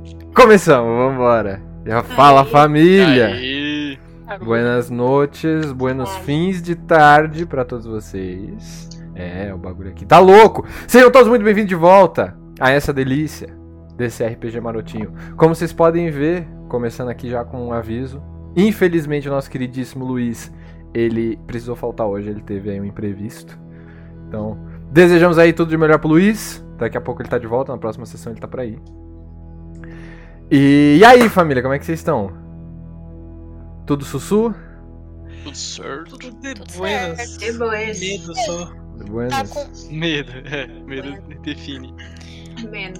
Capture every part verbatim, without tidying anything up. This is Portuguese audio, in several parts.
Começamos, vambora. Já fala, Aí. família. Aí. Buenas noites, buenos fins de tarde pra todos vocês. É, o bagulho aqui tá louco. Sejam todos muito bem-vindos de volta a essa delícia desse R P G marotinho. Como vocês podem ver, começando aqui já com um aviso, infelizmente o nosso queridíssimo Luiz, ele precisou faltar hoje, ele teve aí um imprevisto. Então, desejamos aí tudo de melhor pro Luiz. Daqui a pouco ele tá de volta, na próxima sessão ele tá por aí. E, e aí, família, como é que vocês estão? Tudo sussu? Tudo certo. Tudo de Tudo buenas. certo. De boas. Medo só. De buenas? Tá com... Medo, é. Medo define. Medo.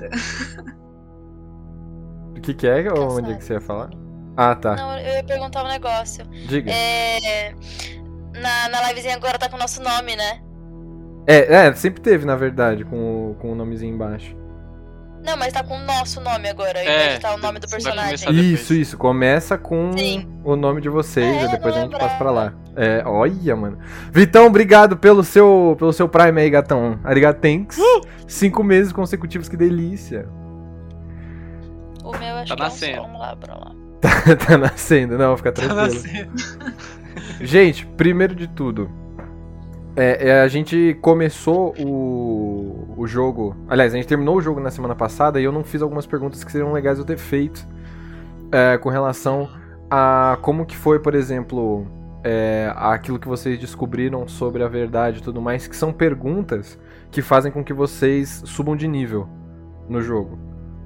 O que que é? Ou Cansado. onde é que você ia falar? Ah, tá. Não, eu ia perguntar um negócio. Diga. É... Na, na livezinha agora tá com o nosso nome, né? É, é, sempre teve, na verdade, com o, com o nomezinho embaixo. Não, mas tá com o nosso nome agora, ao É, invés de tá o nome do vai personagem. começar depois. Isso, isso. Começa com Sim. o nome de vocês É, e depois a não gente passa pra lembrava. lá. É, olha, mano. Vitão, obrigado pelo seu, pelo seu Prime aí, gatão. Arigatanks. Uh! Cinco meses consecutivos, que delícia. O meu acho Tá que é um nascendo. só. Vamos lá, pra lá. Tá nascendo, não, fica Tá tranquilo. nascendo. Gente, primeiro de tudo, é, é, a gente começou o, o jogo. Aliás, a gente terminou o jogo na semana passada e eu não fiz algumas perguntas que seriam legais eu ter feito é, com relação a como que foi, por exemplo, é, aquilo que vocês descobriram sobre a verdade e tudo mais, que são perguntas que fazem com que vocês subam de nível no jogo.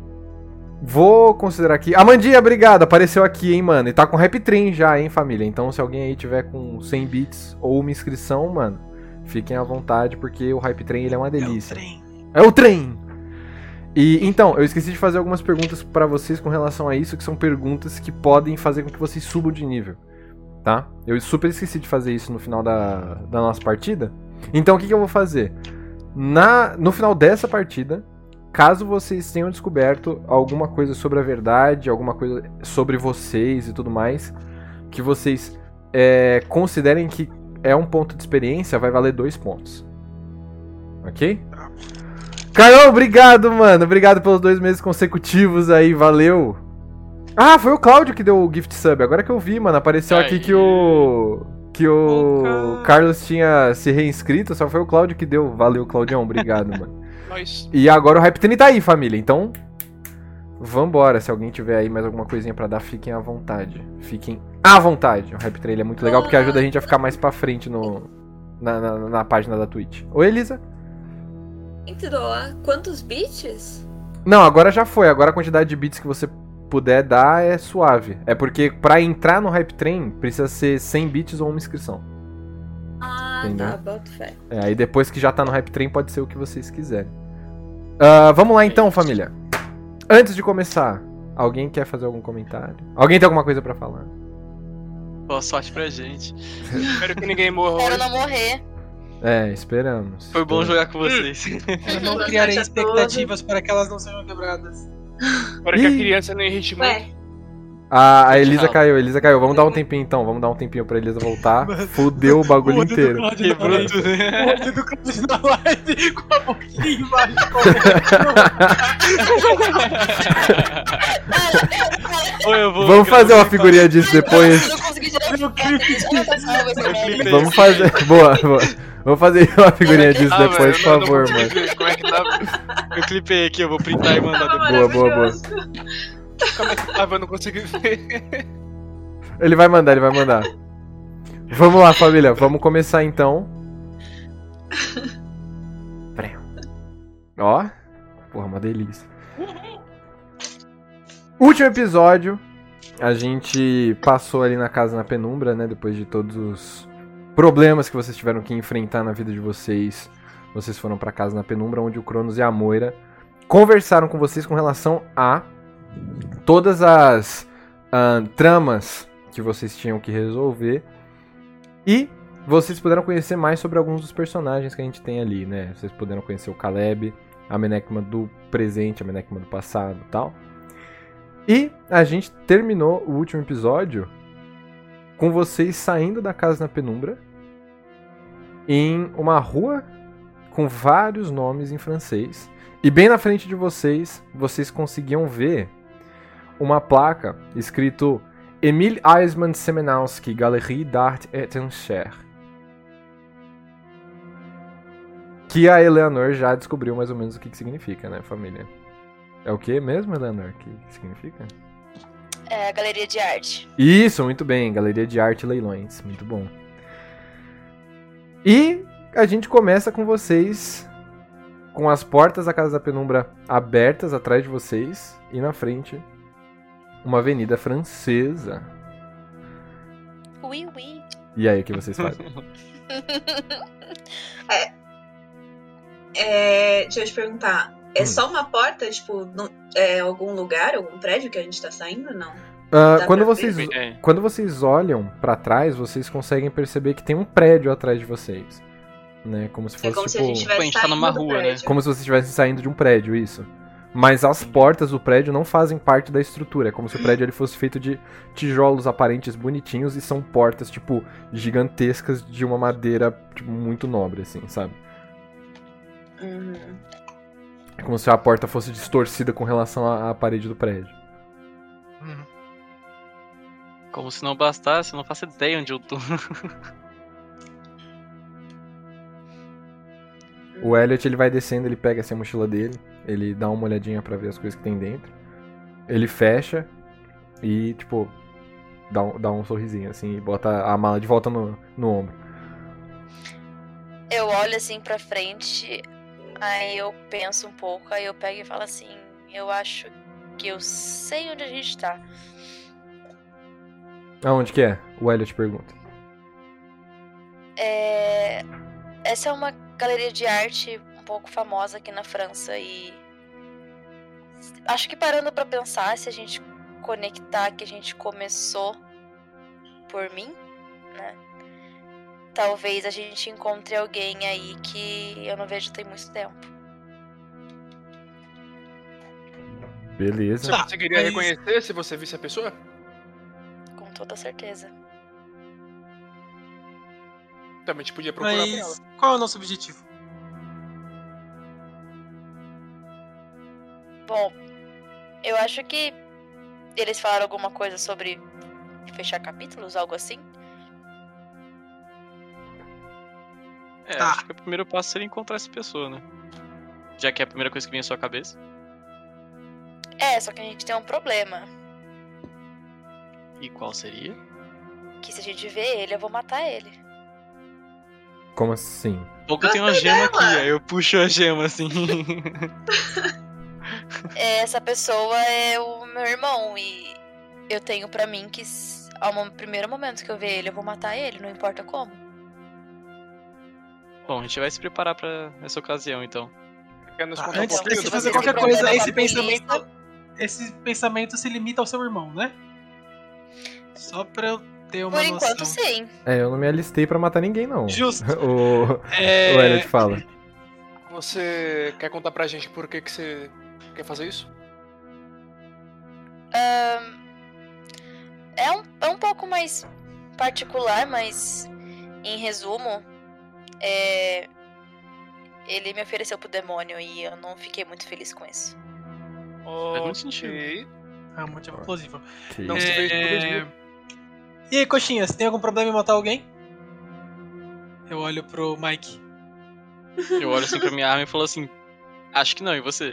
Vou considerar aqui. Amandinha, obrigado. Apareceu aqui, hein, mano. E tá com Hype Train já, hein, família. Então, se alguém aí tiver com cem bits ou uma inscrição, mano, fiquem à vontade, porque o Hype Train ele é uma delícia. É o trem. É o trem! E então, eu esqueci de fazer algumas perguntas pra vocês com relação a isso, que são perguntas que podem fazer com que vocês subam de nível, tá? Eu super esqueci de fazer isso no final da, da nossa partida. Então, o que, que eu vou fazer? Na, no final dessa partida, caso vocês tenham descoberto alguma coisa sobre a verdade, alguma coisa sobre vocês e tudo mais, que vocês é, considerem que é um ponto de experiência, vai valer dois pontos. Ok? Caio, obrigado, mano. Obrigado pelos dois meses consecutivos aí, valeu. Ah, foi o Cláudio que deu o gift sub. Agora que eu vi, mano, apareceu Aí. aqui que o... Que o Ô, cara. Carlos tinha se reinscrito, só foi o Cláudio que deu. Valeu, Claudião, obrigado, mano. Nós. E agora o Hype Train tá aí, família. Então, vambora. Se alguém tiver aí mais alguma coisinha pra dar, fiquem à vontade. Fiquem à vontade. O Hype Train ele é muito legal porque ajuda a gente a ficar mais pra frente no, na, na, na página da Twitch. Oi, Elisa? Entrou a quantos bits? Não, agora já foi. Agora a quantidade de bits que você puder dar é suave. É porque pra entrar no Hype Train precisa ser cem bits ou uma inscrição. Ah, Entendeu? tá, boto fé. É, aí depois que já tá no Hype Train pode ser o que vocês quiserem. Ah, vamos lá então, família. Antes de começar, alguém quer fazer algum comentário? Alguém tem alguma coisa pra falar? Boa sorte pra gente. Espero que ninguém morra Quero hoje. não morrer. É, esperamos. Foi bom Esperamos. jogar com vocês. Eu não Boa criarei sorte a expectativas para que elas não sejam quebradas. Espero que a Ih. criança não irrite muito. Ué, Ah, a Elisa Tchau. caiu, a Elisa caiu. Vamos dar um tempinho então, vamos dar um tempinho pra Elisa voltar. Fudeu o bagulho O olho do inteiro. Claudio na Quebrou live. tudo. O olho do Claudio na live com a boquinha embaixo. Ou eu vou. Vamos fazer uma figurinha disso depois. Eu não consegui tirar Eu foto clipe disso. Eu não tô salvo esse merda. clipe. Vamos fazer. Boa, boa. Vamos fazer uma figurinha disso Ah, depois, velho, por eu não- favor, não mano. consegui ver. Como é que tá? Eu clipei aqui, eu vou printar e mandar tava depois. Boa, boa, boa. maravilhoso. Como é que tava? Eu não consegui ver. Ele vai mandar, ele vai mandar. Vamos lá, família. Vamos começar então. Peraí. Ó. Porra, uma delícia. Último episódio. A gente passou ali na casa na penumbra, né? Depois de todos os problemas que vocês tiveram que enfrentar na vida de vocês. Vocês foram pra casa na penumbra, onde o Cronos e a Moira conversaram com vocês com relação a todas as ah, tramas que vocês tinham que resolver. E vocês puderam conhecer mais sobre alguns dos personagens que a gente tem ali, né? Vocês puderam conhecer o Caleb, a Menekma do presente, a Menekma do passado e tal. E a gente terminou o último episódio com vocês saindo da casa na penumbra em uma rua com vários nomes em francês. E bem na frente de vocês, vocês conseguiam ver uma placa escrito Emil Eismann Semenowski, Galerie d'Art et Enchères. Que a Eleanor já descobriu mais ou menos o que, que significa, né, família? É o que mesmo, Eleanor? O que, que significa? É a galeria de arte. Isso, muito bem. Galeria de Arte e Leilões. Muito bom. E a gente começa com vocês com as portas da Casa da Penumbra abertas atrás de vocês e na frente uma avenida francesa. Ui, ui. E aí, o que vocês fazem? É, deixa eu te perguntar. É Hum. só uma porta, tipo, no, é algum lugar, algum prédio que a gente tá saindo, não? Ah, Dá quando, pra vocês, ver? É. quando vocês olham pra trás, vocês conseguem perceber que tem um prédio atrás de vocês. Né? Como se fosse É como se a tipo... gente Tipo, a estivesse gente tá saindo numa do rua, né? prédio. Como se vocês estivessem saindo de um prédio, isso. Mas as portas do prédio não fazem parte da estrutura. É como se o prédio ele fosse feito de tijolos aparentes bonitinhos e são portas, tipo, gigantescas de uma madeira, tipo, muito nobre, assim, sabe? Uhum. É como se a porta fosse distorcida com relação à, à parede do prédio. Uhum. Como se não bastasse, eu não faço ideia onde eu tô. O Elliot, ele vai descendo, ele pega assim a mochila dele, ele dá uma olhadinha pra ver as coisas que tem dentro. Ele fecha e, tipo, dá um, dá um sorrisinho, assim, e bota a mala de volta no, no ombro. Eu olho assim pra frente, aí eu penso um pouco, aí eu pego e falo assim, eu acho que eu sei onde a gente tá. Aonde que é? O Elliot pergunta. É... Essa é uma galeria de arte um pouco famosa aqui na França e acho que parando pra pensar, se a gente conectar que a gente começou por mim, né? Talvez a gente encontre alguém aí que eu não vejo tem muito tempo. Beleza. Tá, Você conseguiria mas- reconhecer se você visse a pessoa? Com toda certeza. Também a gente podia procurar por ela. Mas qual é o nosso objetivo? Bom, eu acho que eles falaram alguma coisa sobre fechar capítulos, algo assim. É, Tá. acho que o primeiro passo seria encontrar essa pessoa, né? Já que é a primeira coisa que vem à sua cabeça. É, só que a gente tem um problema. E qual seria? Que se a gente ver ele, eu vou matar ele. Como assim? Pouco eu tenho uma gema aqui, aí eu puxo a gema assim. Essa pessoa é o meu irmão e eu tenho pra mim que s- ao mo- primeiro momento que eu ver ele, eu vou matar ele, não importa como. Bom, a gente vai se preparar pra essa ocasião, então. Quer nos Tá, contar um antes pouquinho de do fazer que qualquer você coisa, vai Levar esse pra polícia. pensamento, esse pensamento se limita ao seu irmão, né? Só pra eu ter uma Por enquanto, noção. sim. É, eu não me alistei pra matar ninguém, não. Justo. o, É, o Elliot fala. Você quer contar pra gente por que, que você quer fazer isso? Ahn, é, um, é um pouco mais particular, mas em resumo, é, ele me ofereceu pro demônio e eu não fiquei muito feliz com isso. muito Ok. sentido. É um motivo plausível. Que- Não se fez É, tudo isso. E aí, coxinha, você tem algum problema em matar alguém? Eu olho pro Mike. Eu olho assim pra minha arma e falo assim, acho que não, e você?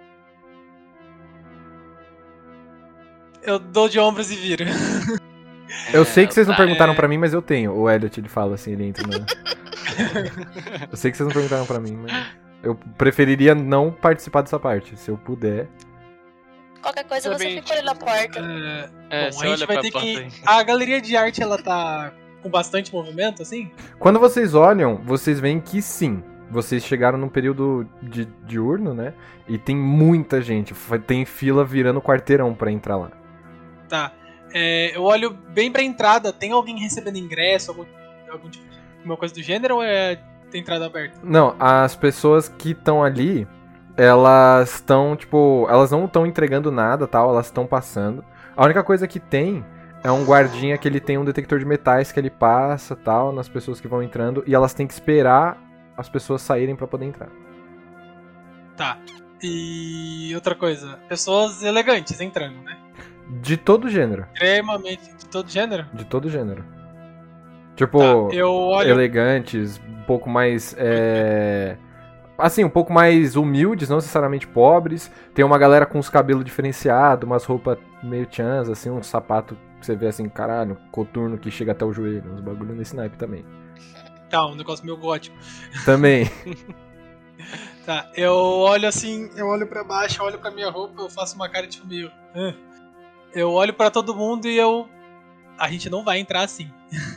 Eu dou de ombros e viro. Eu sei que vocês não tá, perguntaram é. pra mim, mas eu tenho. O Elliot, ele fala assim, ele entra na... Eu sei que vocês não perguntaram pra mim, mas... Eu preferiria não participar dessa parte, se eu puder. Qualquer coisa você Também, fica olhando na porta. É, Bom, você a gente olha vai pra ter porta que. aí. A galeria de arte, ela tá com bastante movimento, assim? Quando vocês olham, vocês veem que sim. Vocês chegaram num período de diurno, né? E tem muita gente. Foi- Tem fila virando quarteirão pra entrar lá. Tá. É, eu olho bem pra entrada. Tem alguém recebendo ingresso? Algum, algum tipo de alguma coisa do gênero ou é entrada aberta? Não, as pessoas que estão ali, elas estão, tipo, elas não estão entregando nada, tal, elas estão passando. A única coisa que tem é um guardinha que ele tem um detector de metais que ele passa, tal, nas pessoas que vão entrando, e elas têm que esperar as pessoas saírem pra poder entrar. Tá. E outra coisa, pessoas elegantes entrando, né? De todo gênero. Extremamente. De todo gênero? De todo gênero. Tipo, Tá, eu olho. elegantes, um pouco mais. É... Assim, um pouco mais humildes, não necessariamente pobres. Tem uma galera com os cabelos diferenciados, umas roupas meio tchãs, assim, um sapato que você vê assim, caralho, coturno que chega até o joelho. Uns bagulho nesse naipe também. Tá, um negócio meio gótico. Também. Tá, eu olho assim, eu olho pra baixo, eu olho pra minha roupa, eu faço uma cara tipo meio. "Hã?" Eu olho pra todo mundo e eu. A gente não vai entrar assim.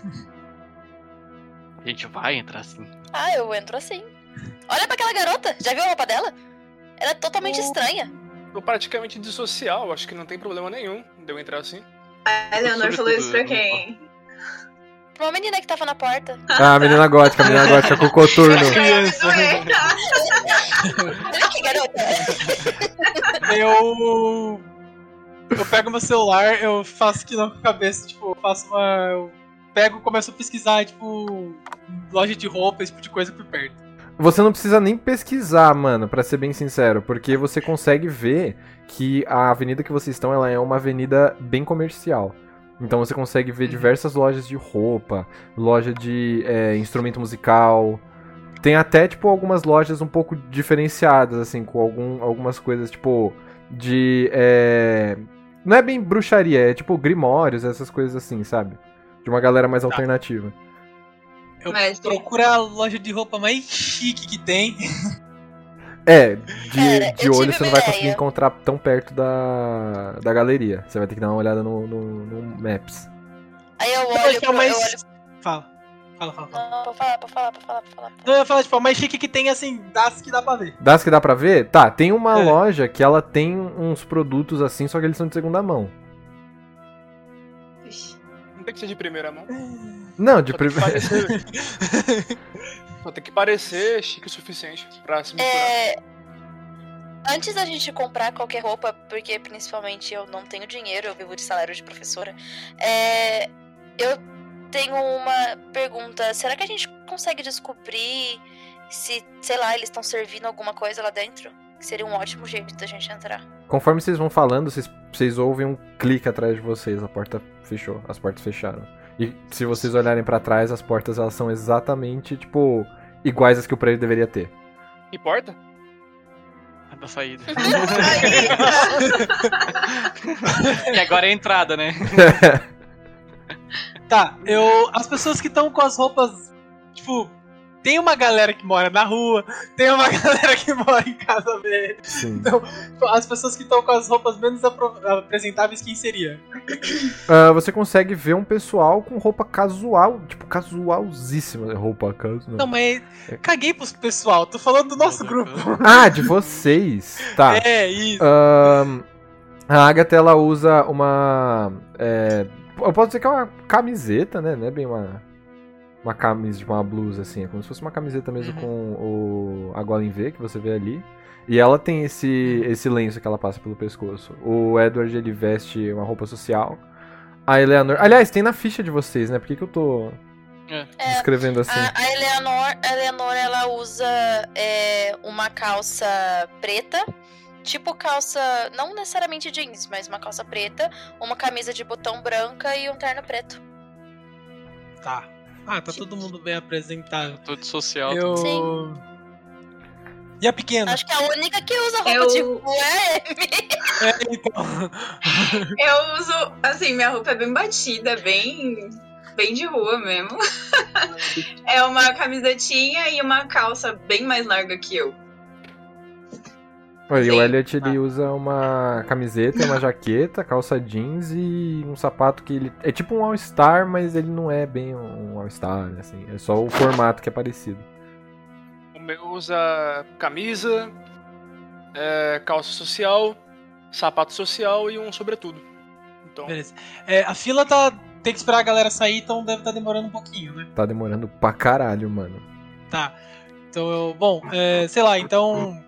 A gente vai entrar assim. Ah, eu entro assim. Olha pra aquela garota, já viu a roupa dela? Ela é totalmente Oh. estranha. Tô praticamente dissocial, acho que não tem problema nenhum de eu entrar assim. A Eleanor falou isso pra Sobretudo, quem? Uma menina que tava na porta. Ah, a menina gótica, a menina gótica com o coturno. Criança. Olha que garota. Eu. Eu pego meu celular, eu faço que não com a cabeça, tipo, eu faço uma. Eu pego e começo a pesquisar, tipo, loja de roupa, esse tipo de coisa por perto. Você não precisa nem pesquisar, mano, pra ser bem sincero, porque você consegue ver que a avenida que vocês estão, ela é uma avenida bem comercial. Então você consegue ver diversas lojas de roupa, loja de é, instrumento musical. Tem até, tipo, algumas lojas um pouco diferenciadas, assim, com algum, algumas coisas, tipo, de... É... Não é bem bruxaria, é tipo grimórios, essas coisas assim, sabe? De uma galera mais alternativa. Eu Mas- procuro a loja de roupa mais chique que tem. É, de, Cara, de eu olho tive você não uma vai conseguir ideia. encontrar tão perto da, da galeria. Você vai ter que dar uma olhada no, no, no Maps. Aí eu Eu olho acho que é pro... mais. Eu olho... Fala. Fala, fala, fala. Não, pra falar, pra falar, pra falar, pra falar. Não, eu ia falar, tipo, a mais chique que tem, assim, das que dá pra ver. Das que dá pra ver? Tá, tem uma É. loja que ela tem uns produtos assim, só que eles são de segunda mão. Ixi. Não tem que ser de primeira mão. Não, de Só tem que primeira. parecer, só tem que parecer chique o suficiente pra se misturar. É... Antes da gente comprar qualquer roupa, porque principalmente eu não tenho dinheiro, eu vivo de salário de professora, é... eu tenho uma pergunta. Será que a gente consegue descobrir se, sei lá, eles estão servindo alguma coisa lá dentro? Que seria um ótimo jeito da gente entrar. Conforme vocês vão falando, vocês, vocês ouvem um clique atrás de vocês. A porta fechou, as portas fecharam. E se vocês olharem pra trás, as portas elas são exatamente, tipo, iguais às que o prédio deveria ter. Importa? É da saída. Aí, E agora é a entrada, né? Tá, eu. As pessoas que estão com as roupas. Tipo, tem uma galera que mora na rua, tem uma galera que mora em casa dele. Sim. As pessoas que estão com as roupas menos apro- apresentáveis, quem seria? Ah, você consegue ver um pessoal com roupa casual, tipo, casualzíssima. Roupa casual. Não, mas caguei pros pessoal, tô falando do nosso grupo. Ah, de vocês. Tá. É, isso. Ahn, a Agatha, ela usa uma... é, eu posso dizer que é uma camiseta, né? Não é bem uma... Uma camisa, tipo uma blusa, assim. É como se fosse uma camiseta mesmo Uhum. com o, a gola em V, que você vê ali. E ela tem esse, esse lenço que ela passa pelo pescoço. O Edward, ele veste uma roupa social. A Eleanor... Aliás, tem na ficha de vocês, né? Por que que eu tô É. descrevendo assim? A, a Eleanor, a Eleanor, ela usa é, uma calça preta, tipo calça, não necessariamente jeans, mas uma calça preta, uma camisa de botão branca e um terno preto. Tá. Ah, tá todo mundo bem apresentado. Tudo social. Eu. Sim. E a pequena? Acho que a única que usa roupa Eu- de rua é a Amy. É, então. eu uso, assim, minha roupa é bem batida, é bem, bem de rua mesmo. É uma camisetinha e uma calça bem mais larga que eu. Olha, e o Sim. Elliot, ele usa uma camiseta, uma jaqueta, calça jeans e um sapato que ele... É tipo um All-Star, mas ele não é bem um All-Star, assim. É só o formato que é parecido. O meu usa camisa, é, calça social, sapato social e um sobretudo. Então, Beleza. É, a fila tá. Tem que esperar a galera sair, então deve estar demorando um pouquinho, né? Tá demorando pra caralho, mano. Tá. Então eu. Bom, é, sei lá, então.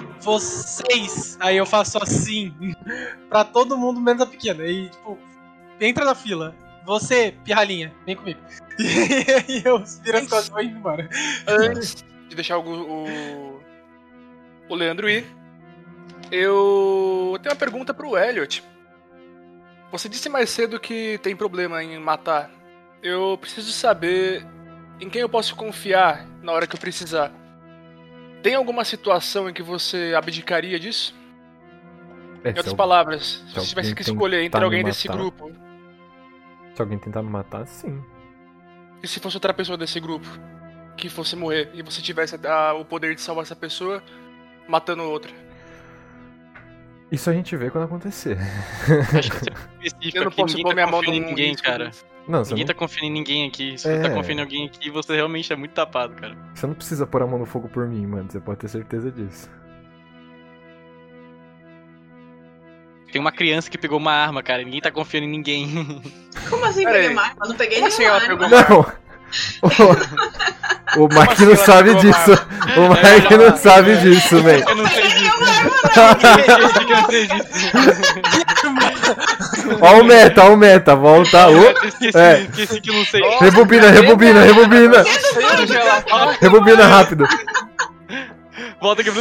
Vocês. Aí eu faço assim. Pra todo mundo menos a pequena. E, tipo, entra na fila. Você, pirralhinha, vem comigo. E aí eu viro as costas e vou indo embora. antes de deixar o, o, o Leandro ir, eu tenho uma pergunta pro Elliot. Você disse mais cedo que tem problema em matar. Eu preciso saber em quem eu posso confiar na hora que eu precisar. Tem alguma situação em que você abdicaria disso? É, Em outras se, palavras, se se você tivesse alguém que escolher entre tentar me alguém desse matar. grupo, se alguém tentar me matar, sim. e se fosse outra pessoa desse grupo que fosse morrer e você tivesse a- o poder de salvar essa pessoa matando outra? Isso a gente vê quando acontecer. Acho que você é específico Eu não aqui, posso ninguém pôr tá minha mão confiando em num ninguém, risco cara. desse. Não, você Ninguém não, tá confiando em ninguém aqui. Se É. você tá confiando em alguém aqui, você realmente é muito tapado, cara. você não precisa pôr a mão no fogo por mim, mano. Você pode ter certeza disso. Tem uma criança que pegou uma arma, cara. Ninguém tá confiando em ninguém. Como assim Pera peguei aí. uma arma? Eu não peguei Como assim nenhuma ela arma. pegou uma Não! O, o Mike assim não ela sabe pegou disso. uma O Mike não sabe disso, velho. Eu não sei disso. Eu não sei disso. Ó o meta, ó o meta. Volta. Ô, Eu esqueci, é. esqueci que eu não sei. rebobina, rebobina, rebobina. Sei onde ela tá. Rebobina rápido. Volta aqui.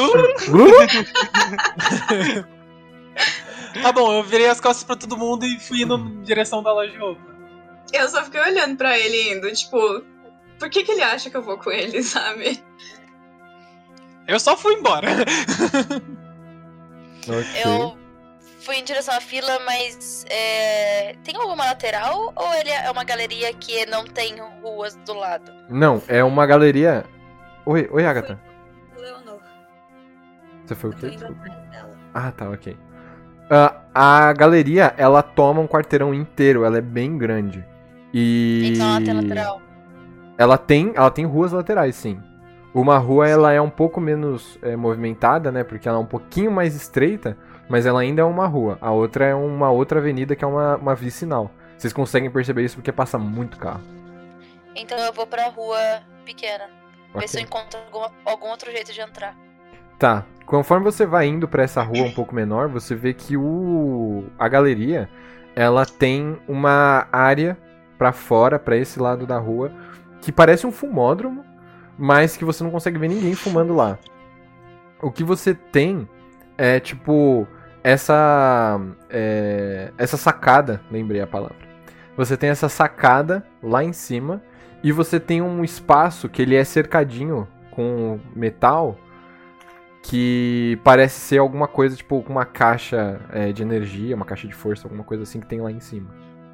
Tá bom, eu virei as costas pra todo mundo e fui indo em direção da loja de roupa. Eu só fiquei olhando pra ele indo, tipo, por que que ele acha que eu vou com ele, sabe? Eu só fui embora. Ok. Eu fui em direção à fila, mas é, tem alguma lateral ou ele é uma galeria que não tem ruas do lado? Não, é uma galeria. Oi, oi, Agatha. Leonor. Você foi o Tô quê? indo Desculpa. atrás dela. Ah, tá, ok. Ah, a galeria, ela toma um quarteirão inteiro, ela é bem grande. E. Então ela tem lateral. Ela tem, ela tem ruas laterais, sim. Uma rua, ela é um pouco menos é, movimentada, né? Porque ela é um pouquinho mais estreita, mas ela ainda é uma rua. A outra é uma outra avenida que é uma, uma vicinal. Vocês conseguem perceber isso porque passa muito carro. Então eu vou pra rua pequena. Ver se eu Ok. encontro alguma, algum outro jeito de entrar. Tá. Conforme você vai indo pra essa rua um pouco menor, você vê que o a galeria, ela tem uma área pra fora, pra esse lado da rua, que parece um fumódromo, mas que você não consegue ver ninguém fumando lá. O que você tem é tipo essa é, essa sacada, lembrei a palavra. Você tem essa sacada lá em cima e você tem um espaço que ele é cercadinho com metal, que parece ser alguma coisa, tipo, com uma caixa é, de energia, uma caixa de força, alguma coisa assim que tem lá em cima.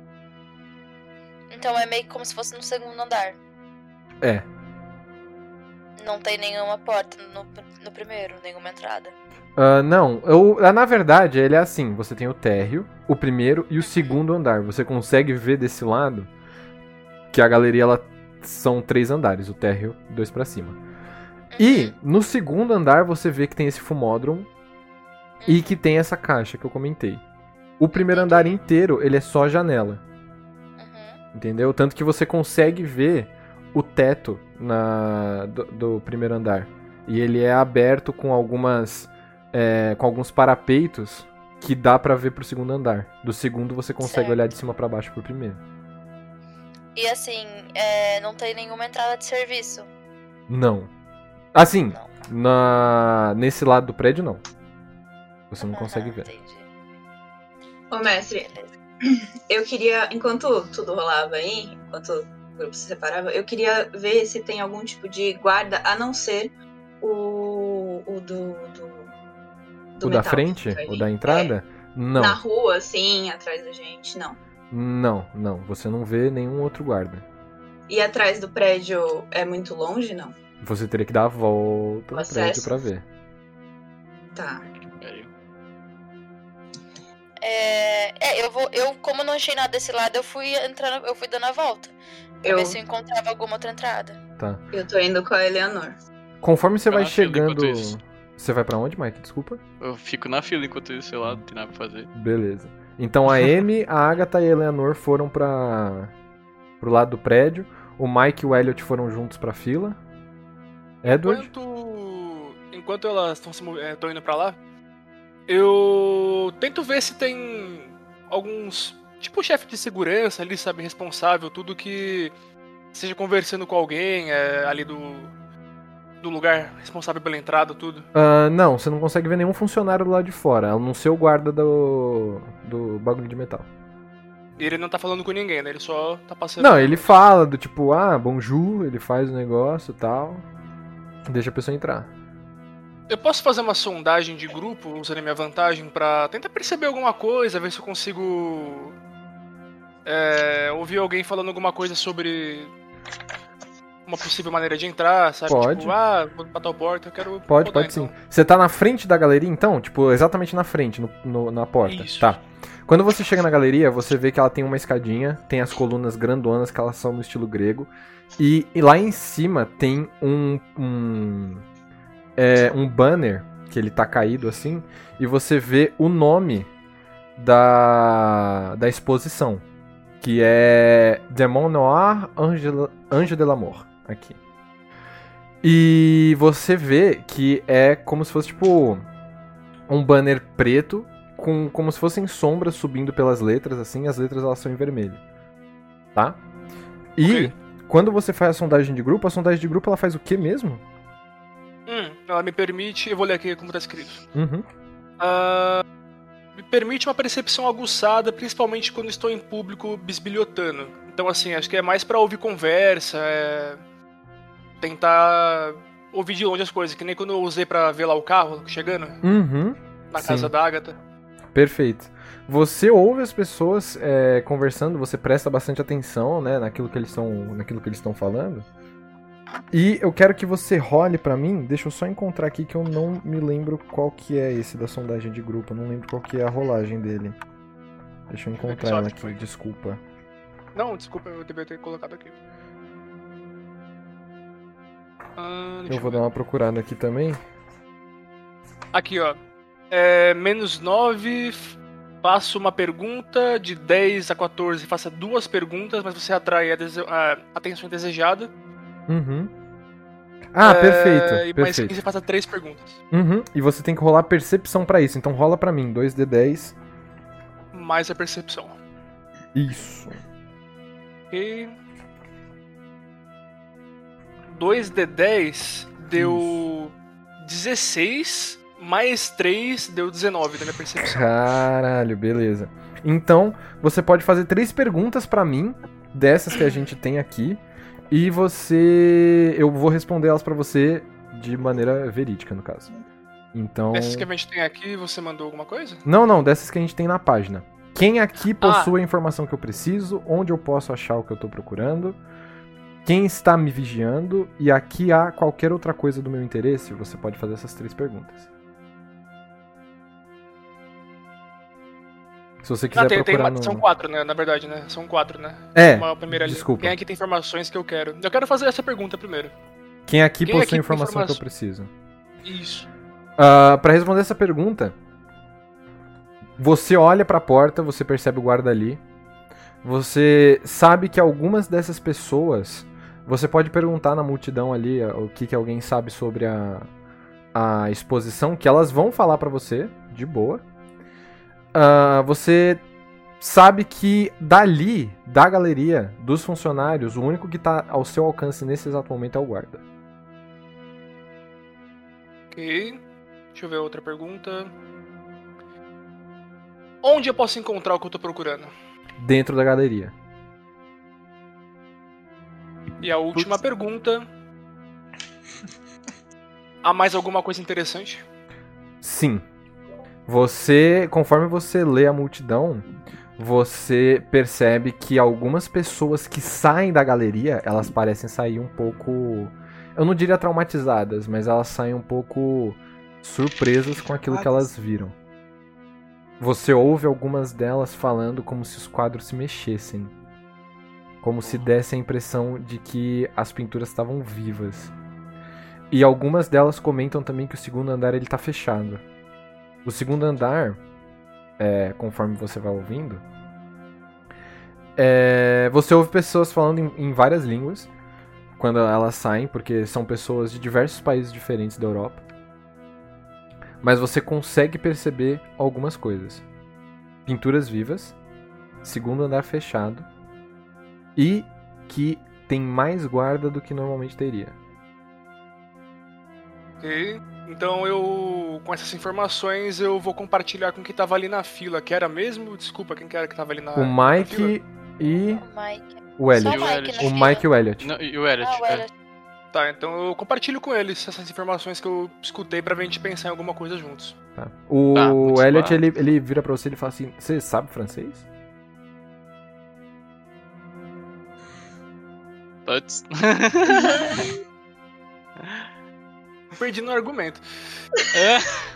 Então é meio que como se fosse no segundo andar. É. Não tem nenhuma porta no, no primeiro, nenhuma entrada. Ah, não, eu, ah, na verdade ele é assim, você tem o térreo, o primeiro e o segundo andar. Você consegue ver desse lado que a galeria, ela são três andares, o térreo, dois pra cima. E no segundo andar você vê que tem esse fumódromo e que tem essa caixa que eu comentei. O primeiro andar inteiro, ele é só janela. Uhum. Entendeu? Tanto que você consegue ver o teto na, do, do primeiro andar. E ele é aberto com algumas. É, com alguns parapeitos que dá pra ver pro segundo andar. Do segundo você consegue Certo. olhar de cima pra baixo pro primeiro. E assim, é, não tem nenhuma entrada de serviço. Não. Assim, Não. na, nesse lado do prédio não. Você não Aham, consegue ver. Entendi. Ô, mestre, Beleza. eu queria, enquanto tudo rolava aí, enquanto o grupo se separava, eu queria ver se tem algum tipo de guarda, a não ser o, o do, do, do O da metal, frente? atrás de O da mim. entrada? Não. É, na rua, assim, atrás da gente, não. Não, não. Você não vê nenhum outro guarda. E atrás do prédio é muito longe, não? Você teria que dar a volta O no prédio acesso? pra ver. Tá. É, é, eu vou. Eu, como não achei nada desse lado, eu fui entrando, eu fui dando a volta. Pra Eu, ver se eu encontrava alguma outra entrada. Tá. eu tô indo com a Eleanor. Conforme você Fica vai na fila chegando. enquanto isso. Você vai pra onde, Mike? Desculpa. Eu fico na fila enquanto isso, sei lá, não tem nada pra fazer. Beleza. Então a Amy, a Agatha e a Eleanor foram pra. pro lado do prédio. O Mike e o Elliot foram juntos pra fila. Edward? Enquanto, enquanto elas estão se move- eh, tão indo pra lá, eu tento ver se tem alguns, tipo chefe de segurança ali, sabe, responsável, tudo que seja conversando com alguém eh, ali do, do lugar responsável pela entrada, tudo. Ah, não, você não consegue ver nenhum funcionário do lado de fora, a não ser o guarda do. do bagulho de metal. E ele não tá falando com ninguém, né? Ele só tá passando. Não, ele fala do tipo, ah, bonjour, ele faz o negócio e tal. Deixa a pessoa entrar. Eu posso fazer uma sondagem de grupo, usando a minha vantagem, pra tentar perceber alguma coisa, ver se eu consigo é, ouvir alguém falando alguma coisa sobre uma possível maneira de entrar, sabe? Pode. Tipo, ah, vou pra tal porta, eu quero. Pode, rodar, pode então. sim. Você tá na frente da galeria, então? Tipo, exatamente na frente, no, no- na porta. Isso. Tá. Quando você chega na galeria, você vê que ela tem uma escadinha, tem as colunas grandonas, que elas são no estilo grego. E, e lá em cima tem um... um, é, um banner, que ele tá caído assim, e você vê o nome da, da exposição, que é Demon Noir Ange, Ange de l'Amour, aqui. E você vê que é como se fosse, tipo, um banner preto, com, como se fossem sombras subindo pelas letras, assim, as letras elas são em vermelho. Tá? E, Ok. quando você faz a sondagem de grupo, a sondagem de grupo ela faz o que mesmo? Hum, ela me permite. Eu vou ler aqui como tá escrito. Uhum. Ah, me permite uma percepção aguçada, principalmente quando estou em público bisbilhotando. Então, assim, acho que é mais pra ouvir conversa, é... tentar ouvir de longe as coisas, que nem quando eu usei pra ver lá o carro chegando Uhum. na Sim. casa da Agatha. Perfeito. Você ouve as pessoas é, conversando, você presta bastante atenção, né, naquilo que eles estão, naquilo que eles estão falando. E eu quero que você role pra mim. Deixa eu só encontrar aqui que eu não me lembro qual que é esse da sondagem de grupo. Eu não lembro qual que é a rolagem dele. Deixa eu encontrar Só ela que foi. aqui. Desculpa. Não, desculpa, eu deveria ter colocado aqui. Ah, deixa Eu vou dar uma procurada aqui também. Aqui, ó. É, menos nove, faço uma pergunta. De dez a quatorze, faça duas perguntas, mas você atrai a, dese- a atenção indesejada. Uhum. Ah, É, perfeito. E mais Perfeito. quinze, faça três perguntas. Uhum. E você tem que rolar percepção pra isso. Então rola pra mim. dois D dez. Mais a percepção. Isso. Ok. dois D dez deu dezesseis, mais três deu dezenove da minha percepção. Caralho, beleza. Então, você pode fazer três perguntas pra mim, dessas que a gente tem aqui, e você... eu vou responder elas pra você de maneira verídica, no caso. Então... Essas que a gente tem aqui, você mandou alguma coisa? Não, não, dessas que a gente tem na página. Quem aqui possui a informação que eu preciso, onde eu posso achar o que eu tô procurando, quem está me vigiando, e aqui há qualquer outra coisa do meu interesse, você pode fazer essas três perguntas. Se você quiser Não, tem, tem, procurar ma- no... são quatro, né? Na verdade, né? São quatro, né? É, Uma primeira ali. desculpa. Quem aqui tem informações que eu quero? Eu quero fazer essa pergunta primeiro. Quem aqui Quem possui aqui a tem informação que eu informação? preciso? Isso. Ah, pra responder essa pergunta, você olha pra porta, você percebe o guarda ali. Você sabe que algumas dessas pessoas... Você pode perguntar na multidão ali ah, o que, que alguém sabe sobre a, a exposição, que elas vão falar pra você, de boa. Ah, você sabe que dali, da galeria, dos funcionários, o único que tá ao seu alcance nesse exato momento é o guarda. Ok. Deixa eu ver outra pergunta. Onde eu posso encontrar o que eu tô procurando? Dentro da galeria. E a última pergunta. Há mais alguma coisa interessante? Sim. Você, conforme você lê a multidão, você percebe que algumas pessoas que saem da galeria, elas parecem sair um pouco... Eu não diria traumatizadas, mas elas saem um pouco surpresas com aquilo que elas viram. Você ouve algumas delas falando como se os quadros se mexessem. Como se desse a impressão de que as pinturas estavam vivas. E algumas delas comentam também que o segundo andar ele tá fechado. O segundo andar, é, conforme você vai ouvindo, é, você ouve pessoas falando em, em várias línguas quando elas saem, porque são pessoas de diversos países diferentes da Europa. Mas você consegue perceber algumas coisas. Pinturas vivas, segundo andar fechado, e que tem mais guarda do que normalmente teria. Ok. Então eu, com essas informações, eu vou compartilhar com quem tava ali na fila, que era mesmo? Desculpa, quem que era que tava ali na, O na fila? Mike e O Mike. o Só Elliot. o Mike, O na Mike e o Elliot. Não, e o Elliot. Ah, o é. Elliot. Tá, então eu compartilho com eles essas informações que eu escutei pra gente pensar em alguma coisa juntos. Tá. O Tá, muito Elliot, suave. ele, ele vira pra você e fala assim, você sabe francês? Putz. Perdi no argumento. É.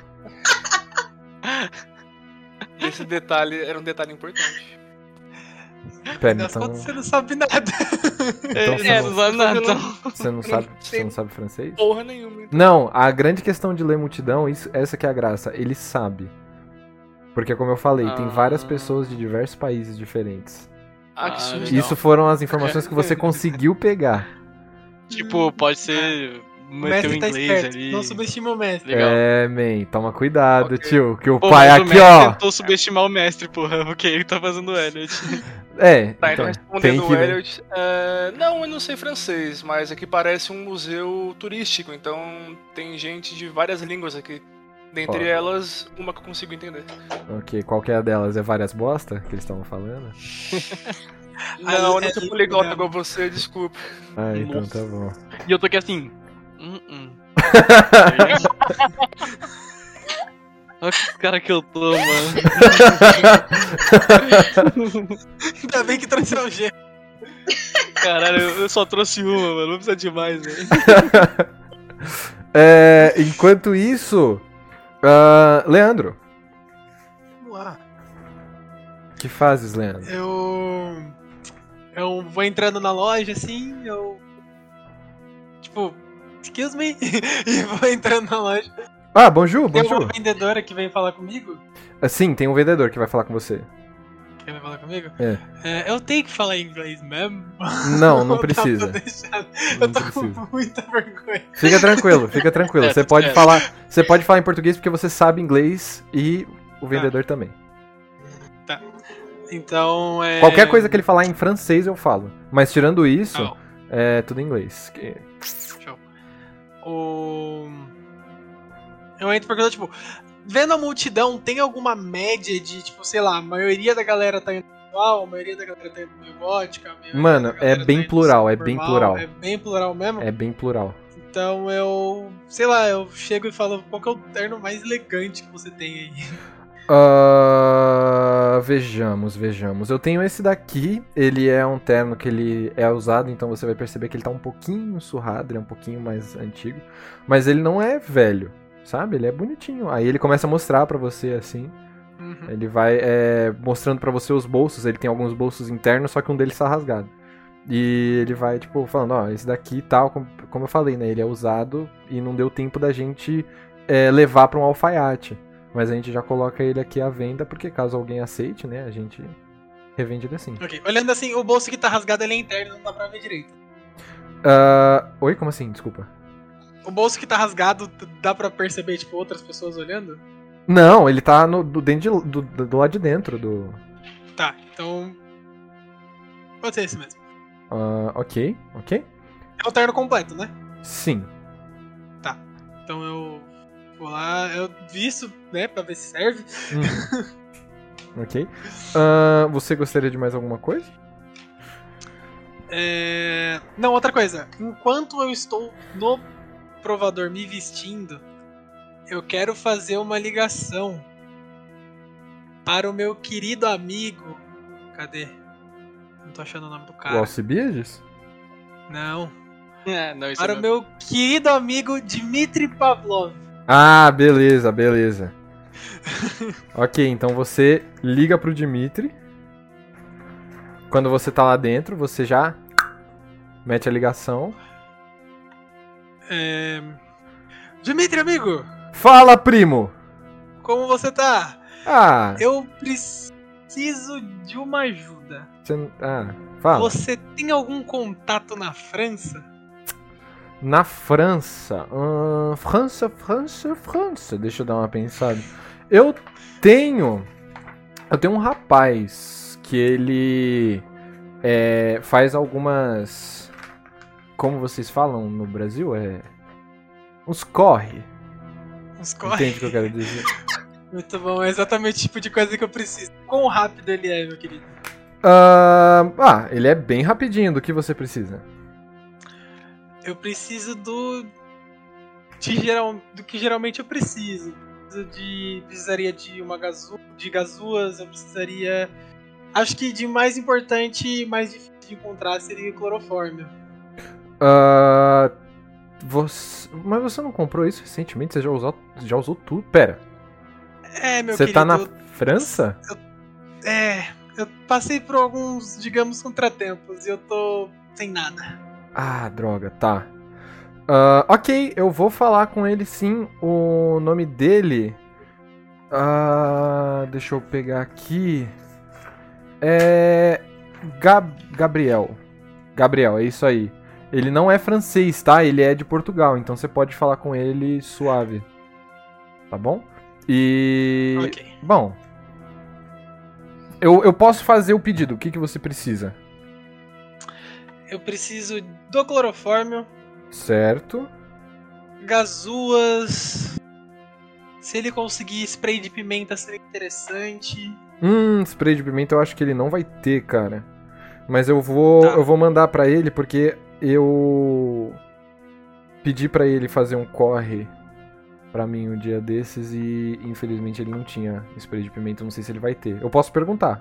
Esse detalhe era um detalhe importante. Pera, Das então, contas, você não sabe nada. então você, É, não, não sabe nada. você não sabe, você não sabe francês? Porra nenhuma. então. Não, a grande questão de ler multidão, isso, essa que é a graça, ele sabe. Porque como eu falei, tem Ah. várias pessoas de diversos países diferentes. Ah, que Ah, susto. legal. Isso foram as informações que você conseguiu pegar. Tipo, pode ser O meter o mestre tá inglês esperto. ali. Não subestima o mestre. Legal. É, man, toma cuidado, Ok. tio, que o Pô, pai mas o aqui, mestre ó. tentou subestimar o mestre, porra. Porque ele tá fazendo o Elliot. É, Tá, então então, tem respondendo que o ler. Elliot. é, Não, eu não sei francês, mas aqui parece um museu turístico, então tem gente de várias línguas aqui. Dentre Ó. elas, uma que eu consigo entender. Ok, qual que é a delas? É várias bosta que eles estavam falando? Não, eu não é sou língua poliglota dela. igual você, desculpa. Ah, então Nossa. tá bom. E eu tô aqui assim. Hum, hum. Olha que cara que eu tô, mano. Ainda bem que trouxe o G. Caralho, eu eu só trouxe uma, mano. Não precisa de mais, velho. É, enquanto isso, ah, Leandro, Vamos lá. que fazes, Leandro? Eu. Eu vou entrando na loja assim, eu. Tipo, excuse me. E vou entrando na loja. Ah, bonjour, Tem bonjour. uma vendedora que vem falar comigo. Ah, sim, tem um vendedor que vai falar com você. Quem vai falar comigo? É. É, eu tenho que falar inglês mesmo? Não, não Ou dá precisa. pra deixar? Não Eu tô precisa. com muita vergonha. Fica tranquilo, fica tranquilo. É, Você tudo pode certo. falar, você pode falar em português porque você sabe inglês e o vendedor também. Então, é. Qualquer coisa que ele falar em francês eu falo, mas tirando isso, Não. é tudo em inglês. Que- Show. O... Eu entro perguntando, tipo, vendo a multidão, tem alguma média de, tipo, sei lá, a maioria da galera tá indo igual, a maioria da galera tá indo meio gótica, a maioria Mano, da galera é bem tá indo plural, é super bem mal, plural. É bem plural mesmo? É bem plural. Então eu, sei lá, eu chego e falo, qual que é o terno mais elegante que você tem aí? Ah, vejamos, vejamos. Eu tenho esse daqui, ele é um terno que ele é usado, então você vai perceber que ele tá um pouquinho surrado, ele é um pouquinho mais antigo, mas ele não é velho, sabe? Ele é bonitinho. Aí ele começa a mostrar pra você assim, Uhum. ele vai é, mostrando pra você os bolsos, ele tem alguns bolsos internos, só que um deles tá rasgado. E ele vai, tipo, falando, ó, esse daqui tal, como, como eu falei, né? Ele é usado e não deu tempo da gente é, levar pra um alfaiate. Mas a gente já coloca ele aqui à venda, porque caso alguém aceite, né, a gente revende ele assim. Ok, olhando assim, o bolso que tá rasgado ele é interno, não dá pra ver direito. Ah, oi, como assim? Desculpa. O bolso que tá rasgado, t- dá pra perceber, tipo, outras pessoas olhando? Não, ele tá no, do, dentro de- do, do, do lado de dentro do... Tá, então. Pode ser esse mesmo. ah, ok, ok. É o terno completo, né? Sim. Então eu vou lá, eu visto, né, pra ver se serve. Hum. Ok. Ah, você gostaria de mais alguma coisa? É... Não, outra coisa. Enquanto eu estou no provador me vestindo, eu quero fazer uma ligação para o meu querido amigo. Cadê? Não tô achando o nome do O cara. Alcibiades? Não. É, não, isso Para é o meu querido amigo Dmitry Pavlov. Ah, beleza, beleza. Ok, então você liga pro Dimitri. Quando você tá lá dentro, você já mete a ligação. É... Dmitry, amigo! Fala, primo! Como você tá? Ah, Eu preciso de uma ajuda. você... ah fala. Você tem algum contato na França? Na França. Hum, França, França, França. Deixa eu dar uma pensada. Eu tenho. Eu tenho um rapaz que ele é, faz algumas. Como vocês falam no Brasil? É. Uns corre. Uns corre. Entende o que eu quero dizer? Muito bom, é exatamente o tipo de coisa que eu preciso. Quão rápido ele é, meu querido? Uh, ah, ele é bem rapidinho. Do que você precisa? Eu preciso do. De geral, do que geralmente eu preciso. Preciso de. Precisaria de uma gazu, de gazuas, eu precisaria. Acho que de mais importante e mais difícil de encontrar seria clorofórmio. Uh, você, mas você não comprou isso recentemente? Você já usou, já usou tudo? Pera. É, meu você querido. tá na França? Eu, é, eu passei por alguns, digamos, contratempos e eu tô sem nada. Ah, droga, tá. Uh, ok, eu vou falar com ele sim. O nome dele. Uh, deixa eu pegar aqui. É. Gab Gabriel. Gabriel, é isso aí. Ele não é francês, tá? Ele é de Portugal, então você pode falar com ele suave. Tá bom? E. Ok. Bom. Eu, eu posso fazer o pedido. O que, que você precisa? Eu preciso do clorofórmio. Certo. Gazuas. Se ele conseguir spray de pimenta seria interessante. Hum, spray de pimenta eu acho que ele não vai ter, cara. Mas eu vou, Tá. eu vou mandar pra ele porque eu pedi pra ele fazer um corre pra mim um dia desses e infelizmente ele não tinha spray de pimenta, eu não sei se ele vai ter. Eu posso perguntar.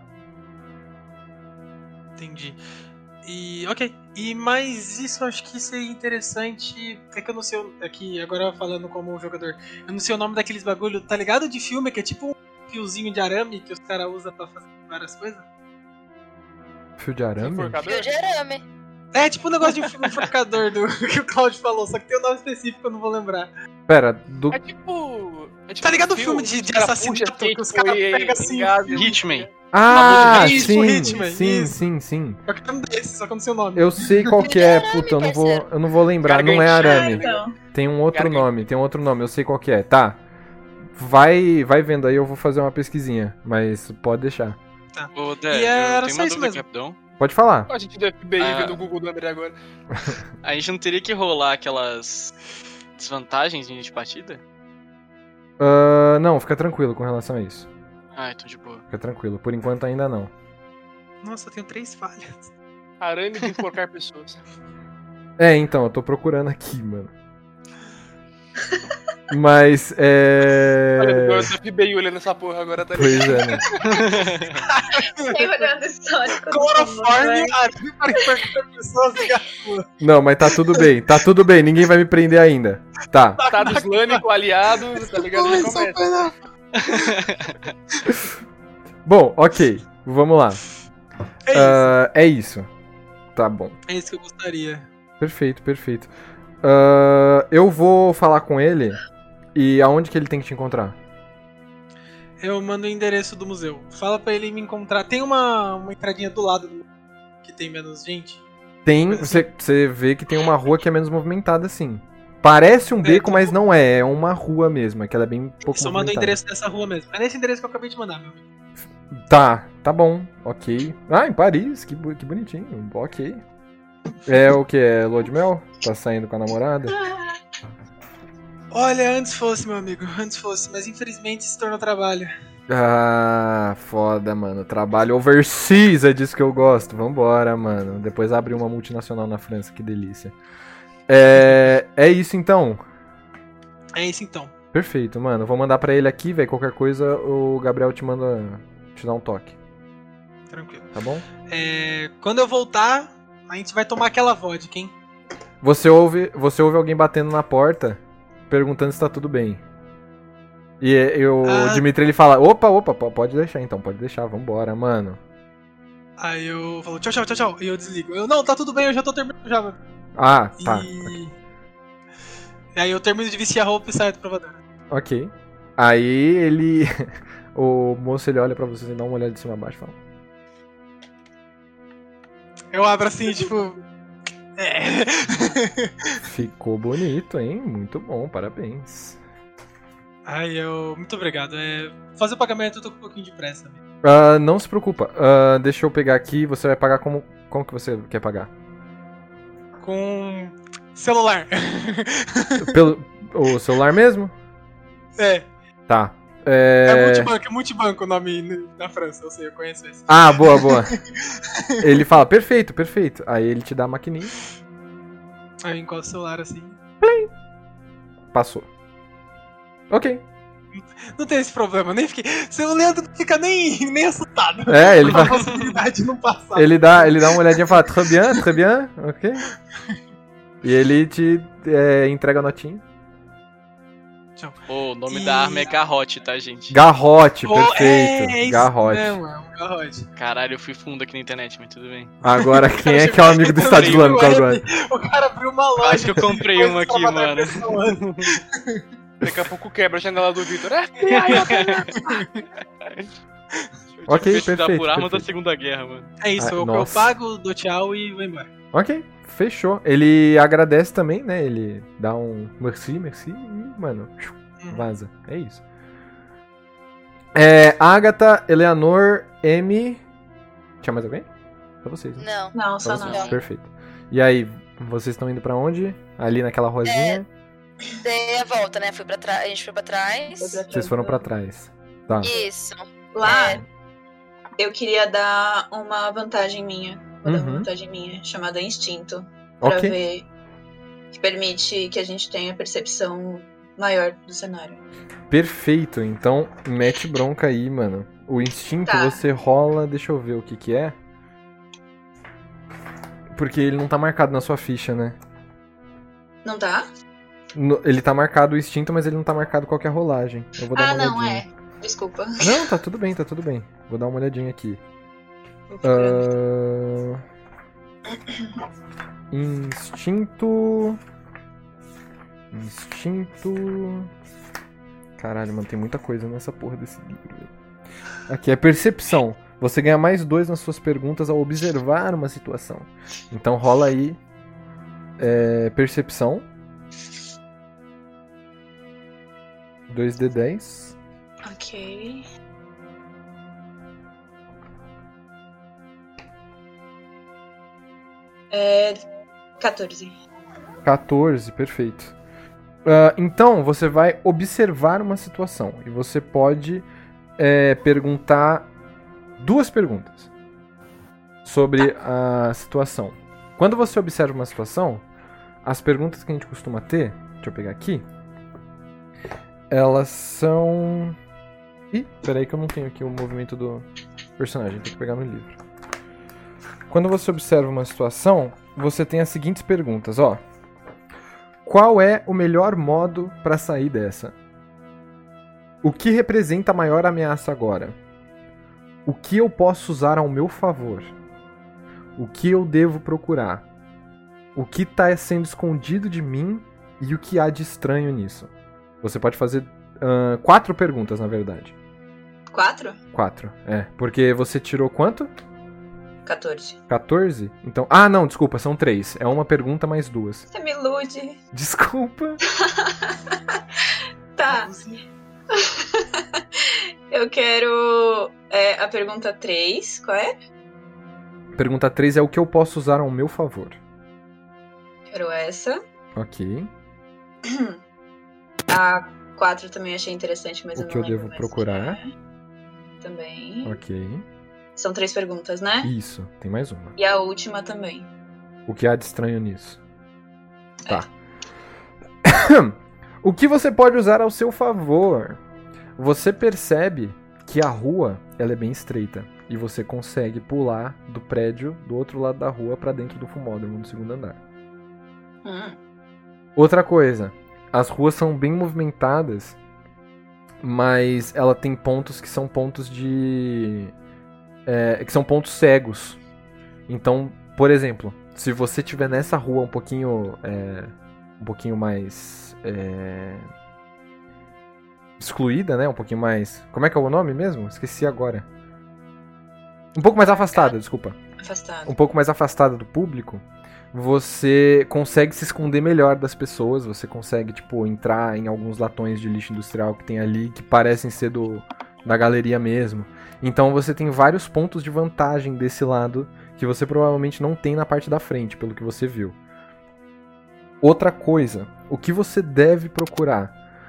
Entendi. E ok. E mais isso eu acho que seria interessante. É que eu não sei. o- Aqui, agora falando como jogador. Eu não sei o nome daqueles bagulho. Tá ligado de filme que é tipo um fiozinho de arame que os caras usam pra fazer várias coisas? Fio de arame? Enforcador? Fio de arame. É tipo um negócio de um enforcador do que o Claudio falou, só que tem um nome específico que eu não vou lembrar. Pera, do... É tipo. É tipo Tá ligado o um filme de, de cara assassinato puxa, que os tipo, caras e- pegam assim. ligado. fio- Hitman. Ah, Isso, sim, Hitman, sim, isso. sim, sim. Só que tem um desse, só que eu não sei o nome. Eu sei qual que é, puta, eu não vou, eu não vou lembrar, não é Gargantina. arame. Então, Tem um outro Gargantina. nome, tem um outro nome, eu sei qual que é. Tá. Vai, vai vendo aí, eu vou fazer uma pesquisinha, mas pode deixar. Ô, Dé, E era eu tenho só uma isso dúvida, mesmo. capitão. Pode falar. A gente do F B I Ah. vendo o Google do André agora. A gente não teria que rolar aquelas desvantagens de partida? Ah, não, fica tranquilo com relação a isso. Ah, então de boa. Fica tranquilo, por enquanto ainda não. Nossa, eu tenho três falhas. Arame de enforcar pessoas. É, então, eu tô procurando aqui, mano. Mas, é... Olha, o F B I olhando essa porra agora, tá Pois ligado? é, né? sem olhando o histórico. do Clorofórmio, mundo, arame para enforcar pessoas e gato. Não, mas tá tudo bem, tá tudo bem, ninguém vai me prender ainda. Tá. Estado Islâmico aliado, tá ligado? Já Porra, só começa. foi na- Bom, ok, vamos lá. É isso. Ah, é isso. Tá bom. É isso que eu gostaria. Perfeito, perfeito. Ah, eu vou falar com ele e aonde que ele tem que te encontrar? Eu mando o endereço do museu. Fala pra ele me encontrar. Tem uma, uma entradinha do lado do que tem menos gente. Tem, Mas você você vê que tem uma rua que é menos movimentada, sim. Parece um É, beco, então- mas não é. É uma rua mesmo, é que ela é bem pouco Só manda o movimentada. endereço dessa rua mesmo. É nesse endereço que eu acabei de mandar, meu amigo. Tá, tá bom, ok. Ah, em Paris, que, bu- que bonitinho, ok. É o que? É lua de mel? Tá saindo com a namorada? Olha, antes fosse, meu amigo. Antes fosse, mas infelizmente se tornou trabalho. Ah, foda, mano. Trabalho overseas, é disso que eu gosto. Vambora, mano. Depois abre uma multinacional na França, que delícia. É, é isso então. É isso então. Perfeito, mano. Vou mandar pra ele aqui, velho. Qualquer coisa, o Gabriel te manda. Te dá um toque, Tranquilo. tá bom? É, quando eu voltar, a gente vai tomar aquela vodka, hein? Você ouve, você ouve alguém batendo na porta, perguntando se tá tudo bem. E, e o Ah. Dimitri ele fala: opa, opa, po- pode deixar então, pode deixar, vambora, mano. Aí eu falo, tchau, tchau, tchau, tchau. E eu desligo. Eu, não, tá tudo bem, eu já tô terminando já, mano. Ah, tá. E... e aí eu termino de vestir a roupa e saio do provador. Ok. Aí ele. O moço ele olha pra você e dá uma olhada de cima a baixo e fala: Eu abro assim, tipo. É. ficou bonito, hein? Muito bom, parabéns. Aí eu. Muito obrigado. É... Fazer o pagamento eu tô com um pouquinho de pressa. Amigo. Ah, não se preocupa. Ah, deixa eu pegar aqui. Você vai pagar como. Como que você quer pagar? Com. Celular. Pelo. O celular mesmo? É. Tá. É, É... multibanco, é multibanco o nome na França, eu sei, eu conheço esse. Ah, boa, boa. Ele fala, perfeito, perfeito. Aí ele te dá a maquininha. Aí eu encosto o celular assim. Passou. Ok. Não tem esse problema, nem fiquei. O Leandro não fica nem, nem assustado. É, ele com a vai... possibilidade de não passar. Ele dá, ele dá uma olhadinha e fala, très bien, très bien, ok. E ele te é, entrega a notinha. Pô, o nome E- da arma é Garrote, tá, gente? Garrote, Pô, perfeito. É, é isso Garrote. mesmo, é um garrote. Caralho, eu fui fundo aqui na internet, mas tudo bem. Agora, quem é que é o amigo do Estado Islâmico agora? O cara abriu uma loja. Acho que eu comprei depois uma de aqui, trabalhar mano. pessoas. Daqui a pouco quebra a janela do Vitor. É, Ok, Pesquisar perfeito. por arma da perfeito. Segunda Guerra, mano. É isso, Ah, eu, eu nossa. pago, dou tchau e vou embora. Ok, fechou. Ele agradece também, né? Ele dá um merci, merci e, mano, vaza. É isso. É, Agatha, Eleanor, M... Tinha mais alguém? Pra vocês, né? Não. Não, Pra só vocês. não. Perfeito. E aí, vocês estão indo pra onde? Ali naquela rosinha? Dei a volta, né? Fui pra trás. A gente foi pra trás. Vocês foram pra trás. Tá. Isso. Lá, É. eu queria dar uma vantagem minha. Vou dar uma Uhum. vantagem minha, chamada instinto. Pra Ok. ver. Que permite que a gente tenha percepção maior do cenário. Perfeito. Então, mete bronca aí, mano. O instinto Tá. você rola, deixa eu ver o que que é. Porque ele não tá marcado na sua ficha, né? Não tá? No- ele tá marcado o instinto, mas ele não tá marcado qualquer rolagem. Eu vou dar Ah, uma não, olhadinha. é. Desculpa. Não, tá tudo bem, tá tudo bem. Vou dar uma olhadinha aqui. Vou procurando. Ah, Instinto. Instinto. Caralho, mano, tem muita coisa nessa porra desse livro. velho. Aqui é percepção. Você ganha mais dois nas suas perguntas ao observar uma situação. Então rola aí. É, percepção. dois D dez. Ok. É. quatorze. quatorze, perfeito. Ah, então, você vai observar uma situação. E você pode é, perguntar duas perguntas sobre a situação. Quando você observa uma situação, as perguntas que a gente costuma ter, deixa eu pegar aqui, elas são... Ih, peraí que eu não tenho aqui o movimento do personagem, tem que pegar no livro. Quando você observa uma situação, você tem as seguintes perguntas, ó. Qual é o melhor modo para sair dessa? O que representa a maior ameaça agora? O que eu posso usar ao meu favor? O que eu devo procurar? O que está sendo escondido de mim e o que há de estranho nisso? Você pode fazer uh, quatro perguntas, na verdade. quatro? Quatro, é. Porque você tirou quanto? quatorze. quatorze? Então... Ah, não, desculpa, são três. É uma pergunta mais duas. Você me ilude. Desculpa. Tá. Eu quero é, a pergunta três. Qual é? Pergunta três é o que eu posso usar ao meu favor. Quero essa. Ok. A quatro também achei interessante, mas O eu que não eu lembro devo mais procurar? o que é. Também. Ok. São três perguntas, né? Isso, tem mais uma. E a última também. O que há de estranho nisso? Tá. O que você pode usar ao seu favor? Você percebe que a rua ela é bem estreita e você consegue pular do prédio do outro lado da rua pra dentro do fumódromo do segundo andar. Hum. Outra coisa, as ruas são bem movimentadas, mas ela tem pontos que são pontos de... É, que são pontos cegos. Então, por exemplo, se você estiver nessa rua um pouquinho... É, um pouquinho mais... É, excluída, né? Um pouquinho mais... Como é que é o nome mesmo? Esqueci agora. Um pouco mais afastada, desculpa. Afastado. Um pouco mais afastada do público, você consegue se esconder melhor das pessoas, você consegue, tipo, entrar em alguns latões de lixo industrial que tem ali, que parecem ser do, da galeria mesmo. Então você tem vários pontos de vantagem desse lado, que você provavelmente não tem na parte da frente, pelo que você viu. Outra coisa, o que você deve procurar?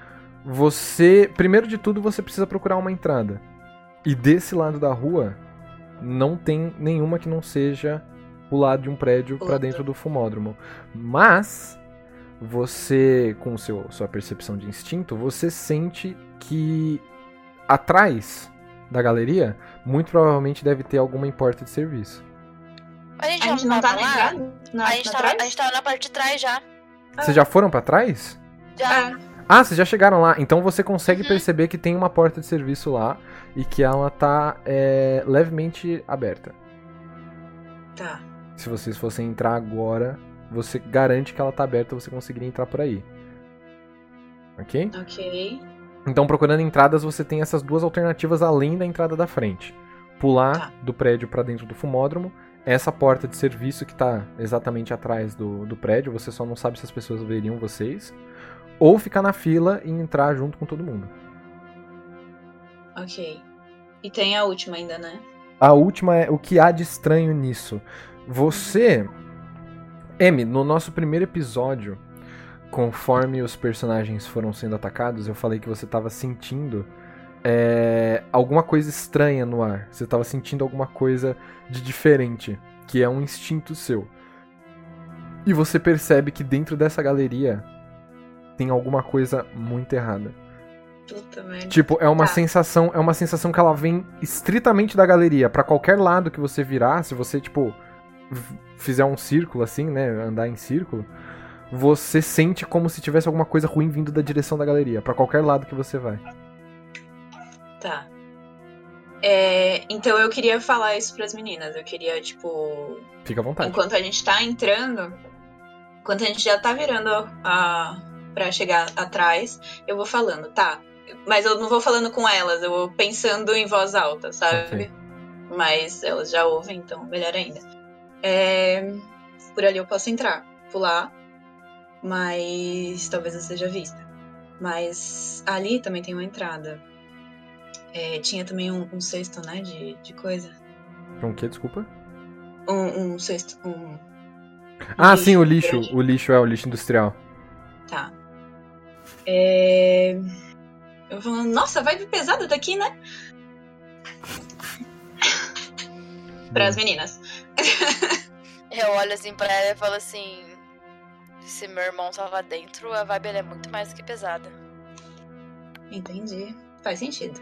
você, primeiro de tudo, você precisa procurar uma entrada. E desse lado da rua, não tem nenhuma que não seja o lado de um prédio pra dentro do fumódromo. Mas, você, com o seu, sua percepção de instinto, você sente que atrás da galeria, muito provavelmente deve ter alguma porta de serviço. A gente, A gente não tá na entrada? Na, A gente, na tava, trás? a gente tava na parte de trás já. Vocês já foram pra trás? Já. Ah, Ah, vocês já chegaram lá. Então você consegue Uhum. perceber que tem uma porta de serviço lá e que ela tá é, levemente aberta. tá. Se vocês fossem entrar agora, você garante que ela tá aberta, você conseguiria entrar por aí. Ok? Ok. Então, procurando entradas, você tem essas duas alternativas além da entrada da frente. Pular Tá. do prédio pra dentro do fumódromo. Essa porta de serviço que tá exatamente atrás do, do prédio, você só não sabe se as pessoas veriam vocês. Ou ficar na fila e entrar junto com todo mundo. Ok. E tem a última ainda, né? A última é o que há de estranho nisso. Você... M, no nosso primeiro episódio, conforme os personagens foram sendo atacados, eu falei que você tava sentindo é, alguma coisa estranha no ar. Você tava sentindo alguma coisa de diferente, que é um instinto seu. E você percebe que dentro dessa galeria tem alguma coisa muito errada. Puta merda. Tipo, é uma Tá. sensação, é uma sensação que ela vem estritamente da galeria. Pra qualquer lado que você virar, se você, tipo, v- fizer um círculo assim, né, andar em círculo, você sente como se tivesse alguma coisa ruim vindo da direção da galeria, pra qualquer lado que você vai. Tá. É, então eu queria falar isso pras meninas. Eu queria, tipo, Fica à vontade. enquanto a gente tá entrando, enquanto a gente já tá virando a pra chegar atrás, eu vou falando, tá? Mas eu não vou falando com elas, eu vou pensando em voz alta, sabe? Ok. Mas elas já ouvem, então melhor ainda. É, por ali eu posso entrar, pular, mas talvez eu seja vista. Mas ali também tem uma entrada. É, tinha também um, um cesto, né, de, de coisa. Com o quê, desculpa? Um, um cesto, um... Ah, lixo sim, o lixo. grande. O lixo é o lixo industrial. Tá. É... Eu vou falando, nossa, vai vir pesado daqui, né? Para as meninas. Eu olho assim pra ela e falo assim: se meu irmão tava dentro, a vibe ela é muito mais do que pesada. Entendi. Faz sentido.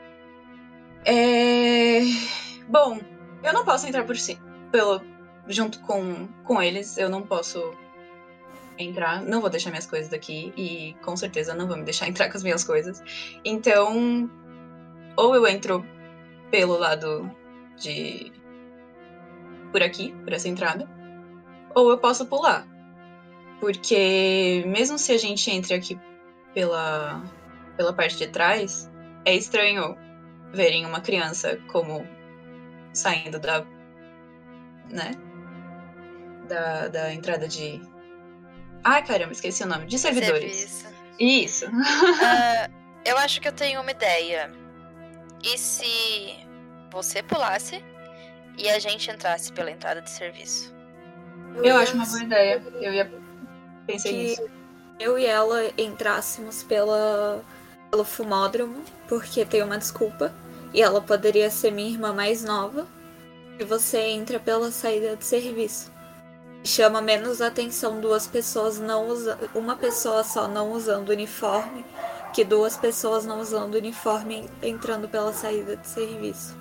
É... Bom, eu não posso entrar por si. Pelo... Junto com, com eles, eu não posso entrar. Não vou deixar minhas coisas daqui. E com certeza não vão me deixar entrar com as minhas coisas. Então, ou eu entro pelo lado de... por aqui, por essa entrada. Ou eu posso pular. Porque mesmo se a gente entre aqui pela, pela parte de trás, é estranho verem uma criança como saindo da, né, da, da entrada de... Ai, caramba, esqueci o nome. De servidores. Serviço. Isso. Ah, eu acho que eu tenho uma ideia. E se você pulasse e a gente entrasse pela entrada de serviço? Eu ia acho uma boa ideia. Eu ia... Pensei que nisso. eu e ela entrássemos pela, pelo fumódromo, porque tem uma desculpa. E ela poderia ser minha irmã mais nova. E você entra pela saída de serviço. Chama menos atenção duas pessoas não usando. Uma pessoa só não usando uniforme, que duas pessoas não usando uniforme entrando pela saída de serviço.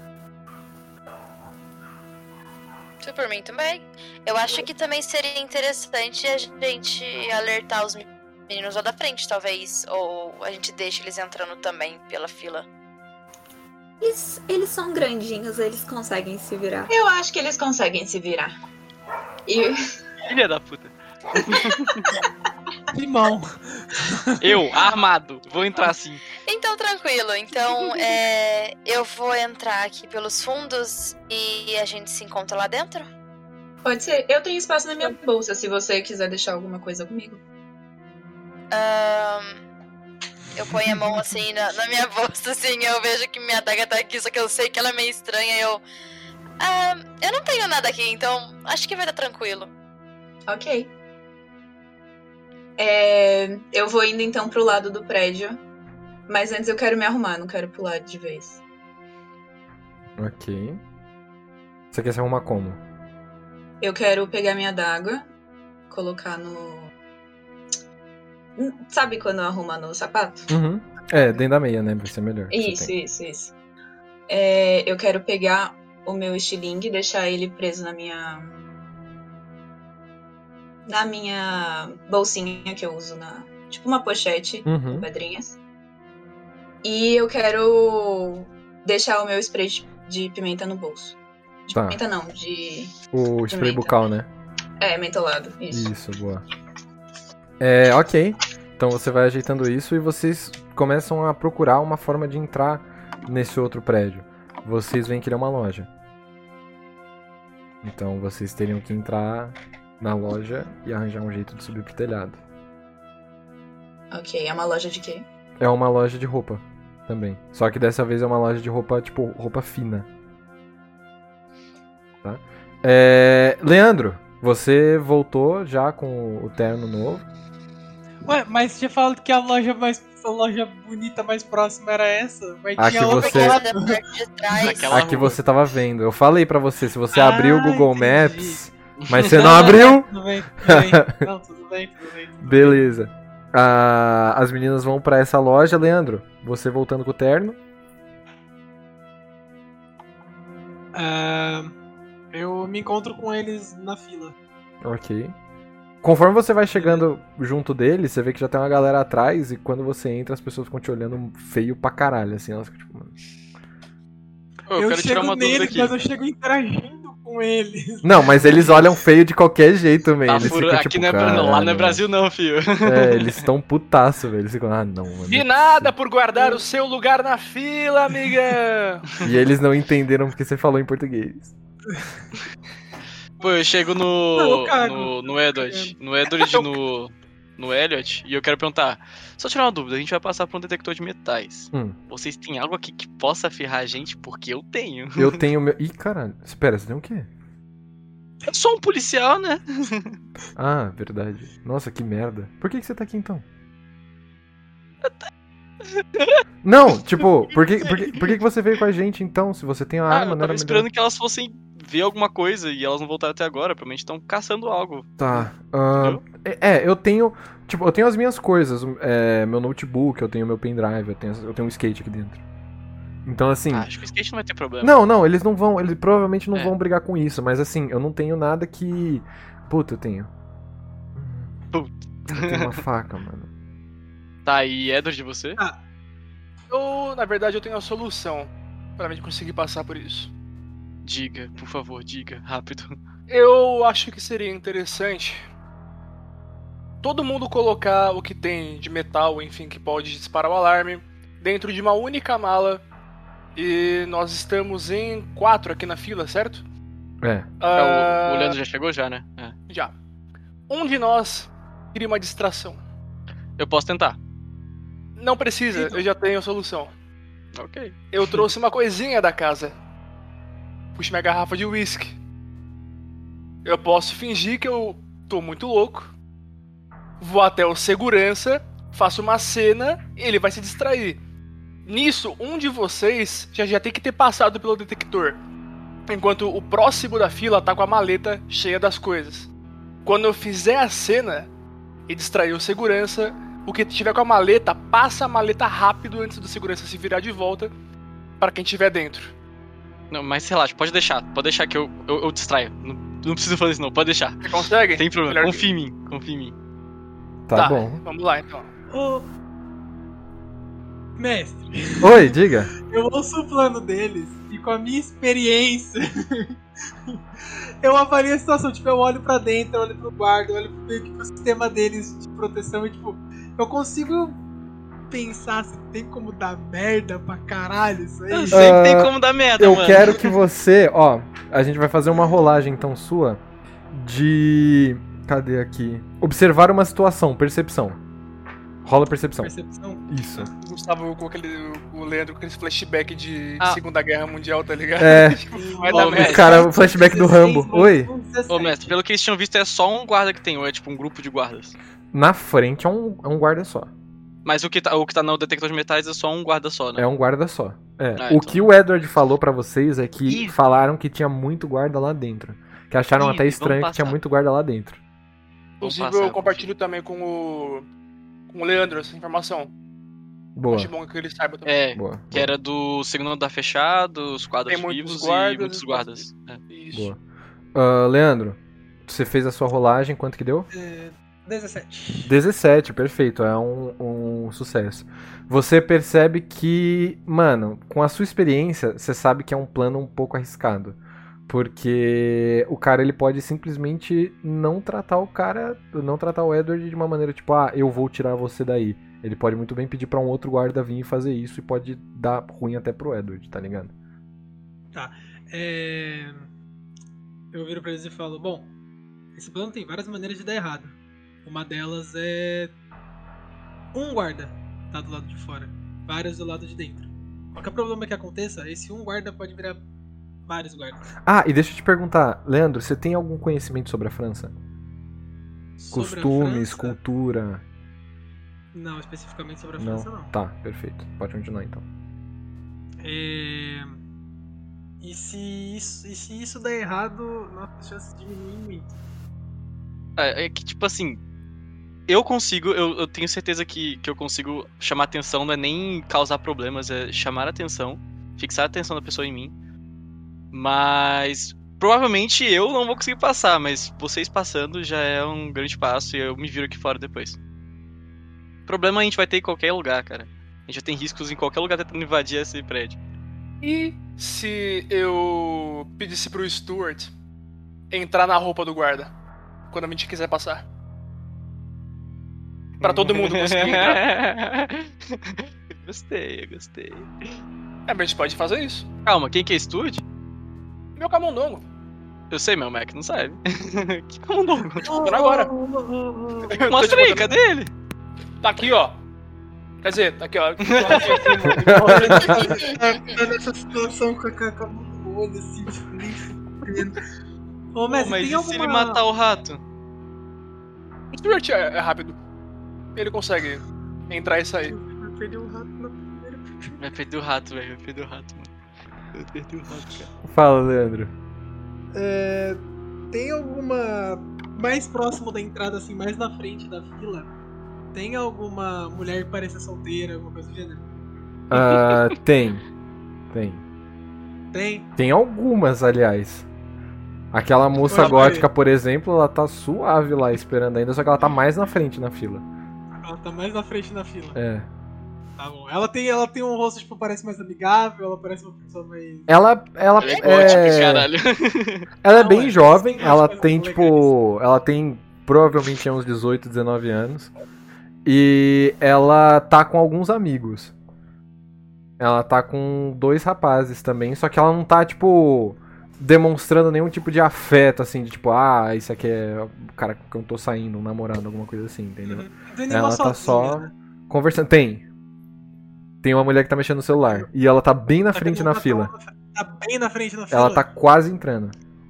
Isso por mim também. Eu acho que também seria interessante a gente alertar os meninos lá da frente, talvez. Ou a gente deixa eles entrando também pela fila. Eles, eles são grandinhos, eles conseguem se virar. Eu acho que eles conseguem se virar. E... Filha da puta. Limão. Eu, armado, vou entrar assim. Então, tranquilo. Então, é, eu vou entrar aqui pelos fundos e a gente se encontra lá dentro? Pode ser. Eu tenho espaço na minha bolsa, se você quiser deixar alguma coisa comigo. Ahn, eu ponho a mão assim na, na minha bolsa, assim, eu vejo que minha adaga tá aqui, só que eu sei que ela é meio estranha. Eu. Ah, eu não tenho nada aqui, então acho que vai dar tranquilo. Ok. É, eu vou indo então pro lado do prédio. Mas antes eu quero me arrumar, não quero pular de vez. Ok. Você quer se arrumar como? Eu quero pegar minha adaga, colocar no... Sabe quando arruma no sapato? Uhum. É, dentro da meia, né? Vai ser melhor. Isso, isso, isso. É, eu quero pegar o meu estilingue e deixar ele preso na minha... Na minha bolsinha que eu uso na... Tipo uma pochete Uhum. com pedrinhas. E eu quero deixar o meu spray de, de pimenta no bolso. De Tá. pimenta não, de... O spray Pimenta. bucal, né? É, mentolado, isso. Isso, boa. É, ok. Então você vai ajeitando isso e vocês começam a procurar uma forma de entrar nesse outro prédio. Vocês veem que ele é uma loja. Então vocês teriam que entrar na loja e arranjar um jeito de subir pro telhado. Ok, é uma loja de quê? É uma loja de roupa também. Só que dessa vez é uma loja de roupa, tipo, roupa fina. Tá? É... Leandro, você voltou já com o terno novo. Ué, mas você tinha falado que a loja mais. A loja bonita mais próxima era essa? Mas A tinha que outra você- Aquela que era- da parte de trás. Aquela- A que rua. você tava vendo. Eu falei pra você, se você Ah, abrir o Google entendi. Maps, mas você não abriu, Tudo bem, tudo bem. Não, tudo bem, tudo bem. Tudo bem. beleza. Ah, as meninas vão pra essa loja. Leandro, você voltando com o terno. Ah, eu me encontro com eles na fila. Ok. Conforme você vai chegando junto deles, você vê que já tem uma galera atrás e quando você entra as pessoas ficam te olhando feio pra caralho, assim, elas ficam tipo, mano... Ô, eu, eu quero tirar chego uma dúvida neles, aqui. mas eu chego interagindo com eles. Não, mas eles olham feio de qualquer jeito, man. Tá Eles furo- ficam, aqui tipo, não é, pra- lá não "Caralho, é Brasil não, filho. É, eles estão putaço, velho. Eles ficam, ah, não, mano. De nada por guardar o seu lugar na fila, amiga! E eles não entenderam porque você falou em português. Pô, eu chego Não, no. eu cago. no, no Edward. No Edward e no. No Elliot. E eu quero perguntar. Só tirar uma dúvida, a gente vai passar por um detector de metais. Hum. Vocês têm algo aqui que possa ferrar a gente? Porque eu tenho. Eu tenho meu... Ih, caralho. Espera, você tem o quê? Eu sou um policial, né? Ah, verdade. Nossa, que merda. Por que, que você tá aqui, então? Não, tipo, por que, por, que, por que que você veio com a gente, então? Se você tem uma Ah, arma, eu não tava era esperando melhor? que elas fossem ver alguma coisa e elas não voltaram até agora. Provavelmente estão caçando algo. Tá. ah, é, eu tenho... Tipo, eu tenho as minhas coisas. É, meu notebook, eu tenho meu pendrive, eu tenho, eu tenho um skate aqui dentro. Então, assim... Ah, acho que o skate não vai ter problema. Não, não, eles não vão... Eles provavelmente não É. vão brigar com isso. Mas, assim, eu não tenho nada que... Puta, eu tenho. Puta. Eu tenho uma faca, mano. Tá, e Edward de você? Eu, na verdade, eu tenho a solução pra mim conseguir passar por isso. Diga, por favor, diga, rápido. Eu acho que seria interessante todo mundo colocar o que tem de metal, enfim, que pode disparar o alarme, dentro de uma única mala. E nós estamos em quatro aqui na fila, certo? É. Ah, É, o, o Leandro já chegou já, né? É. Já. Um de nós queria uma distração. Eu posso tentar. Não precisa, eu já tenho a solução. Ok. Eu trouxe uma coisinha da casa. Puxa minha garrafa de whisky. Eu posso fingir que eu tô muito louco. Vou até o segurança, faço uma cena e ele vai se distrair. Nisso, um de vocês já, já tem que ter passado pelo detector. Enquanto o próximo da fila tá com a maleta cheia das coisas. Quando eu fizer a cena e distrair o segurança, o que tiver com a maleta, passa a maleta rápido antes do segurança se virar de volta para quem tiver dentro. Não, mas relaxa, pode deixar. Pode deixar que eu, eu, eu distraio. Não, não precisa fazer isso não, pode deixar. Você consegue? Tem problema, Melhor confia em mim, confia em mim. Tá, bom. Vamos lá então. Ô. Mestre, Oi, diga. eu ouço o plano deles e com a minha experiência eu avalio a situação. Tipo, eu olho pra dentro, eu olho pro guarda, eu olho pro, meio que pro sistema deles de proteção e tipo, eu consigo pensar se tem como dar merda pra caralho isso aí. Eu sempre Ah, tem como dar merda, Eu mano. quero que você, ó, a gente vai fazer uma rolagem então sua de... Cadê aqui? Observar uma situação, percepção. Rola percepção. Percepção. Isso. O Gustavo com aquele. O Leandro com aquele flashback de Ah. Segunda Guerra Mundial, tá ligado? É. Tipo, vai Ô, dar mestre. merda. Cara, o flashback do Rambo. dezesseis, Oi? um dezessete. Ô, mestre, pelo que eles tinham visto, é só um guarda que tem, ou é tipo um grupo de guardas? Na frente é um, é um guarda só. Mas o que, tá, o que tá no detector de metais é só um guarda só, né? É um guarda só. É. Ah, o então. que o Edward falou pra vocês é que Ih. falaram que tinha muito guarda lá dentro. Que acharam Ih, até vamos estranho que tinha passar. muito guarda lá dentro. Inclusive, passar, eu compartilho também com o. com o Leandro essa informação. Boa. Acho bom que ele saiba também. É, Boa. que era do segundo andar fechado, os quadros Tem muitos vivos guardas, e muitos guardas. É. Isso. Boa. Ah, Leandro, você fez a sua rolagem, quanto que deu? É, dezessete. dezessete, perfeito, é um, um sucesso. Você percebe que, mano, com a sua experiência, você sabe que é um plano um pouco arriscado. Porque o cara, ele pode simplesmente não tratar o cara, não tratar o Edward de uma maneira tipo, ah, eu vou tirar você daí. Ele pode muito bem pedir pra um outro guarda vir e fazer isso e pode dar ruim até pro Edward, tá ligado? É... Eu viro pra eles e falo, bom, esse plano tem várias maneiras de dar errado. Uma delas é um guarda tá do lado de fora, vários do lado de dentro. Qualquer problema que aconteça, esse um guarda pode virar vários guardas. Ah, e deixa eu te perguntar, Leandro, você tem algum conhecimento sobre a França? Sobre a Costumes, França- cultura? Não, especificamente sobre a Não? França não. Tá, perfeito. Pode continuar então. É... E se isso, e se isso der errado, nossa chance diminui muito. É, é que, tipo assim, eu consigo, eu, eu tenho certeza que, que eu consigo chamar atenção, não é nem causar problemas, é chamar atenção, fixar a atenção da pessoa em mim. Mas provavelmente eu não vou conseguir passar, mas vocês passando já é um grande passo e eu me viro aqui fora depois. Problema a gente vai ter em qualquer lugar, cara. A gente já tem riscos em qualquer lugar tentando invadir esse prédio. E se eu pedisse pro Stuart entrar na roupa do guarda quando a gente quiser passar? Pra todo mundo conseguir entrar. Gostei, eu gostei. É, mas a gente pode fazer isso. Calma, quem que é Stuart? Meu camundongo. Eu sei, meu Mac não sabe. Que camundongo? Tô agora. Mostra aí, cadê ele? Tá aqui, ó. Quer dizer, tá aqui, ó. Tá nessa situação com a com a mão no olho, assim, nem fudendo. Ô, mas, Pô, mas tem e alguma... se ele matar o rato? O Stuart é, é rápido. Ele consegue entrar e sair. Eu perdi um rato na primeira. Vai perder o rato, velho. Vai perder o rato, mano. Vai perder o rato, cara. Fala, Leandro. É, tem alguma... Mais próximo da entrada, assim, mais na frente da fila, tem alguma mulher que pareça solteira, alguma coisa do gênero? Ah, tem. Tem. Tem? Tem algumas, aliás. Aquela moça Pode gótica, ver. por exemplo, ela tá suave lá esperando ainda, só que ela tá mais na frente na fila. Ela tá mais na frente da fila. É. Tá bom. Ela tem, ela tem um rosto, tipo, parece mais amigável, ela parece uma pessoa mais... Ela, ela Ele é gótico, é... caralho. Ela é Não, bem é, jovem, mas ela tem tem, coisas tipo... Ela tem provavelmente uns dezoito, dezenove anos. E ela tá com alguns amigos. Ela tá com dois rapazes também, só que ela não tá, tipo... demonstrando nenhum tipo de afeto, assim, de tipo, ah, isso aqui é o cara que eu tô saindo, um namorado, alguma coisa assim, entendeu? Não tem nenhuma Ela tá sozinha, só né? conversando. Tem. Tem uma mulher que tá mexendo no celular. E ela tá bem na Só que frente não na tá fila. tão- Tá bem na frente na fila. Ela tá quase entrando.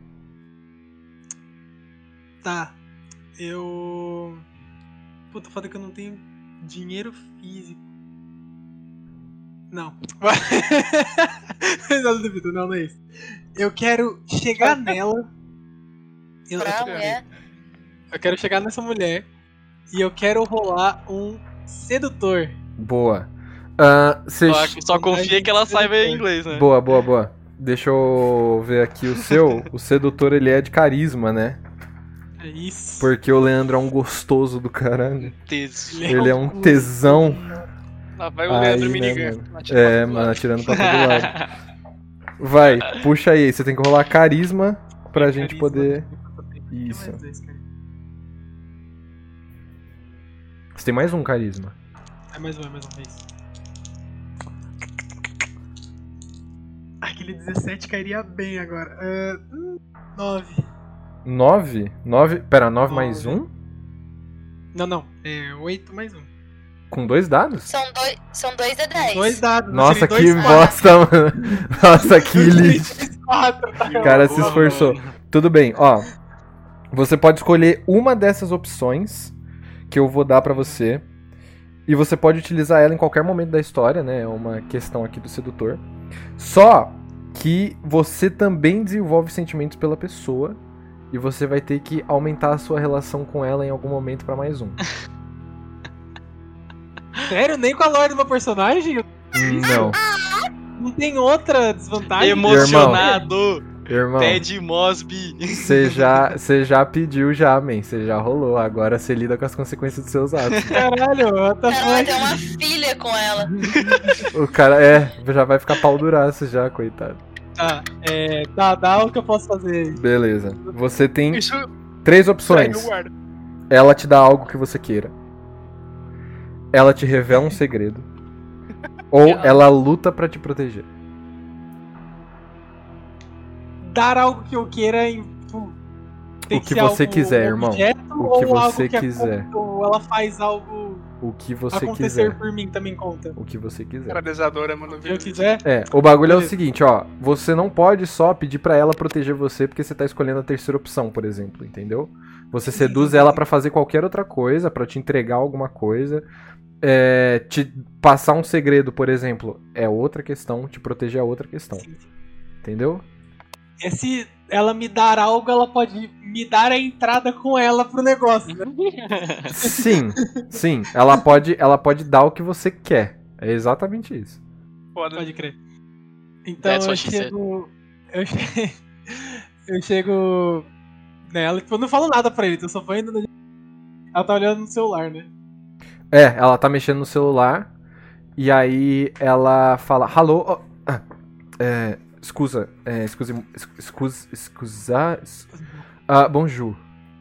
Tá. Eu... Puta, foda que eu não tenho dinheiro físico. Não. Não, duvido, não, não é isso. Eu quero chegar nela. Eu, Pra eu, mulher. eu quero chegar nessa mulher e eu quero rolar um sedutor. Boa. Ah, cê... Só, só confia que ela saiba inglês, né? Boa, boa, boa. Deixa eu ver aqui o seu. O sedutor, ele é de carisma, né? É isso. Porque o Leandro é um gostoso do caralho. Teso. Ele é um tesão. Lá vai o Aí, Leandro né, Minigun. mano? Atira É, pra todo mano, lado. atirando pra todo lado. Vai, puxa aí. Você tem que rolar carisma pra gente Carisma. poder... Tem Isso. mais dois, cara. Você tem mais um carisma. É mais um, é mais um, é isso. Aquele dezessete cairia bem agora. Ah, hum, nove. Nove? Nove? Pera, nove mais Nove. um? Não, não. É oito mais um. Com dois dados? São dois, são dois de dez. Dois dados. Nossa, seria que dois, quatro. bosta, mano. Nossa, que lixo. Dois, quatro, tá? O cara se esforçou. Tudo bem, ó. Você pode escolher uma dessas opções que eu vou dar pra você. E você pode utilizar ela em qualquer momento da história, né? É uma questão aqui do sedutor. Só que você também desenvolve sentimentos pela pessoa. E você vai ter que aumentar a sua relação com ela em algum momento pra mais um. Sério? Nem com a lore do meu personagem? Não. Não tem outra desvantagem? Emocionado! Irmão, Ted Mosby. você já, você já pediu já, man. Você já rolou. Agora você lida com as consequências dos seus atos. Caralho, what the Ela vai fuck? ter uma filha com ela. O cara, é, já vai ficar pau duraço já, coitado. Tá, é, tá, dá o que eu posso fazer. Beleza. Você tem Isso três sai opções. do guarda. Ela te dá algo que você queira. Ela te revela um segredo. Ou ela luta pra te proteger. Dar algo que eu queira em. Tipo, tem O que ser você algo- quiser, um irmão. objeto, O que ou algo você que quiser. acon- Ou ela faz algo O que você acontecer quiser. por mim também conta. O que você quiser. Paralisadora, mano. Se eu quiser. É, o bagulho é o Beleza. seguinte, ó. Você não pode só pedir pra ela proteger você porque você tá escolhendo a terceira opção, por exemplo, entendeu? Você seduz ela pra fazer qualquer outra coisa, pra te entregar alguma coisa. É, te passar um segredo, por exemplo, é outra questão. Te proteger é outra questão. Sim, sim. Entendeu? E se ela me dar algo, ela pode me dar a entrada com ela pro negócio, né? Sim, sim. Ela pode, ela pode dar o que você quer. É exatamente isso. Foda. Pode crer. Então That's eu what she said. chego. Eu chego. Eu chego nela, tipo, eu não falo nada pra ele, eu só vou indo. Na... Ela tá olhando no celular, né? É, ela tá mexendo no celular. E aí ela fala: Alô? Oh, ah, é, Escusa, é, escuse, escuse, escusa, es- ah, bonjour.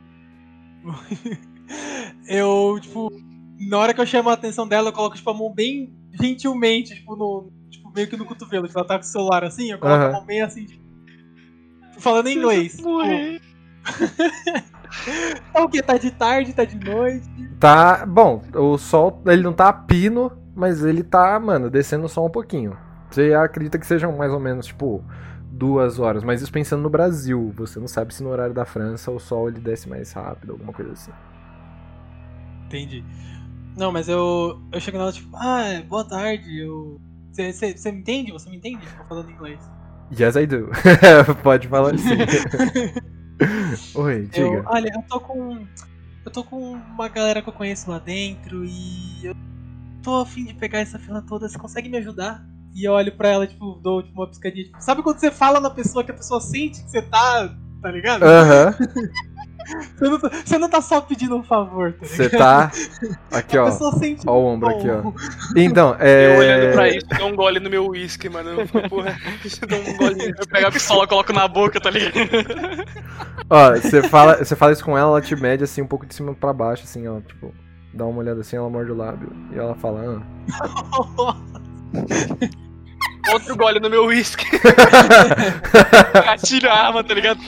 Eu, tipo, na hora que eu chamo a atenção dela, eu coloco, tipo, a mão bem gentilmente, tipo, no, tipo meio que no cotovelo. Tipo, ela tá com o celular assim, eu coloco Aham. a mão bem assim, tipo, falando em inglês. Tipo, tá o quê? Tá de tarde, tá de noite? Tá, bom, o sol, ele não tá a pino, mas ele tá, mano, descendo só um pouquinho. Você acredita que sejam mais ou menos, tipo, duas horas, mas isso pensando no Brasil. Você não sabe se no horário da França o sol ele desce mais rápido, alguma coisa assim. Entendi. Não, mas eu, eu chego nela, tipo, ah, boa tarde, eu... Você me entende? Você me entende? Tipo, falando inglês. Yes, I do. Pode falar assim. Oi, Eu, diga. olha, eu tô com. Eu tô com uma galera que eu conheço lá dentro e eu tô a fim de pegar essa fila toda, você consegue me ajudar? E eu olho pra ela, tipo, dou tipo, uma piscadinha. Tipo, sabe quando você fala na pessoa que a pessoa sente que você tá. Tá ligado? Aham. Você, não tá, você não tá só pedindo um favor, tá ligado? Você tá. Aqui, A ó. pessoa sente. Ó o ombro aqui, ó. um- Então, é. Eu olhando pra isso, dou um gole no meu uísque, mano. Eu fico, porra, eu dou um golinho. Eu pego a pistola, coloco na boca, tá ligado? Ó, você fala, você fala isso com ela, ela te mede assim um pouco de cima pra baixo, assim, ó. Tipo, dá uma olhada assim, ela morde o lábio. E ela fala, ah. Outro gole no meu uísque. Atira a arma, tá ligado?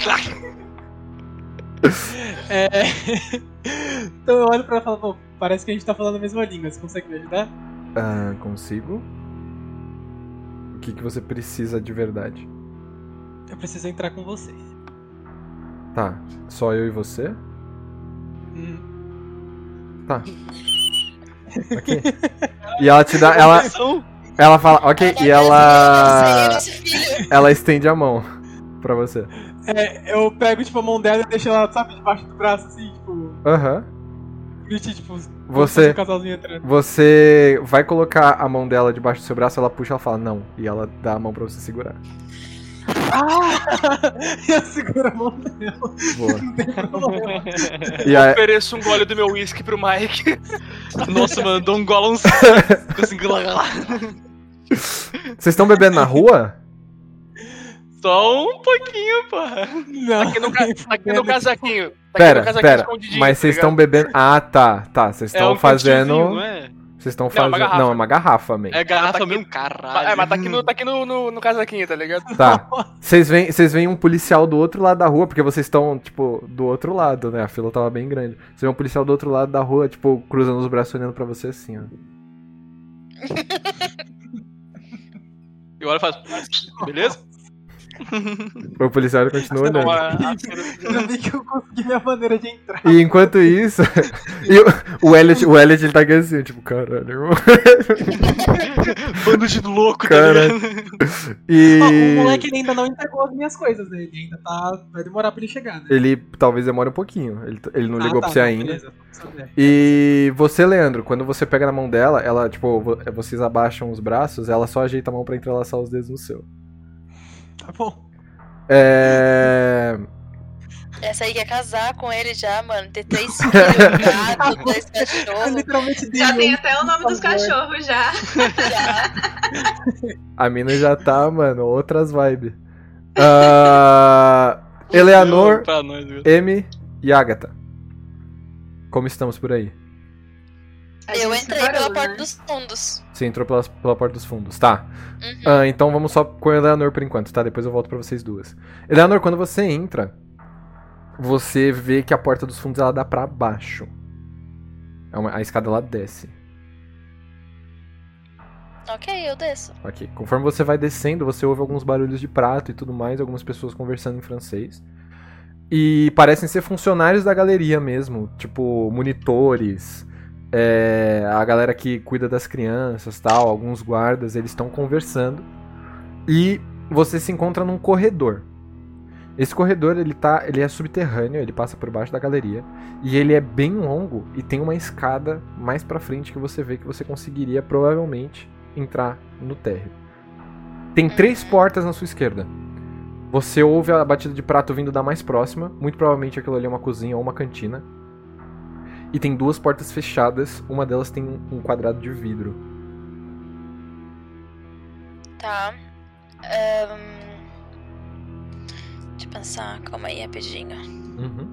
É... Então eu olho pra ela e falo, pô, parece que a gente tá falando a mesma língua, você consegue me ajudar? Ah, consigo? O que, que você precisa de verdade? Eu preciso entrar com vocês. Tá, só eu e você? Hum. Tá. Ok. E ela te dá. Ela, ela fala, ok, e ela. Nosso filho. Ela estende a mão pra você. É, eu pego tipo a mão dela e deixo ela, sabe, debaixo do braço assim, tipo, Aham. grite, tipo, como Você- se fosse um casalzinho entrando. Você vai colocar a mão dela debaixo do seu braço, ela puxa, ela fala não. E ela dá a mão pra você segurar. Ah! E eu seguro a mão dela. Boa. Não tem problema. E Eu aí, ofereço um gole do meu uísque pro Mike. Nossa, mano, dou um golão. Consegui lá. vocês estão bebendo na rua? Só um pouquinho, porra. Não. Aqui no, ca- aqui no casaquinho. Tá aqui Pera, no casaquinho pera. escondidinho, Mas tá vocês estão ligado? bebendo. Ah, tá, tá. Vocês É estão um fazendo. cantilzinho, não é? Vocês estão Não, fazendo. uma garrafa. Não, é uma garrafa, man. É garrafa Tá aqui- mesmo, caralho. É, mas tá aqui no, tá aqui no, no, no casaquinho, tá ligado? Tá. Vocês veem, vocês veem um policial do outro lado da rua, porque vocês estão, tipo, do outro lado, né? A fila tava bem grande. Vocês veem um policial do outro lado da rua, tipo, cruzando os braços olhando pra você assim, ó. E olha e faz. Beleza? O policial continua olhando. Não, a- a cena- Eu vi que eu consegui minha maneira de entrar. E enquanto isso, e o, o Elliot, o Elliot ele tá aqui assim, tipo, caralho. Bando de louco, Cara. tá ligado? E Ó, o moleque ele ainda não entregou as minhas coisas, né? Ele ainda tá. Vai demorar pra ele chegar, né? ele talvez demore um pouquinho. Ele, ele não Ah, ligou tá, pra você não, ainda. beleza, vou saber. E você, Leandro, quando você pega na mão dela, ela, tipo, vo- vocês abaixam os braços, ela só ajeita a mão pra entrelaçar os dedos no seu. Tá bom. É. Essa aí quer casar com ele já, mano. Ter três filhos, um gato, dois Eu cachorros. literalmente dei Já um- tem até o nome dos por favor. cachorros já. Já. A mina já tá, mano, outras vibes. Ah, Eleanor, Pra nós, viu? M e Agatha. Como estamos por aí? A Eu gente entrei separou, pela porta né? dos fundos. Você entrou pela, pela porta dos fundos, tá. Uhum. Ah, então vamos só com a Eleanor por enquanto, tá? Depois eu volto pra vocês duas. Eleanor, quando você entra, você vê que a porta dos fundos ela dá pra baixo. É uma- a escada ela desce. Ok, eu desço. Ok. Conforme você vai descendo, você ouve alguns barulhos de prato e tudo mais, algumas pessoas conversando em francês. E parecem ser funcionários da galeria mesmo, tipo monitores, é, a galera que cuida das crianças, tal, alguns guardas, eles estão conversando. E você se encontra num corredor. Esse corredor ele tá, ele é subterrâneo, ele passa por baixo da galeria e ele é bem longo e tem uma escada mais pra frente que você vê que você conseguiria provavelmente entrar no térreo. Tem três portas na sua esquerda. Você ouve a batida de prato vindo da mais próxima, muito provavelmente aquilo ali é uma cozinha ou uma cantina. E tem duas portas fechadas, uma delas tem um quadrado de vidro. Tá. Ahn, Deixa eu pensar, calma aí rapidinho. Uhum.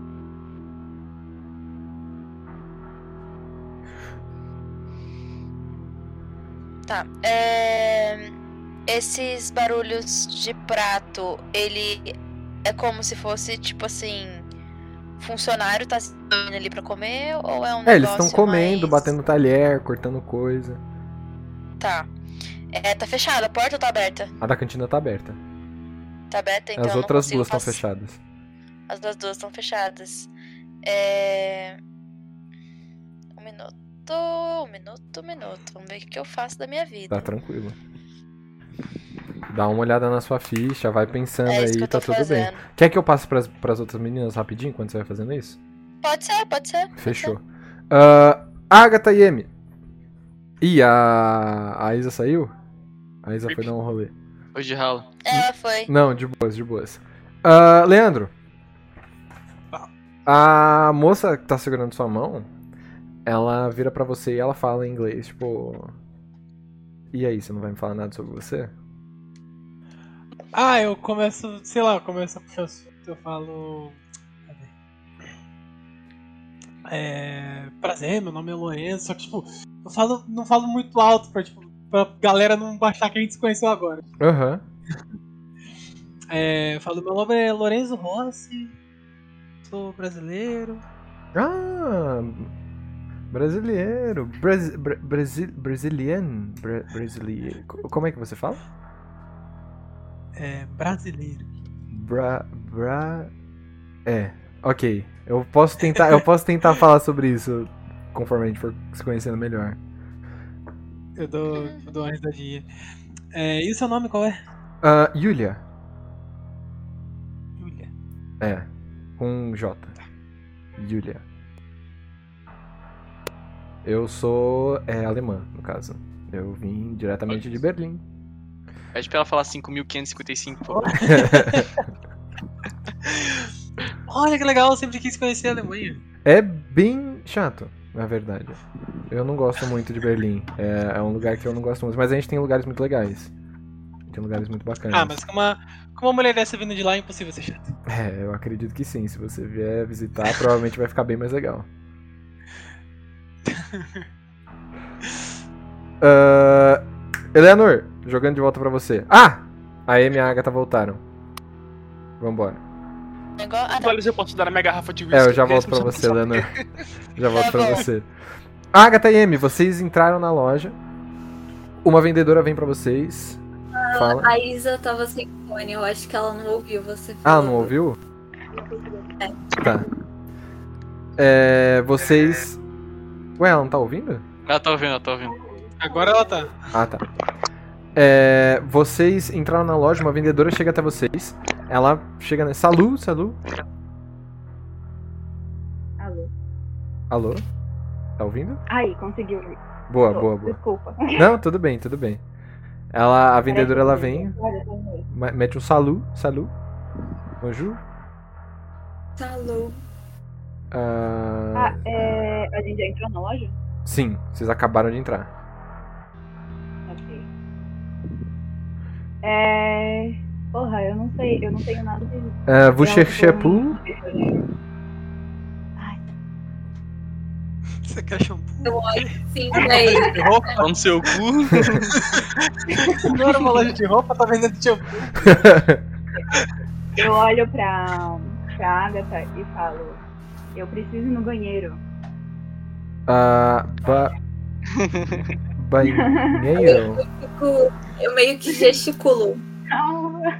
Tá. É... Esses barulhos de prato, ele é como se fosse, tipo assim, funcionário tá se reunindo ali pra comer ou é um negócio É, eles estão comendo, mais... batendo talher, cortando coisa. Tá. É, tá fechada, a porta ou tá aberta? A da cantina tá aberta. Tá aberta, então As eu não outras consigo duas estão pass- fechadas. As das duas estão fechadas. É... Um minuto, um minuto, um minuto. Vamos ver o que que eu faço da minha vida. Tá tranquilo. Dá uma olhada na sua ficha, vai pensando É isso aí, que eu tá tô tudo bem. fazendo. Quer que eu passe pras, pras outras meninas rapidinho quando você vai fazendo isso? Pode ser, pode ser. pode Fechou. Ah, Agatha e Emi. Ih, a, a Isa saiu? A Isa foi dar um rolê. Hoje de ralo. ser. Ela foi. Não, de boas, de boas. Ah, Leandro. A moça que tá segurando sua mão, ela vira pra você e ela fala em inglês, tipo... E aí, você não vai me falar nada sobre você? Ah, eu começo, sei lá, eu começo a puxar o assunto, eu falo. Cadê? É. Prazer, meu nome é Lourenço, só que tipo, eu falo, não falo muito alto pra, tipo, pra galera não achar que a gente se conheceu agora. Aham. É, eu falo, meu nome é Lourenço Rossi, sou brasileiro. Ah, brasileiro. Brasi bra Brasil Brazilian. Bra brasileiro. Co- Como é que você fala? É, brasileiro. Bra. Bra. É, ok. Eu posso tentar, eu posso tentar falar sobre isso conforme a gente for se conhecendo melhor. Eu dou, eu dou uma risadinha. É, e o seu nome qual é? Ah, Yulia. Julia. É, com J. Yulia. Eu sou é, alemã, no caso. Eu vim diretamente de Berlim. Pede pra ela falar cinco mil quinhentos e cinquenta e cinco, por favor. Olha que legal, eu sempre quis conhecer a Alemanha. É bem chato, na verdade. Eu não gosto muito de Berlim. É, é um lugar que eu não gosto muito. Mas a gente tem lugares muito legais. Tem lugares muito bacanas. Ah, mas com uma, com uma mulher dessa vindo de lá é impossível ser chato. É, eu acredito que sim. Se você vier visitar, provavelmente vai ficar bem mais legal. Ah, Eleanor, jogando de volta pra você. Ah! A Amy e a Agatha voltaram. Vambora. Negócio... Ah, tá. Olha, eu posso dar a minha garrafa de whisky. É, eu já volto mesmo pra só você, pra- Eleanor. Já volto Tá pra bom. você. Agatha e Amy, vocês entraram na loja. Uma vendedora vem pra vocês. Fala. A Isa tava sem fone, eu acho que ela não ouviu você Ah, falando. não ouviu? É. Tá. É, vocês... Ué, ela não tá ouvindo? Ah, tá ouvindo, tá ouvindo. Agora ela tá. Ah, tá. É, vocês entraram na loja, uma vendedora chega até vocês. Ela chega, né? Salu, Salu. Alô. Alô? Tá ouvindo? Aí, conseguiu. Boa, Tô, boa, boa. Desculpa. Não, tudo bem, tudo bem. Ela, a vendedora, ela vem, Olha, tá vendo? ma- mete um Salu, Salu. Bonjour. Salou. Ah, Ah, é... A gente já entrou na loja? sim, vocês acabaram de entrar. Ok. É... Porra, eu não sei, eu não tenho nada de... Uh, vous Eu cherchez tô pour? muito- Ai, Você quer shampoo? Eu olho sim, véi. De roupa? Pau no seu cu. Não era uma loja de roupa, tá vendendo shampoo. eu olho pra, pra Agatha e falo, eu preciso ir no banheiro. Ah, ba... Banheiro? Fico- Eu meio que gesticulo. Calma.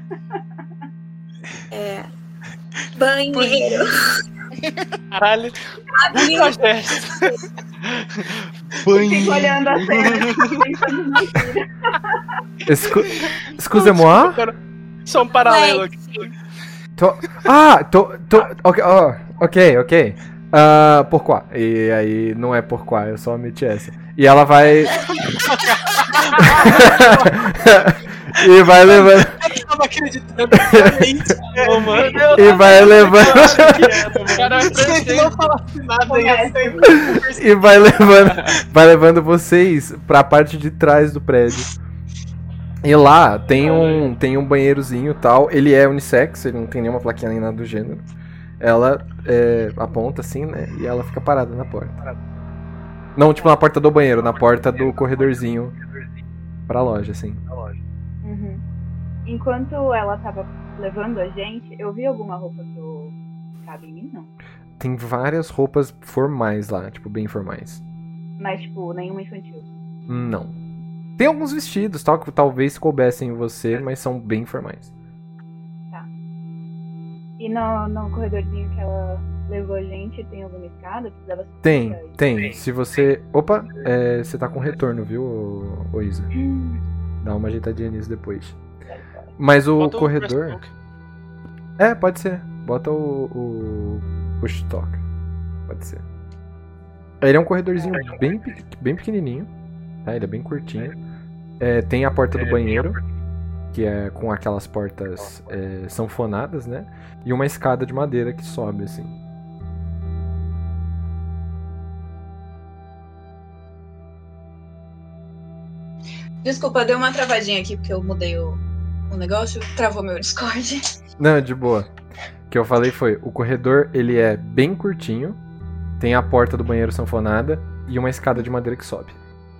É. Banheiro. Caralho. Puta gesto. Fico olhando a cena, pensando na vida. Escu... Excusez-moi? Só um paralelo aqui. Tô... Ah, tô... tô... Ok, oh, ok, ok. Ah, pourquoi? E aí, não é pourquoi, eu só omiti essa. E ela vai... e vai levando... Eu tava acreditando realmente. Ô, mano. E vai levando... O cara vai Se ele não prender. falasse nada, ia ser. e vai levando... Vai levando vocês pra parte de trás do prédio. E lá tem um, tem um banheirozinho e tal. Ele é unissex, ele não tem nenhuma plaquinha nem nada do gênero. Ela é, aponta assim, né? E ela fica parada na porta. Não, tipo na porta do banheiro, na porta do corredorzinho pra loja, assim. Uhum. Enquanto ela tava levando a gente, eu vi alguma roupa que eu... cabe em mim, não. Tem várias roupas formais lá, tipo, bem formais. Mas, tipo, nenhuma infantil. Não. Tem alguns vestidos, tal, que talvez coubessem em você, mas são bem formais. E no, no corredorzinho que ela levou a gente, tem alguma escada? Precisava subir Tem, pra ir? tem. Se você... Opa, é, você tá com retorno, viu, ô, ô Isa? Hum, Dá uma ajeitadinha nisso depois. Mas o Bota corredor... Breaststroke. É, pode ser. Bota o, o push talk. Pode ser. Ele é um corredorzinho bem, pe- bem pequenininho. Tá? Ele é bem curtinho. É, tem a porta do banheiro, que é com aquelas portas é, sanfonadas, né? E uma escada de madeira que sobe, assim. Desculpa, deu uma travadinha aqui porque eu mudei o, o negócio, travou meu Discord. Não, de boa. O que eu falei foi, o corredor, ele é bem curtinho, tem a porta do banheiro sanfonada e uma escada de madeira que sobe.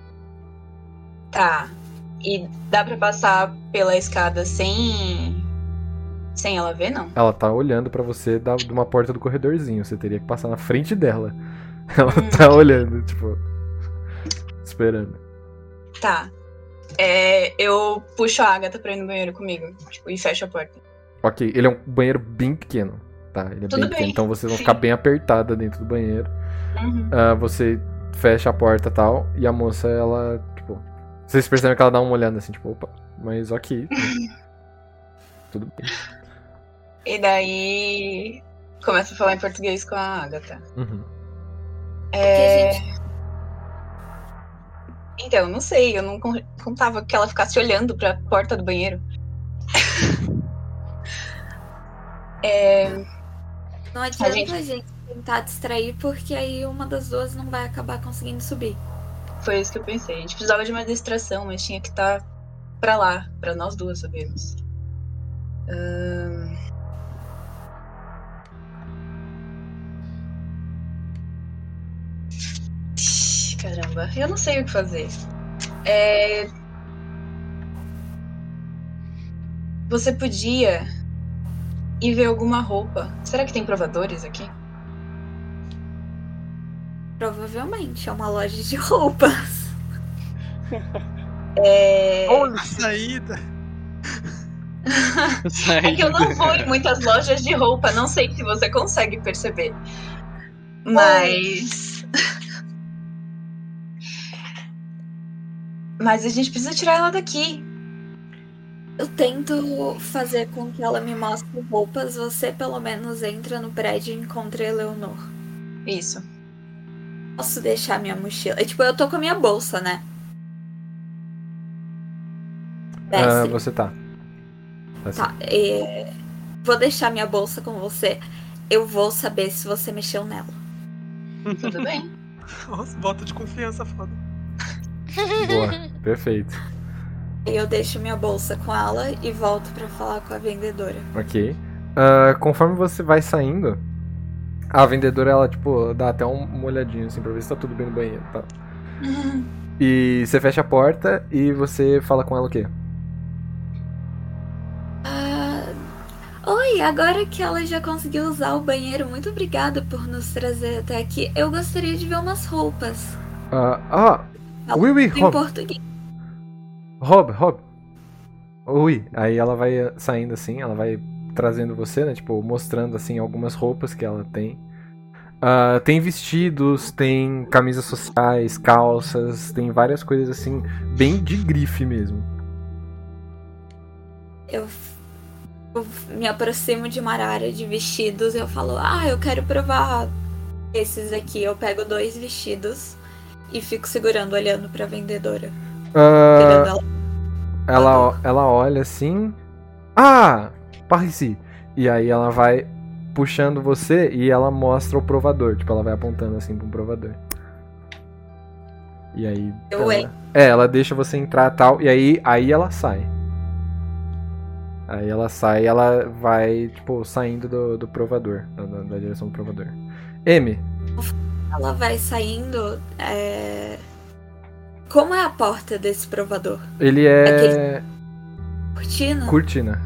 Tá. E dá pra passar pela escada sem. sem ela ver, não? Ela tá olhando pra você da, de uma porta do corredorzinho, você teria que passar na frente dela. Ela Hum. tá olhando, tipo, esperando. Tá. É, eu puxo a Agatha pra ir no banheiro comigo. Tipo, e fecho a porta. Ok, ele é um banheiro bem pequeno, tá? Ele é Tudo bem bem. pequeno, então vocês vão Sim. ficar bem apertada dentro do banheiro. Uhum. Ah, você fecha a porta e tal, e a moça, ela, tipo... Vocês percebem que ela dá uma olhada assim, tipo, opa, mas ok. Tudo bem. E daí. Começa a falar em português com a Agatha. Uhum. É... Porque, gente, Então, não sei, eu não con- contava que ela ficasse olhando pra porta do banheiro. é... não adianta a gente- gente... tentar distrair, porque aí uma das duas não vai acabar conseguindo subir. Foi isso que eu pensei. A gente precisava de uma distração, mas tinha que estar pra lá, pra nós duas sabermos. Ahn. Ixi, Caramba, eu não sei o que fazer. É... Você podia ir ver alguma roupa. Será que tem provadores aqui? Provavelmente é uma loja de roupas. É... Olha a saída. Sai. É que eu não vou em muitas lojas de roupa, não sei se você consegue perceber. Mas. Mas a gente precisa tirar ela daqui. Eu tento fazer com que ela me mostre roupas. Você pelo menos entra no prédio e encontra a Eleonor. Isso. Posso deixar minha mochila? É, tipo, eu tô com a minha bolsa, né? Ah, Mestre. você tá. Tá, sim. Tá, é, vou deixar minha bolsa com você. Eu vou saber se você mexeu nela. Tudo bem. Nossa, voto de confiança foda. Boa, perfeito. Eu deixo minha bolsa com ela e volto pra falar com a vendedora. Ok. Ah, conforme você vai saindo, a vendedora, ela, tipo, dá até um- uma olhadinha, assim, pra ver se tá tudo bem no banheiro, tá? E você fecha a porta e você fala com ela o quê? Ah, oi, agora que ela já conseguiu usar o banheiro, muito obrigada por nos trazer até aqui. Eu gostaria de ver umas roupas. Ah, ah, oui, oui, Em Rob, português. Rob, Rob. Oui. Aí ela vai saindo assim, ela vai trazendo você, né, tipo, mostrando, assim, algumas roupas que ela tem. Ah, tem vestidos, tem camisas sociais, calças, tem várias coisas, assim, bem de grife mesmo. Eu, eu me aproximo de uma área de vestidos e eu falo, ah, eu quero provar esses aqui. Eu pego dois vestidos e fico segurando, olhando pra vendedora. Ah, Esperando ela. ela, ela olha assim. Ah! Pareci. E aí ela vai puxando você e ela mostra o provador. Tipo, ela vai apontando assim pra um provador. E aí. Eu ela, entro. é, ela deixa você entrar e tal. E aí, aí ela sai. Aí ela sai e ela vai, tipo, saindo do, do provador. Da, da- da direção do provador. M. Ela vai saindo. é, Como é a porta desse provador? Ele é. Cortina? Cortina.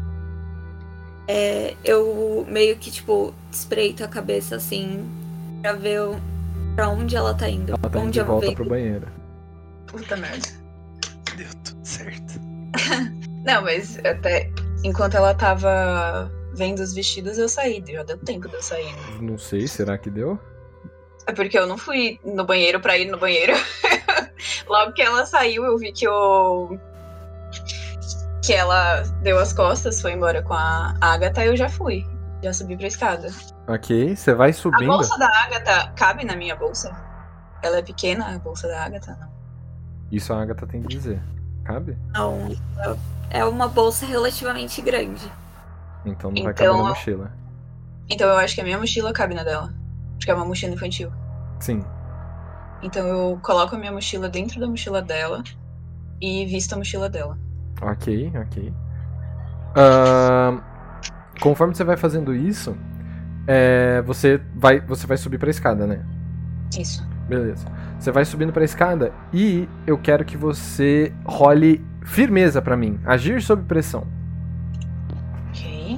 É, eu meio que, tipo, espreito a cabeça assim pra ver o- pra onde ela tá indo. Ela tá indo onde de eu volta vejo. pro banheiro. Puta merda. Deu tudo certo. Não, mas até enquanto ela tava vendo os vestidos, eu saí. Já deu tempo de eu sair. Não sei, será que deu? É porque eu não fui no banheiro pra ir no banheiro. Logo que ela saiu, eu vi que o. Que ela deu as costas, foi embora com a Agatha, eu já fui. Já subi pra escada. Ok, você vai A subindo. bolsa da Agatha cabe na minha bolsa? Ela é pequena, a bolsa da Agatha? Não. Isso a Agatha tem que dizer. Cabe? Não, é uma bolsa relativamente grande. Então não vai Então- caber na mochila. Então eu acho que a minha mochila cabe na dela. Porque é uma mochila infantil. Sim. Então eu coloco a minha mochila dentro da mochila dela e visto a mochila dela. Ok, ok. Ahn, conforme você vai fazendo isso, é, você, vai, você vai subir pra escada, né? Isso. Beleza. Você vai subindo pra escada e eu quero que você role firmeza pra mim. Agir sob pressão. Ok.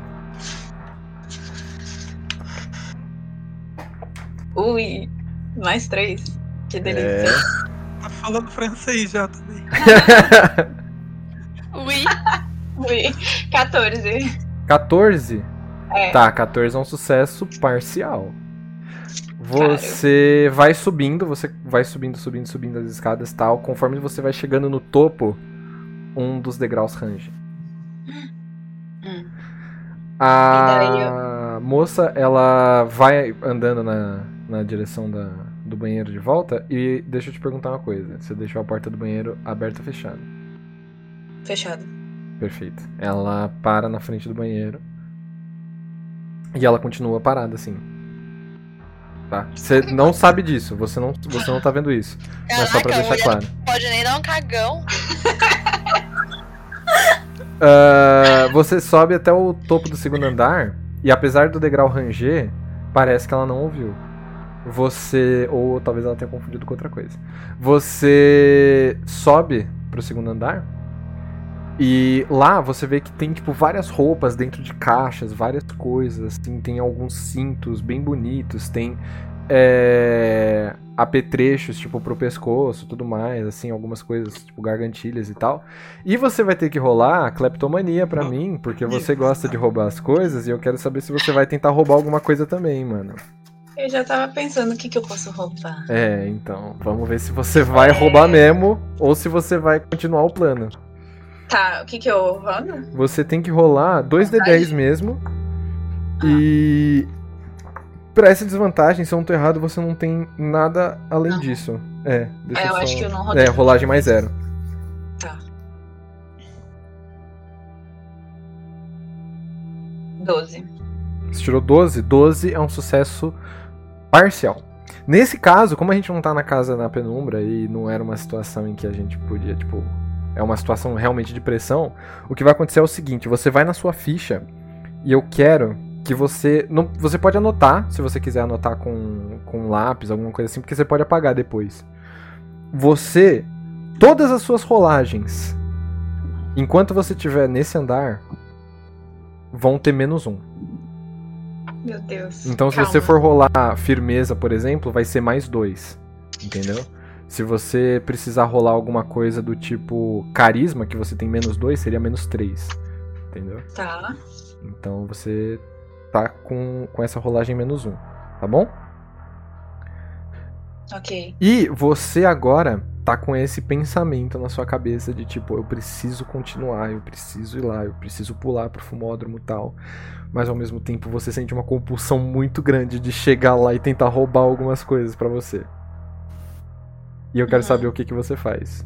Ui, mais três. Que delícia. Tá falando francês já também. Ui. Ui, quatorze. quatorze? É. Tá, quatorze é um sucesso parcial. Você vai subindo, você vai subindo, subindo, subindo as escadas e tal. Conforme você vai chegando no topo, um dos degraus range. Hum. A moça, ela vai andando na, na direção da, do banheiro de volta. E deixa eu te perguntar uma coisa. Você deixou a porta do banheiro aberta ou fechada? Fechado. Perfeito. Ela para na frente do banheiro. E ela continua parada, assim. Tá? Você não sabe disso. Você não, você não tá vendo isso. Mas só pra Caraca, a deixar mulher claro. não pode nem dar um cagão. Ah, você sobe até o topo do segundo andar. E apesar do degrau ranger, parece que ela não ouviu. Você. Ou talvez ela tenha confundido com outra coisa. Você sobe pro segundo andar. E lá você vê que tem, tipo, várias roupas dentro de caixas, várias coisas, assim, tem alguns cintos bem bonitos, tem é, apetrechos, tipo, pro pescoço, tudo mais, assim, algumas coisas, tipo, gargantilhas e tal. E você vai ter que rolar a cleptomania pra mim, porque você gosta de roubar as coisas, e eu quero saber se você vai tentar roubar alguma coisa também, mano. Eu já tava pensando o que, que eu posso roubar. É, então, vamos ver se você vai roubar mesmo, ou se você vai continuar o plano. Tá, o que que eu rodo? Você tem que rolar dois D dez mesmo, e... Pra essa desvantagem, se eu não tô errado, você não tem nada além Não. disso. É, deixa É, eu só... acho que eu não rodei. É, rolagem mais zero. Tá. doze. Você tirou doze? doze é um sucesso parcial. Nesse caso, como a gente não tá na casa na penumbra e não era uma situação em que a gente podia, tipo... É uma situação realmente de pressão, o que vai acontecer é o seguinte, você vai na sua ficha e eu quero... que você... Não, você pode anotar, se você quiser anotar com, com lápis, alguma coisa assim, porque você pode apagar depois. Você... Todas as suas rolagens, enquanto você estiver nesse andar, vão ter menos um. Meu Deus. Então se Calma. você for rolar firmeza, por exemplo, vai ser mais dois. Entendeu? Se você precisar rolar alguma coisa do tipo carisma, que você tem menos dois, seria menos três. Entendeu? Tá. Então você... tá com, com essa rolagem menos um, tá bom? Ok. E você agora tá com esse pensamento na sua cabeça de tipo, eu preciso continuar, eu preciso ir lá, eu preciso pular pro fumódromo e tal. Mas ao mesmo tempo você sente uma compulsão muito grande de chegar lá e tentar roubar algumas coisas pra você. E eu quero Uhum. saber o que, que você faz.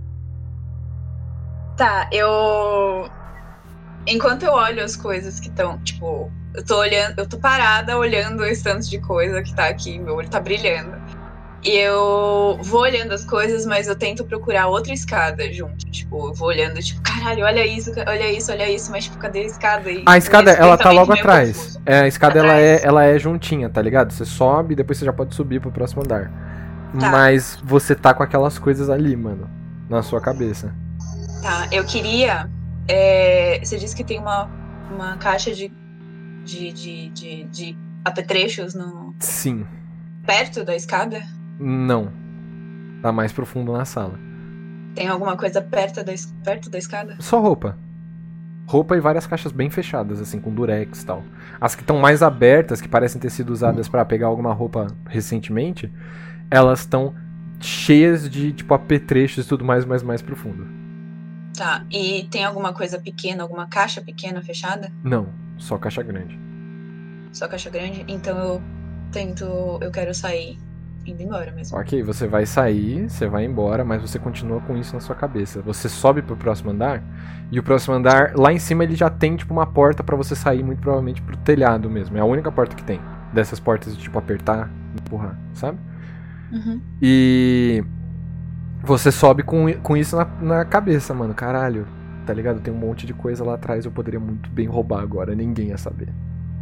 Tá, eu... Enquanto eu olho as coisas que estão, tipo... Eu tô olhando, eu tô parada olhando esse tanto de coisa que tá aqui, meu olho tá brilhando. E eu vou olhando as coisas, mas eu tento procurar outra escada junto. Tipo, eu vou olhando, tipo, caralho, olha isso, olha isso, olha isso, mas tipo, cadê a escada? E A escada, esse ela tá pensamento logo meio atrás. confuso. É, a escada ela Atrás. é, ela é juntinha, tá ligado? Você sobe e depois você já pode subir pro próximo andar. Tá. Mas você tá com aquelas coisas ali, mano, na sua cabeça. Tá, eu queria. é, Você disse que tem uma, uma caixa de, de, de, de, de apetrechos no, Sim. perto da escada? Não. Tá mais profundo na sala. Tem alguma coisa perto da, es- perto da escada? Só roupa. Roupa e várias caixas bem fechadas, assim, com durex e tal. As que estão mais abertas, que parecem ter sido usadas pra pegar alguma roupa recentemente, elas estão cheias de, tipo, apetrechos e tudo mais, mais, mais profundo. Tá, e tem alguma coisa pequena, alguma caixa pequena fechada? Não, só caixa grande. Só caixa grande? Então eu tento. Eu quero sair indo embora mesmo. Ok, você vai sair, você vai embora, mas você continua com isso na sua cabeça. Você sobe pro próximo andar, e o próximo andar, lá em cima ele já tem, tipo, uma porta pra você sair, muito provavelmente pro telhado mesmo. É a única porta que tem. Dessas portas de, tipo, apertar, empurrar, sabe? Uhum. E você sobe com, com isso na, na cabeça, mano. Caralho, tá ligado? Tem um monte de coisa lá atrás, eu poderia muito bem roubar agora. Ninguém ia saber.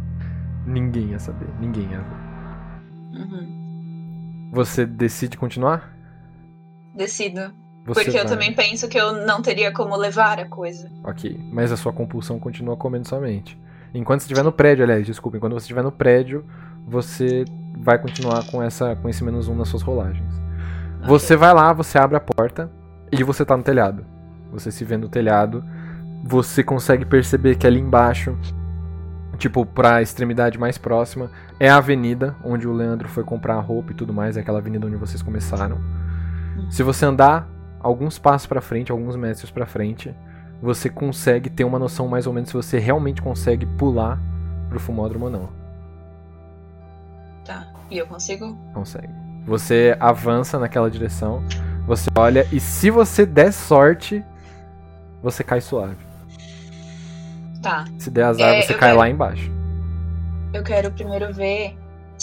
Ninguém ia saber. Ninguém ia ver. Uhum. Você decide continuar? Decido. Você Porque eu vai. também penso que eu não teria como levar a coisa. Ok, mas a sua compulsão continua comendo sua mente. Enquanto você estiver no prédio, aliás, desculpa, enquanto você estiver no prédio, você vai continuar com, essa, com esse menos um nas suas rolagens. Ok. Você vai lá, você abre a porta e você tá no telhado. Você se vê no telhado, você consegue perceber que ali embaixo, tipo, pra extremidade mais próxima, é a avenida onde o Leandro foi comprar a roupa e tudo mais, é aquela avenida onde vocês começaram. Se você andar alguns passos pra frente, alguns metros pra frente, você consegue ter uma noção mais ou menos se você realmente consegue pular pro fumódromo ou não. Tá. E eu consigo? Consegue. Você avança naquela direção, você olha e se você der sorte, você cai suave. Tá. Se der azar, É, você eu cai quero- lá embaixo. Eu quero primeiro ver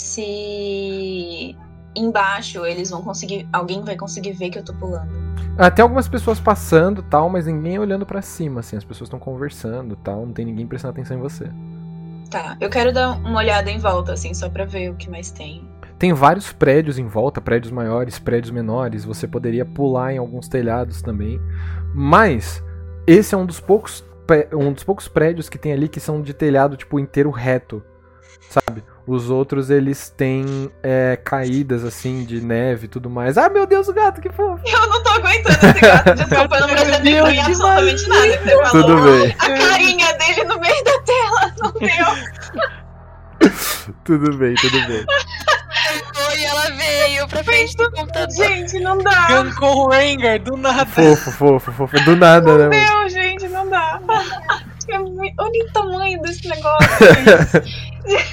se embaixo eles vão conseguir. Alguém vai conseguir ver que eu tô pulando. Ah, tem algumas pessoas passando tal, mas ninguém olhando pra cima, assim. As pessoas estão conversando tal, não tem ninguém prestando atenção em você. Tá. Eu quero dar uma olhada em volta, assim, só pra ver o que mais tem. Tem vários prédios em volta, prédios maiores, prédios menores. Você poderia pular em alguns telhados também. Mas esse é um dos poucos, pré- um dos poucos prédios que tem ali que são de telhado tipo inteiro reto. sabe? Os outros, eles têm é, caídas, assim, de neve e tudo mais. Ah, meu Deus, o gato, que fofo! Eu não tô aguentando esse gato. Desculpa, eu não prestei atenção em absolutamente nada que você falou. Tudo bem. A carinha dele no meio da tela, não deu. Tudo bem, tudo bem. Foi, ela veio pra frente do computador. Gente, não dá. Gancon Rengar, do nada. Fofo, fofo, fofo. Do nada, né? mano? Meu, gente, não dá. É muito... Olha o tamanho desse negócio, gente.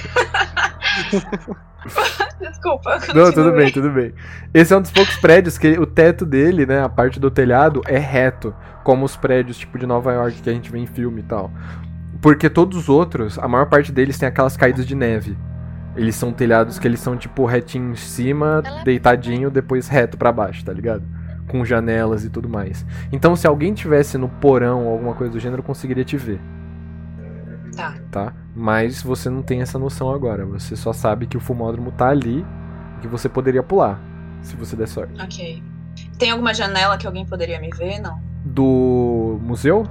Desculpa. Não, tudo continue. bem, tudo bem. Esse é um dos poucos prédios que o teto dele, né, a parte do telhado, é reto, como os prédios tipo de Nova York que a gente vê em filme e tal. Porque todos os outros, a maior parte deles tem aquelas caídas de neve. Eles são telhados que eles são tipo retinho em cima, deitadinho, depois reto pra baixo, tá ligado? Com janelas e tudo mais. Então se alguém tivesse no porão ou alguma coisa do gênero, conseguiria te ver. Tá. Tá? Mas você não tem essa noção agora. Você só sabe que o fumódromo tá ali e que você poderia pular, se você der sorte. Ok. Tem alguma janela que alguém poderia me ver? Não. Do museu?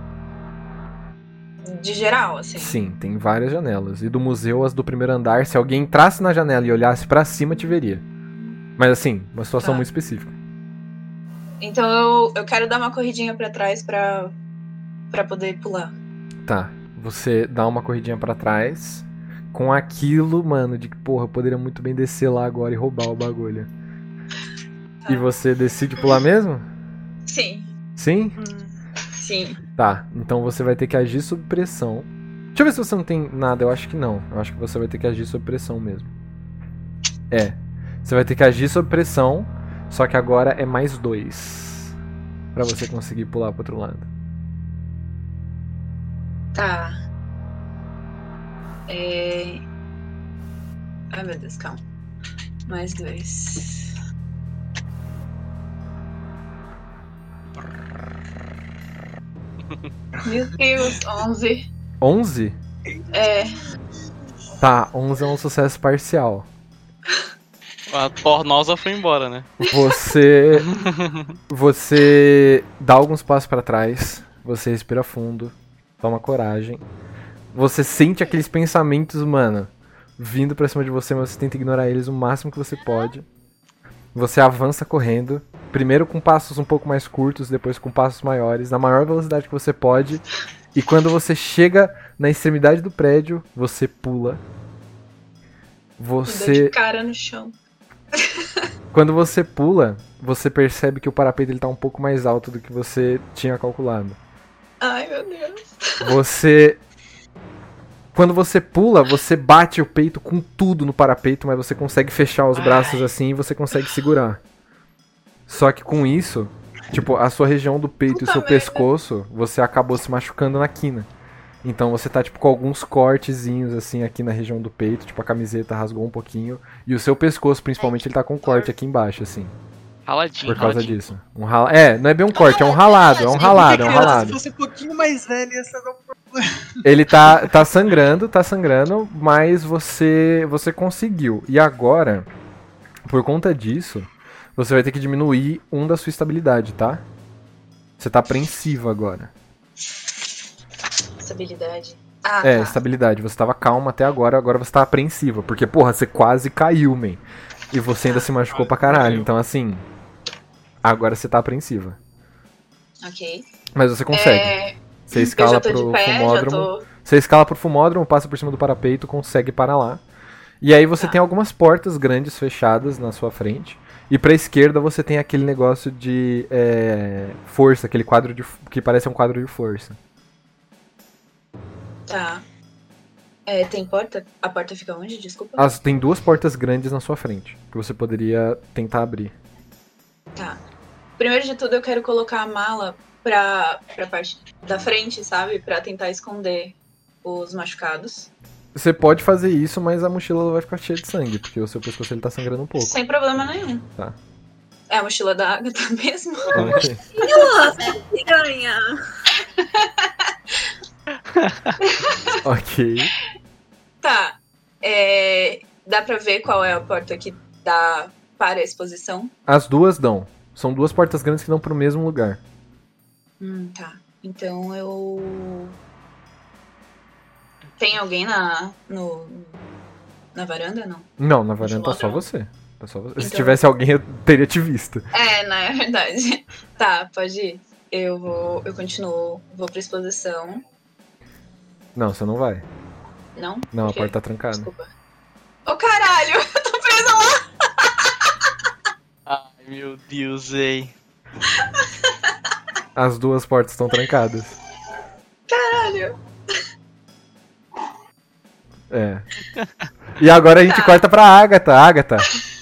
De geral, assim. Sim, tem várias janelas. E do museu, as do primeiro andar, se alguém entrasse na janela e olhasse pra cima, te veria. Mas assim, uma situação Tá. muito específica. Então eu, eu quero dar uma corridinha pra trás pra, pra poder pular. Tá, você dá uma corridinha pra trás com aquilo, mano, de que, porra, eu poderia muito bem descer lá agora e roubar o bagulho. Tá. E você decide pular mesmo? Sim, Sim? sim. Tá, então você vai ter que agir sob pressão. Deixa eu ver se você não tem nada, eu acho que não. Eu acho que você vai ter que agir sob pressão mesmo. É, você vai ter que agir sob pressão, só que agora é mais dois. Pra você conseguir pular pro outro lado. Tá. É... Ai, meu Deus, calma. Mais dois. Meu Deus, onze. onze? É, Tá, onze é um sucesso parcial. A Tornosa foi embora, né? Você. Você dá alguns passos pra trás. Você respira fundo. Toma coragem. Você sente aqueles pensamentos, mano, vindo pra cima de você, mas você tenta ignorar eles o máximo que você pode. Você avança correndo. Primeiro com passos um pouco mais curtos, depois com passos maiores, na maior velocidade que você pode. E quando você chega na extremidade do prédio, você pula. me dou de Você. cara no chão. Quando você pula, você percebe que o parapeito ele tá um pouco mais alto do que você tinha calculado. Ai, meu Deus. Você. Quando você pula, você bate o peito com tudo no parapeito, mas você consegue fechar os braços assim e você consegue segurar. Só que com isso, tipo, a sua região do peito Puta e o seu merda. pescoço, você acabou se machucando na quina. Então você tá, tipo, com alguns cortezinhos, assim, aqui na região do peito. Tipo, a camiseta rasgou um pouquinho. E o seu pescoço, principalmente, ele tá com um corte aqui embaixo, assim. Raladinho, Por causa raladinho. disso. Um rala... É, não é bem um corte, é um ralado, é um ralado, é um Se ralado. fosse um pouquinho mais velho, ia ser um... Ele tá, tá sangrando, tá sangrando, mas você, você conseguiu. E agora, por conta disso, você vai ter que diminuir um da sua estabilidade, tá? Você tá apreensivo agora. Estabilidade. Ah, É, tá. estabilidade. Você tava calma até agora, agora você tá apreensiva. Porque, porra, você quase caiu, man. E você ainda se machucou pra caralho. Então, assim, agora você tá apreensiva. Ok. Mas você consegue. É, Você eu escala já tô pro de pé, já fumódromo. tô... Você escala pro fumódromo, passa por cima do parapeito, consegue parar lá. E aí você Tá. tem algumas portas grandes fechadas na sua frente. E pra esquerda você tem aquele negócio de é, força, aquele quadro de, que parece um quadro de força. Tá. É, tem porta? A porta fica onde? Desculpa. As, tem duas portas grandes na sua frente, que você poderia tentar abrir. Tá. Primeiro de tudo, eu quero colocar a mala pra, pra parte da frente, sabe? Pra tentar esconder os machucados. Você pode fazer isso, mas a mochila ela vai ficar cheia de sangue, porque o seu pescoço ele tá sangrando um pouco. Sem problema nenhum. Tá. É a mochila da Agatha mesmo? Ok. Nossa, piranha! Ok. Tá. É, dá pra ver qual é a porta que dá para a exposição? As duas dão. São duas portas grandes que dão pro mesmo lugar. Hum, tá. Então eu. Tem alguém na, no, na varanda, não? Não, na varanda tá só Fumódromo? você. Tá só você. Se Então- tivesse alguém, eu teria te visto. É, não é verdade. Tá, pode ir. Eu vou, eu continuo, vou pra exposição. Não, você não vai. Não? Não, Por a quê? porta tá trancada. Desculpa. Ô caralho, eu tô presa lá! Ai, meu Deus, ei. As duas portas estão trancadas. Caralho. É. E agora a gente Tá. corta pra Agatha. Agatha.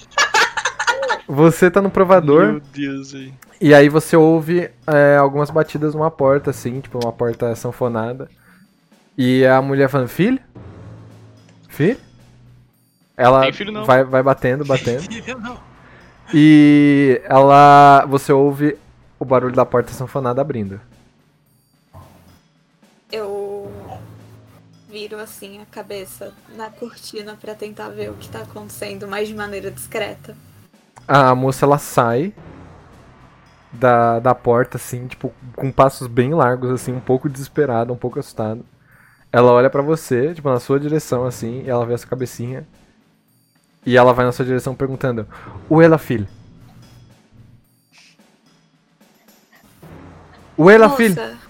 Você tá no provador. Meu Deus, ei. E aí você ouve é, algumas batidas numa porta, assim, tipo uma porta sanfonada. E a mulher falando, filho? Filho? Ela Tem filho não. vai, vai batendo, batendo. Filha, não. E ela. Você ouve o barulho da porta sanfonada abrindo. Eu viro assim a cabeça na cortina pra tentar ver o que tá acontecendo, mas de maneira discreta. A moça ela sai da, da porta, assim, tipo, com passos bem largos, assim, um pouco desesperada, um pouco assustada. Ela olha pra você, tipo, na sua direção, assim, e ela vê a sua cabecinha. E ela vai na sua direção perguntando: Où est la fille? Où est la fille? Moça.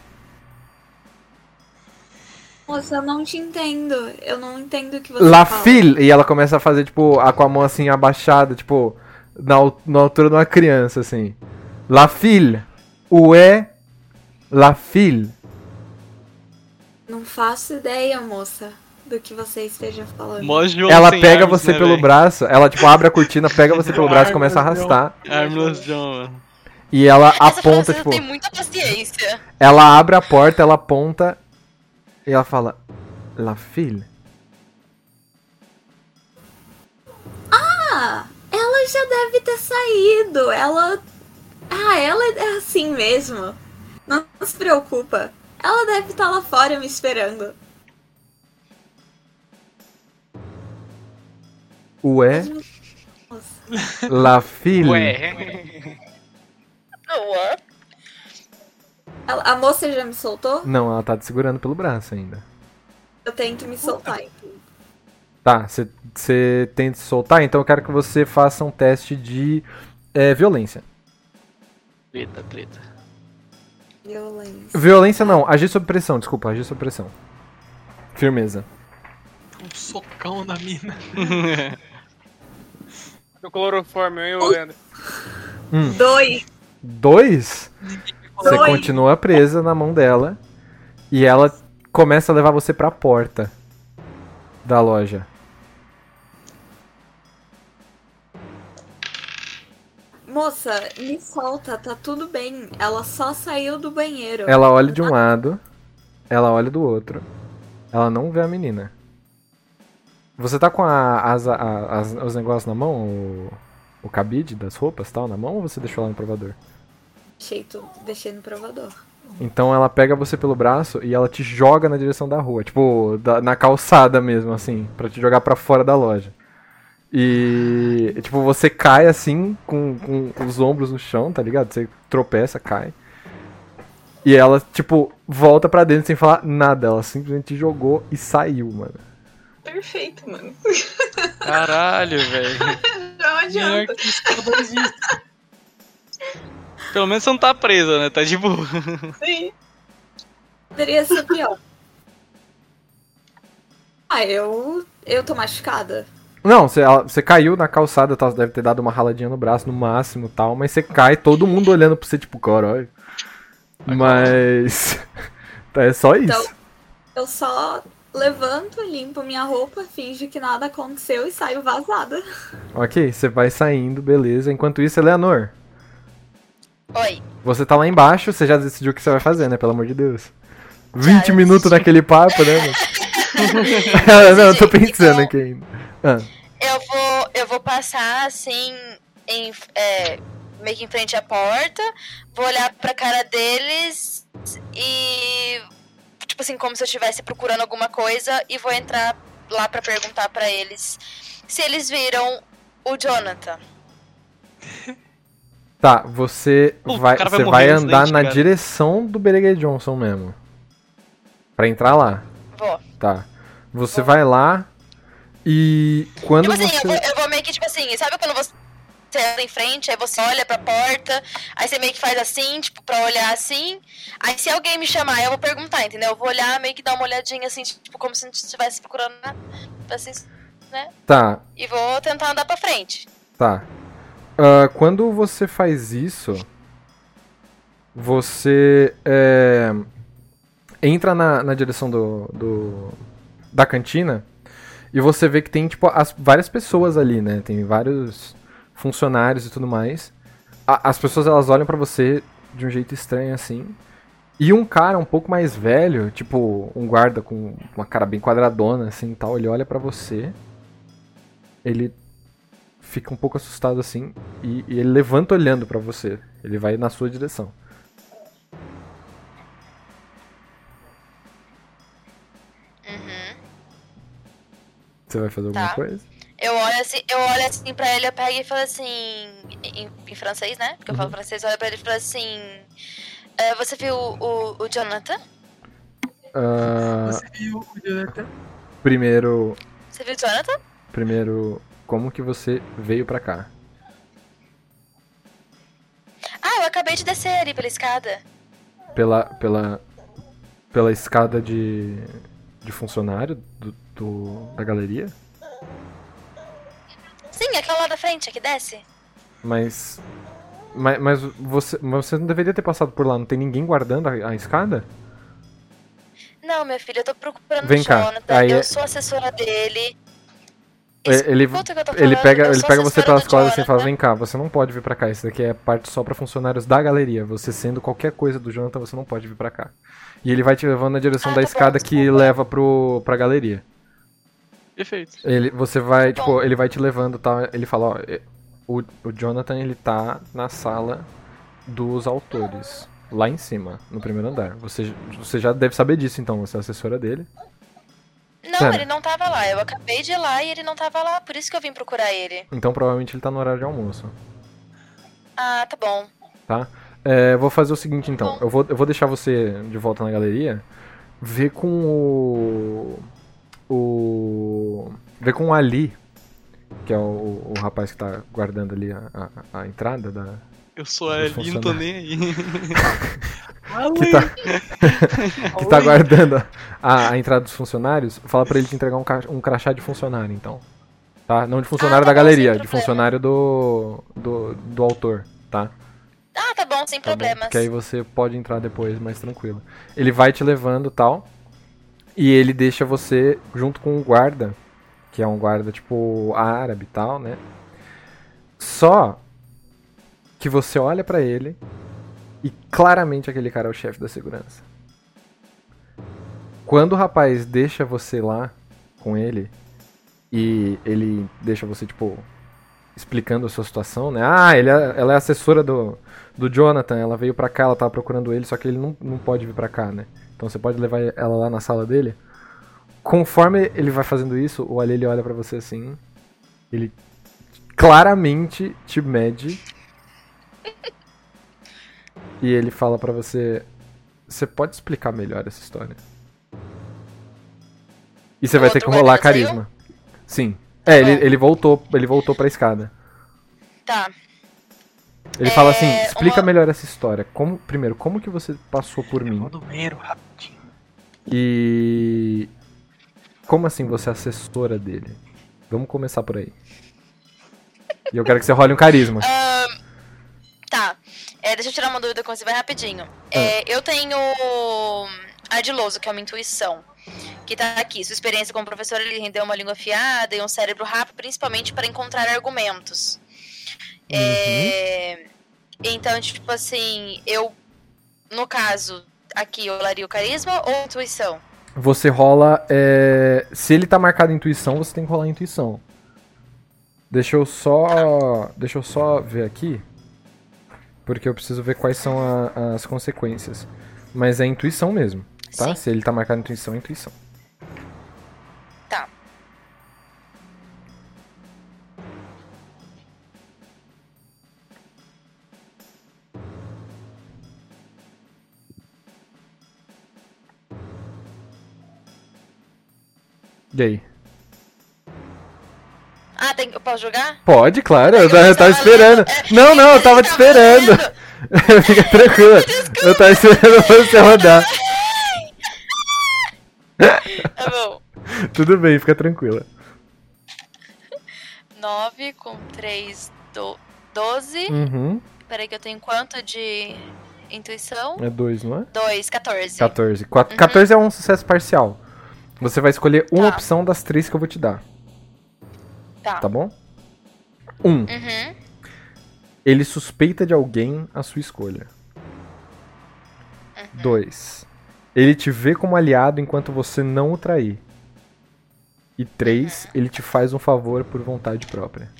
Moça, eu não te entendo. Eu não entendo o que você La fala. fille! E ela começa a fazer, tipo, a, com a mão assim abaixada, tipo, na, al- na altura de uma criança, assim. La fille! Où est la fille? Não faço ideia, moça, do que você esteja falando. Mó João Ela sem pega armas, você né, pelo velho? braço, ela, tipo, abre a cortina, pega você pelo braço e começa a arrastar. Armless John, mano. E ela Essa aponta, francesa tipo, tem muita paciência. ela abre a porta, ela aponta e ela fala: La fille? Ah, ela já deve ter saído. Ela. Ah, ela é assim mesmo. Não se preocupa. Ela deve estar lá fora me esperando. Ué? Nossa. La fille? Ué. Ué? Ela- a moça já me soltou? Não, ela tá te segurando pelo braço ainda. Eu tento me soltar, então. Tá, você tenta se soltar, então eu quero que você faça um teste de é, violência. Treta, treta. Violência. Violência não, agir sob pressão, desculpa, agir sob pressão. Firmeza. Um socão na mina. No cloroforme, hein, ô Leandro? Dois. Dois? Você Dois. continua presa na mão dela e ela começa a levar você pra porta da loja. Moça, me solta, tá tudo bem. Ela só saiu do banheiro. Ela olha de um lado, ela olha do outro. Ela não vê a menina. Você tá com a, as, a- as- os negócios na mão? O, o cabide das roupas e tal na mão ou você deixou lá no provador? Deixei, tudo, deixei no provador. Então ela pega você pelo braço e ela te joga na direção da rua. Tipo, da- na calçada mesmo, assim. Pra te jogar pra fora da loja. E, tipo, você cai assim, com, com os ombros no chão, tá ligado? Você tropeça, cai. E ela, tipo, volta pra dentro sem falar nada. Ela simplesmente te jogou e saiu, mano. Perfeito, mano. Caralho, velho. Não Melhor adianta. que isso que eu existe. Pelo menos você não tá presa, né? Tá de boa. Sim. Poderia ser pior. Ah, eu. Eu tô machucada. Não, você, ela- você caiu na calçada, tal, você deve ter dado uma raladinha no braço no máximo tal, mas você cai, todo mundo olhando pra você, tipo, caralho. Mas. É só isso. Então, eu só levanto, limpo minha roupa, finjo que nada aconteceu e saio vazada. Ok, você vai saindo, beleza. Enquanto isso, Eleanor, Oi. você tá lá embaixo, você já decidiu o que você vai fazer, né? Pelo amor de Deus. vinte eu minutos decidi. naquele papo, né? mano? Não, eu tô pensando aqui ainda. Ah, Eu vou, eu vou passar assim, em, é, meio que em frente à porta, vou olhar pra cara deles e, tipo assim, como se eu estivesse procurando alguma coisa e vou entrar lá pra perguntar pra eles se eles viram o Jonathan. tá, você Pô, o vai, cara vai você morrer vai antes da andar gente na chegar. direção do Bereguer Johnson mesmo. Pra entrar lá. Vou. Tá. Você vai lá e quando Tipo assim, você... eu, vou, eu vou meio que, tipo assim, sabe quando você anda em frente, aí você olha pra porta, aí você meio que faz assim, tipo, pra olhar assim. Aí se alguém me chamar, eu vou perguntar, entendeu? Eu vou olhar, meio que dar uma olhadinha assim, tipo, como se não estivesse procurando nada, assim, né? Tá, E vou tentar andar pra frente. tá. Ah, quando você faz isso, você é, entra na, na direção do, do- da cantina e você vê que tem, tipo, as, várias pessoas ali, né? Tem vários funcionários e tudo mais. A- as pessoas, elas olham pra você de um jeito estranho, assim. E um cara um pouco mais velho, tipo, um guarda com uma cara bem quadradona, assim, e tal, ele olha pra você. Ele fica um pouco assustado, assim, e, e ele levanta olhando pra você. Ele vai na sua direção. Uhum. Você vai fazer alguma Tá. coisa? Eu olho assim, eu olho assim pra ele, eu pego e falo assim, em, em francês, né? Porque eu falo Uhum. francês, eu olho pra ele e falo assim, "É, você viu o, o Jonathan? Ah, Você viu o Jonathan? primeiro, Você viu o Jonathan? primeiro, como que você veio pra cá? Ah, eu acabei de descer ali pela escada. Pela, pela, pela escada de, de funcionário do, do- da galeria? Sim, aquela lá da frente, a que desce. Mas, mas, mas você, mas você não deveria ter passado por lá. Não tem ninguém guardando a, a escada? Não, meu filho, eu tô procurando Vem o cá, Jonathan. aí Eu é- sou assessora dele. É, Ele, Escuta o que eu tô ele falando, pega, eu ele sou pega você assessora pelas do costas assim e fala: Jonathan. vem cá, você não pode vir pra cá. Isso daqui é parte só pra funcionários da galeria. Você sendo qualquer coisa do Jonathan, você não pode vir pra cá. E ele vai te levando na direção Ah, da tá bom, escada que desculpa. leva pro, pra galeria. Perfeito. Ele, você vai, Tá tipo, bom. ele vai te levando, tá? Ele fala, ó, é, o, o Jonathan, ele tá na sala dos autores, lá em cima, no primeiro andar. Você, você já deve saber disso, então, você é assessora dele. Não, Pera. ele não tava lá. Eu acabei de ir lá e ele não tava lá. Por isso que eu vim procurar ele. Então, provavelmente, ele tá no horário de almoço, Ah, tá bom. tá? É, vou fazer o seguinte, então. Bom. Eu vou, eu vou deixar você de volta na galeria, ver com o... o... ver com o Ali, que é o, o rapaz que tá guardando ali a, a, a entrada da... Eu sou Dos ali, não tô nem aí. que tá, que tá guardando a, a entrada dos funcionários, fala pra ele te entregar um, ca- um crachá de funcionário, então. Tá? Não de funcionário Ah, tá da bom, galeria, sem de problema. funcionário do, do, do autor, tá? Ah, tá bom, sem Tá bom? problemas. Porque aí você pode entrar depois mais tranquilo. Ele vai te levando tal, e ele deixa você junto com um guarda, que é um guarda tipo árabe e tal, né? Só que você olha pra ele e claramente aquele cara é o chefe da segurança. Quando o rapaz deixa você lá com ele e ele deixa você, tipo, explicando a sua situação, né? Ah, ele é, ela é assessora do, do Jonathan, ela veio pra cá, ela tava procurando ele, só que ele não, não pode vir pra cá, né? Então você pode levar ela lá na sala dele. Conforme ele vai fazendo isso, o Ali ele olha pra você assim, ele claramente te mede e ele fala pra você: você pode explicar melhor essa história? E você O vai ter outro que rolar guarda já saiu? carisma. Sim. É, ele, bom. ele voltou, ele voltou pra escada. Tá. Ele É, fala assim: explica uma- melhor essa história. Como, primeiro, como que você passou por mim? Manda o banheiro rapidinho. E como assim você é assessora dele? Vamos começar por aí. E eu quero que você role um carisma. Ahn, tá. É, deixa eu tirar uma dúvida com você, vai rapidinho. É, eu tenho ardiloso, que é uma intuição. Que tá aqui. Sua experiência como professor, ele rendeu uma língua afiada e um cérebro rápido, principalmente para encontrar argumentos. É, então, tipo assim, eu, no caso, aqui, eu rolaria o carisma ou intuição? Você rola. é, Se ele tá marcado intuição, você tem que rolar intuição. Deixa eu só. Deixa eu só ver aqui. Porque eu preciso ver quais são a- as consequências. Mas é intuição mesmo, tá? Sim. Se ele tá marcado intuição, é intuição. Tá. E aí? Ah, tem... eu posso jogar? Pode, claro, eu, Eu tava- eu tava estava esperando. lendo. É, Não, não, eu tava eu te estava esperando. lendo. Fica tranquila. Eu tava esperando você rodar. Tá bom. Tudo bem, fica tranquila. nove com três, do... doze. Uhum. Peraí que eu tenho quanto de intuição? É dois, não é? dois, catorze. quatorze. Quatro- Uhum. quatorze é um sucesso parcial. Você vai escolher uma Tá. opção das três que eu vou te dar, Tá. tá bom? Um, Uhum. ele suspeita de alguém à sua escolha. Uhum. Dois, ele te vê como aliado enquanto você não o trair. E três, Uhum. ele te faz um favor por vontade própria.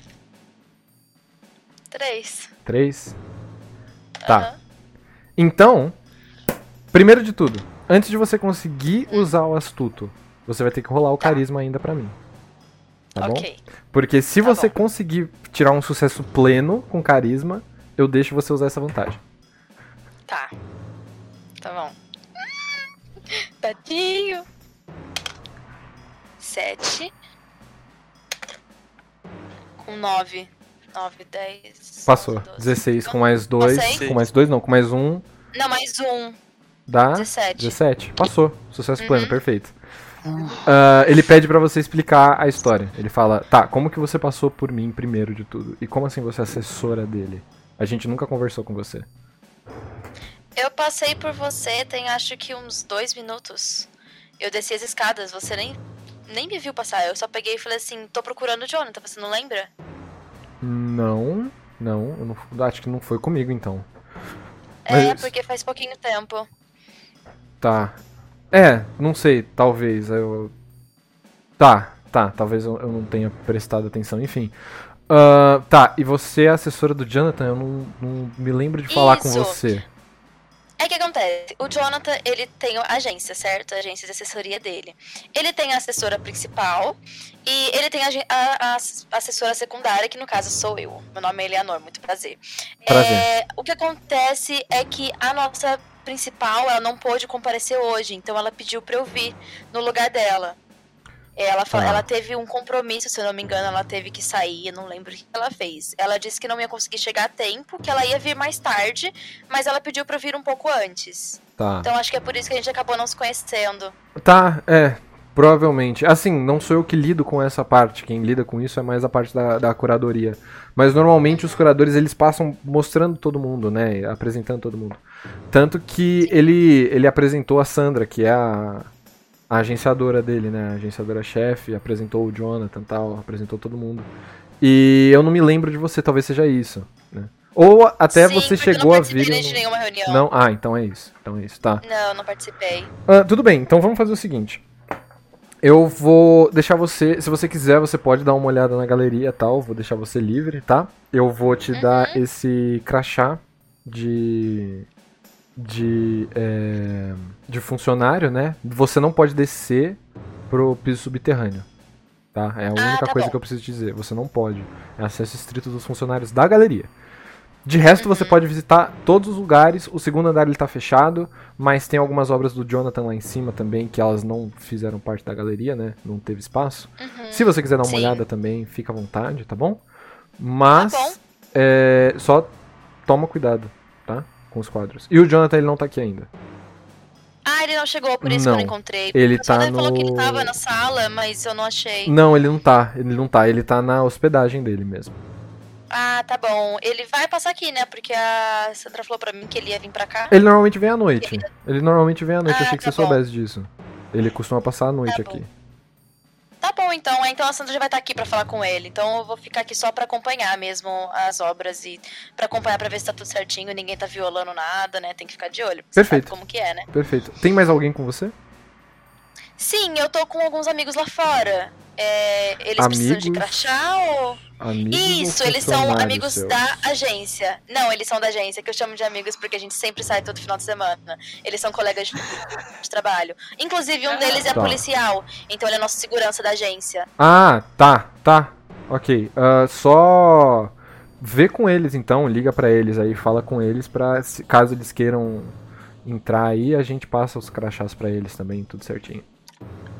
três. Três? Tá. Aham. Então, primeiro de tudo, antes de você conseguir usar o astuto, você vai ter que rolar o Tá. carisma ainda pra mim. Tá bom? Ok. Porque se Tá você bom. conseguir tirar um sucesso pleno com carisma, eu deixo você usar essa vantagem. Tá. Tá bom. Tadinho. Sete. Com nove. Nove, dez. Passou. onze, doze. dezesseis com mais dois. Passei? Com mais dois não, com mais um. Não, mais um. Dá dezessete. dezessete. Passou. Sucesso pleno, Uhum. perfeito. Ah, ele pede pra você explicar a história. Ele fala, tá, como que você passou por mim primeiro de tudo? E como assim você é assessora dele? A gente nunca conversou com você. Eu passei por você tem acho que uns dois minutos. Eu desci as escadas, você nem, nem me viu passar. Eu só peguei e falei assim, tô procurando o Jonathan, você não lembra? Não, não, eu não, acho que não foi comigo então. É, Mas- porque faz pouquinho tempo. Tá. É, não sei, talvez. Eu... Tá, tá, talvez eu, eu não tenha prestado atenção, enfim. Ah, tá, e você é assessora do Jonathan? Eu não, não me lembro de falar com Isso. você. É que acontece, o Jonathan, ele tem a agência, certo? A agência de assessoria dele. Ele tem a assessora principal e ele tem a, agen- a- a assessora secundária, que no caso sou eu. Meu nome é Eleanor, muito prazer. Prazer. É, o que acontece é que a nossa principal, ela não pôde comparecer hoje, então ela pediu pra eu vir no lugar dela. Ela, fa- Tá. ela teve um compromisso, se eu não me engano, ela teve que sair, eu não lembro o que ela fez. Ela disse que não ia conseguir chegar a tempo, que ela ia vir mais tarde, mas ela pediu pra eu vir um pouco antes. Tá. Então acho que é por isso que a gente acabou não se conhecendo. Tá, é, provavelmente. Assim, não sou eu que lido com essa parte. Quem lida com isso é mais a parte da, da curadoria. Mas normalmente os curadores, eles passam mostrando todo mundo, né? Apresentando todo mundo. Tanto que ele, ele apresentou a Sandra, que é a, a agenciadora dele, né? A agenciadora-chefe, apresentou o Jonathan e tal, apresentou todo mundo. E eu não me lembro de você, talvez seja isso, né? Ou até Sim, você porque chegou eu a não participei vir... de no- nenhuma reunião. Não? Ah, então é isso. Então é isso, tá. Não, não participei. Ah, tudo bem, então vamos fazer o seguinte. Eu vou deixar você, se você quiser, você pode dar uma olhada na galeria e tal, vou deixar você livre, tá? Eu vou te dar esse crachá de de é, de funcionário, né? Você não pode descer pro piso subterrâneo, tá? É a única tá coisa bom. que eu preciso dizer, você não pode. É acesso estrito dos funcionários da galeria. De resto, você pode visitar todos os lugares. O segundo andar ele tá fechado, mas tem algumas obras do Jonathan lá em cima também, que elas não fizeram parte da galeria, né? Não teve espaço. Uhum. Se você quiser dar uma Sim. olhada também, fica à vontade, tá bom? Mas, Tá bom. é, só toma cuidado, tá? Com os quadros. E o Jonathan, ele não tá aqui ainda. Ah, ele não chegou, por isso Não. que eu não encontrei. Ele O pessoal tá até falou que ele no- tava na sala, mas eu não achei. Não, ele não tá. Ele não tá. Ele tá na hospedagem dele mesmo. Ah, tá bom. Ele vai passar aqui, né? Porque a Sandra falou pra mim que ele ia vir pra cá. Ele normalmente vem à noite. Ele normalmente vem à noite. Ah, Eu achei que tá você bom. soubesse disso. Ele costuma passar a noite Tá bom. aqui. Tá bom, então. Então a Sandra já vai estar aqui pra falar com ele. Então eu vou ficar aqui só pra acompanhar mesmo as obras e pra acompanhar pra ver se tá tudo certinho, ninguém tá violando nada, né? Tem que ficar de olho. Você Perfeito. sabe como que é, né? Perfeito. Tem mais alguém com você? Sim, eu tô com alguns amigos lá fora. É, eles precisam de Amigos? crachá ou... Amigos Isso, ou eles são funcionários amigos seus? da agência. Não, eles são da agência, que eu chamo de amigos porque a gente sempre sai todo final de semana. Eles são colegas de, de trabalho. Inclusive, um deles é Tá. policial, então ele é nosso segurança da agência. Ah, tá, tá. Ok. Ah, só vê com eles então, liga pra eles aí, fala com eles pra, se- caso eles queiram entrar aí, a gente passa os crachás pra eles também, tudo certinho. Ah, perfeito.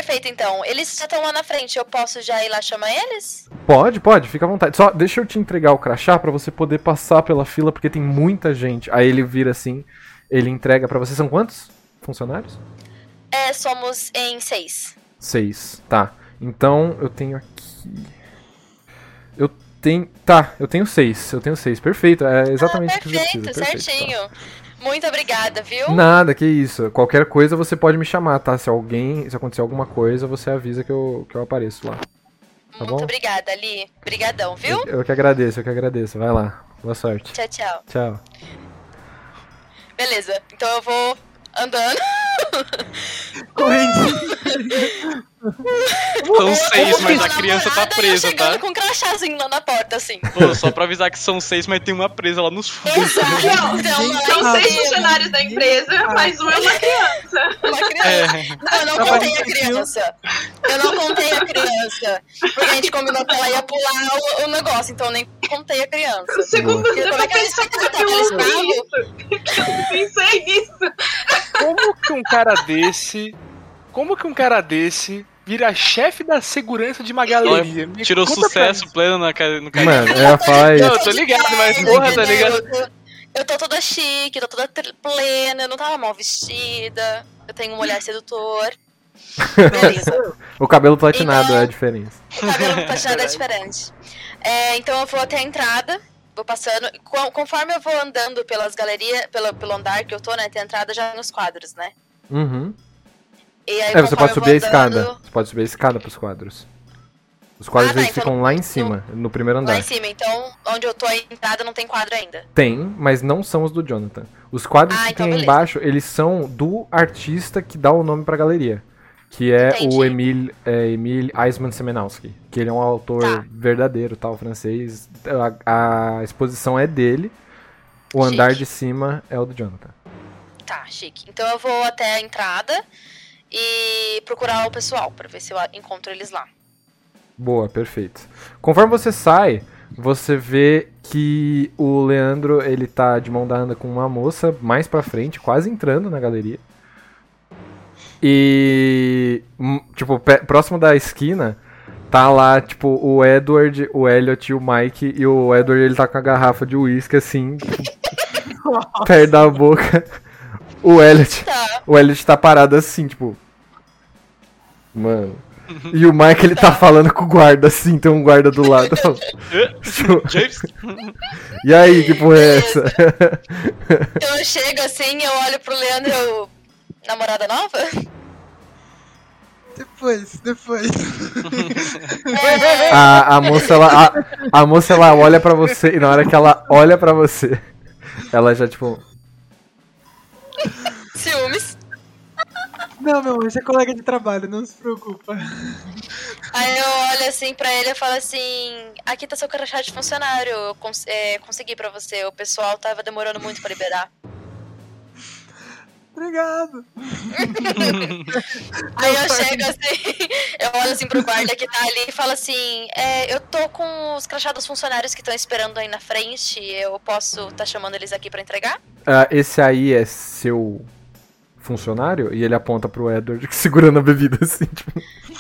perfeito, então. Eles já estão lá na frente, eu posso já ir lá chamar eles? Pode, pode, fica à vontade. Só deixa eu te entregar o crachá pra você poder passar pela fila, porque tem muita gente. Aí ele vira assim, ele entrega pra você. São quantos funcionários? É, somos em seis. Seis, tá. Então eu tenho aqui. Eu tenho. Tá, eu tenho seis. Eu tenho seis. Perfeito. É exatamente ah, o que você precisa. Perfeito, certinho. Tá. Muito obrigada, viu? Nada, que isso. Qualquer coisa você pode me chamar, tá? Se alguém. Se acontecer alguma coisa, você avisa que eu, que eu apareço lá. Tá Muito bom? obrigada, Ali. Obrigadão, viu? Eu, eu que agradeço, eu que agradeço. Vai lá. Boa sorte. Tchau, tchau. Tchau. Beleza, então eu vou andando. São seis, mas a criança tá presa, chegando tá? com um crachazinho lá na porta, assim. Pô, só pra avisar que são seis, mas tem uma presa lá nos fundos. Não, Então, são aí- seis funcionários da empresa, mas um é uma criança. Uma criança. É. Não, eu não contei a criança. Eu não contei a criança. Porque a gente combinou que ela ia pular o, o negócio, então eu nem contei a criança. O segundo Porque tempo como é eu que eles pensei estavam? Eles estavam? nisso. Eu pensei nisso. Como que um cara desse. Como que um cara desse vira chefe da segurança de uma galeria? Me Tirou conta sucesso pra mim. pleno na cara. No cara. Mano, eu ia falar Não, isso. eu tô ligado, mas porra, tá ligado? Eu tô, eu tô toda chique, tô toda tr- plena, eu não tava mal vestida. Eu tenho um olhar sedutor. Beleza. O cabelo platinado Então- é a diferença. O cabelo platinado é diferente. É, então eu vou até a entrada, vou passando. Com- Conforme eu vou andando pelas galerias, pelo, pelo andar que eu tô, né? Tem a entrada já nos quadros, né? Uhum. E aí, É, você conforme pode eu subir a vou andando escada. Você pode subir a escada pros quadros. Os quadros Ah, tá, eles então ficam no- lá em no- cima, no primeiro Lá andar. em cima, então onde eu tô a entrada não tem quadro ainda. Tem, mas não são os do Jonathan. Os quadros Ah, que então tem aí beleza. embaixo, eles são do artista que dá o nome pra galeria. Que é Entendi. o Emile, é, Emile Eisman Semenowski. Que ele é um autor Tá. verdadeiro, tal, francês. A, a exposição é dele. O andar Chique. de cima é o do Jonathan. Tá, chique. Então eu vou até a entrada e procurar o pessoal pra ver se eu encontro eles lá. Boa, perfeito. Conforme você sai, você vê que o Leandro, ele tá de mão dada com uma moça mais pra frente, quase entrando na galeria. E, hum, tipo, pé- próximo da esquina, tá lá, tipo, o Edward, o Elliot e o Mike. E o Edward, ele tá com a garrafa de uísque, assim, perto da boca. O Elliot, Tá. o Elliot tá parado assim, tipo... Mano... E o Mike, ele tá falando com o guarda, assim, tem um guarda do lado. Tipo, James? e aí, que porra é essa? Então eu chego assim, eu olho pro Leandro, eu... namorada nova? Depois, depois. A, a moça, ela, a, a moça, ela olha pra você, e na hora que ela olha pra você, ela já, tipo... Ciúmes. Não, meu amor, você é colega de trabalho, não se preocupa. Aí eu olho assim pra ele e falo assim, aqui tá seu crachá de funcionário, eu cons é, consegui pra você, o pessoal tava demorando muito pra liberar. Obrigado. Aí eu chego assim, eu olho assim pro guarda que tá ali e falo assim, é, eu tô com os crachá dos funcionários que estão esperando aí na frente, eu posso tá chamando eles aqui pra entregar? Ah, esse aí é seu funcionário? E ele aponta pro Edward, segurando a bebida, assim, tipo...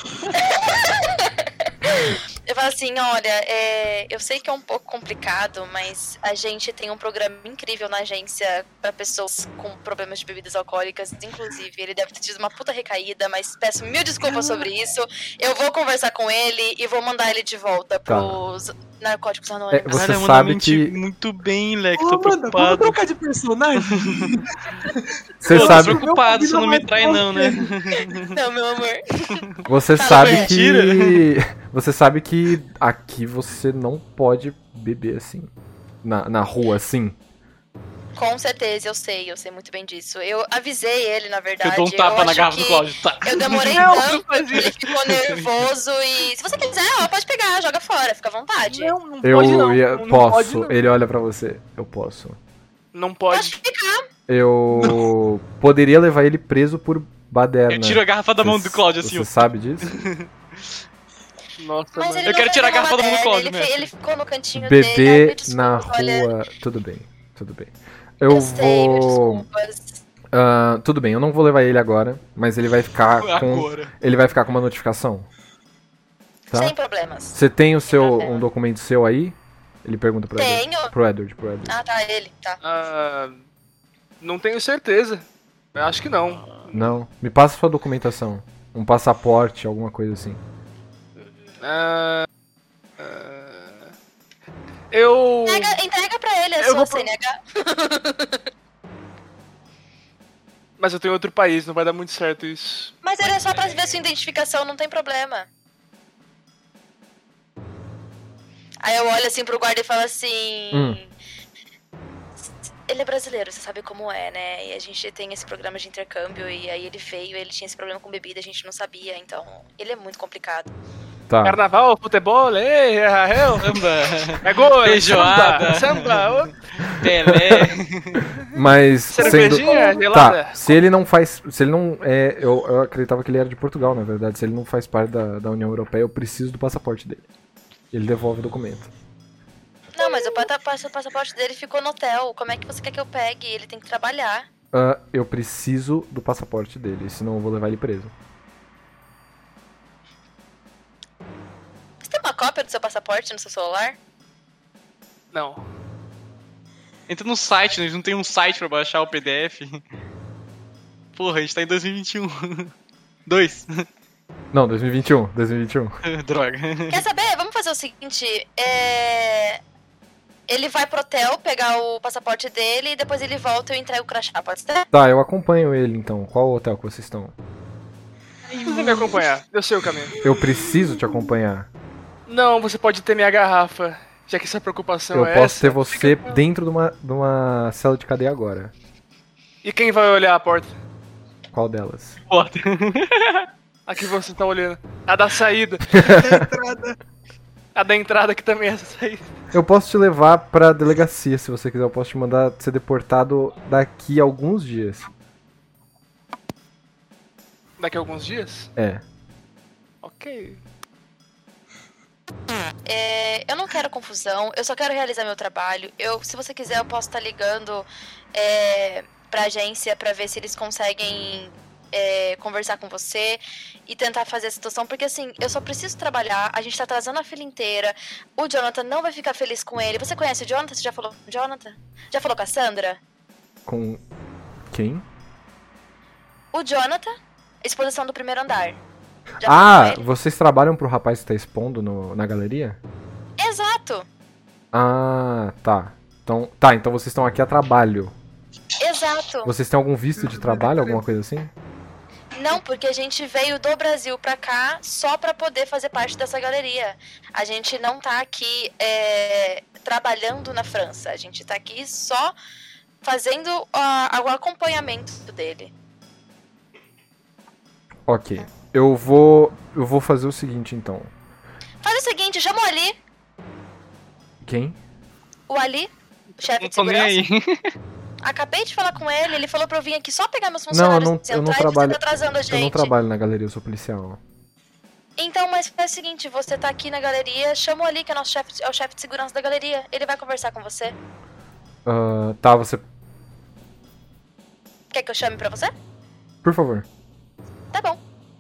Eu falo assim, olha, é, eu sei que é um pouco complicado, mas a gente tem um programa incrível na agência pra pessoas com problemas de bebidas alcoólicas. Inclusive, ele deve ter tido uma puta recaída, mas peço mil desculpas sobre isso. Eu vou conversar com ele e vou mandar ele de volta pros narcóticos anônimos. É, você Cara, manda sabe mente que- muito bem, Leque, Ô, tô Amanda, vamos preocupado. trocar de personagem? Você Pô, sabe, tô preocupado, você não me trai não, né? Não, meu amor. você Fala, sabe mentira. que... Você sabe que aqui você não pode beber assim. Na, na rua, assim. Com certeza, eu sei, eu sei muito bem disso. Eu avisei ele, na Eu verdade. dou um tapa eu na acho garrafa do que Cláudio. Tá. Eu demorei Não, tanto, não faz ele isso. ficou nervoso e... Se você quiser, ó, pode pegar, joga fora, fica à vontade. Não, não Eu pode não. ia- não posso. Pode, não. Ele olha pra você. Eu posso. Não Pode pode. ficar. Eu poderia levar ele preso por baderna. Eu tiro a garrafa da mão do Cláudio, assim, Você ó. sabe disso? Nossa, Mas mano. ele Eu não quero tirar a pegou garrafa do uma mundo Cláudio, dela, ele, mestre. fe- ele ficou no cantinho dele. ai, Beber mil desculpas, na olha. rua. Tudo bem, tudo bem. Eu, Eu sei, mil vou. desculpas. Ah, tudo bem, eu não vou levar ele agora, mas ele vai ficar com. Agora. Ele vai ficar com uma notificação. Tá? Sem problemas. Você tem o seu. problema. um documento seu aí? Ele pergunta pro Edward. Tenho. Pro Edward, pro Edward. Ah, tá, ele. Tá. Ah, não tenho certeza. Eu acho que não. Não. Me passa sua documentação. Um passaporte, alguma coisa assim. Ah, ah, eu. Entrega, entrega pra ele a Eu sua vou pro- C N H. Mas eu tenho outro país, não vai dar muito certo isso. Mas ele é só pra ver sua identificação, não tem problema. Aí eu olho assim pro guarda e falo assim... Hum. Ele é brasileiro, você sabe como é, né? E a gente tem esse programa de intercâmbio e aí ele veio, ele tinha esse problema com bebida, a gente não sabia, então ele é muito complicado. Tá. Carnaval, futebol, ei, é, Samba, é gol, Feijoada. samba, samba, Pelé. Mas sendo... cervejinha gelada. Tá, se ele não faz. Se ele não é. Eu, eu acreditava que ele era de Portugal, na verdade. Se ele não faz parte da, da União Europeia, eu preciso do passaporte dele. Ele devolve o documento. Não, mas o pata- o passaporte dele ficou no hotel, como é que você quer que eu pegue? Ele tem que trabalhar. Ah, eu preciso do passaporte dele, senão eu vou levar ele preso. Você tem uma cópia do seu passaporte no seu celular? Não. Entra no site, né? A gente não tem um site pra baixar o P D F. Porra, a gente tá em dois mil e vinte e um. Dois. Não, dois mil e vinte e um. dois mil e vinte e um. Droga. Quer saber? Vamos fazer o seguinte, é... Ele vai pro hotel pegar o passaporte dele e depois ele volta e eu entrego o crachá, pode ser? Tá, eu acompanho ele então. Qual hotel que vocês estão? Não precisa me acompanhar, eu sei o caminho. Eu preciso te acompanhar. Não, você pode ter minha garrafa, já que essa preocupação Eu é posso essa. ter você dentro de uma, de uma cela de cadeia agora. E quem vai olhar a porta? Qual delas? Porta. A que você tá olhando. A da saída. A da entrada que também é essa saída. Eu posso te levar pra delegacia, se você quiser. Eu posso te mandar ser deportado daqui a alguns dias. Daqui a alguns dias? É. Ok. É, eu não quero confusão, eu só quero realizar meu trabalho. Eu, se você quiser, eu posso estar ligando é, pra agência pra ver se eles conseguem é, conversar com você e tentar fazer a situação. Porque assim, eu só preciso trabalhar, a gente tá atrasando a fila inteira. O Jonathan não vai ficar feliz com ele. Você conhece o Jonathan? Você já falou com o Jonathan? Já falou com a Sandra? Com quem? O Jonathan, exposição do primeiro andar. Já Ah, falou com ele? vocês trabalham pro rapaz que tá expondo no, na galeria? Exato, Ah, tá. Então, tá, então vocês estão aqui a trabalho. exato. Vocês têm algum visto de trabalho, alguma coisa assim? Não, porque a gente veio do Brasil pra cá só pra poder fazer parte dessa galeria. A gente não tá aqui é, trabalhando na França. A gente tá aqui só fazendo a- o acompanhamento dele. Ok. Eu vou. Eu vou fazer o seguinte então. Faz o seguinte, chama o Ali. Quem? O Ali, o chefe Não de tô nem segurança. aí. Acabei de falar com ele, ele falou pra eu vir aqui só pegar meus Não, eu funcionários não, eu não centrais, trabalho. você tá atrasando a gente. Eu não trabalho na galeria, eu sou policial. Então, mas faz o seguinte, você tá aqui na galeria, chama o Ali, que é, nosso chefe, é o chefe de segurança da galeria. Ele vai conversar com você. Ah, tá, você. Quer que eu chame pra você? Por favor. Tá bom.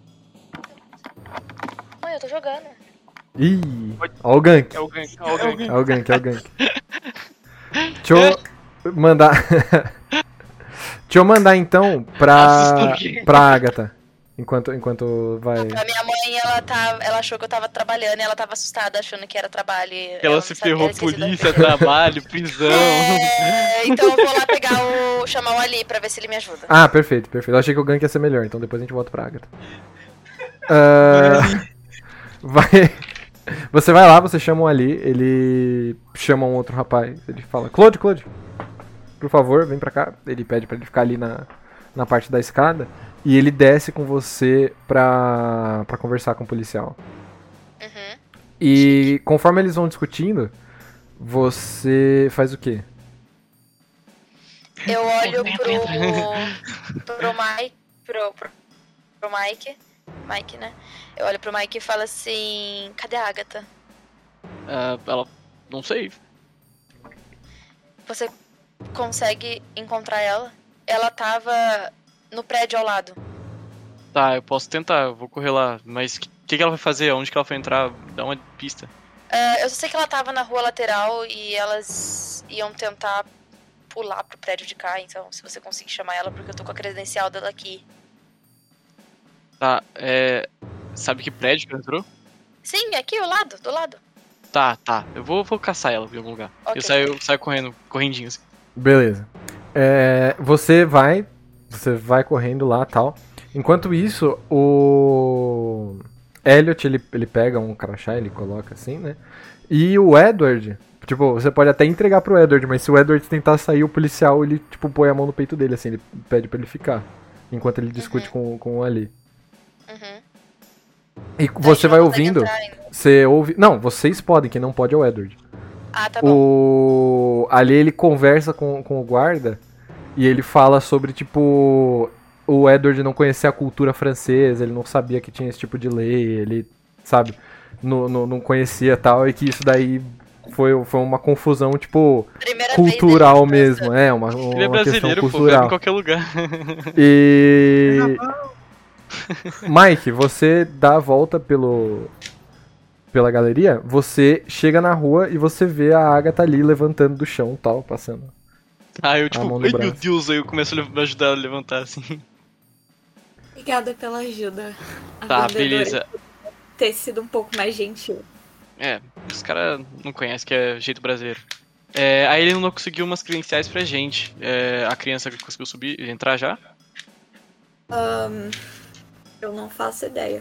Ai, eu tô jogando. Ih! Ó o gank. É o gank. É o gank. É o gank, é o gank. Deixa eu mandar. Deixa eu mandar então pra. Assustou. pra Agatha. Enquanto, enquanto vai. A minha mãe, ela, tá, ela achou que eu tava trabalhando e ela tava assustada, achando que era trabalho. e Ela não se sabia, ferrou, ela esqueceu da- polícia, trabalho, prisão. É, então eu vou lá pegar o. chamar o Ali pra ver se ele me ajuda. Ah, perfeito, perfeito. Eu achei que o gank ia ser melhor, então depois a gente volta pra Agatha. Ah, vai. Você vai lá, você chama um ali, ele chama um outro rapaz, ele fala, Claude, Claude, por favor, vem pra cá. Ele pede pra ele ficar ali na, na parte da escada e ele desce com você pra, pra conversar com o policial. Uhum. E conforme eles vão discutindo, você faz o quê? Eu olho pro. pro Mike. Pro, pro, pro Mike. Mike, né? Eu olho pro Mike e falo assim. Cadê a Agatha? Ah, ela. Não sei. Você consegue encontrar ela? ela tava no prédio ao lado. Tá, eu posso tentar, eu vou correr lá. Mas o que, que ela vai fazer? Onde que ela foi entrar? Dá uma pista. Uh, eu só sei que ela tava na rua lateral e elas iam tentar pular pro prédio de cá. Então, se você conseguir chamar ela, porque eu tô com a credencial dela aqui. Tá, é... Sabe que prédio que ela entrou? Sim, aqui, ao lado, do lado. Tá, tá. Eu vou, vou caçar ela em algum lugar. Ok. Eu saio, eu saio correndo, correndinho assim. Beleza. É, você vai. Você vai correndo lá e tal. Enquanto isso, o Elliot, ele, ele pega um crachá, ele coloca assim, né? E o Edward, tipo, você pode até entregar pro Edward, mas se o Edward tentar sair, o policial, ele, tipo, põe a mão no peito dele, assim, ele pede pra ele ficar. Enquanto ele discute Uhum. com, com o Ali. Uhum. E você A gente vai não consegue ouvindo, entrar ainda. você ouve... Não, vocês podem, quem não pode é o Edward. Ah, tá bom. O... Ali ele conversa com, com o guarda e ele fala sobre, tipo, o Edward não conhecia a cultura francesa, ele não sabia que tinha esse tipo de lei, ele, sabe, não, não, não conhecia tal, e que isso daí foi, foi uma confusão, tipo, Primeira cultural vez dele mesmo, é, uma, Ele é uma questão brasileiro, pô, vai cultural. em qualquer lugar. E... Mike, você dá a volta pelo... pela galeria, você chega na rua e você vê a Agatha ali levantando do chão, tal, passando. Ah, eu A tipo, mão no ai meu braço. Deus, aí eu começo a le- ajudar ela a levantar assim. Obrigada pela ajuda. A Tá, vendedora beleza. ter sido um pouco mais gentil. É, os caras não conhecem que é jeito brasileiro. É, aí ele não conseguiu umas credenciais pra gente. É, a criança conseguiu subir, entrar já? Ahn, eu não faço ideia.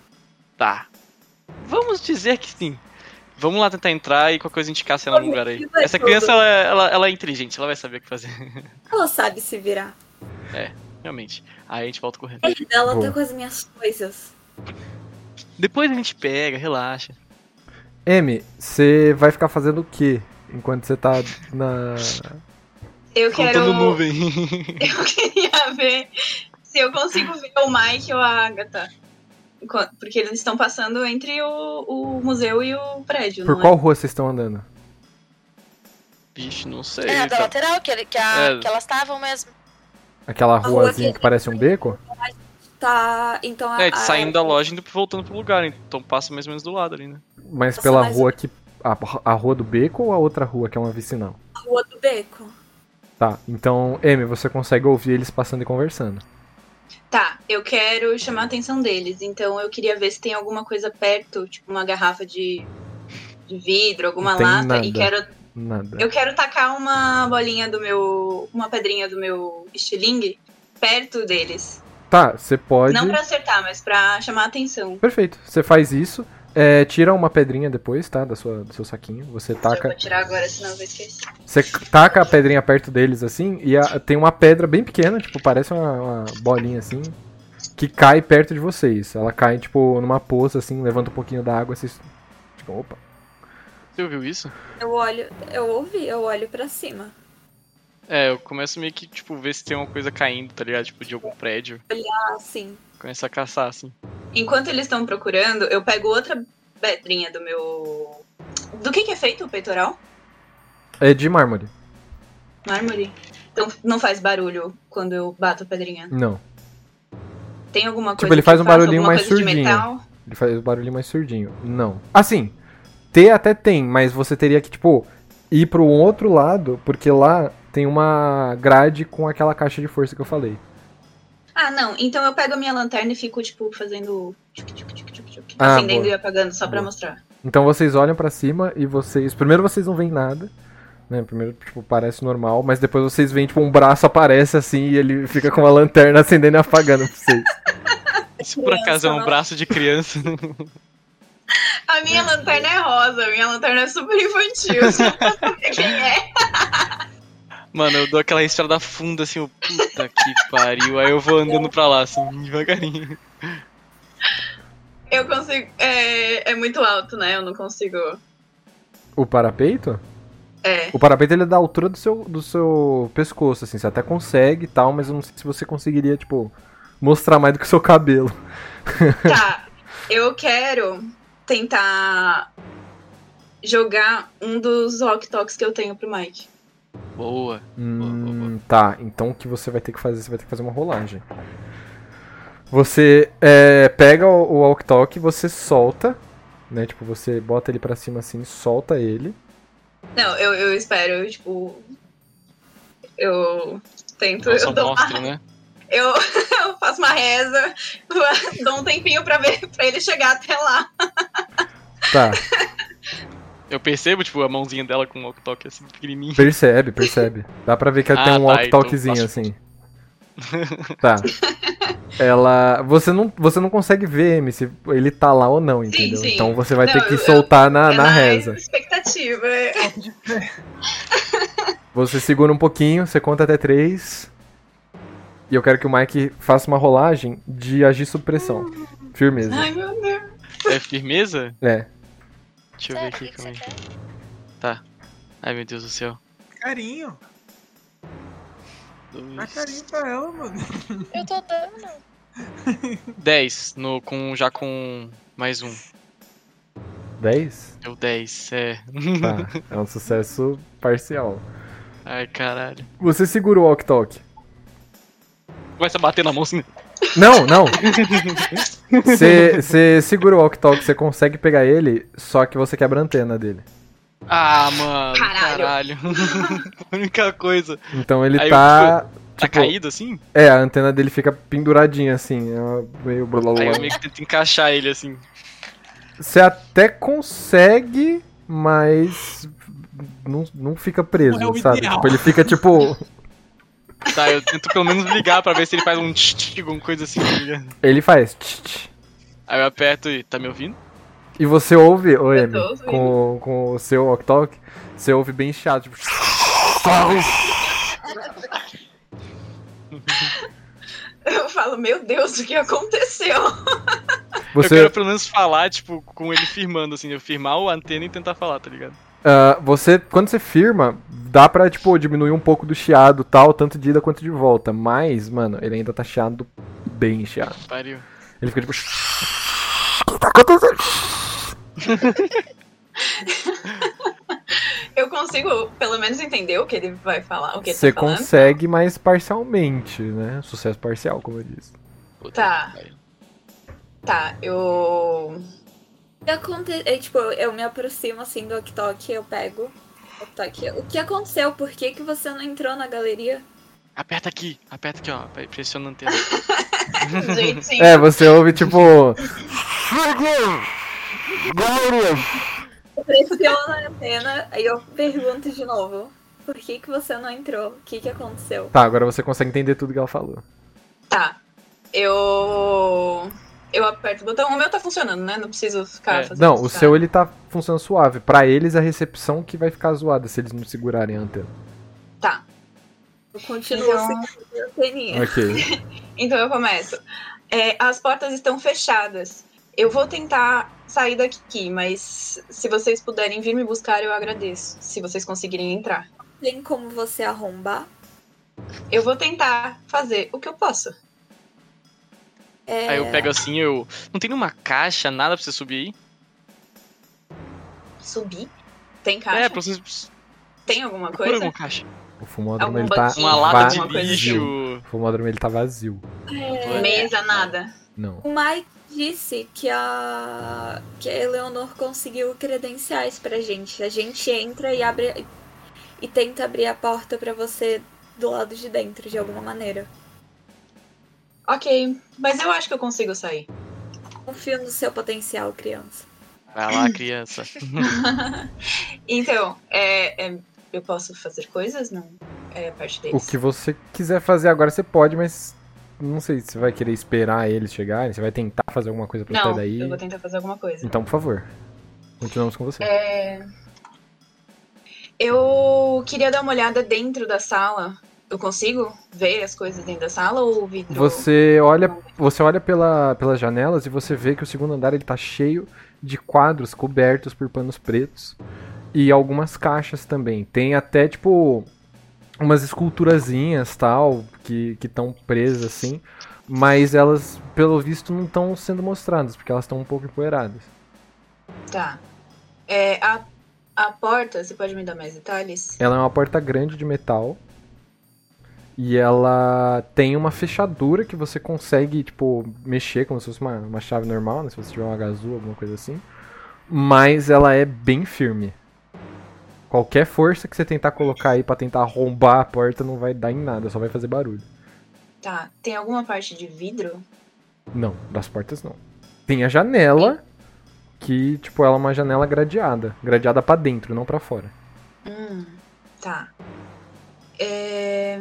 Tá. Vamos dizer que sim. Vamos lá tentar entrar e qualquer coisa indicar se ela no lugar aí. Isso é Essa tudo. criança, ela, é- ela, ela é inteligente, ela vai saber o que fazer. Ela sabe se virar. Realmente. Aí a gente volta correndo. Ela Boa. tá com as minhas coisas. Depois a gente pega, relaxa. M, você vai ficar fazendo o quê enquanto você tá na... Eu quero. Contando nuvem. Eu queria ver se eu consigo ver o Mike ou a Agatha. Enquanto- Porque eles estão passando entre o, o museu e o prédio, Por não qual rua vocês estão andando? Vixe, não sei. É, a da tá- lateral, que, ele- que, a- É. que elas estavam mesmo. Aquela rua ruazinha que- que parece um beco? Tá, então a, É, a- saindo da loja e indo voltando pro lugar, então passa mais ou menos do lado ali, né? Mas Nossa, pela mas- rua que... A, a rua do beco ou a outra rua que é uma vicinal? a rua do beco. Tá, então, M, você consegue ouvir eles passando e conversando. Tá, eu quero chamar a atenção deles. Então eu queria ver se tem alguma coisa perto, tipo uma garrafa de, de vidro, alguma Não tem lata. nada. E quero. Nada. Eu quero tacar uma bolinha do meu. Uma pedrinha do meu estilingue perto deles. Tá, você pode... Não pra acertar, mas pra chamar a atenção. Perfeito, você faz isso. É, tira uma pedrinha depois, tá? Da sua, do seu saquinho. Você Já taca... vou tirar agora, senão eu vou esquecer. Você taca a pedrinha perto deles, assim, e a- tem uma pedra bem pequena, tipo, parece uma, uma bolinha, assim, que cai perto de vocês. Ela cai, tipo, numa poça, assim, levanta um pouquinho da água, vocês... Tipo, opa. Você ouviu isso? Eu olho, eu ouvi, eu olho pra cima. É, eu começo meio que, tipo, ver se tem uma coisa caindo, tá ligado? Tipo, de algum prédio. Assim. Começa a caçar, assim. Enquanto eles estão procurando, eu pego outra pedrinha do meu. Do que, que é feito o peitoral? É de mármore. Mármore. Então não faz barulho quando eu bato a pedrinha. Não. Tem alguma coisa Tipo, ele que faz um faça barulhinho alguma mais coisa de surdinho. metal? Ele faz o barulhinho mais surdinho. Não. Assim, ter até tem, mas você teria que, tipo, ir pro outro lado, porque lá tem uma grade com aquela caixa de força que eu falei. Ah, não. Então eu pego a minha lanterna e fico, tipo, fazendo. tchuc, tchuc, tchuc, tchuc, tchuc, Ah, acendendo boa. e apagando só pra Boa. mostrar. Então vocês olham pra cima e vocês... Primeiro vocês não veem nada, né? Primeiro, tipo, parece normal, mas depois vocês veem, tipo, um braço aparece assim e ele fica com uma lanterna acendendo e apagando pra vocês. Se por acaso é um não. braço de criança. A minha lanterna é rosa, a minha lanterna é super infantil. Só pra saber quem é. Mano, eu dou aquela respirada funda assim, o puta que pariu. Aí eu vou andando pra lá, assim, devagarinho. Eu consigo. É, é muito alto, né? Eu não consigo. O parapeito? É. O parapeito ele é da altura do seu, do seu pescoço, assim. Você até consegue e tal, mas eu não sei se você conseguiria, tipo, mostrar mais do que o seu cabelo. Tá. Eu quero tentar jogar um dos walk talks que eu tenho pro Mike. Boa. Hum, boa, boa, boa. Tá, então o que você vai ter que fazer? Você vai ter que fazer uma rolagem. Você é, pega o, o Walk Talk, você solta, né? Tipo, você bota ele pra cima assim, solta ele. Não, eu, eu espero, eu, tipo. Eu tento. Nossa, eu, dou mostra, uma, né? eu, eu faço uma reza, dou um tempinho pra ver pra ele chegar até lá. Tá, Eu percebo, tipo, a mãozinha dela com o walk talk assim, pequenininho. percebe, percebe. Dá pra ver que ela Ah, tem um tá, Walk então Talkzinho faço- assim. Tá. Ela. Você não, você não consegue ver, M, se ele tá lá ou não, entendeu? sim. Então você vai Não, ter que eu- soltar na, é na mais reza. expectativa. é. Você segura um pouquinho, você conta até três. E eu quero que o Mike faça uma rolagem de agir sob pressão. Firmeza. Ai, meu Deus. É firmeza? É. Deixa eu ver Sério, o aqui, que que calma você aí. quer? Tá. Ai, meu Deus do céu. Carinho. Dá Dois... carinho pra ela, mano. Eu tô dando. dez, no, com, já com mais um. dez? Deu dez, é. Tá. É um sucesso parcial. Ai, caralho. Você segura o Walk Talk. Começa a bater na mão assim. Não, não. Você você segura o Walk Talk, você consegue pegar ele, só que você quebra a antena dele. Ah, mano, Caralho. caralho. A única coisa. Então ele Aí tá. Tá tipo, caído assim? É, a antena dele fica penduradinha assim. É meio blá blá blá. Aí eu meio que tento encaixar ele assim. Você até consegue, mas não, não fica preso, Não é o sabe? ideal. Tipo, ele fica tipo. Tá, eu tento pelo menos ligar pra ver se ele faz um tch, tch, alguma coisa assim, tá ligado? Ele faz. Tch, tch. Aí eu aperto e tá me ouvindo? E você ouve, ô Eu Emi, tô ouvindo. com, com o seu Walk Talk, você ouve bem chato, tipo. Eu falo, meu Deus, o que aconteceu? Eu Você, quero pelo menos falar, tipo, com ele firmando, assim, eu firmar o antena e tentar falar, tá ligado? ah, você, quando você firma, dá pra, tipo, diminuir um pouco do chiado tal, tanto de ida quanto de volta. Mas, mano, ele ainda tá chiado, bem chiado. Pariu. Ele fica tipo. O que tá acontecendo? Eu consigo, pelo menos, entender o que ele vai falar, o que ele Você tá falando. consegue, mas parcialmente, né? Sucesso parcial, como eu disse. Puta Tá. que pariu. Tá, eu. O que aconte... é, tipo, eu me aproximo assim do Walk Talk, eu pego o Walk Talk. O que aconteceu? Por que, que você não entrou na galeria? Aperta aqui, aperta aqui, ó. Pressiona a antena. Jeitinho. É, você ouve tipo. Eu pressiono a antena, aí eu pergunto de novo. Por que, que você não entrou? O que, que aconteceu? Tá, agora você consegue entender tudo que ela falou. Tá. Eu. Eu aperto o botão. O meu tá funcionando, né? Não preciso ficar É. fazendo Não, isso, o tá? seu ele tá funcionando suave. Pra eles a recepção que vai ficar zoada se eles não segurarem a antena. Tá. Eu continuo Então- segurando a anteninha. Ok. Então eu começo. É, as portas estão fechadas. Eu vou tentar sair daqui, mas se vocês puderem vir me buscar, eu agradeço. Se vocês conseguirem entrar. Tem como você arrombar? Eu vou tentar fazer o que eu posso. É... Aí eu pego assim, eu. Não tem nenhuma caixa, nada pra você subir aí? Subir? Tem caixa? É, pra vocês. Tem alguma Procura coisa? alguma caixa. O fumódromo Algum ele tá banquinho, Uma lata de alguma coisa lixo. O fumódromo ele tá vazio. é... Mesa, nada. Não. O Mike disse que a que a Eleonor conseguiu credenciais pra gente. A gente entra e abre e tenta abrir a porta pra você do lado de dentro de alguma maneira. Ok, mas eu acho que eu consigo sair. Confio no seu potencial, criança. Vai lá, criança. Então, é, é, eu posso fazer coisas? Não é parte O deles. que você quiser fazer agora você pode, mas não sei se você vai querer esperar eles chegarem, você vai tentar fazer alguma coisa pra sair Não, daí. eu vou tentar fazer alguma coisa. Então, por favor. Continuamos com você. É... Eu queria dar uma olhada dentro da sala. Eu consigo ver as coisas dentro da sala ou o vidro? Você olha, você olha pela, pelas janelas e você vê que o segundo andar ele tá cheio de quadros cobertos por panos pretos e algumas caixas também. Tem até tipo umas esculturazinhas tal que estão presas assim, mas elas pelo visto não estão sendo mostradas porque elas estão um pouco empoeiradas. Tá. É, a A porta, você pode me dar mais detalhes? Ela é uma porta grande de metal. E ela tem uma fechadura que você consegue, tipo, mexer como se fosse uma, uma chave normal, né? Se você tiver um H azul, alguma coisa assim. Mas ela é bem firme. Qualquer força que você tentar colocar aí pra tentar arrombar a porta não vai dar em nada, só vai fazer barulho. Tá. Tem alguma parte de vidro? Não, das portas não. Tem a janela, que, tipo, ela é uma janela gradeada. Gradeada pra dentro, não pra fora. Hum, tá. É...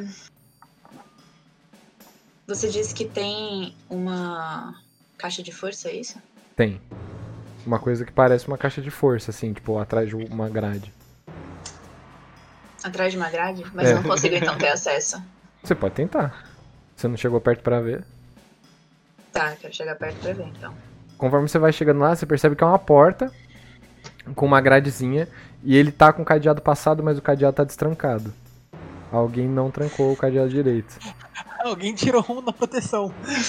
Você disse que tem uma caixa de força, é isso? Tem. Uma coisa que parece uma caixa de força, assim, tipo, atrás de uma grade. Atrás de uma grade? Mas É. eu não consigo então ter acesso. Você pode tentar. Você não chegou perto pra ver. Tá, quero chegar perto pra ver então. Conforme você vai chegando lá, você percebe que é uma porta com uma gradezinha e ele tá com o cadeado passado, mas o cadeado tá destrancado. Alguém não trancou o cadeado direito. Alguém tirou um da proteção.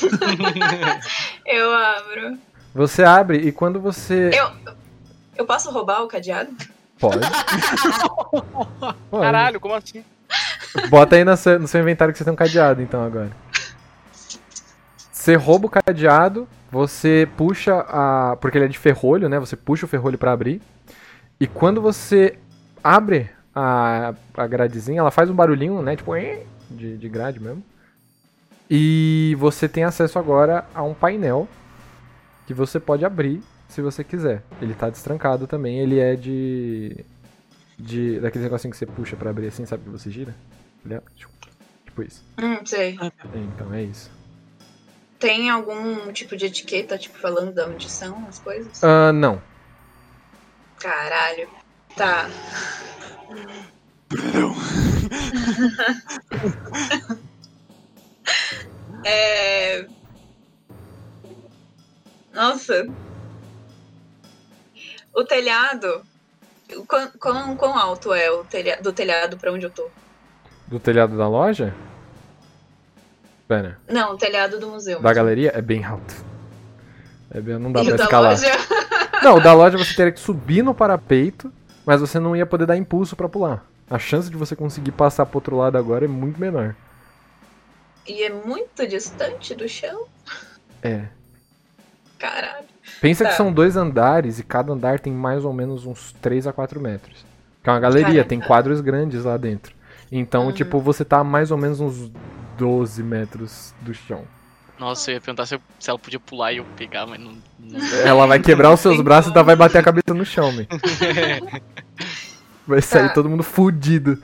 Eu abro. Você abre e quando você... Eu, eu posso roubar o cadeado? Pode. Pode. Caralho, como assim? Bota aí no seu, no seu inventário que você tem um cadeado, então, agora. Você rouba o cadeado, você puxa a... Porque ele é de ferrolho, né? Você puxa o ferrolho pra abrir. E quando você abre a, a gradezinha, ela faz um barulhinho, né? Tipo, de, de grade mesmo. E você tem acesso agora a um painel que você pode abrir se você quiser. Ele tá destrancado também, ele é de... de daquele negocinho que você puxa pra abrir assim, sabe que você gira? Ele é... Tipo isso. Hum, sei. Então é isso. Tem algum tipo de etiqueta, tipo, falando de onde são as coisas? Ah, não. Caralho. Tá. É... Nossa. O telhado... Quão, quão, quão alto é o telha, do telhado pra onde eu tô? Do telhado da loja? Pera. Não, o telhado do museu. Da galeria é bem alto. É bem, não dá E pra o da escalar. loja? Não, o da loja você teria que subir no parapeito, mas você não ia poder dar impulso pra pular. A chance de você conseguir passar pro outro lado agora é muito menor. E é muito distante do chão? É. Caralho. Pensa Tá. que são dois andares e cada andar tem mais ou menos uns três a quatro metros. Que é uma galeria, Caraca. tem quadros grandes lá dentro. Então, Uhum. tipo, você tá a mais ou menos uns doze metros do chão. Nossa, eu ia perguntar se, eu- se ela podia pular e eu pegar, mas não. não... Ela vai quebrar os seus Tem braços e como. ainda vai bater a cabeça no chão, man. Vai sair Tá. todo mundo fudido.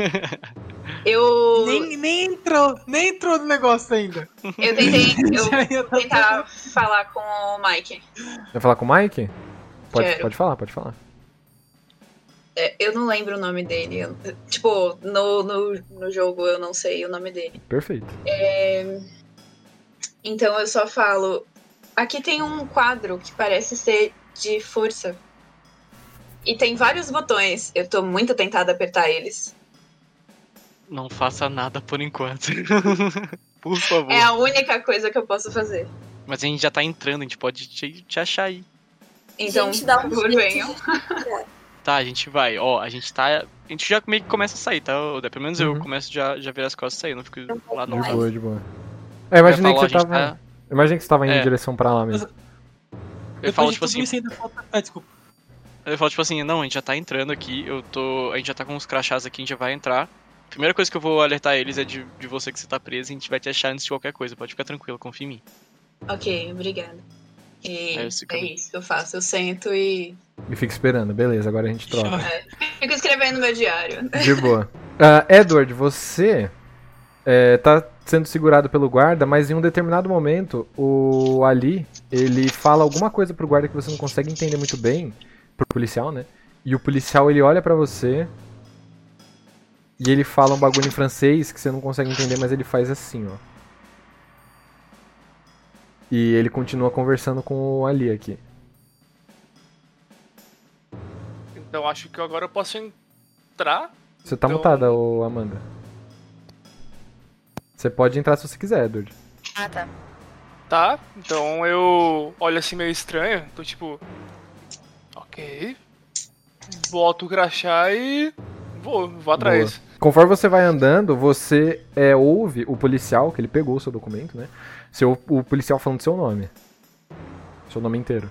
Eu, Nem, nem entrou, nem entrou no negócio ainda. eu tentei eu Já ia vou tá- tentar falar com o Mike. Vai falar com o Mike? Pode, Quero. pode falar, pode falar. É, eu não lembro o nome dele. Eu- tipo, no, no, no jogo eu não sei o nome dele. Perfeito. É, então eu só falo. Aqui tem um quadro que parece ser de força. E tem vários botões. Eu tô muito tentada a apertar eles. Não faça nada por enquanto. Por favor. É a única coisa que eu posso fazer. Mas a gente já tá entrando, a gente pode te, te achar aí. Então, Gente, dá um por favor, jeito venham. Tá, a gente vai. Ó, a gente tá. A gente já meio que começa a sair, tá? Oda? Pelo menos Uhum. eu começo já já ver as costas sair, não fico lá De não. Vai. boa, de boa. É, eu imaginei que falar, você a gente tava. tá- Eu imaginei que você tava indo É. em direção pra lá mesmo. Eu falo, Depois de tipo tudo assim. isso ainda falta... Ah, desculpa. Eu falo, tipo assim, não, a gente já tá entrando aqui, eu tô. A gente já tá com uns crachás aqui, a gente já vai entrar. Primeira coisa que eu vou alertar eles é de, de você que você tá preso e a gente vai te achar antes de qualquer coisa. Pode ficar tranquilo, confia em mim. Ok, obrigada. E É, é, eu sei como- isso que eu faço. Eu sento e E fica esperando, beleza, agora a gente troca. fico escrevendo meu diário. De boa. Ah, Edward, você é, tá sendo segurado pelo guarda, mas em um determinado momento, o Ali, ele fala alguma coisa pro guarda que você não consegue entender muito bem, pro policial, né? E o policial, ele olha pra você e ele fala um bagulho em francês que você não consegue entender, mas ele faz assim, ó. E ele continua conversando com o Ali aqui. Então acho que agora eu posso entrar. Você tá Então- mutada, ô Amanda. Você pode entrar se você quiser, Edward. Ah, tá. Tá, então eu olho assim meio estranho, tô tipo. Ok. boto o crachá e vou, vou atrás. Boa. Conforme você vai andando, você é, ouve o policial, que ele pegou o seu documento, né? Seu, o policial falando seu nome. Seu nome inteiro.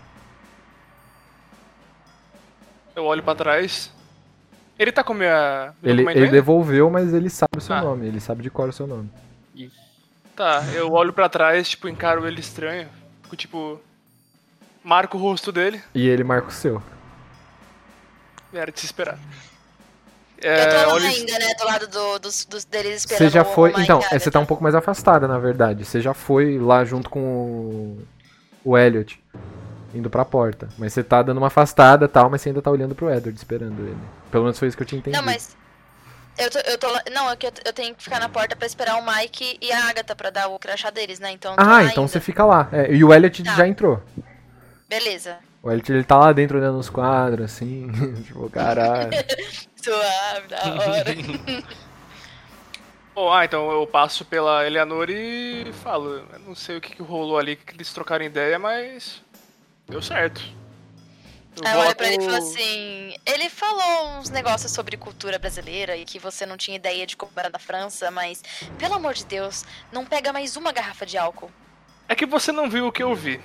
Eu olho pra trás. Ele tá com minha... meu Ele, documento ele ainda? devolveu, mas ele sabe o seu Ah. nome. Ele sabe de cor o seu nome. Tá, eu olho pra trás, tipo, encaro ele estranho. Fico, tipo... Marco o rosto dele. E ele marca o seu. Era de se esperar. Eu É, tô lá olho... ainda, né? Do lado do, dos, dos deles esperando. Você já o- foi... o Mike Então, e a é, você tá um Agatha. pouco mais afastada, na verdade. Você já foi lá junto com o, o Elliot. Indo pra porta. Mas você tá dando uma afastada e tal, mas você ainda tá olhando pro Edward, esperando ele. Pelo menos foi isso que eu tinha entendido. Não, mas. Eu tô, eu tô lá. Não, é que eu, eu tenho que ficar na porta pra esperar o Mike e a Agatha pra dar o crachá deles, né? Então. eu tô Ah, lá então ainda. você fica lá. É, e o Elliot Tá. já entrou. Beleza. O Elliot, ele tá lá dentro olhando os quadros, assim. Tipo, caralho. Suave, da hora. Oh, ah, então eu passo pela Eleanor e falo. Eu não sei o que, que rolou ali, que eles trocaram ideia, mas. Deu certo. Eu Aí eu olho volto- pra ele e falo assim: ele falou uns negócios sobre cultura brasileira e que você não tinha ideia de como era da França, mas, pelo amor de Deus, não pega mais uma garrafa de álcool. É que você não viu o que eu vi.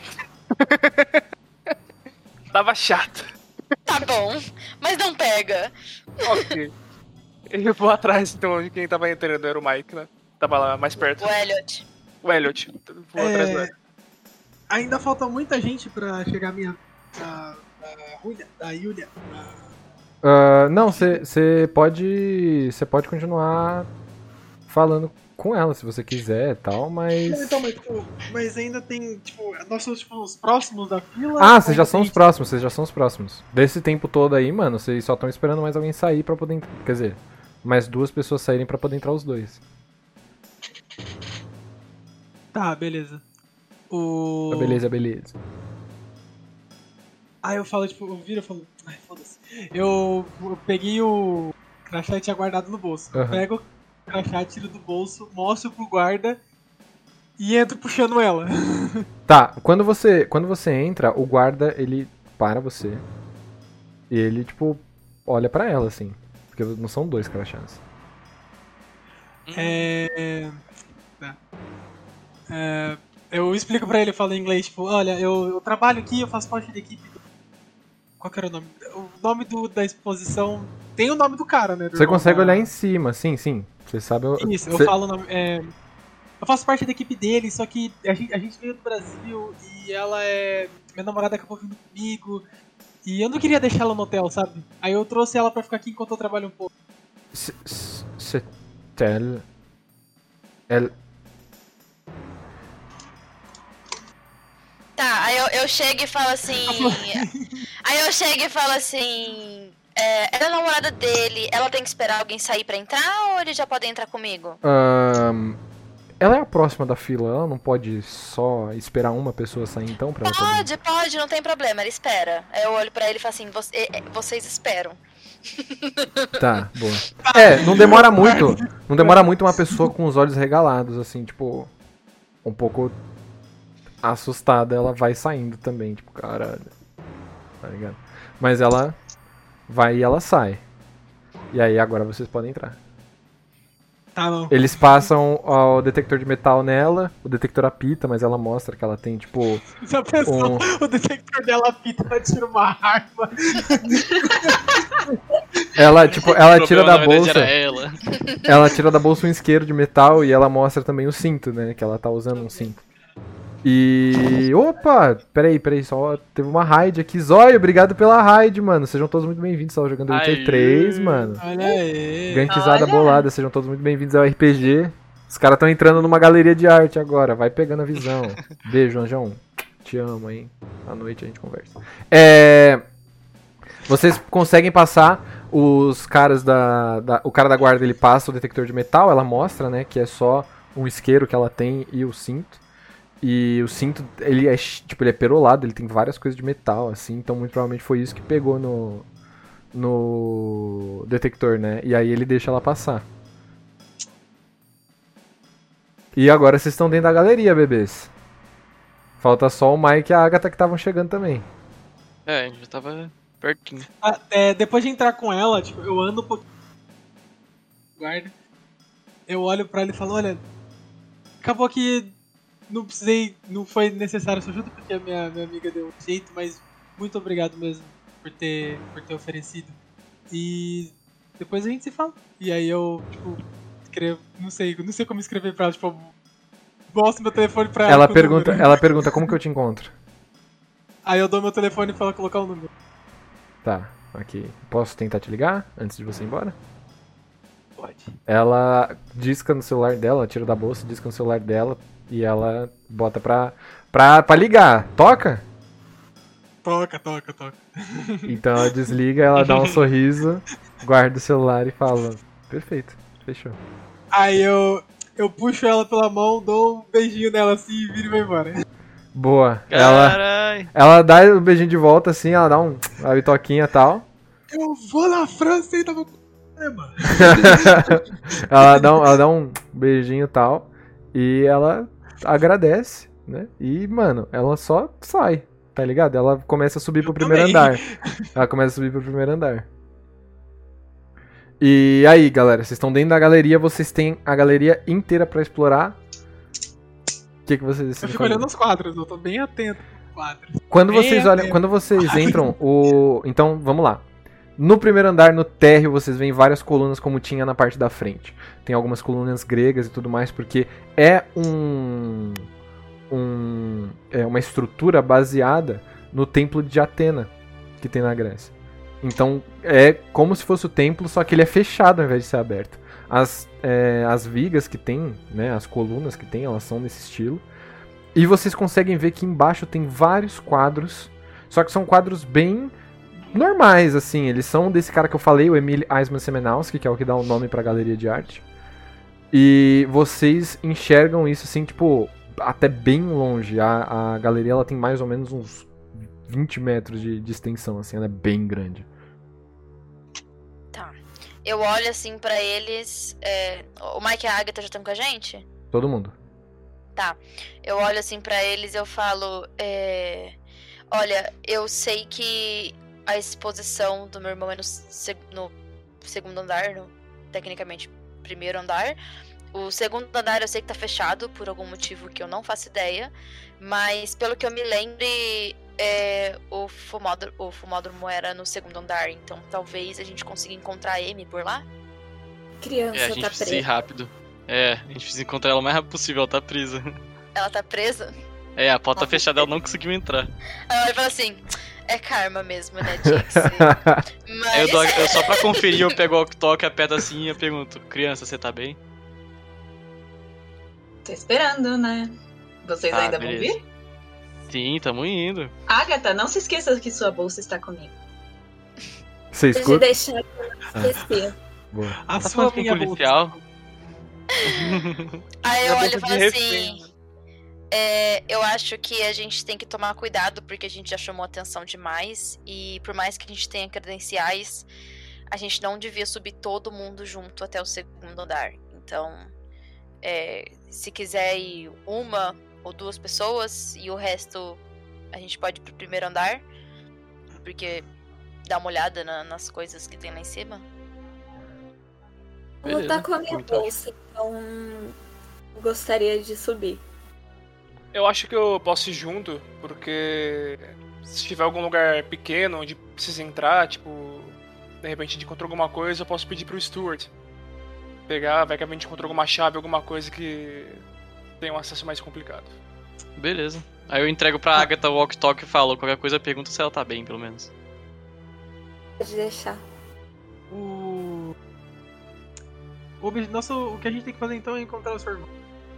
Tava chato. Tá bom, mas não pega. Ok. Eu vou atrás, então, de quem tava entrando era o Mike, né? Tava lá mais perto. O Elliot. O Elliot. Vou atrás É, dele. ainda falta muita gente pra chegar a minha. Da, da Julia, da Yulia. Ah, não, você pode. Você pode continuar falando com ela se você quiser e tal, mas. Então, mas, tipo, mas ainda tem, tipo, nós somos tipo, os próximos da fila. Ah, vocês já ainda são tem, os próximos, vocês já são os próximos. Desse tempo todo aí, mano, vocês só estão esperando mais alguém sair pra poder entrar. Quer dizer, mais duas pessoas saírem pra poder entrar os dois. Tá, beleza. O... Ah, beleza, beleza. Aí eu falo, tipo, eu viro e falo, ai, foda-se. Eu, eu peguei o crachá e tinha guardado no bolso. Eu Aham. pego o crachá, tiro do bolso, mostro pro guarda e entro puxando ela. Tá, quando você, quando você entra, o guarda, ele para você. E ele, tipo, olha pra ela, assim. Porque não são dois crachás. É... Tá. É, eu explico pra ele, eu falo em inglês, tipo, olha, eu, eu trabalho aqui, eu faço parte da equipe do... Qual que era o nome? O nome do, da exposição tem o nome do cara, né? do Você irmão consegue da- olhar em cima, sim, sim. Você sabe... o- Isso, eu você- falo o nome. é, eu faço parte da equipe dele, só que a gente, a gente veio do Brasil e ela é. Minha namorada acabou vindo comigo. E eu não queria deixar ela no hotel, sabe? Aí eu trouxe ela pra ficar aqui enquanto eu trabalho um pouco. c- c- C'est elle... Elle... Tá, aí eu, eu chego e falo assim. Aí eu chego e falo assim. É, ela é namorada dele, ela tem que esperar alguém sair pra entrar ou ele já pode entrar comigo? Ahn, ela é a próxima da fila, ela não pode só esperar uma pessoa sair então pra ela poder... Pode, pode, não tem problema, ele espera. Aí eu olho pra ele e falo assim: "Você- é, é, vocês esperam. Tá, boa. É, não demora muito. Não demora muito uma pessoa com os olhos regalados, assim, tipo, um pouco assustada, ela vai saindo também, tipo, caralho. Tá ligado? Mas ela vai e ela sai. E aí agora vocês podem entrar. Tá bom. Eles passam o detector de metal nela, o detector apita, mas ela mostra que ela tem, tipo, Se a pessoa, um... o detector dela apita, ela tira uma arma. Ela, tipo, ela O tira problema, da na verdade, bolsa. era ela. Ela tira da bolsa um isqueiro de metal e ela mostra também o cinto, né? Que ela tá usando um cinto. E. Opa! Peraí, peraí, só teve uma raid aqui. Zóio, obrigado pela raid, mano. Sejam todos muito bem-vindos. Tava jogando Witcher Aê. três, mano. Olha aí. Gankizada Olha. bolada, sejam todos muito bem-vindos ao R P G. Os caras estão entrando numa galeria de arte agora. Vai pegando a visão. Beijo, Anjão. Te amo, hein? À noite a gente conversa. É. Vocês conseguem passar. Os caras da, da. O cara da guarda ele passa o detector de metal, ela mostra, né? Que é só um isqueiro que ela tem e o cinto. E o cinto, ele é tipo, ele é perolado, ele tem várias coisas de metal, assim, então muito provavelmente foi isso que pegou no. No detector, né? E aí ele deixa ela passar. E agora vocês estão dentro da galeria, bebês. Falta só o Mike e a Agatha que estavam chegando também. É, a gente já tava Pertinho. Ah, é, depois de entrar com ela, tipo, eu ando um pouquinho. Guarda. Eu olho pra ela e falo, olha, acabou que não precisei, não foi necessário sua ajuda porque a minha, minha amiga deu um jeito, mas muito obrigado mesmo por ter, por ter oferecido. E depois a gente se fala. E aí eu, tipo, escrevo, não sei, não sei como escrever pra ela, tipo, mostro meu telefone pra ela. Ela com o pergunta, número. ela pergunta como que eu te encontro. Aí eu dou meu telefone e falo colocar o número. Tá, aqui. Posso tentar te ligar antes de você ir embora? Pode. Ela disca no celular dela, ela tira da bolsa, disca no celular dela e ela bota pra, pra, pra ligar. Toca? Toca, toca, toca. Então ela desliga, ela dá um sorriso, guarda o celular e fala: perfeito, fechou. Aí eu, eu puxo ela pela mão, dou um beijinho nela assim e viro e vou embora. Boa. Ela, Carai. ela dá o beijinho de volta assim, ela dá um a bitoquinha e tal. Eu vou na França e tava com problema. ela, dá um, ela dá um beijinho e tal. E ela agradece, né? E, mano, ela só sai, tá ligado? Ela começa a subir pro primeiro também. andar. Ela começa a subir pro primeiro andar. E aí, galera, vocês estão dentro da galeria, vocês têm a galeria inteira pra explorar. O que, que vocês Eu decidem fico fazer? olhando os quadros, eu tô bem atento nos quadros. Quando Bem vocês olham, atento. quando vocês entram, o então vamos lá. No primeiro andar, no térreo, vocês veem várias colunas como tinha na parte da frente. Tem algumas colunas gregas e tudo mais, porque é um, um é uma estrutura baseada no templo de Atena que tem na Grécia. Então é como se fosse o templo, só que ele é fechado ao invés de ser aberto. As, é, as vigas que tem, né, as colunas que tem, elas são nesse estilo. E vocês conseguem ver que embaixo tem vários quadros, só que são quadros bem normais, assim. Eles são desse cara que eu falei, o Emil Eisman Semenowski, que é o que dá o nome pra galeria de arte. E vocês enxergam isso, assim, tipo, até bem longe. A, a galeria ela tem mais ou menos uns vinte metros de, de extensão, assim, ela é bem grande. Tá. Eu olho assim pra eles. é, O Mike e a Agatha já estão com a gente? Todo mundo. Tá. Eu olho assim pra eles e eu falo. é, Olha, eu sei que a exposição do meu irmão é no, seg- no segundo andar, no, tecnicamente primeiro andar. O segundo andar eu sei que tá fechado por algum motivo que eu não faço ideia. Mas pelo que eu me lembre, é, o, fumódromo, o fumódromo era no segundo andar. Então talvez a gente consiga encontrar a Amy por lá. Criança É, a gente tá precisa ir presa. rápido. É, a gente precisa encontrar ela o mais rápido possível, ela tá presa. Ela tá presa. É, a porta tá Nossa, fechada, ela não conseguiu entrar. Aí eu falo assim, é karma mesmo, né? Tinha que ser. Mas... Aí eu, dou, eu só pra conferir, eu pego o toque, aperto assim e eu pergunto: criança, você tá bem? Tô esperando, né? Vocês Tá, ainda beleza. vão vir? Sim, tamo indo. Agatha, não se esqueça que sua bolsa está comigo. Você De escuta? deixar que eu não esquecia. Boa. A Tá sua falando com minha o policial? bolsa. Aí eu Minha olho e bolsa falo de assim. refém. é, eu acho que a gente tem que tomar cuidado porque a gente já chamou atenção demais. E por mais que a gente tenha credenciais, a gente não devia subir todo mundo junto até o segundo andar. Então, é, se quiser ir uma ou duas pessoas e o resto a gente pode ir pro primeiro andar. Porque dá uma olhada na- nas coisas que tem lá em cima. Vou Beleza, lutar com a minha muito ótimo. bolsa, então gostaria de subir. Eu acho que eu posso ir junto, porque se tiver algum lugar pequeno onde precisa entrar, tipo, de repente a gente encontrou alguma coisa, eu posso pedir pro Stuart pegar, vai que a gente encontrou alguma chave, alguma coisa que tem um acesso mais complicado. Beleza. Aí eu entrego pra Agatha o walk-talk e falo: qualquer coisa pergunta se ela tá bem, pelo menos. Pode deixar. O... O, obje- nosso, o que a gente tem que fazer então é encontrar o seu irmão.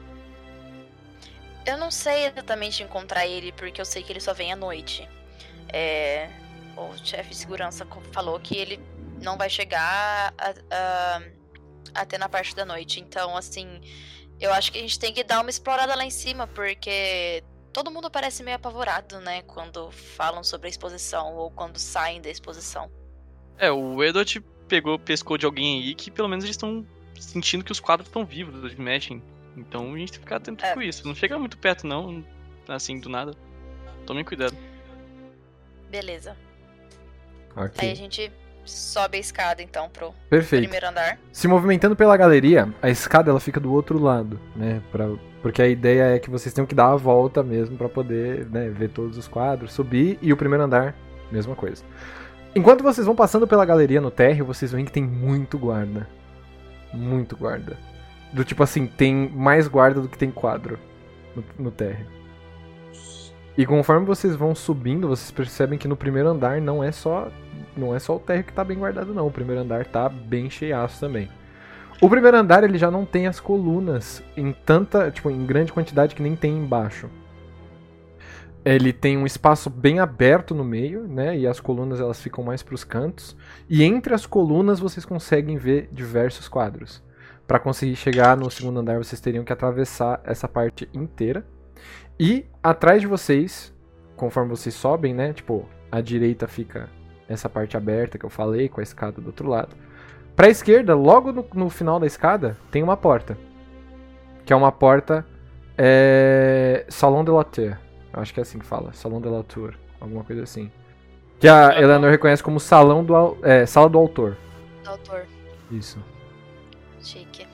Eu não sei exatamente encontrar ele, porque eu sei que ele só vem à noite. É, o chefe de segurança co- falou que ele não vai chegar a- a- até na parte da noite. Então, assim, eu acho que a gente tem que dar uma explorada lá em cima, porque todo mundo parece meio apavorado, né? Quando falam sobre a exposição ou quando saem da exposição. É, o Edward pegou, pescou de alguém aí que pelo menos eles estão sentindo que os quadros estão vivos, eles mexem. Então a gente tem que ficar atento É. com isso. Não chega muito perto não, assim, do nada. Tomem cuidado. Beleza. Ok. Aí a gente sobe a escada, então, pro Perfeito. primeiro andar. Se movimentando pela galeria, a escada ela fica do outro lado, né? Pra, porque a ideia é que vocês tenham que dar a volta mesmo pra poder, né, ver todos os quadros, subir, e o primeiro andar, mesma coisa. Enquanto vocês vão passando pela galeria no térreo, vocês veem que tem muito guarda. Muito guarda. Do tipo assim, tem mais guarda do que tem quadro no, no térreo. E conforme vocês vão subindo, vocês percebem que no primeiro andar não é só não é só o térreo que tá bem guardado, não. O primeiro andar tá bem cheiaço também. O primeiro andar ele já não tem as colunas em tanta, tipo, em grande quantidade que nem tem embaixo. Ele tem um espaço bem aberto no meio, né? E as colunas elas ficam mais pros cantos. E entre as colunas vocês conseguem ver diversos quadros. Para conseguir chegar no segundo andar, vocês teriam que atravessar essa parte inteira. E atrás de vocês, conforme vocês sobem, né? Tipo, à direita fica essa parte aberta que eu falei, com a escada do outro lado. Pra esquerda, logo no, no final da escada, tem uma porta. Que é uma porta... É... Salon de la Terre. Eu acho que é assim que fala. Salon de la Tour. Alguma coisa assim. Que a Eleanor reconhece como salão do, au- é, sala do autor. Do autor. Isso. Chique.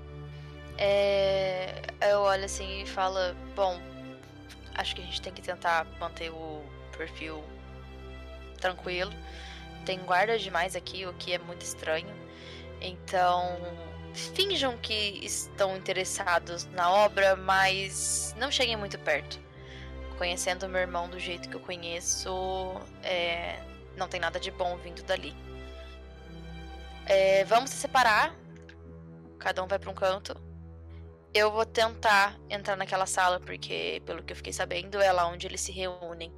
É, eu olho assim e falo, bom, acho que a gente tem que tentar manter o perfil tranquilo. Tem guarda demais aqui, o que é muito estranho. Então, finjam que estão interessados na obra, mas não cheguem muito perto. Conhecendo meu irmão do jeito que eu conheço, é, não tem nada de bom vindo dali. É, vamos se separar. Cada um vai para um canto. Eu vou tentar entrar naquela sala, porque, pelo que eu fiquei sabendo, é lá onde eles se reúnem.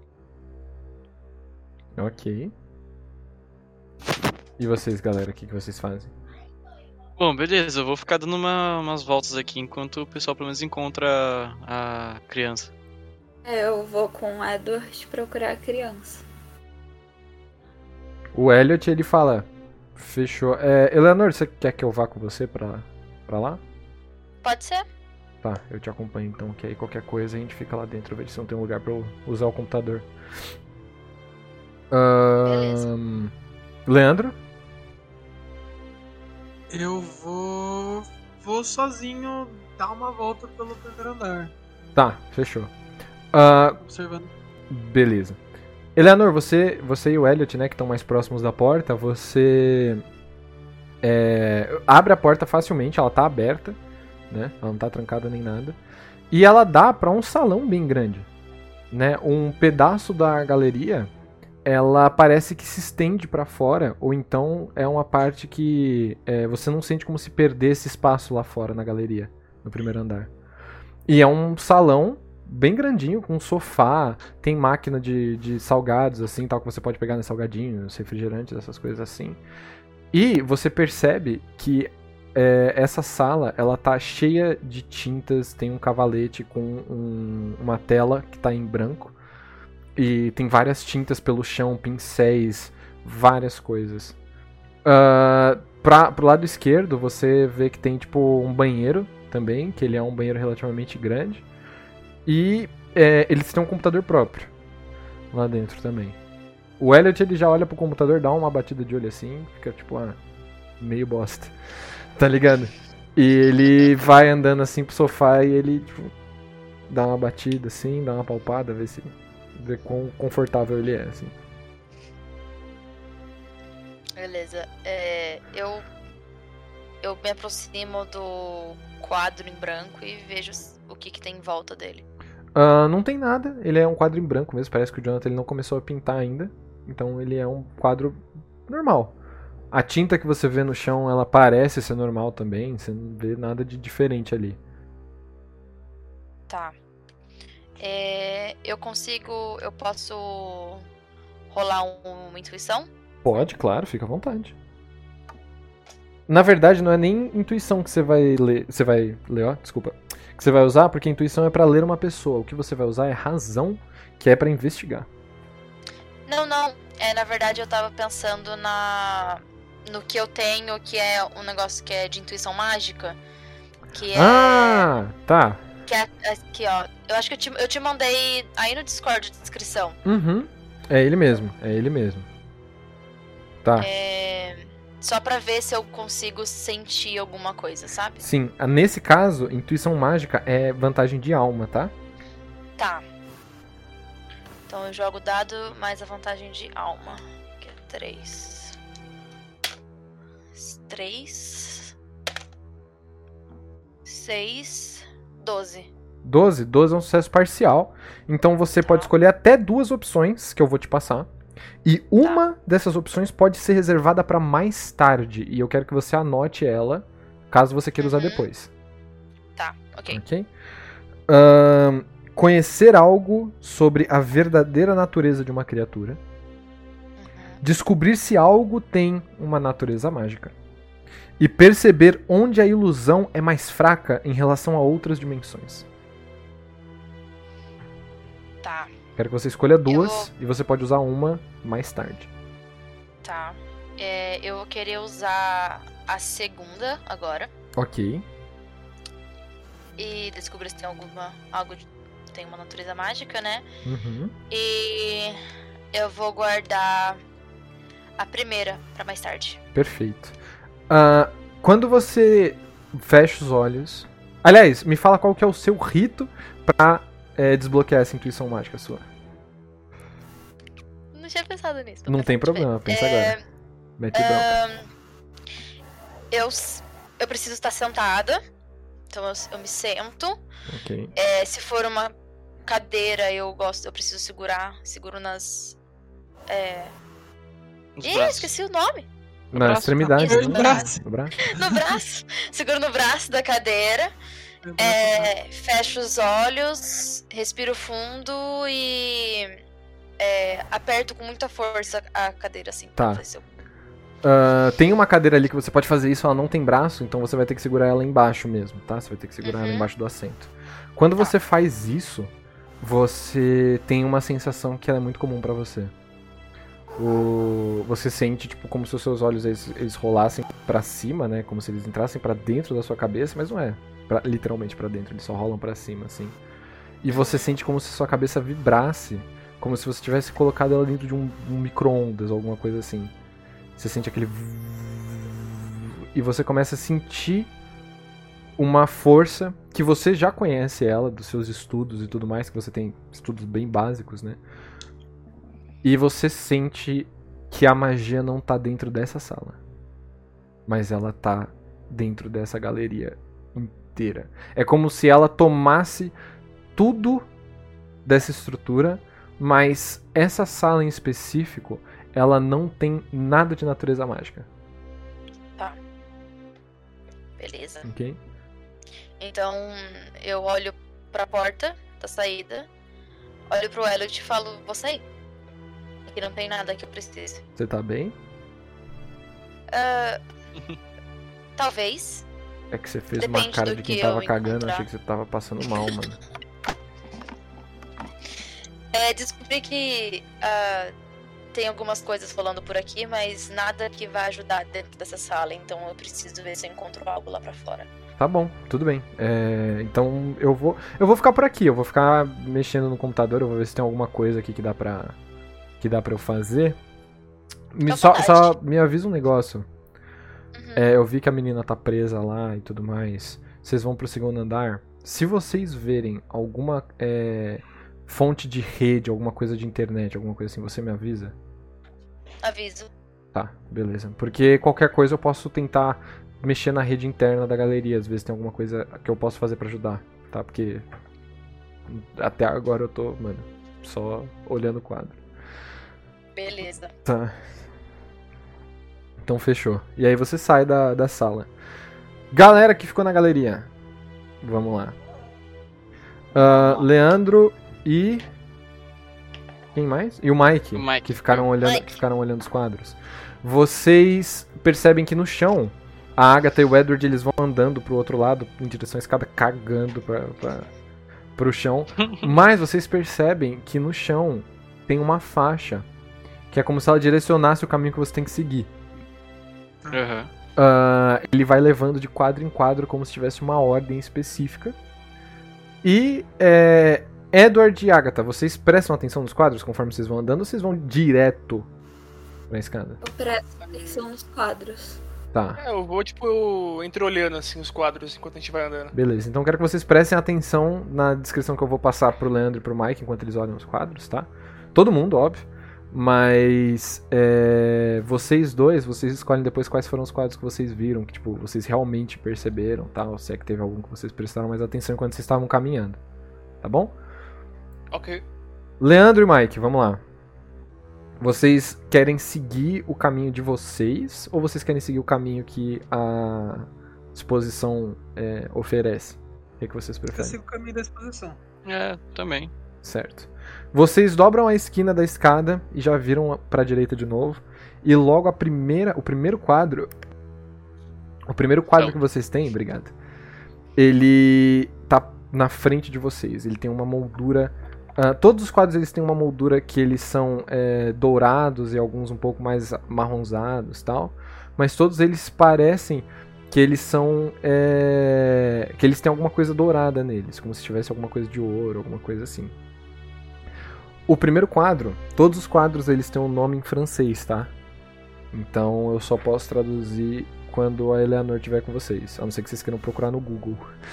Ok. E vocês, galera, o que, que vocês fazem? Bom, beleza, eu vou ficar dando uma- umas voltas aqui enquanto o pessoal pelo menos encontra a criança. Eu vou com o Edward procurar a criança. O Elliot, ele fala... Fechou. É, Eleanor, você quer que eu vá com você pra, pra lá? Pode ser? Tá, eu te acompanho então, que aí qualquer coisa a gente fica lá dentro, ver se não tem um lugar pra eu usar o computador. Ahn, Leandro? Eu vou. Vou sozinho dar uma volta pelo primeiro andar. Tá, fechou. Ah, Observando. beleza. Eleanor, você, você e o Elliot, né, que estão mais próximos da porta, você é, abre a porta facilmente, ela tá aberta, né, ela não tá trancada nem nada, e ela dá pra um salão bem grande, né, um pedaço da galeria, ela parece que se estende pra fora, ou então é uma parte que é, você não sente como se perdesse espaço lá fora na galeria, no primeiro andar. E é um salão bem grandinho, com sofá, tem máquina de, de salgados, assim, tal, que você pode pegar nos salgadinhos, refrigerantes, essas coisas assim. E você percebe que é, essa sala, ela tá cheia de tintas, tem um cavalete com um, uma tela que tá em branco, e tem várias tintas pelo chão, pincéis, várias coisas. Uh, pra, pro lado esquerdo, você vê que tem, tipo, um banheiro também, que ele é um banheiro relativamente grande. E é, eles têm um computador próprio lá dentro também. O Elliot, ele já olha pro computador, dá uma batida de olho assim, fica tipo, ah, meio bosta, tá ligado? E ele vai andando assim pro sofá e ele tipo, dá uma batida assim, dá uma palpada, vê se vê quão confortável ele é, assim. Beleza. É, eu, eu me aproximo do quadro em branco e vejo o que, que tem em volta dele. Uh, não tem nada, ele é um quadro em branco mesmo, parece que o Jonathan ele não começou a pintar ainda, então ele é um quadro normal. A tinta que você vê no chão, ela parece ser normal também, você não vê nada de diferente ali. Tá. É, eu consigo. Eu posso rolar um- uma intuição? Pode, claro, fica à vontade. Na verdade, não é nem intuição que você vai ler, você vai ler, ó, desculpa, que você vai usar, porque intuição é pra ler uma pessoa. O que você vai usar é razão, que é pra investigar. Não, não. É, na verdade, eu tava pensando na no que eu tenho, que é um negócio que é de intuição mágica. Que é. Ah, tá. Que é aqui, ó. Eu acho que eu te, eu te mandei aí no Discord a descrição. Uhum. É ele mesmo, é ele mesmo. Tá. É, só pra ver se eu consigo sentir alguma coisa, sabe? Sim, ah, nesse caso, intuição mágica é vantagem de alma, tá? Tá. Então eu jogo dado mais a vantagem de alma. Que é três. três. seis. doze. doze? doze é um sucesso parcial. Então você pode escolher até duas opções que eu vou te passar. E uma tá. dessas opções pode ser reservada pra mais tarde. E eu quero que você anote ela, caso você queira usar Uhum. depois. Tá, ok. Ok? Ahn, conhecer algo sobre a verdadeira natureza de uma criatura. Uhum. Descobrir se algo tem uma natureza mágica. E perceber onde a ilusão é mais fraca em relação a outras dimensões. Tá, Quero que você escolha duas vou- e você pode usar uma mais tarde. tá. É, eu vou querer usar a segunda agora. Ok. E descobrir se tem alguma. Algo de. Tem uma natureza mágica, né? Uhum. E eu vou guardar a primeira pra mais tarde. Perfeito. Ah, quando você fecha os olhos... Aliás, me fala qual que é o seu rito pra é, desbloquear essa intuição mágica sua. Não tinha pensado nisso. Não tem problema, pensa agora. Mete bronca. Ahn, eu, s- eu preciso estar sentada. Então eu, s- eu me sento. Ok. É, se for uma cadeira, eu gosto, eu preciso segurar. Seguro nas. É... Os Ih, braços. esqueci o nome. Na braço. extremidade, Isso, né? no braço. No braço? No braço. Seguro no braço da cadeira. É, fecho os olhos, respiro fundo e é, aperto com muita força a cadeira assim. Tá. pra ver se eu- Ah, tem uma cadeira ali que você pode fazer isso, ela não tem braço, então você vai ter que segurar ela embaixo mesmo, tá? Você vai ter que segurar ela Uhum. embaixo do assento. Quando Tá. você faz isso, você tem uma sensação que ela é muito comum pra você. O... Você sente, tipo, como se os seus olhos eles, eles rolassem pra cima, né? Como se eles entrassem pra dentro da sua cabeça, mas não é pra- literalmente pra dentro, eles só rolam pra cima, assim. E você sente como se sua cabeça vibrasse, como se você tivesse colocado ela dentro de um, um micro-ondas ou alguma coisa assim. Você sente aquele... E você começa a sentir uma força que você já conhece ela, dos seus estudos e tudo mais, que você tem estudos bem básicos, né? E você sente que a magia não tá dentro dessa sala. Mas ela tá dentro dessa galeria inteira. É como se ela tomasse tudo dessa estrutura, mas essa sala em específico, ela não tem nada de natureza mágica, Beleza. ok? Então eu olho pra porta da saída, olho pro Elliot e falo, vou sair. Aqui não tem nada que eu precise. Você tá bem? Ah, talvez. É que você fez Depende uma cara do de quem que tava eu cagando, encontrar. achei que você tava passando mal, mano. É, descobri que ah, tem algumas coisas falando por aqui, mas nada que vai ajudar dentro dessa sala. Então eu preciso ver se eu encontro algo lá pra fora. Tá bom, tudo bem. É, então eu vou. Eu vou ficar por aqui, eu vou ficar mexendo no computador, eu vou ver se tem alguma coisa aqui que dá pra. Que dá pra eu fazer. Me, Fica à só, vontade. só me avisa um negócio. Uhum. É, eu vi que a menina tá presa lá e tudo mais. Vocês vão pro segundo andar. Se vocês verem alguma é, fonte de rede, alguma coisa de internet, alguma coisa assim, você me avisa? Aviso. Tá, beleza. Porque qualquer coisa eu posso tentar mexer na rede interna da galeria. Às vezes tem alguma coisa que eu posso fazer pra ajudar, tá? Porque até agora eu tô, mano, só olhando o quadro. Beleza. Tá. Então fechou. E aí você sai da, da sala. Galera que ficou na galeria. Vamos lá. Ah, Leandro e... Quem mais? E o Mike. O Mike. Que ficaram olhando, Mike. que ficaram olhando os quadros. Vocês percebem que no chão, a Agatha e o Edward eles vão andando pro outro lado, em direção à escada, cagando pra, pra, pro chão. Mas vocês percebem que no chão tem uma faixa, que é como se ela direcionasse o caminho que você tem que seguir. Aham. Ah, ele vai levando de quadro em quadro como se tivesse uma ordem específica. E é, Edward e Agatha, vocês prestam atenção nos quadros conforme vocês vão andando ou vocês vão direto pra escada. Eu presto atenção nos quadros. Tá. É, eu vou, tipo, entreolhando, assim, os quadros enquanto a gente vai andando. Beleza, então eu quero que vocês prestem atenção na descrição que eu vou passar pro Leandro e pro Mike enquanto eles olham os quadros, tá? Todo mundo, óbvio. Mas é, vocês dois, vocês escolhem depois quais foram os quadros que vocês viram, que tipo, vocês realmente perceberam, tá? Ou se é que teve algum que vocês prestaram mais atenção enquanto vocês estavam caminhando. Tá bom? Ok. Leandro e Mike, vamos lá. Vocês querem seguir o caminho de vocês ou vocês querem seguir o caminho que a exposição é, oferece? O que, é que vocês Eu preferem? sigo o caminho da exposição. É, também. Certo. Vocês dobram a esquina da escada e já viram pra direita de novo. E logo a primeira, o primeiro quadro, o primeiro quadro Não. que vocês têm, obrigado, ele tá na frente de vocês. Ele tem uma moldura. Uh, todos os quadros eles têm uma moldura que eles são é, dourados e alguns um pouco mais marronzados, tal. Mas todos eles parecem que eles são é, que eles têm alguma coisa dourada neles, como se tivesse alguma coisa de ouro, alguma coisa assim. O primeiro quadro, todos os quadros eles têm um nome em francês, tá? Então eu só posso traduzir quando a Eleanor estiver com vocês, a não ser que vocês queiram procurar no Google.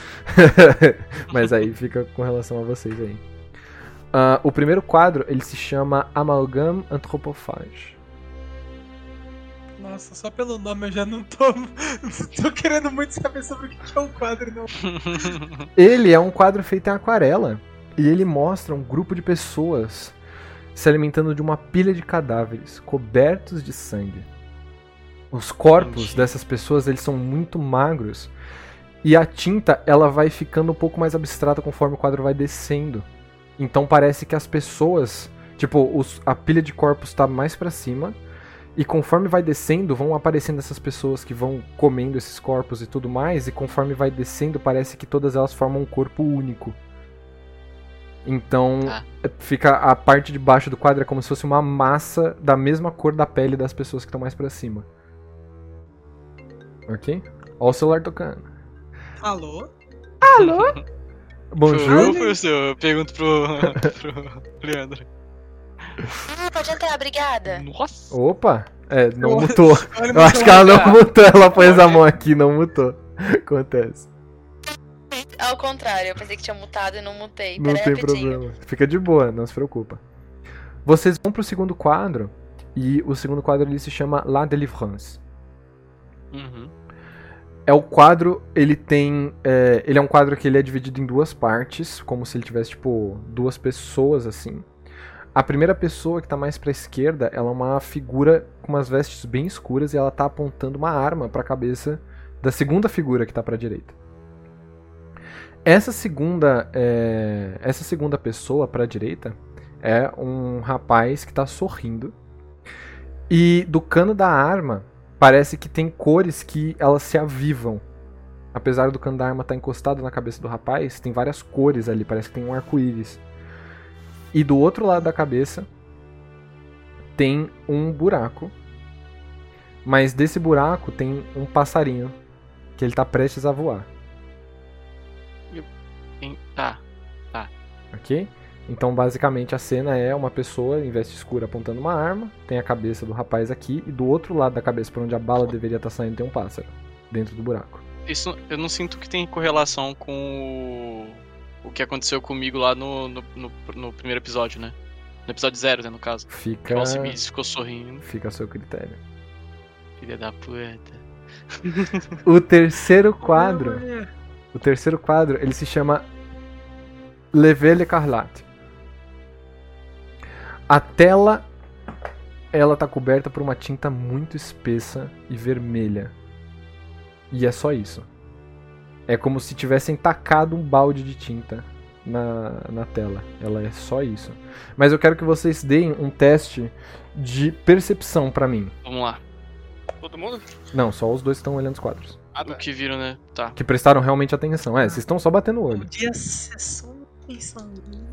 Mas aí fica com relação a vocês aí. Uh, o primeiro quadro, ele se chama Amalgame Anthropophage. Nossa, só pelo nome eu já não tô, não tô querendo muito saber sobre o que é um quadro, não. Ele é um quadro feito em aquarela. E ele mostra um grupo de pessoas se alimentando de uma pilha de cadáveres cobertos de sangue. Os corpos Entendi. dessas pessoas, eles são muito magros. E a tinta, ela vai ficando um pouco mais abstrata conforme o quadro vai descendo. Então parece que as pessoas... Tipo, os, a pilha de corpos tá mais pra cima. E conforme vai descendo, vão aparecendo essas pessoas que vão comendo esses corpos e tudo mais. E conforme vai descendo, parece que todas elas formam um corpo único. Então, Ah. fica a parte de baixo do quadro é como se fosse uma massa da mesma cor da pele das pessoas que estão mais pra cima. Ok? Ó o celular tocando. Alô? Bonjour. Professor, eu pergunto pro, pro Leandro. Ah, pode entrar, obrigada. Nossa! Opa! É, não mutou. Olha Eu meu acho que ela celular. não mutou, ela pôs a mão aqui, não mutou. Acontece. Ao contrário, eu pensei que tinha mutado e não mutei. Não Pera aí tem rapidinho. problema. Fica de boa, não se preocupa. Vocês vão pro segundo quadro, e o segundo quadro ele se chama La Délivrance. Uhum. É o quadro, ele tem... É, ele é um quadro que ele é dividido em duas partes, como se ele tivesse, tipo, duas pessoas, assim. A primeira pessoa, que tá mais pra esquerda, ela é uma figura com umas vestes bem escuras e ela tá apontando uma arma pra cabeça da segunda figura que tá pra direita. Essa segunda, é, essa segunda pessoa pra direita é um rapaz que tá sorrindo. E do cano da arma, parece que tem cores que elas se avivam. Apesar do cano da arma estar encostado na cabeça do rapaz, tem várias cores ali, parece que tem um arco-íris. E do outro lado da cabeça tem um buraco. Mas desse buraco tem um passarinho que ele tá prestes a voar. Em- Tá. Ok? Então, basicamente, a cena é uma pessoa em veste escura apontando uma arma, tem a cabeça do rapaz aqui, e do outro lado da cabeça, por onde a bala deveria estar saindo, tem um pássaro, dentro do buraco. Isso eu não sinto que tem correlação com o, o que aconteceu comigo lá no, no, no, no primeiro episódio, né? No episódio zero, né, no caso. Que Fica, o Alcibiades ficou sorrindo. fica a seu critério. Filha da puta. O terceiro quadro, o terceiro quadro, ele se chama Le Velle Écarlate. A tela, ela tá coberta por uma tinta muito espessa e vermelha. E é só isso. É como se tivessem tacado um balde de tinta na, na tela. Ela é só isso. Mas eu quero que vocês deem um teste de percepção pra mim. Vamos lá. Todo mundo? Não, só os dois que estão olhando os quadros. Ah, O tá. que viram, né? Tá. Que prestaram realmente atenção. É, vocês estão só batendo o olho. Podia ser só uma atenção.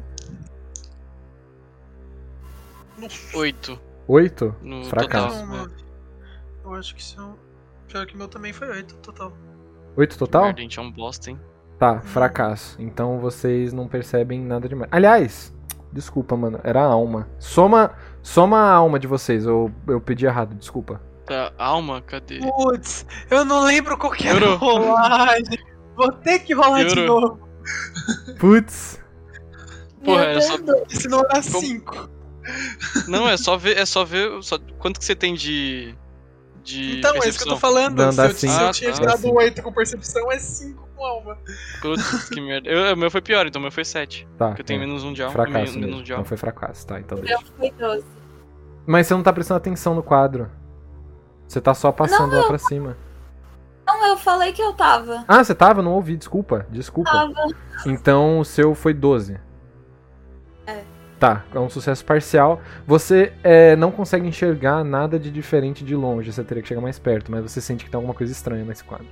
Oito Oito? no Fracasso. total. Não, né? eu acho que são. Pior que o meu também foi oito total. Oito total? Merda, a gente é um bosta, hein? Tá, fracasso. Então vocês não percebem nada demais. Aliás, Desculpa, mano. Era a alma. Soma, soma a alma de vocês. Eu, eu pedi errado, desculpa. Tá, alma, cadê? Putz, eu não lembro qual que era a Piorou. rolagem. Vou ter que rolar de Piorou. novo. Putz. Porra, Meu é só- Deus. Senão era Como- cinco. Não, é só ver, é só ver só- quanto que você tem de. De Então, é isso que eu percepção. tô falando. Não, se dá eu, se cinco. eu Ah, tinha tá. tirado Dá cinco. oito com percepção, é cinco com alma. Putz, que merda. Eu- O meu foi pior, então o meu foi sete. Tá. Porque eu tenho é. menos um de alma. Fracasso menos, mesmo. menos um de Não alma. foi fracasso, tá? Então O deixa. meu foi doze. Mas você não tá prestando atenção no quadro. Você tá só passando lá pra cima. Não, eu falei que eu tava. Ah, você tava? Não ouvi, desculpa. Desculpa. Tava. Então o seu foi doze. É. Tá, é um sucesso parcial. Você é, não consegue enxergar nada de diferente de longe. Você teria que chegar mais perto, mas você sente que tem alguma coisa estranha nesse quadro.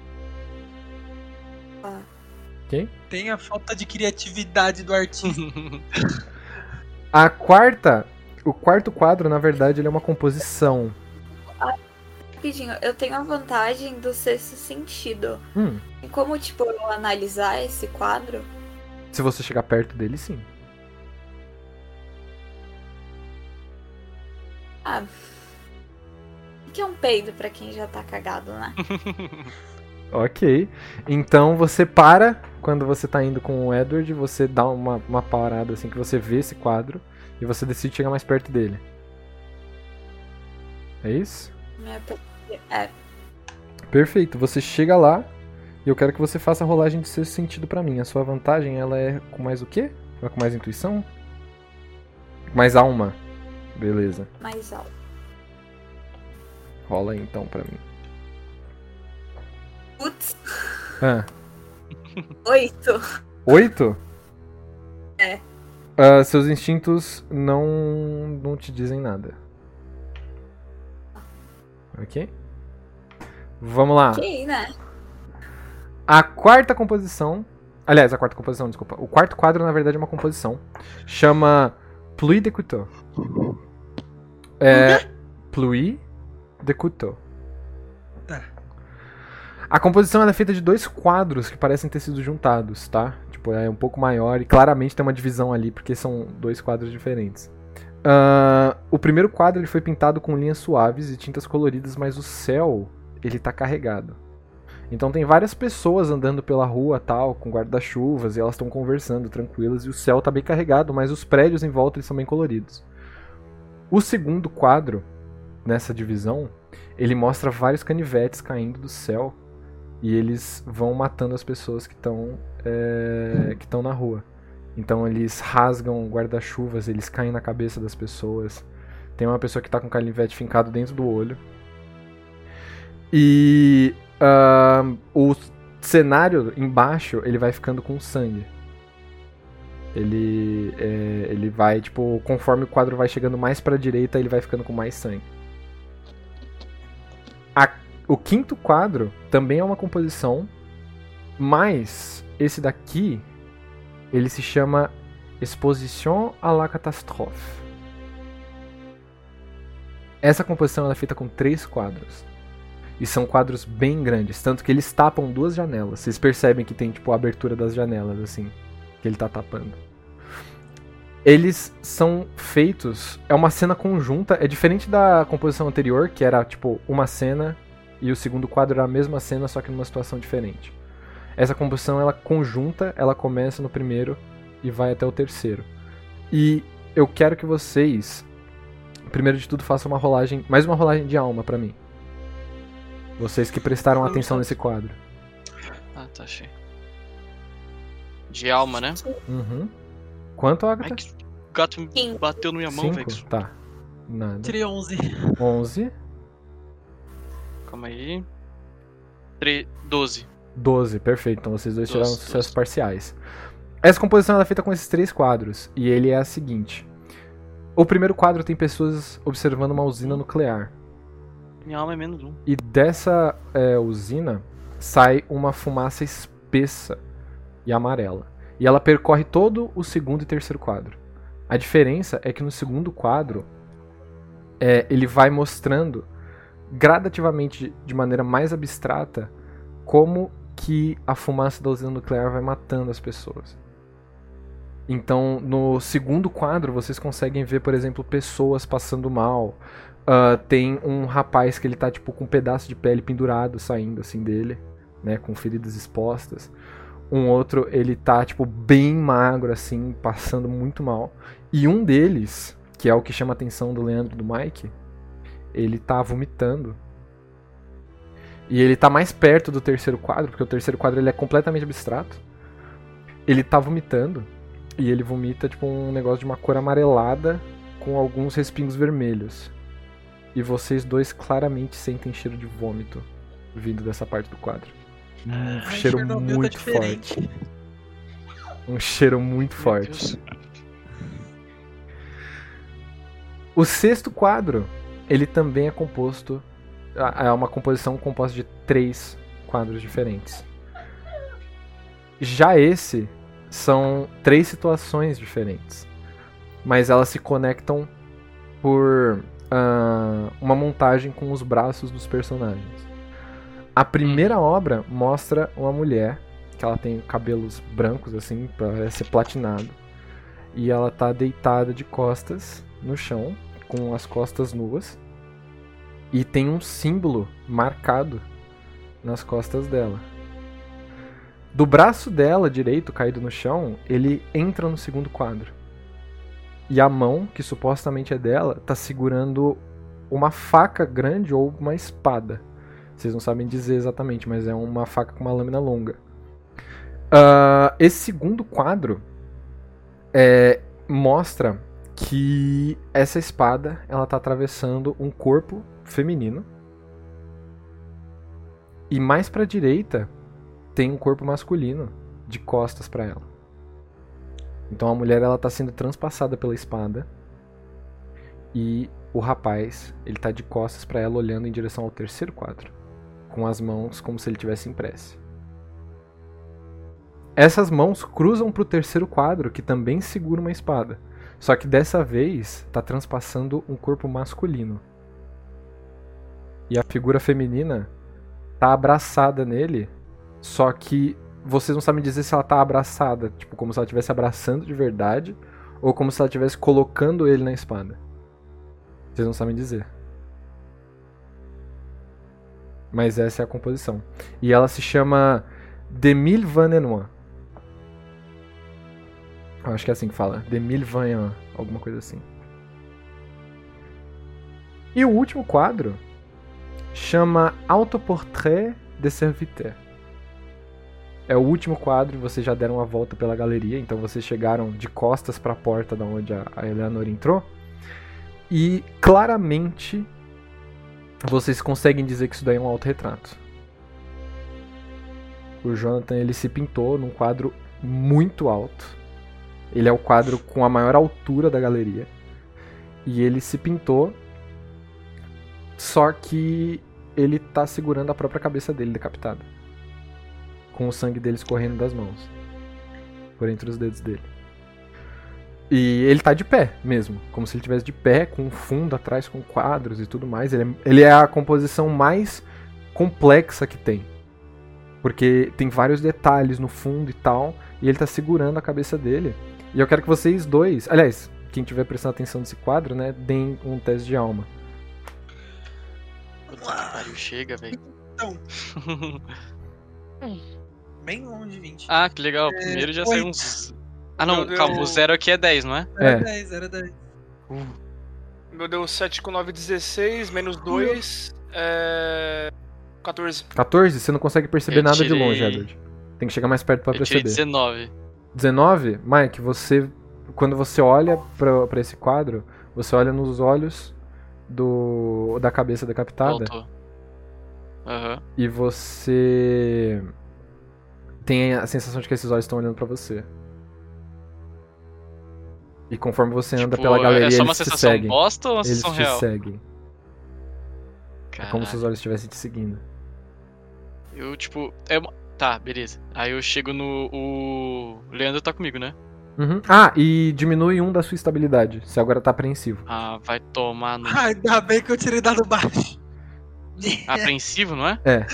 Ah. Ok? Tem a falta de criatividade do artista. A quarta. O quarto quadro, na verdade, ele é uma composição. Rapidinho, eu tenho a vantagem do sexto sentido. Hum, E como, tipo, eu analisar esse quadro, se você chegar perto dele, sim. ah. O que é um peido pra quem já tá cagado, né? Ok. Então você para quando você tá indo com o Edward, você dá uma, uma parada assim que você vê esse quadro e você decide chegar mais perto dele. É isso? Minha pe- É, Perfeito. Você chega lá e eu quero que você faça a rolagem de sexto sentido pra mim. A sua vantagem, ela é com mais o quê? Ela é com mais intuição? Mais alma. Beleza. mais alto. Rola aí então pra mim. Putz, Ah, oito. oito? É. Ah, seus instintos não, não te dizem nada. Ok? Vamos lá. Ok, né? A quarta composição. Aliás, a quarta composição, desculpa. O quarto quadro, na verdade, é uma composição. Chama Pluie de Couteau. É. Pluie de Couteau. Tá. A composição ela é feita de dois quadros que parecem ter sido juntados, tá? Tipo, é um pouco maior e claramente tem uma divisão ali, porque são dois quadros diferentes. Ah, o primeiro quadro ele foi pintado com linhas suaves e tintas coloridas, mas o céu ele tá carregado. Então tem várias pessoas andando pela rua tal, com guarda-chuvas, e elas estão conversando tranquilas, e o céu tá bem carregado, mas os prédios em volta eles são bem coloridos. O segundo quadro, nessa divisão, ele mostra vários canivetes caindo do céu, e eles vão matando as pessoas que estão é, que estão na rua. Então eles rasgam guarda-chuvas, eles caem na cabeça das pessoas. Tem uma pessoa que tá com o canivete fincado dentro do olho. E uh, o cenário embaixo, ele vai ficando com sangue. Ele, é, ele vai, tipo, conforme o quadro vai chegando mais pra direita, ele vai ficando com mais sangue. A, o quinto quadro também é uma composição, mas esse daqui, ele se chama Exposition à la Catastrophe. Essa composição ela é feita com três quadros. E são quadros bem grandes, tanto que eles tapam duas janelas. Vocês percebem que tem, tipo, a abertura das janelas, assim, que ele tá tapando. Eles são feitos... É uma cena conjunta, é diferente da composição anterior, que era, tipo, uma cena e o segundo quadro era a mesma cena, só que numa situação diferente. Essa composição, ela conjunta, ela começa no primeiro e vai até o terceiro. E eu quero que vocês, primeiro de tudo, façam uma rolagem, mais uma rolagem de alma pra mim. Vocês que prestaram Vamos atenção lá. nesse quadro. Ah, tá cheio. De alma, né? Uhum. Quanto, Ai, Agatha? que o gato me Cinco. bateu na minha mão, velho. Cinco? Tá. Nada. Tirei onze. onze. Calma aí. Tre... doze. doze, perfeito. Então vocês dois Doze, tiraram sucessos doze. parciais. Essa composição ela é feita com esses três quadros. E ele é a seguinte. O primeiro quadro tem pessoas observando uma usina nuclear. Minha alma é menos um. E dessa é, usina sai uma fumaça espessa e amarela. E ela percorre todo o segundo e terceiro quadro. A diferença é que no segundo quadro é, ele vai mostrando gradativamente, de maneira mais abstrata, como que a fumaça da usina nuclear vai matando as pessoas. Então, no segundo quadro, vocês conseguem ver, por exemplo, pessoas passando mal. Uh, tem um rapaz que ele tá, tipo, com um pedaço de pele pendurado saindo, assim, dele, né? Com feridas expostas. Um outro, ele tá, tipo, bem magro, assim, passando muito mal. E um deles, que é o que chama a atenção do Leandro e do Mike, ele tá vomitando. E ele tá mais perto do terceiro quadro, porque o terceiro quadro ele é completamente abstrato. Ele tá vomitando. E ele vomita, tipo, um negócio de uma cor amarelada com alguns respingos vermelhos. E vocês dois claramente sentem cheiro de vômito vindo dessa parte do quadro. Um Ai, cheiro Chernobyl tá muito diferente. forte. Um cheiro muito forte. O sexto quadro, ele também é composto... É uma composição composta de três quadros diferentes. Já esse... são três situações diferentes, mas elas se conectam por uh, uma montagem com os braços dos personagens. A primeira obra mostra uma mulher que ela tem cabelos brancos, assim, parece ser platinado, e ela tá deitada de costas no chão, com as costas nuas, e tem um símbolo marcado nas costas dela. Do braço dela direito, caído no chão, ele entra no segundo quadro. E a mão, que supostamente é dela, tá segurando uma faca grande ou uma espada. Vocês não sabem dizer exatamente, mas é uma faca com uma lâmina longa. Uh, esse segundo quadro é, mostra que essa espada ela tá atravessando um corpo feminino. E mais pra direita tem um corpo masculino de costas pra ela. Então a mulher ela tá sendo transpassada pela espada e o rapaz ele tá de costas pra ela olhando em direção ao terceiro quadro, com as mãos como se ele tivesse em prece. Essas mãos cruzam pro terceiro quadro, que também segura uma espada, só que dessa vez tá transpassando um corpo masculino. E a figura feminina tá abraçada nele. Só que vocês não sabem dizer se ela tá abraçada, tipo, como se ela estivesse abraçando de verdade, ou como se ela estivesse colocando ele na espada. Vocês não sabem dizer. Mas essa é a composição. E ela se chama Demille Vanenois. Eu acho que é assim que fala. Demille Vanenois, alguma coisa assim. E o último quadro chama Autoportrait de Serviteur. É o último quadro, vocês já deram a volta pela galeria, então vocês chegaram de costas para a porta da onde a Eleanor entrou. E claramente vocês conseguem dizer que isso daí é um autorretrato. O Jonathan ele se pintou num quadro muito alto. Ele é o quadro com a maior altura da galeria. E ele se pintou, só que ele tá segurando a própria cabeça dele decapitada, com o sangue dele escorrendo das mãos, por entre os dedos dele. E ele tá de pé mesmo, como se ele estivesse de pé, com um fundo atrás, com quadros e tudo mais. Ele é, ele é a composição mais complexa que tem, porque tem vários detalhes no fundo e tal, e ele tá segurando a cabeça dele. E eu quero que vocês dois, aliás, quem tiver prestando atenção nesse quadro, né, deem um teste de alma. Puta que pariu, chega, velho. Então. Bem longe de vinte. Ah, que legal. Primeiro já oito. saiu uns... Ah, não, Meu calma, Deus. o zero aqui é dez, não é? É. Era dez, era dez. Meu Deus, sete com nove, dezesseis, menos dois, é... quatorze. quatorze? Você não consegue perceber Eu nada de tirei- longe, Edward. Tem que chegar mais perto pra Eu tirei perceber. dezenove. dezenove? Mike, você... Quando você olha pra, pra esse quadro, você olha nos olhos do da cabeça decapitada. Voltou. Aham. E você tem a sensação de que esses olhos estão olhando pra você. E conforme você anda Tipo, pela galeria, é só uma eles te sensação seguem. bosta ou uma Eles sensação te real? seguem. É como Caralho. se os olhos estivessem te seguindo. Eu, tipo... É uma... Tá, beleza. Aí eu chego no... O Leandro tá comigo, né? Uhum. Ah, e diminui um da sua estabilidade. Você agora tá apreensivo. Ah, vai tomar no... Ah, ainda bem que eu tirei dado baixo. Apreensivo, não é? É.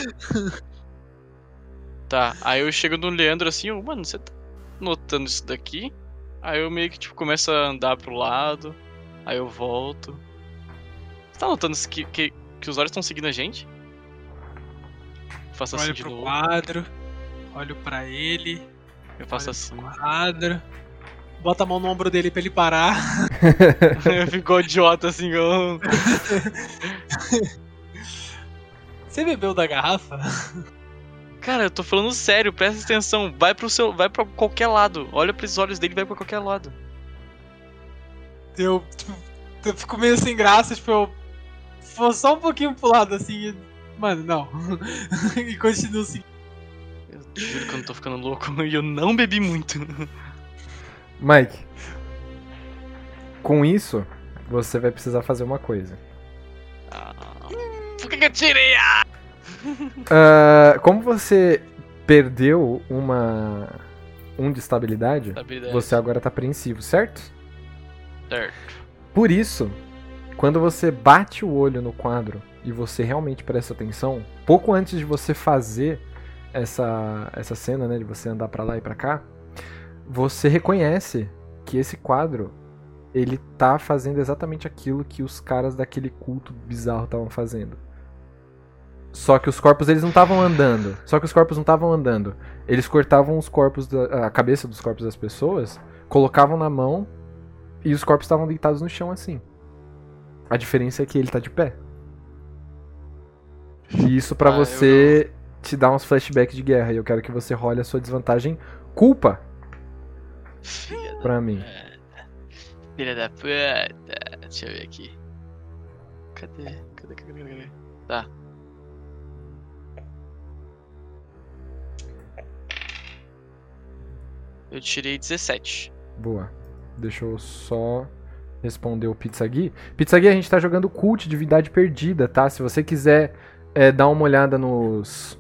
Tá, aí eu chego no Leandro assim, eu, mano, você tá notando isso daqui? Aí eu meio que, tipo, começo a andar pro lado, aí eu volto. Você tá notando que, que, que os olhos estão seguindo a gente? Faço assim Olho de pro novo. quadro, olho pra ele, Eu faço olho assim. pro quadro, bota a mão no ombro dele pra ele parar. Ficou idiota assim, igual... Você bebeu da garrafa? Cara, eu tô falando sério, presta atenção. Vai pro seu. Vai pra qualquer lado. Olha pros olhos dele e vai pra qualquer lado. Eu, tipo, eu fico meio sem graça, tipo, eu vou só um pouquinho pro lado assim. E, mano, não. E continuo assim. Eu juro que eu não tô ficando louco e eu não bebi muito. Mike, com isso, você vai precisar fazer uma coisa. Ah, por que, que eu tirei? Ah! Uh, como você perdeu uma um de estabilidade, Estabilidade. você agora tá apreensivo, certo? Certo. Por isso, quando você bate o olho no quadro e você realmente presta atenção, pouco antes de você fazer essa, essa cena, né, de você andar pra lá e pra cá, você reconhece que esse quadro, ele tá fazendo exatamente aquilo que os caras daquele culto bizarro estavam fazendo. Só que os corpos, eles não estavam andando. Só que os corpos não estavam andando. Eles cortavam os corpos, da, a cabeça dos corpos das pessoas, colocavam na mão e os corpos estavam deitados no chão assim. A diferença é que ele tá de pé. E isso pra Ah, você te dá uns flashbacks de guerra. E eu quero que você role a sua desvantagem culpa Filha da... pra mim. Filha da puta. Deixa eu ver aqui. Cadê? Cadê? Cadê? Cadê? Cadê? Tá. Eu tirei dezessete. Boa. Deixa eu só responder o Pizzagui. Pizzagui, a gente tá jogando Cult Divindade Perdida, tá? Se você quiser é, dar uma olhada nos,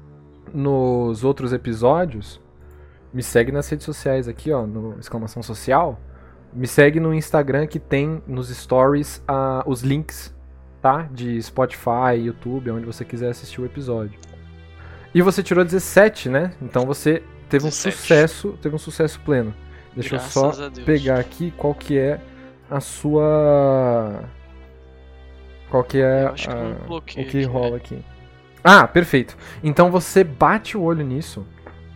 nos outros episódios, me segue nas redes sociais aqui, ó, no exclamação social. Me segue no Instagram que tem nos stories uh, os links, tá? De Spotify, YouTube, onde você quiser assistir o episódio. E você tirou dezessete, né? Então você teve um dezessete. sucesso, teve um sucesso pleno. Deixa Graças eu só a Deus. pegar aqui qual que é a sua... Qual que é Eu acho que eu não a... coloquei o que aqui, rola né? aqui. Ah, perfeito. Então você bate o olho nisso,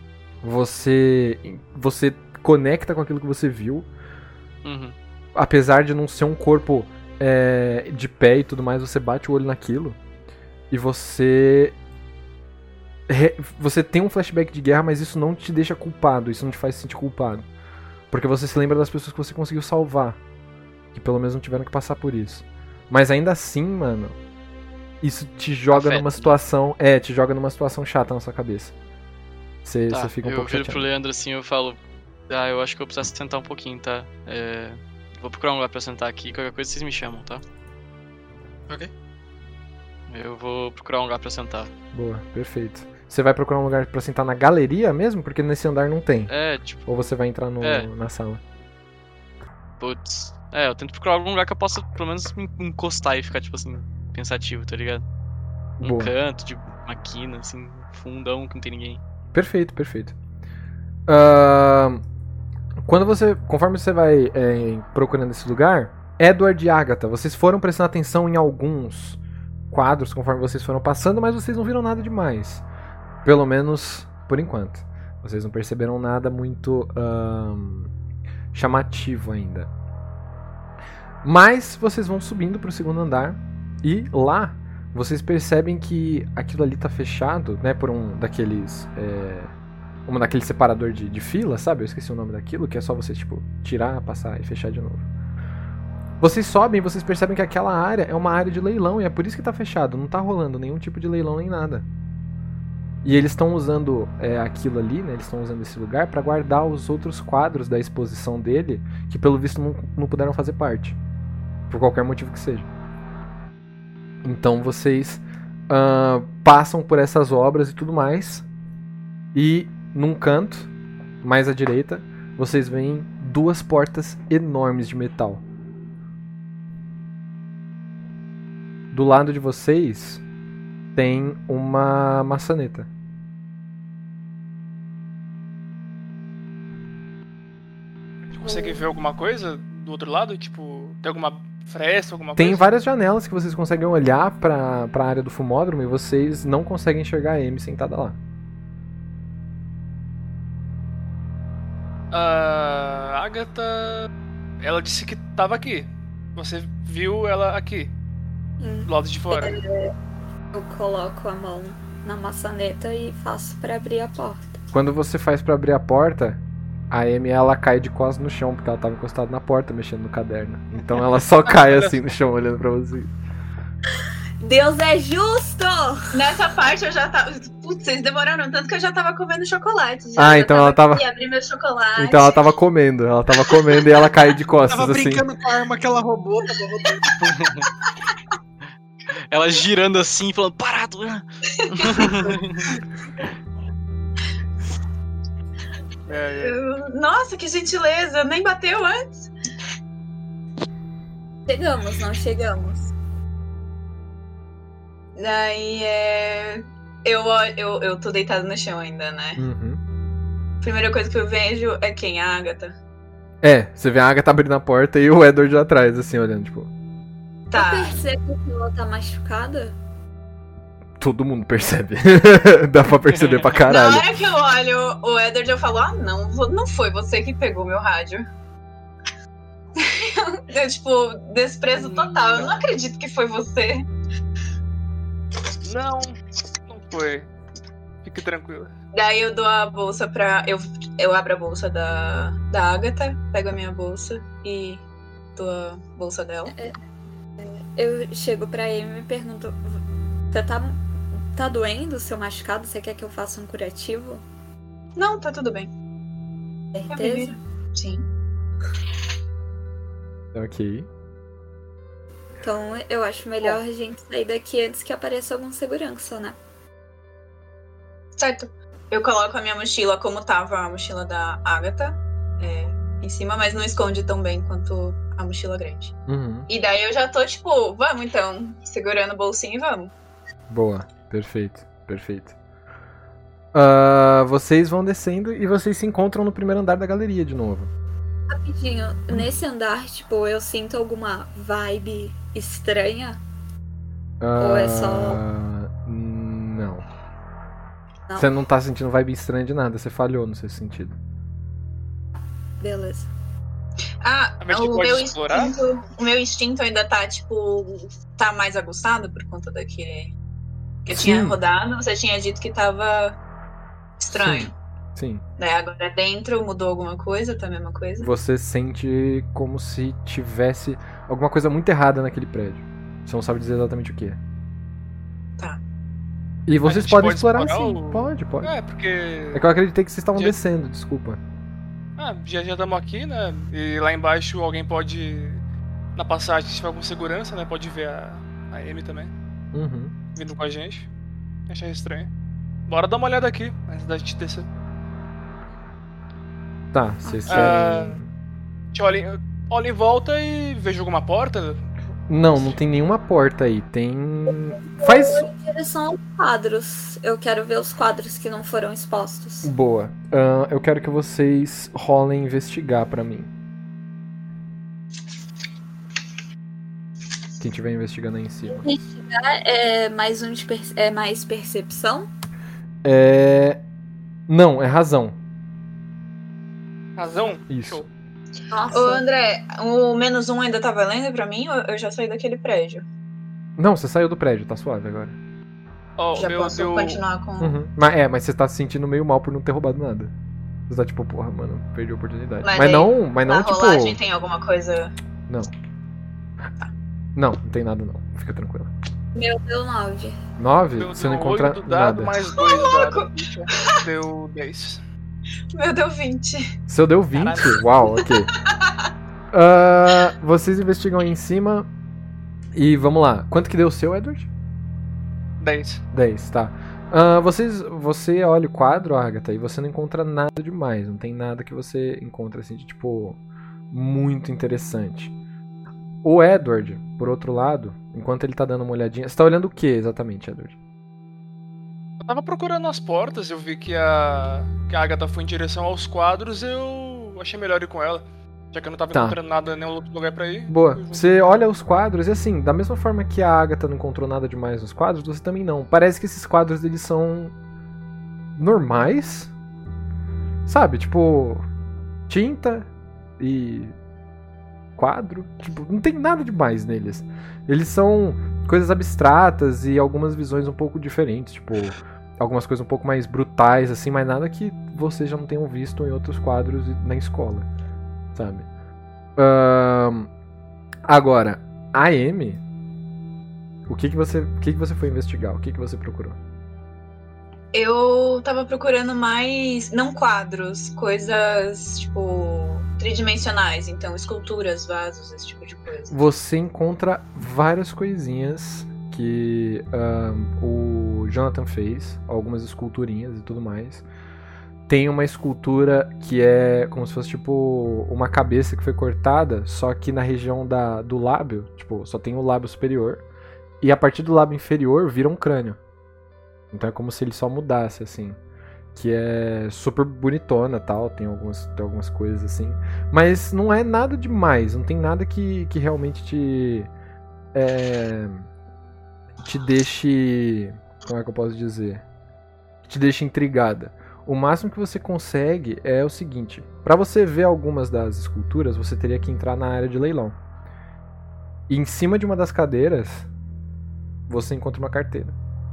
você, você conecta com aquilo que você viu, Uhum. apesar de não ser um corpo é, de pé e tudo mais, você bate o olho naquilo e você... Re... Você tem um flashback de guerra, mas isso não te deixa culpado, isso não te faz se sentir culpado. Porque você se lembra das pessoas que você conseguiu salvar, que pelo menos não tiveram que passar por isso. Mas ainda assim, mano, isso te joga Afeta, numa né? situação... É, te joga numa situação chata na sua cabeça. Você, Tá, você fica um eu pouco viro pro chateado. Leandro assim e eu falo, ah, eu acho que eu preciso sentar um pouquinho, tá? É... Vou procurar um lugar pra sentar aqui, qualquer coisa vocês me chamam, tá? Ok. Eu vou procurar um lugar pra sentar. Boa, perfeito. Você vai procurar um lugar pra sentar na galeria mesmo? Porque nesse andar não tem. É, tipo, Ou você vai entrar no, É. na sala? putz. É, eu tento procurar algum lugar que eu possa pelo menos me encostar e ficar, tipo assim, pensativo, tá ligado? Um Boa. canto de maquina, assim, fundão que não tem ninguém. Perfeito, perfeito. Ahn, quando você, conforme você vai é, procurando esse lugar, Edward e Agatha, vocês foram prestando atenção em alguns quadros conforme vocês foram passando, mas vocês não viram nada demais. Pelo menos por enquanto. Vocês não perceberam nada muito ahn, chamativo ainda. Mas vocês vão subindo pro segundo andar e lá vocês percebem que aquilo ali tá fechado, né, por um daqueles é, um daquele separador de, de fila, sabe? Eu esqueci o nome daquilo, que é só você, tipo, tirar, passar e fechar de novo. Vocês sobem e vocês percebem que aquela área é uma área de leilão e é por isso que tá fechado, não tá rolando nenhum tipo de leilão nem nada. E eles estão usando é, aquilo ali, né? Eles estão usando esse lugar pra guardar os outros quadros da exposição dele, que pelo visto não, não puderam fazer parte. Por qualquer motivo que seja. Então vocês uh, passam por essas obras e tudo mais. E num canto, mais à direita, vocês veem duas portas enormes de metal. Do lado de vocês tem uma maçaneta. consegue ver alguma coisa do outro lado? Tipo, tem alguma fresta, alguma Tem coisa? várias janelas que vocês conseguem olhar pra, pra área do fumódromo e vocês não conseguem enxergar a Amy sentada lá. A Agatha, ela disse que tava aqui. Você viu ela aqui, Hum. do lado de fora. Eu coloco a mão na maçaneta e faço pra abrir a porta. Quando você faz pra abrir a porta, a Amy ela cai de costas no chão, porque ela tava encostada na porta mexendo no caderno. Então ela só cai assim no chão olhando pra você. Deus é justo! Nessa parte eu já tava. Putz, vocês demoraram tanto que eu já tava comendo chocolate. Já. Ah, Eu então ela tava- aqui, abri meu chocolate. Então ela tava comendo, ela tava comendo e ela cai de costas Tava assim. brincando com a arma que ela roubou, tava roubando. Ela girando assim, falando, parado! né?" É, é. Eu- Nossa, que gentileza, nem bateu antes. Chegamos, não chegamos. Daí é. Eu, ol- eu, eu tô deitada no chão ainda, né? Uhum. Primeira coisa que eu vejo é quem? A Agatha. É, você vê a Agatha abrindo a porta e o Edward atrás, assim, olhando, tipo. Tá. Eu percebo que ela tá machucada. Todo mundo percebe. Dá pra perceber pra caralho. Na hora que eu olho o Edward, eu falo, ah, não, vo- não foi você que pegou meu rádio. Eu, tipo, desprezo total. Eu não acredito que foi você. Não, não foi. Fique tranquila. Daí eu dou a bolsa pra. Eu, eu abro a bolsa da, da Agatha, pego a minha bolsa e dou a bolsa dela. Eu chego pra Amy e pergunto: Você tá, tá doendo o seu machucado? Você quer que eu faça um curativo? Não, tá tudo bem. Certeza? Sim. Ok. Então eu acho melhor a gente sair daqui antes que apareça algum segurança, né? Certo. Eu coloco a minha mochila como tava a mochila da Agatha é, em cima, mas não esconde tão bem quanto a mochila grande. Uhum. E daí eu já tô tipo, vamos então, segurando o bolsinho e vamos. Boa. Perfeito. Perfeito. Ah, vocês vão descendo e vocês se encontram no primeiro andar da galeria de novo. Rapidinho, nesse andar, tipo, eu sinto alguma vibe estranha? Ou é só- Ah, Não. Não? Você não tá sentindo vibe estranha de nada, você falhou no seu sentido. Beleza. Ah, A gente o pode meu, explorar? instinto, o meu instinto ainda tá, tipo, tá mais aguçado por conta daquele que eu tinha Sim. rodado. Você tinha dito que tava estranho. Sim. Daí agora dentro mudou alguma coisa, tá a mesma coisa? Você sente como se tivesse alguma coisa muito errada naquele prédio. Você não sabe dizer exatamente o que é. Tá. E vocês gente podem pode explorar, explorar sim. o- Pode, pode. É, porque. É que eu acreditei que vocês estavam Já- descendo, desculpa. Ah, já já estamos aqui, né? E lá embaixo alguém pode. Na passagem, se tiver alguma segurança, né? Pode ver a, a Amy também, Uhum. vindo com a gente. Achei estranho. Bora dar uma olhada aqui, antes da gente descer. Tá, vocês Ah, querem. Deixa eu olhar, olho em volta e vejo alguma porta. Não, não tem nenhuma porta aí. Tem. Faz. Em direção aos quadros. Eu quero ver os quadros que não foram expostos. Boa. Ahn, eu quero que vocês rolem investigar pra mim. Quem estiver investigando aí em cima. Investigar é mais um de perce- é mais percepção? É. Não, é razão. Razão? Isso. Show. Nossa. Ô André, o menos um ainda tá valendo pra mim ou eu já saí daquele prédio? Não, você saiu do prédio, tá suave agora. Ó, já meu, posso meu... continuar com. Uhum. Mas é, mas você tá se sentindo meio mal por não ter roubado nada. Você tá tipo, porra, mano, perdi a oportunidade. Mas, Mas aí, não, mas Na não, tipo. rolagem tem alguma coisa. Não. Não, não tem nada não. Fica tranquilo. Meu deu nove. Nove? Deu, Você não deu encontra oito do dado, nada. mais dois do dado. Deu dez. Meu, deu vinte. Seu deu vinte? Uau, ok. Ah, vocês investigam aí em cima. E vamos lá. Quanto que deu o seu, Edward? dez. dez, tá. Ah, vocês, você olha o quadro, Agatha, e você não encontra nada demais. Não tem nada que você encontra assim de tipo muito interessante. O Edward, por outro lado, enquanto ele tá dando uma olhadinha. Você tá olhando o que exatamente, Edward? Eu tava procurando as portas, eu vi que a, que a Agatha foi em direção aos quadros, eu achei melhor ir com ela. Já que eu não tava Tá. encontrando nada em nenhum outro lugar pra ir. Boa. eu vou- Você olha os quadros e assim, da mesma forma que a Agatha não encontrou nada demais nos quadros, você também não. Parece que esses quadros eles são normais. Sabe? Tipo, tinta e quadro. Tipo, não tem nada demais neles. Eles são coisas abstratas e algumas visões um pouco diferentes, tipo, algumas coisas um pouco mais brutais assim, mas nada que vocês já não tenham visto em outros quadros e- na escola, sabe? Ahn, agora, a Amy, o que que você, o que que você foi investigar? O que que você procurou? Eu tava procurando mais, não quadros, coisas, tipo, tridimensionais. Então, esculturas, vasos, esse tipo de coisa. Você encontra várias coisinhas que ahn, o Jonathan fez, algumas esculturinhas e tudo mais. Tem uma escultura que é como se fosse tipo uma cabeça que foi cortada, só que na região da, do lábio, tipo, só tem o lábio superior, e a partir do lábio inferior vira um crânio. Então é como se ele só mudasse, assim. Que é super bonitona e tal, tem algumas, tem algumas coisas assim. Mas não é nada demais, não tem nada que, que realmente te. É, te deixe. Como é que eu posso dizer? Te deixe intrigada. O máximo que você consegue é o seguinte: para você ver algumas das esculturas, você teria que entrar na área de leilão. E em cima de uma das cadeiras, você encontra uma carteira.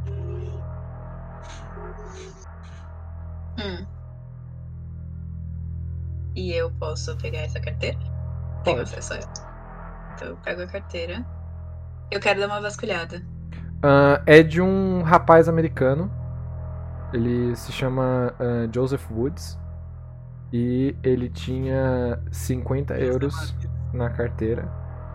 Hum. E eu posso pegar essa carteira? Tenho Pode. acesso a ela. Então eu pego a carteira. Eu quero dar uma vasculhada. Ah, é de um rapaz americano. Ele se chama ah, Joseph Woods. E ele tinha cinquenta euros na carteira.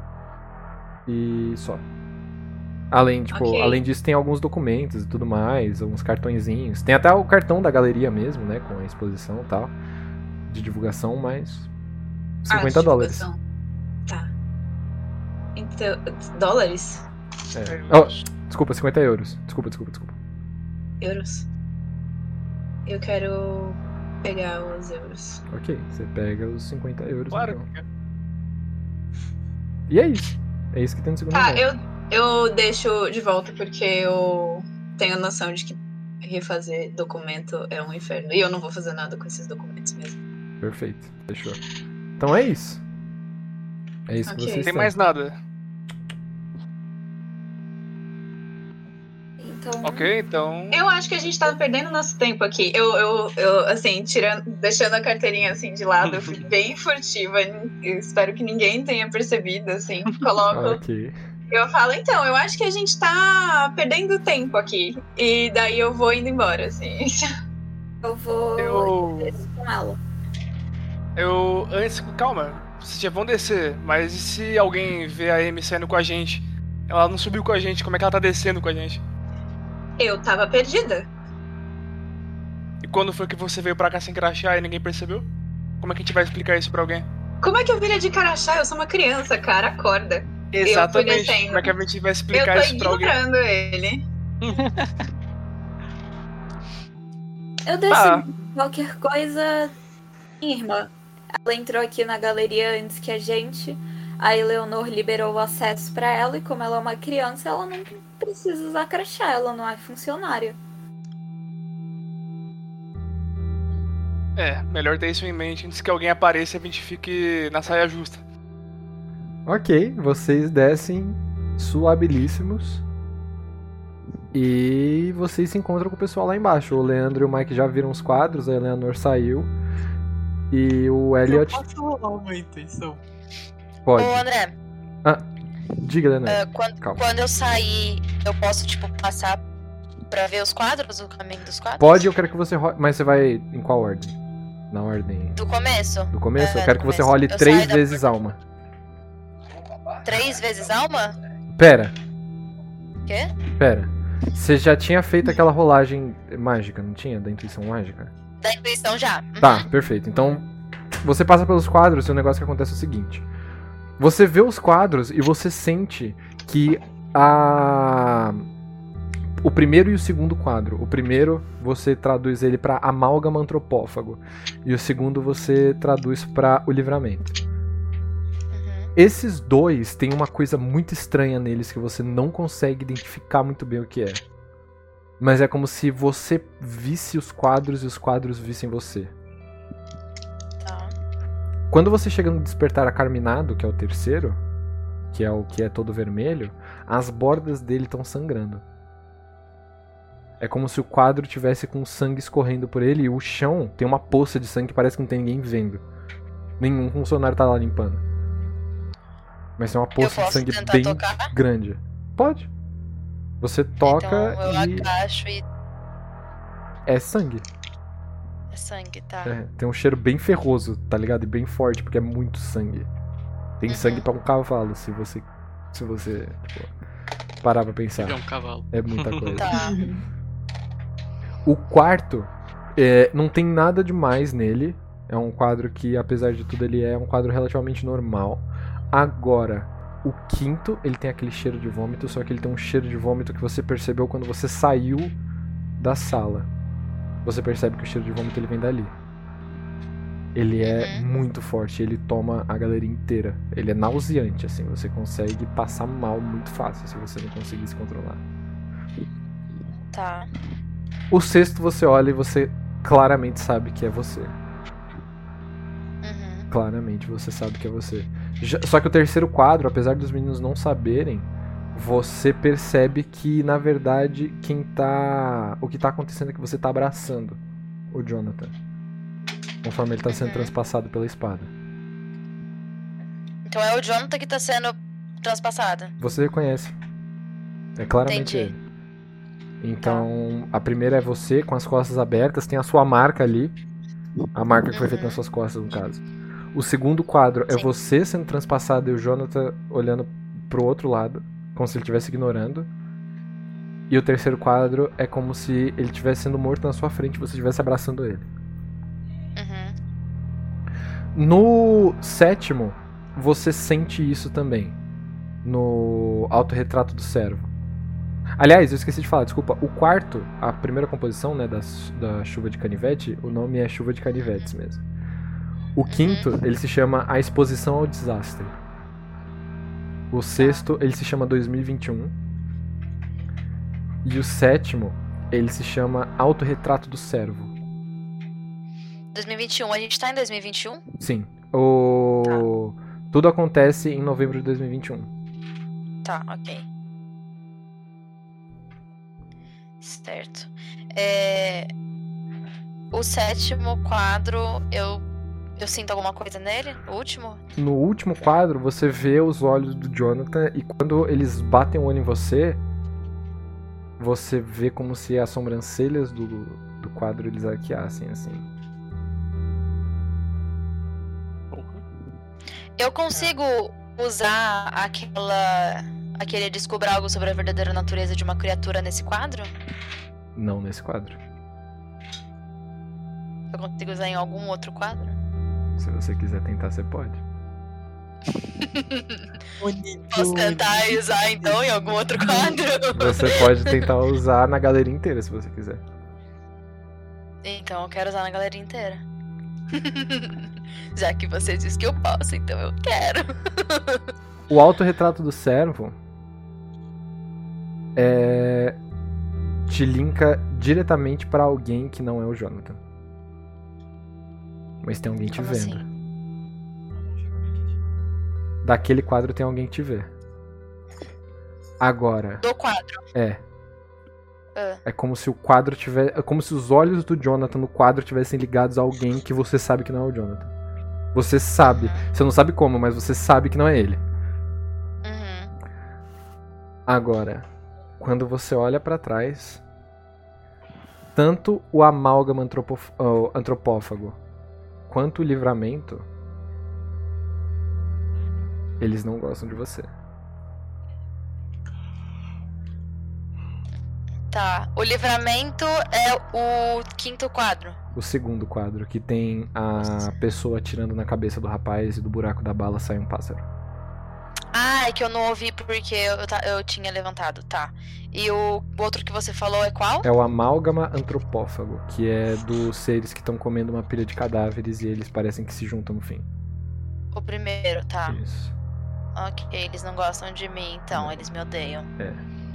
E só. Além, tipo, Ok. além disso, tem alguns documentos e tudo mais, alguns cartõezinhos. Tem até o cartão da galeria mesmo, né? Com a exposição e tal. De divulgação, mas. cinquenta Ah, dólares. divulgação. Tá. Então. Dólares? É. Eu Oh, acho. desculpa, cinquenta euros. Desculpa, desculpa, desculpa. Euros? Eu quero pegar os euros. Ok, você pega os cinquenta euros. Claro então. que quer. E é isso. É isso que tem no segundo Tá, andar. eu, eu deixo de volta porque eu tenho noção de que refazer documento é um inferno. E eu não vou fazer nada com esses documentos mesmo. Perfeito, fechou. Então é isso. É isso que Ok. vocês Tem têm. mais nada. Então, Ok, então. Eu acho que a gente tá perdendo nosso tempo aqui. Eu, eu, eu assim, tirando, deixando a carteirinha assim de lado, eu fui bem furtiva. Eu espero que ninguém tenha percebido, assim. Coloco. Ok. Eu falo, então, eu acho que a gente tá perdendo tempo aqui. E daí eu vou indo embora, assim. eu vou Eu. com ela. Eu. Antes. Calma, vocês já vão descer. Mas e se alguém vê a Amy saindo com a gente? Ela não subiu com a gente, como é que ela tá descendo com a gente? Eu tava perdida. E quando foi que você veio pra cá sem crachá e ninguém percebeu? Como é que a gente vai explicar isso pra alguém? Como é que eu virei de carachá? Eu sou uma criança, cara, acorda. Exatamente. descendo. Como é que a gente vai Eu explicar tô isso pra alguém? ignorando ele. Eu desço Ah. qualquer coisa. Minha irmã, ela entrou aqui na galeria antes que a gente. A Eleonor liberou o acesso pra ela e como ela é uma criança, ela não precisa usar crachá, ela não é funcionária. É, melhor ter isso em mente antes que alguém apareça e a gente fique na saia justa. Ok, vocês descem suabilíssimos. E vocês se encontram com o pessoal lá embaixo. O Leandro e o Mike já viram os quadros, a Eleanor saiu. E o Eu Elliot posso rolar uma intenção. pode. Ô, André, Diga, Leandro. ah, quando, Calma. quando eu sair, eu posso, tipo, passar pra ver os quadros, o caminho dos quadros? Pode, eu quero que você role. Mas você vai em qual ordem? Na ordem Do começo? do começo? É, eu quero do que você começo. role Eu três saio da vezes porta. alma. Três vezes alma? Pera, Quê? pera. Você já tinha feito aquela rolagem mágica, não tinha? Da intuição mágica? Da intuição já. Uhum. Tá, perfeito. Então, você passa pelos quadros e o negócio que acontece é o seguinte. Você vê os quadros e você sente que a... o primeiro e o segundo quadro. O primeiro, você traduz ele pra amálgama antropófago. E o segundo, você traduz pra o livramento. Esses dois têm uma coisa muito estranha neles que você não consegue identificar muito bem o que é. Mas é como se você visse os quadros e os quadros vissem você. Tá. Quando você chega no Despertar Acarminado, que é o terceiro, que é o que é todo vermelho, as bordas dele estão sangrando. É como se o quadro tivesse com sangue escorrendo por ele e o chão tem uma poça de sangue que parece que não tem ninguém vendo. Nenhum funcionário tá lá limpando. Mas tem uma poça de sangue bem tocar? grande. Pode. Você toca então, eu e agacho e é sangue. é sangue, tá. É, tem um cheiro bem ferroso, tá ligado? E bem forte, porque é muito sangue. Tem Uhum. sangue pra um cavalo, se você se você tipo, parar pra pensar. É um cavalo. É muita coisa. Tá. O quarto, é, não tem nada demais nele. É um quadro que, apesar de tudo, ele é um quadro relativamente normal. Agora, o quinto, ele tem aquele cheiro de vômito, só que ele tem um cheiro de vômito que você percebeu quando você saiu da sala. Você percebe que o cheiro de vômito ele vem dali. Ele é Uhum. muito forte, ele toma a galera inteira. Ele é nauseante, assim, você consegue passar mal muito fácil se você não conseguir se controlar. Tá. O sexto você olha e você claramente sabe que é você. Uhum. Claramente você sabe que é você. Já- só que o terceiro quadro, apesar dos meninos não saberem, você percebe que, na verdade, quem tá... o que tá acontecendo é que você tá abraçando o Jonathan. Conforme ele tá sendo Uhum. transpassado pela espada. Então é o Jonathan que tá sendo transpassado. Você reconhece. É claramente Entendi. ele. Então, a primeira é você, com as costas abertas, tem a sua marca ali. A marca que foi feita Uhum. nas suas costas, no caso. O segundo quadro é Sim. você sendo transpassado e o Jonathan olhando pro outro lado, como se ele estivesse ignorando. E o terceiro quadro é como se ele estivesse sendo morto na sua frente e você estivesse abraçando ele. Uhum. No sétimo, você sente isso também. No autorretrato do servo. Aliás, eu esqueci de falar, desculpa. O quarto, a primeira composição, né, da, da Chuva de Canivete, o nome é Chuva de Canivetes mesmo. O quinto, ele se chama A Exposição ao Desastre. O sexto, ele se chama dois mil e vinte e um. E o sétimo, ele se chama Autorretrato do Servo. dois mil e vinte e um, a gente tá em dois mil e vinte e um? Sim. O... Tudo acontece em novembro de dois mil e vinte e um. Tá, ok. Certo. É... O sétimo quadro, eu, eu sinto alguma coisa nele? O último? No último quadro, você vê os olhos do Jonathan e quando eles batem o olho em você, você vê como se as sobrancelhas do, do quadro eles arqueassem, assim. Eu consigo usar aquela... aquele descubra algo sobre a verdadeira natureza de uma criatura nesse quadro? Não nesse quadro. Eu consigo usar em algum outro quadro? Se você quiser tentar, você pode. Posso tentar usar então em algum outro quadro? Você pode tentar usar na galeria inteira, se você quiser. Então eu quero usar na galeria inteira. Já que você disse que eu posso, então eu quero. O autorretrato do servo é... te linka diretamente pra alguém que não é o Jonathan. Mas tem alguém te Como vendo. assim? Daquele quadro tem alguém que te vê. Agora, Do quadro. é. Ah. É como se o quadro tivesse. É como se os olhos do Jonathan no quadro tivessem ligados a alguém que você sabe que não é o Jonathan. Você sabe. Você não sabe como, mas você sabe que não é ele. Uhum. Agora, quando você olha pra trás, tanto o amálgama antropof- oh, antropófago quanto o livramento, eles não gostam de você. Tá. O livramento é o quinto quadro. O segundo quadro, que tem a pessoa atirando na cabeça do rapaz e do buraco da bala sai um pássaro. Ah, é que eu não ouvi porque eu, ta- eu tinha levantado, tá. E o outro que você falou é qual? É o amálgama antropófago, que é dos seres que estão comendo uma pilha de cadáveres e eles parecem que se juntam no fim. O primeiro, tá. Isso. Ok, eles não gostam de mim, então eles me odeiam. É.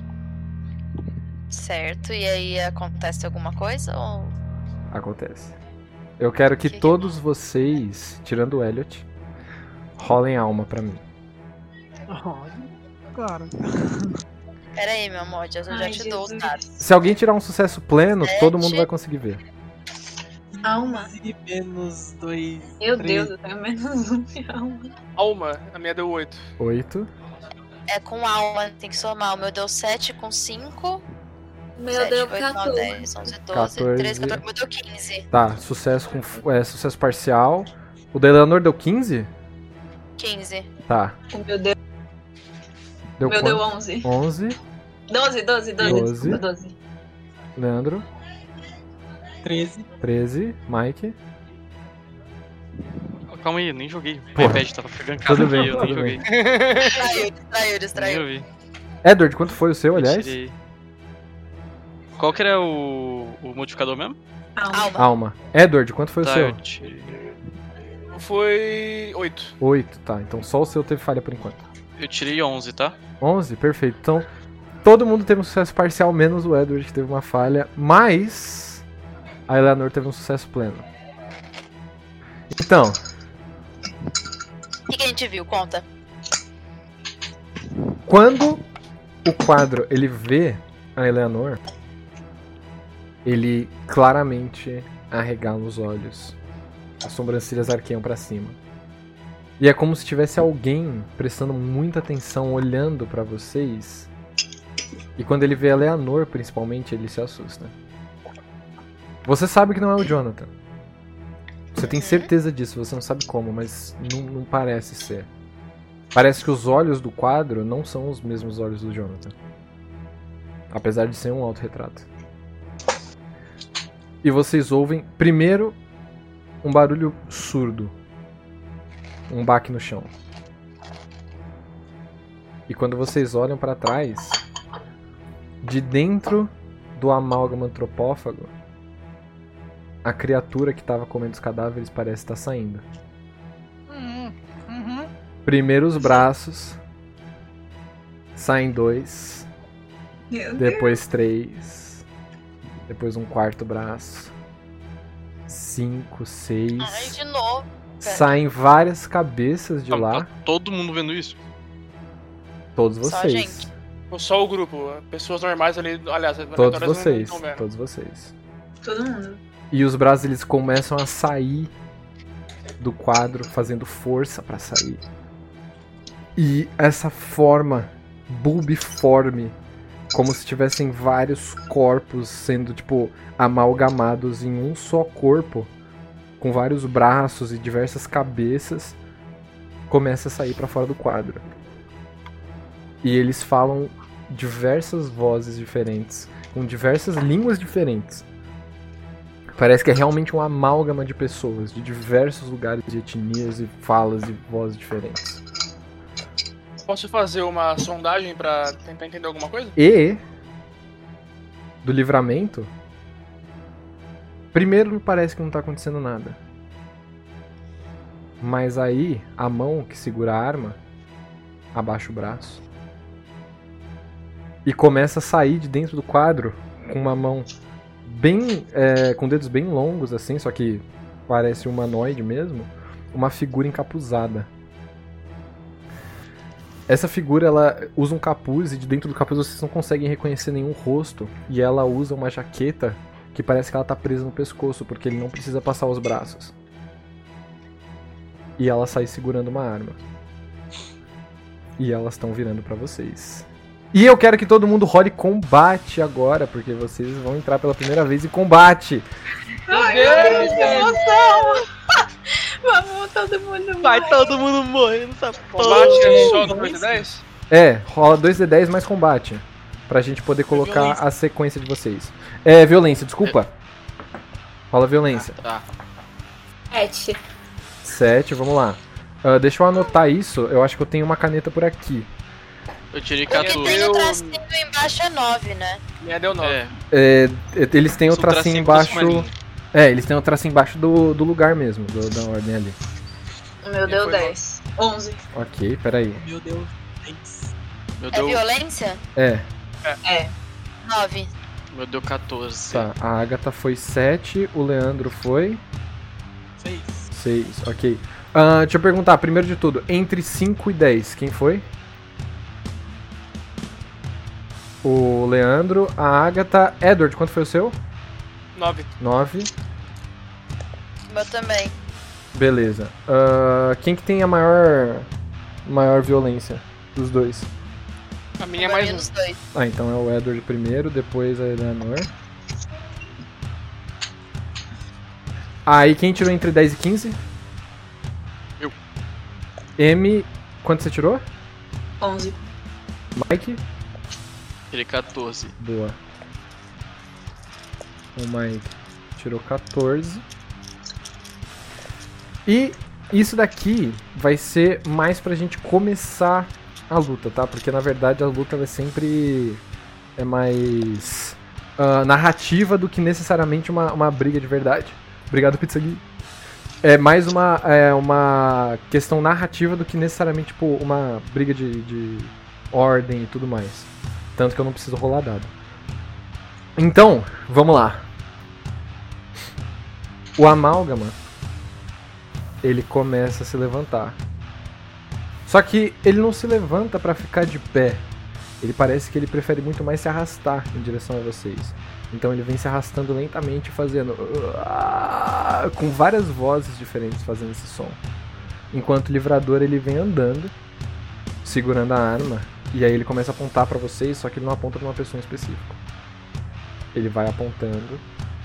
Certo, e aí acontece alguma coisa ou... Acontece. Eu quero que, Que que todos vocês, tirando o Elliot, rolem alma pra mim. Olha, cara. Pera aí, meu mod, eu já Ai, te dou os Jesus. dados. Se alguém tirar um sucesso pleno, Sete. todo mundo vai conseguir ver. Alma. E menos dois. Meu três. Deus, eu tenho menos um de alma. Alma, a minha deu oito. Oito. É com alma, tem que somar. O meu deu sete com cinco. O meu sete, deu oito, nove, quatorze. dez, onze, doze, quatorze. treze, quatorze. O meu deu quinze. Tá, sucesso com é, sucesso parcial. O da Eleanor deu quinze? quinze. Tá. O meu deu, Deu o meu quanto? deu onze. onze. doze, doze, doze. Doze. Desculpa, doze. Leandro. treze. treze. Mike. Calma aí, eu nem joguei. O Porra. iPad tava pegando casa Tudo bem, aqui, eu nem tudo joguei. Distraiu, distraiu, Nem distraiu. ouvi. Edward, quanto foi o seu, Eu aliás? tirei. Qual que era o, o modificador mesmo? Alma. Alma. Alma. Edward, quanto foi o Tá, seu? eu tirei. Foi oito. oito, tá. Então só o seu teve falha por enquanto. Eu tirei onze, tá? onze, perfeito. Então, todo mundo teve um sucesso parcial, menos o Edward, que teve uma falha. Mas a Eleanor teve um sucesso pleno. Então, O que, que a gente viu? Conta. quando o quadro ele vê a Eleanor, ele claramente arregala os olhos. As sobrancelhas arqueiam pra cima. E é como se tivesse alguém prestando muita atenção, olhando pra vocês. E quando ele vê a Eleanor, principalmente, ele se assusta. Você sabe que não é o Jonathan. Você tem certeza disso, você não sabe como, mas não, não parece ser. Parece que os olhos do quadro não são os mesmos olhos do Jonathan. Apesar de ser um autorretrato. E vocês ouvem, primeiro, um barulho surdo. Um baque no chão. E quando vocês olham pra trás, de dentro do amálgama antropófago, a criatura que estava comendo os cadáveres parece estar saindo. Uhum. Uhum. Primeiro os braços. Saem dois. Meu Deus. Depois três. Depois um quarto braço. Cinco, seis. Ai, de novo. Saem várias cabeças de Calma, lá. tá todo mundo vendo isso? Todos Só a vocês. gente. Ou só o grupo, pessoas normais ali, aliás, Todos aleatórias não vocês. tão vendo. Todos vocês. Todo mundo. E os braços eles começam a sair do quadro, fazendo força pra sair. E essa forma bulbiforme, como se tivessem vários corpos sendo tipo amalgamados em um só corpo, com vários braços e diversas cabeças, começa a sair pra fora do quadro. E eles falam diversas vozes diferentes, com diversas línguas diferentes. Parece que é realmente um amálgama de pessoas, de diversos lugares, de etnias e falas e vozes diferentes. Posso fazer uma sondagem pra tentar entender alguma coisa? E do livramento, primeiro não parece que não tá acontecendo nada. Mas aí, a mão que segura a arma abaixa o braço e começa a sair de dentro do quadro com uma mão bem, é, com dedos bem longos assim, só que parece um humanoide mesmo, uma figura encapuzada. Essa figura, ela usa um capuz e de dentro do capuz vocês não conseguem reconhecer nenhum rosto, e ela usa uma jaqueta que parece que ela tá presa no pescoço, porque ele não precisa passar os braços. E ela sai segurando uma arma. E elas estão virando pra vocês. E eu quero que todo mundo role combate agora, porque vocês vão entrar pela primeira vez em combate. Ai, ai, que emoção! Vamos, todo mundo Vai morrer. todo mundo morrer nessa porra. Combate é só no dois de dez? É, rola dois D dez mais combate. Pra gente poder colocar violência. a sequência de vocês. É, violência, desculpa. Rola violência. Tá. Sete. sete, vamos lá. Ah, deixa eu anotar isso, eu acho que eu tenho uma caneta por aqui. Eu tirei Porque quatorze. tem o Eu- tracinho embaixo é nove, né? Minha deu nove. É, É, eles têm o são tracinho tracinho como se embaixo. fosse uma linha. É, eles têm o tracinho embaixo do, do lugar mesmo, do- da ordem ali. O meu deu foi dez. onze. Ok, peraí. Meu Deus. Dez. Meu É deu, violência? É, É. nove. meu deu quatorze. tá. A Agatha foi sete, o Leandro foi Seis. seis, ok. Ah, deixa eu perguntar, primeiro de tudo, entre cinco e dez, quem foi? O Leandro, a Agatha, Edward, quanto foi o seu? nove. nove. O meu também. Beleza. Ah, quem que tem a maior maior violência dos dois? A minha é O mais menos um. dois. Ah, então é o Edward primeiro, depois a Eleanor. Aí quem tirou entre dez e quinze? Eu. M, quanto você tirou? onze. Mike? Tirei quatorze. Boa. O Mike tirou quatorze. E isso daqui vai ser mais pra gente começar a luta, tá? Porque na verdade a luta vai sempre é mais uh, narrativa do que necessariamente uma, uma briga de verdade. Obrigado, Pizza Gui. É mais uma, é, uma questão narrativa do que necessariamente tipo, uma briga de, de ordem e tudo mais. Tanto que eu não preciso rolar dado. Então, vamos lá. O Amálgama, ele começa a se levantar. Só que ele não se levanta pra ficar de pé. Ele parece que ele prefere muito mais se arrastar em direção a vocês. Então ele vem se arrastando lentamente, fazendo... com várias vozes diferentes fazendo esse som. Enquanto o Livrador ele vem andando, segurando a arma. E aí ele começa a apontar pra vocês, só que ele não aponta pra uma pessoa em específico. Ele vai apontando.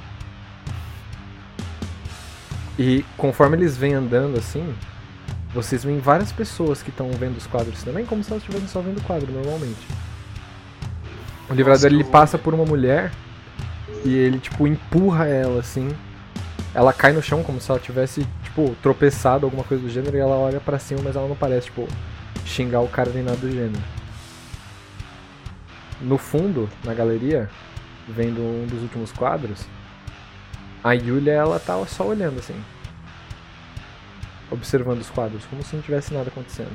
E conforme eles vêm andando assim, vocês veem várias pessoas que estão vendo os quadros também, como se elas estivessem só vendo o quadro normalmente. O Livrador ele passa por uma mulher e ele tipo empurra ela assim. Ela cai no chão como se ela tivesse tipo tropeçado, alguma coisa do gênero, e ela olha pra cima, mas ela não parece tipo xingar o cara nem nada do gênero. No fundo, na galeria, vendo um dos últimos quadros, a Yulia, ela tá só olhando assim, observando os quadros, como se não tivesse nada acontecendo.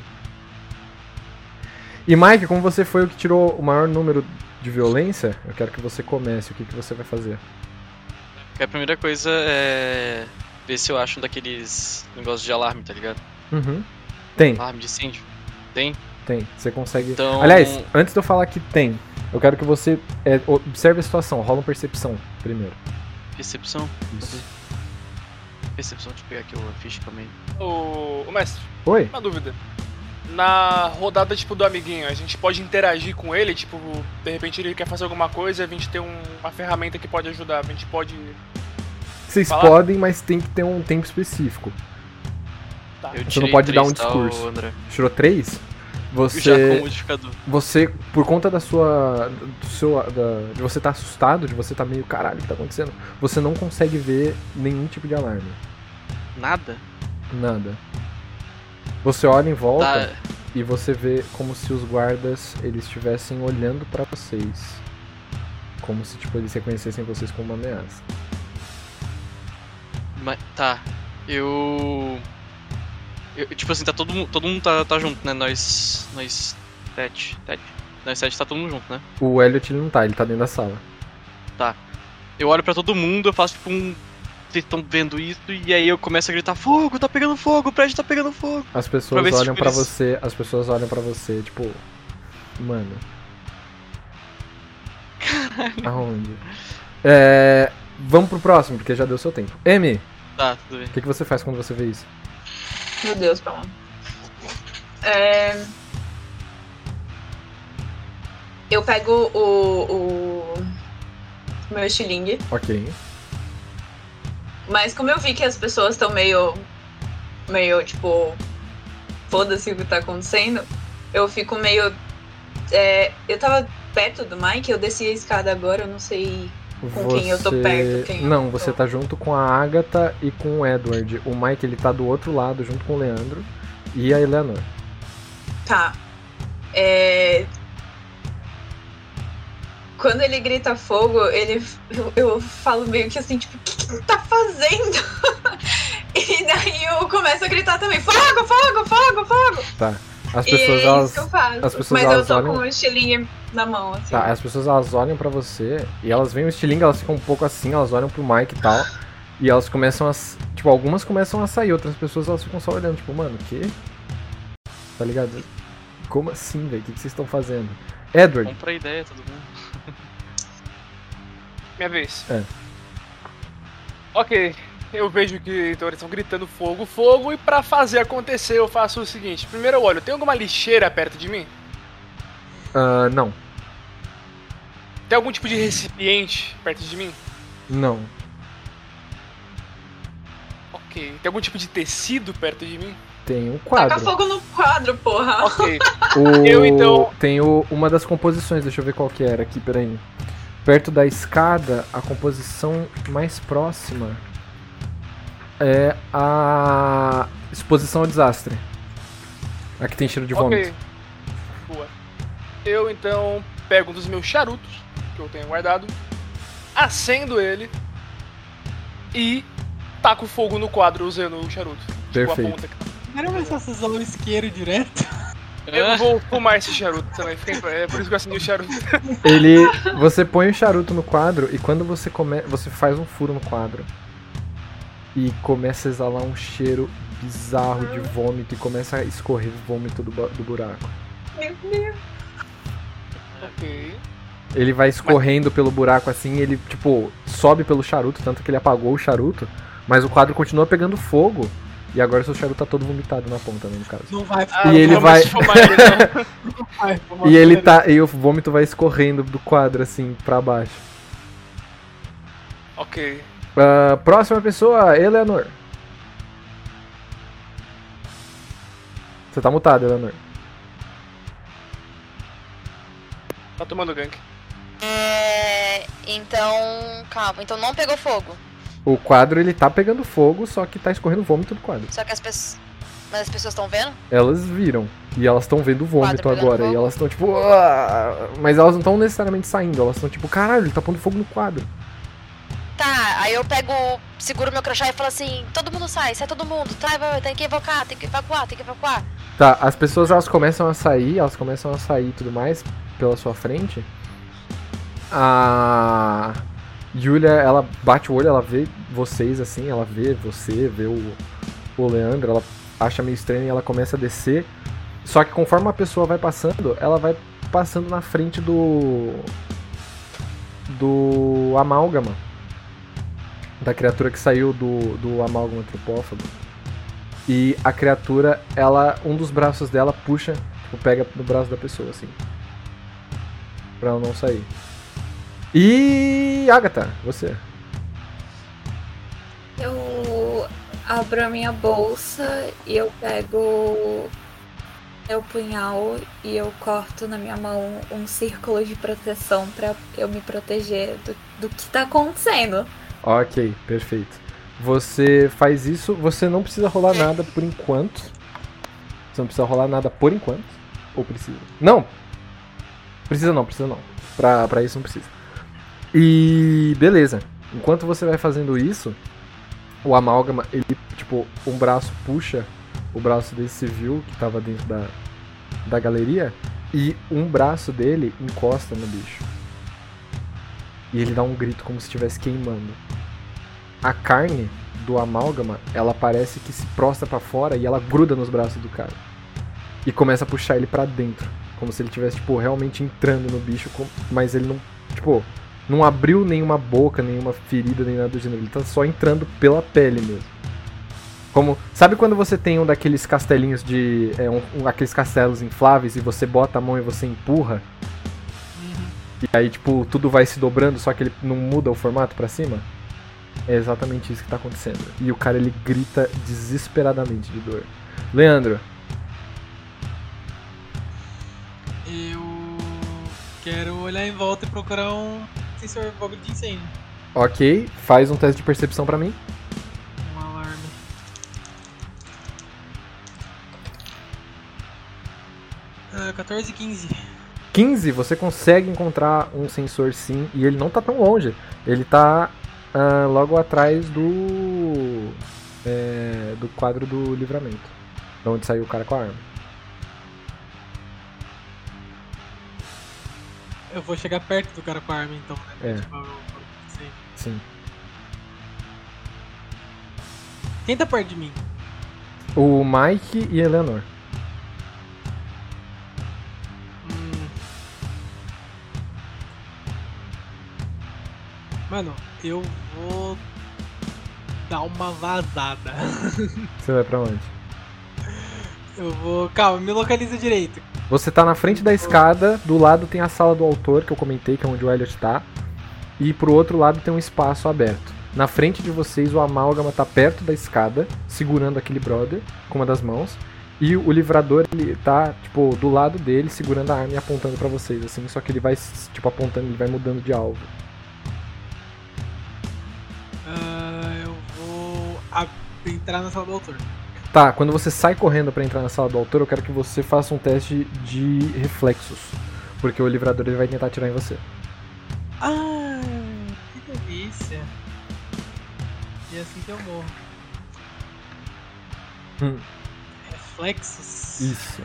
E Mike, como você foi o que tirou o maior número de violência, eu quero que você comece. O que, que você vai fazer? A primeira coisa é ver se eu acho um daqueles negócios de alarme, tá ligado? Uhum. Tem, Alarme de incêndio. Tem? tem. Você consegue... Então... Aliás, antes de eu falar que tem, eu quero que você é, observe a situação. Rola uma percepção primeiro. Percepção? Isso. Percepção, deixa eu pegar aqui a ficha também. O, o mestre, Oi? uma dúvida. Na rodada, tipo, do amiguinho, a gente pode interagir com ele, tipo, de repente ele quer fazer alguma coisa, a gente tem um, uma ferramenta que pode ajudar, a gente pode... Vocês falar? podem, mas tem que ter um tempo específico. Tá. Eu Você tirei não pode dar três, um tá, discurso. ô, André? Tirou três? Já com Você... modificador. Você, por conta da sua... Do seu, da, de você estar assustado, de você estar meio caralho, o que tá acontecendo? Você não consegue ver nenhum tipo de alarme. Nada? Nada. Você olha em volta... Tá. E você vê como se os guardas eles estivessem olhando pra vocês. Como se tipo, eles reconhecessem vocês como uma ameaça. Mas, tá. Eu... eu... Tipo assim, tá todo mundo. Todo mundo tá, tá junto, né? Nós. Nós. Sete. Sete. Nós sete tá todo mundo junto, né? O Elliot ele não tá, ele tá dentro da sala. Tá. Eu olho pra todo mundo, eu faço tipo um. Vocês estão vendo isso, e aí eu começo a gritar: fogo, tá pegando fogo, o prédio tá pegando fogo. As Pra pessoas ver se, olham tipo, pra eles- você, as pessoas olham pra você, tipo, mano. Aonde? É, vamos pro próximo, porque já deu seu tempo. M, Tá, tudo bem. o que, que você faz quando você vê isso? Meu Deus, pra lá. É... Eu pego o, o meu estilingue, Ok. mas como eu vi que as pessoas estão meio, meio tipo, foda-se o que tá acontecendo, eu fico meio, é, eu tava perto do Mike, eu desci a escada agora, eu não sei com quem eu tô perto, quem eu Não, não você tô. tá junto com a Agatha e com o Edward. O Mike ele tá do outro lado, junto com o Leandro e a Eleanor. Tá. É... Quando ele grita fogo, ele eu, eu falo meio que assim, tipo, o que, que você tá fazendo? E E daí eu começo a gritar também, fogo, fogo, fogo, fogo! Tá. As E pessoas, é elas... isso que eu faço. as pessoas, Mas elas eu tô olham- com o estilingue na mão, assim. Tá, as pessoas elas olham pra você e elas veem o estilingue, elas ficam um pouco assim, elas olham pro Mike e tal. E elas começam a. s- Tipo, algumas começam a sair, outras pessoas elas ficam só olhando, tipo, mano, o quê? Tá ligado? Como assim, velho? O que, que vocês estão fazendo? Edward, Compra a ideia, todo mundo. Minha vez. É. Ok, eu vejo que então eles estão gritando fogo, fogo, e pra fazer acontecer eu faço o seguinte. Primeiro eu olho, tem alguma lixeira perto de mim? ah, não, Tem algum tipo de recipiente perto de mim? não. Ok. Tem algum tipo de tecido perto de mim? Tem um Taca quadro. fogo no quadro, porra. Ok. O... Eu, então- Tem o... uma das composições, deixa eu ver qual que era aqui, peraí. Perto da escada, a composição mais próxima é a exposição ao desastre. Aqui tem cheiro de vômito. Ok. Boa. Eu então pego um dos meus charutos, que eu tenho guardado, acendo ele e taco fogo no quadro usando o charuto. Tipo, a Perfeito. ponta que tá. Quero ver se vocês usam o isqueiro direto. Eu não vou fumar esse charuto também, fica- é por isso que eu acendi o charuto. Ele, você põe o charuto no quadro e quando você come, você faz um furo no quadro e começa a exalar um cheiro bizarro de vômito e começa a escorrer vômito do, bu- do buraco. Meu Deus. Ok. Ele vai escorrendo pelo buraco assim, ele tipo sobe pelo charuto, tanto que ele apagou o charuto, mas o quadro continua pegando fogo e agora seu charuto tá todo vomitado na ponta, né, no caso. Não vai Ah, E não ele vou vai- mais fumar ele, não. não vai. Vamos E ele fazer. tá e o vômito vai escorrendo do quadro assim pra baixo. Ok. Ah, próxima pessoa, Eleanor. Você tá mutado, Eleanor. Tá tomando gank. É. Então. Calma, então não pegou fogo. O quadro ele tá pegando fogo, só que tá escorrendo vômito do quadro. Só que as pessoas. Mas as pessoas estão vendo? Elas viram. E elas estão vendo o vômito Quadro pegando agora. E fogo? elas estão tipo. "Ah!" Mas elas não estão necessariamente saindo. Elas estão tipo, caralho, ele tá pondo fogo no quadro. Tá, aí eu pego, seguro meu crachá e falo assim, todo mundo sai, sai todo mundo, tá, vai, vai, tem que evacuar, tem que evacuar, tem que evacuar. Tá, as pessoas elas começam a sair, elas começam a sair e tudo mais pela sua frente. A Julia, ela bate o olho, ela vê vocês assim, ela vê você, vê o, o Leandro, ela acha meio estranho e ela começa a descer. Só que conforme a pessoa vai passando, ela vai passando na frente do. do amálgama. Da criatura que saiu do, do amálgama antropófago. E a criatura, ela. Um dos braços dela puxa, tipo, pega no braço da pessoa, assim. Pra ela não sair. E. Agatha, você. Eu abro a minha bolsa e eu pego meu punhal e eu corto na minha mão um círculo de proteção pra eu me proteger do, do que tá acontecendo. Ok, perfeito. Você faz isso, você não precisa rolar nada por enquanto. Você não precisa rolar nada por enquanto. Ou precisa? Não! Precisa não, precisa não. Pra, pra isso não precisa. E beleza. Enquanto você vai fazendo isso, o amálgama, ele, tipo, um braço puxa o braço desse civil que tava dentro da, da galeria e um braço dele encosta no bicho. E ele dá um grito como se estivesse queimando. A carne do amálgama, ela parece que se prostra pra fora e ela gruda nos braços do cara. E começa a puxar ele pra dentro. Como se ele tivesse, tipo, realmente entrando no bicho, mas ele não, tipo, não abriu nenhuma boca, nenhuma ferida, nem nada do gênero. Ele tá só entrando pela pele mesmo. Como, sabe quando você tem um daqueles castelinhos de, é, um, um, aqueles castelos infláveis e você bota a mão e você empurra? E aí, tipo, tudo vai se dobrando, só que ele não muda o formato pra cima? É exatamente isso que tá acontecendo. E o cara, ele grita desesperadamente de dor. Leandro. Eu quero olhar em volta e procurar um sensor bagulho de incêndio. Ok, faz um teste de percepção pra mim. Um alarme. Ah, catorze e quinze. quinze, você consegue encontrar um sensor sim, e ele não tá tão longe. Ele tá uh, logo atrás do é, do quadro do livramento. De onde saiu o cara com a arma. Eu vou chegar perto do cara com a arma, então, né? É. Tipo, eu- eu- sei. Sim. Quem tá perto de mim? O Mike e a Eleanor. Hum. Mano, eu vou dar uma vazada. Você vai pra onde? Eu vou. Calma, me localiza direito. Você tá na frente da escada, do lado tem a sala do autor, que eu comentei, que é onde o Elliot tá. E pro outro lado tem um espaço aberto. Na frente de vocês, o Amálgama tá perto da escada, segurando aquele brother com uma das mãos. E o Livrador, ele tá, tipo, do lado dele, segurando a arma e apontando pra vocês, assim. Só que ele vai, tipo, apontando, ele vai mudando de alvo. Ah, eu vou a- entrar na sala do autor. Tá, quando você sai correndo pra entrar na sala do autor, eu quero que você faça um teste de reflexos. Porque o Livrador, ele vai tentar atirar em você. Ah, que delícia. E é assim que eu morro. Hum. Reflexos. Isso.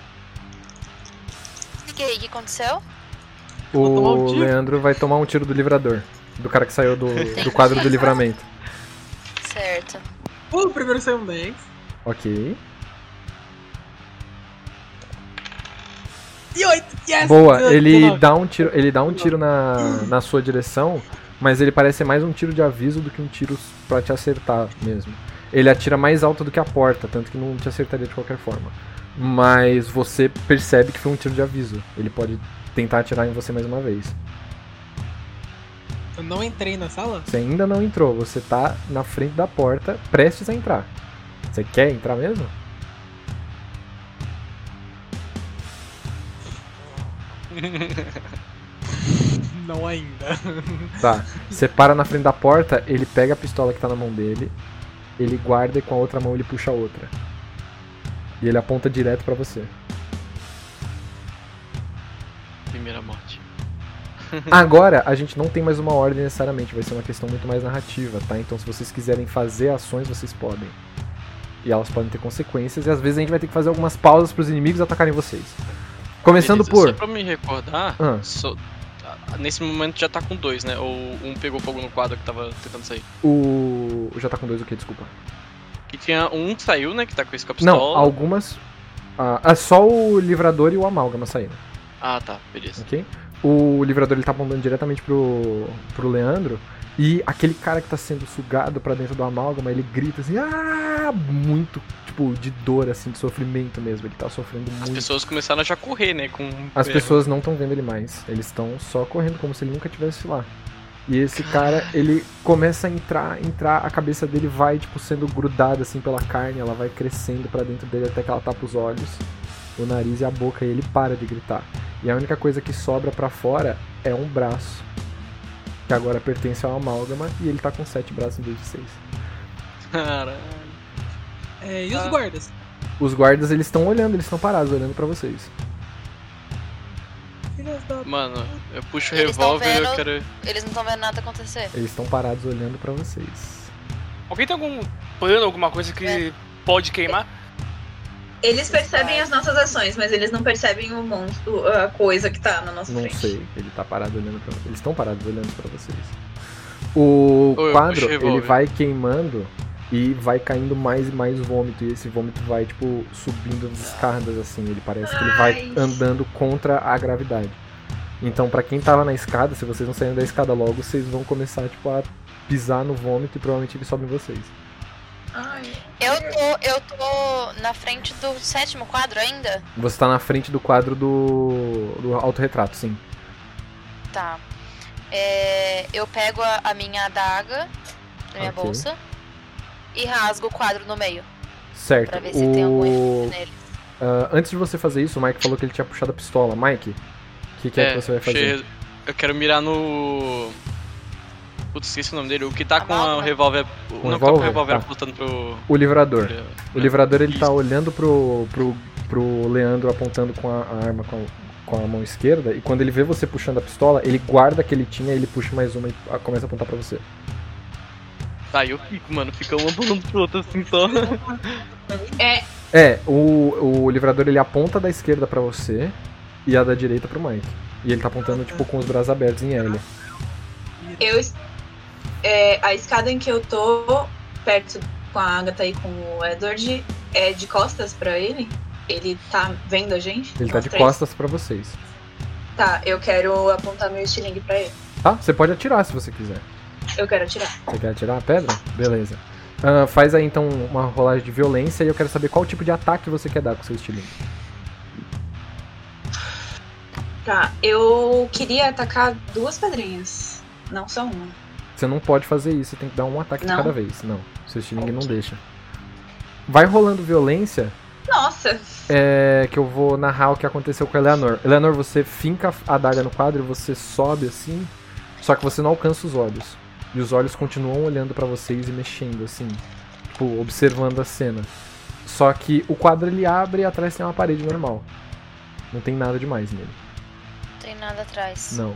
E aí, o que aconteceu? Vou tomar um O tiro. Leandro vai tomar um tiro do Livrador. Do cara que saiu do, do quadro do livramento. Certo. Uh, primeiro saiu um dez. Ok. E oito. Yes! Boa, dezenove. ele dá um tiro, ele dá um tiro na, na sua direção, mas ele parece ser mais um tiro de aviso do que um tiro pra te acertar mesmo. Ele atira mais alto do que a porta, tanto que não te acertaria de qualquer forma. Mas você percebe que foi um tiro de aviso. Ele pode tentar atirar em você mais uma vez. Eu não entrei na sala? Você ainda não entrou, você tá na frente da porta, prestes a entrar. Você quer entrar mesmo? Não ainda. Tá. Você para na frente da porta, ele pega a pistola que tá na mão dele, ele guarda e com a outra mão ele puxa a outra. E ele aponta direto pra você. Primeira morte. Agora, a gente não tem mais uma ordem necessariamente, vai ser uma questão muito mais narrativa, tá? Então se vocês quiserem fazer ações, vocês podem. E elas podem ter consequências, e às vezes a gente vai ter que fazer algumas pausas pros inimigos atacarem vocês. Começando Beleza, por... Só pra me recordar, Ah. só- nesse momento já tá com dois, né? Ou um pegou fogo no quadro que tava tentando sair. O... Já tá com dois o quê? Desculpa. Que tinha um que saiu, né? Que tá com esse com a pistola. Não, algumas... Ah, é só o Livrador e o Amálgama saíram, Ah, tá, beleza. ok? O Livrador ele tá apontando diretamente pro, pro Leandro, e aquele cara que tá sendo sugado pra dentro do Amálgama, ele grita assim, ah, muito, tipo, de dor, assim, de sofrimento mesmo, ele tá sofrendo As muito. pessoas começaram a já correr, né? Com As é, pessoas não estão vendo ele mais, eles estão só correndo como se ele nunca estivesse lá. E esse cara, ele começa a entrar, entrar, a cabeça dele vai, tipo, sendo grudada, assim, pela carne, ela vai crescendo pra dentro dele até que ela tapa os olhos, o nariz e a boca, e ele para de gritar. E a única coisa que sobra pra fora é um braço, que agora pertence ao Amálgama, e ele tá com sete braços em vez de seis. Caralho. É, e os Ah. guardas? Os guardas, eles estão olhando, eles estão parados, olhando pra vocês. Filhas da... Mano, eu puxo o Eles tão revólver e eu vendo- quero. Eles não estão vendo nada acontecer. Eles estão parados olhando pra vocês. Alguém tem algum plano, alguma coisa que É. pode queimar? Eles percebem as nossas ações, mas eles não percebem o monstro, a coisa que tá na nossa Não frente. sei, ele tá parado olhando pra vocês. Eles estão parados olhando pra vocês. O Ou eu quadro, puxo o ele revólver. vai queimando e vai caindo mais e mais vômito. E esse vômito vai, tipo, subindo as escadas, assim. Ele parece que ele vai Ai. andando contra a gravidade. Então, pra quem tava na escada, se vocês não saírem da escada logo, vocês vão começar, tipo, a pisar no vômito e provavelmente ele sobe em vocês. Ai. Eu tô, eu tô na frente do sétimo quadro ainda? Você tá na frente do quadro do, do autorretrato, sim. Tá. É, eu pego a, a minha adaga na minha Ok. bolsa e rasgo o quadro no meio. Certo. Pra ver se tem algum o... efeito nele. Ah, antes de você fazer isso, o Mike falou que ele tinha puxado a pistola. Mike, o que, que é, que você vai fazer? puxei- Eu quero mirar no. Putz, esqueci o nome dele. O que tá com Amálgama? o revólver. Um não, que tá com o revólver? revólver Tá. apontando pro. O livrador. pro- O livrador ele tá Isso. olhando pro, pro, pro Leandro apontando com a, a arma com a, com a mão esquerda, e quando ele vê você puxando a pistola, ele guarda a que ele tinha, ele puxa mais uma e a- começa a apontar pra você. Tá, eu fico, mano. Fica um apontando pro outro assim só. É, É, o, o livrador ele aponta da esquerda pra você e a da direita pro Mike. E ele tá apontando, tipo, com os braços abertos em L. eu. É, a escada em que eu tô, perto com a Agatha e com o Edward, é de costas pra ele? Ele tá vendo a gente? Ele tá Nós de três? costas pra vocês. Tá, eu quero apontar meu estilingue pra ele. Tá? Você pode atirar se você quiser. Eu quero atirar. Você quer atirar a pedra? Beleza. Ah, faz aí então uma rolagem de violência e eu quero saber qual tipo de ataque você quer dar com o seu estilingue. Tá, eu queria atacar duas pedrinhas, não só uma. Você não pode fazer isso, você tem que dar um ataque de Não? cada vez. Não, seu estilingue não deixa. Vai rolando violência, Nossa! é que eu vou narrar o que aconteceu com a Eleanor. Eleanor, você finca a adaga no quadro e você sobe assim, só que você não alcança os olhos. E os olhos continuam olhando pra vocês e mexendo assim, tipo, observando a cena. Só que o quadro ele abre e atrás tem uma parede normal. Não tem nada demais nele. Não tem nada atrás. Não.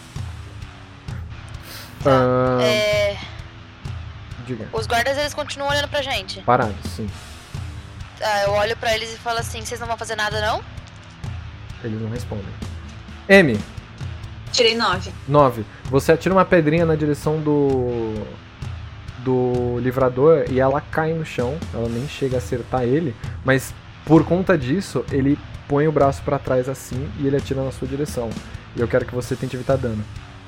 Tá. Ah, É, Diga. os guardas eles continuam olhando pra gente. Parado, sim. Tá, eu olho pra eles e falo assim, vocês não vão fazer nada não? Eles não respondem. M, Tirei nove. nove. Você atira uma pedrinha na direção do. do livrador e ela cai no chão. Ela nem chega a acertar ele. Mas por conta disso, ele põe o braço pra trás assim e ele atira na sua direção. E eu quero que você tente evitar dano.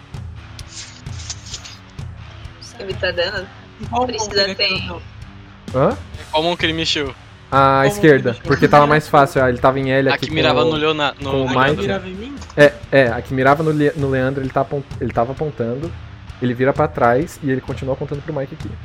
Evitar dano. Qual Precisa mão que ele ter- atirou? Hã? Qual mão que ele mexeu? A Como esquerda, que ele porque tava mais fácil. Ah, ele tava em L A aqui. que com mirava o- no Leonardo. com o No Mike. Ele Leandro. mirava em mim? É, é, a que mirava no, Le- no Leandro, ele, tá apont... ele tava apontando, ele vira pra trás e ele continua apontando pro Mike aqui.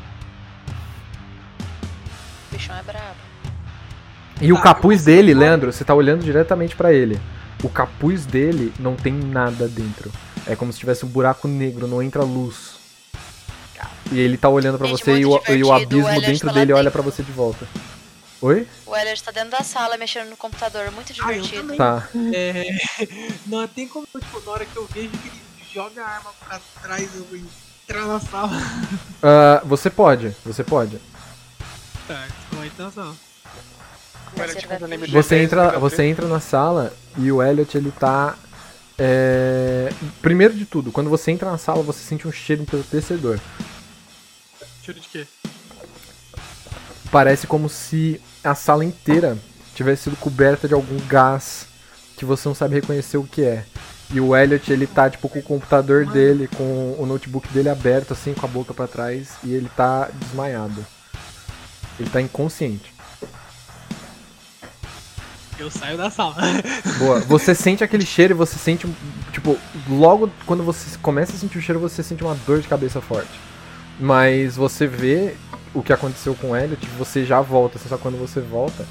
O bichão é brabo. E o Tá, capuz eu dele, consigo- Leandro, você tá olhando diretamente pra ele. O capuz dele não tem nada dentro. É como se tivesse um buraco negro, não entra luz. E ele tá olhando pra Gente, você e o, muito e o divertido, o abismo Elliot dentro tá lá dele olha dentro. pra você de volta. Oi? O Elliot tá dentro da sala mexendo no computador, muito Ah, eu divertido. também. Tá. É, não tem como, tipo, na hora que eu vejo que ele joga a arma pra trás, eu vou entrar na sala. Ah, você pode, você pode. Tá, com a intenção. Tipo, Você vai fugir. Você entra, você entra na sala e o Elliot, ele tá... é, Primeiro de tudo, quando você entra na sala, você sente um cheiro entorpecedor. Tiro de quê? Parece como se a sala inteira tivesse sido coberta de algum gás que você não sabe reconhecer o que é. E o Elliot, ele tá tipo com o computador dele, com o notebook dele aberto assim, com a boca pra trás, e ele tá desmaiado. Ele tá inconsciente. Eu saio da sala. Boa. Você sente aquele cheiro e você sente, tipo, logo quando você começa a sentir o cheiro, você sente uma dor de cabeça forte. Mas você vê o que aconteceu com o Elliot, você já volta, só quando você volta,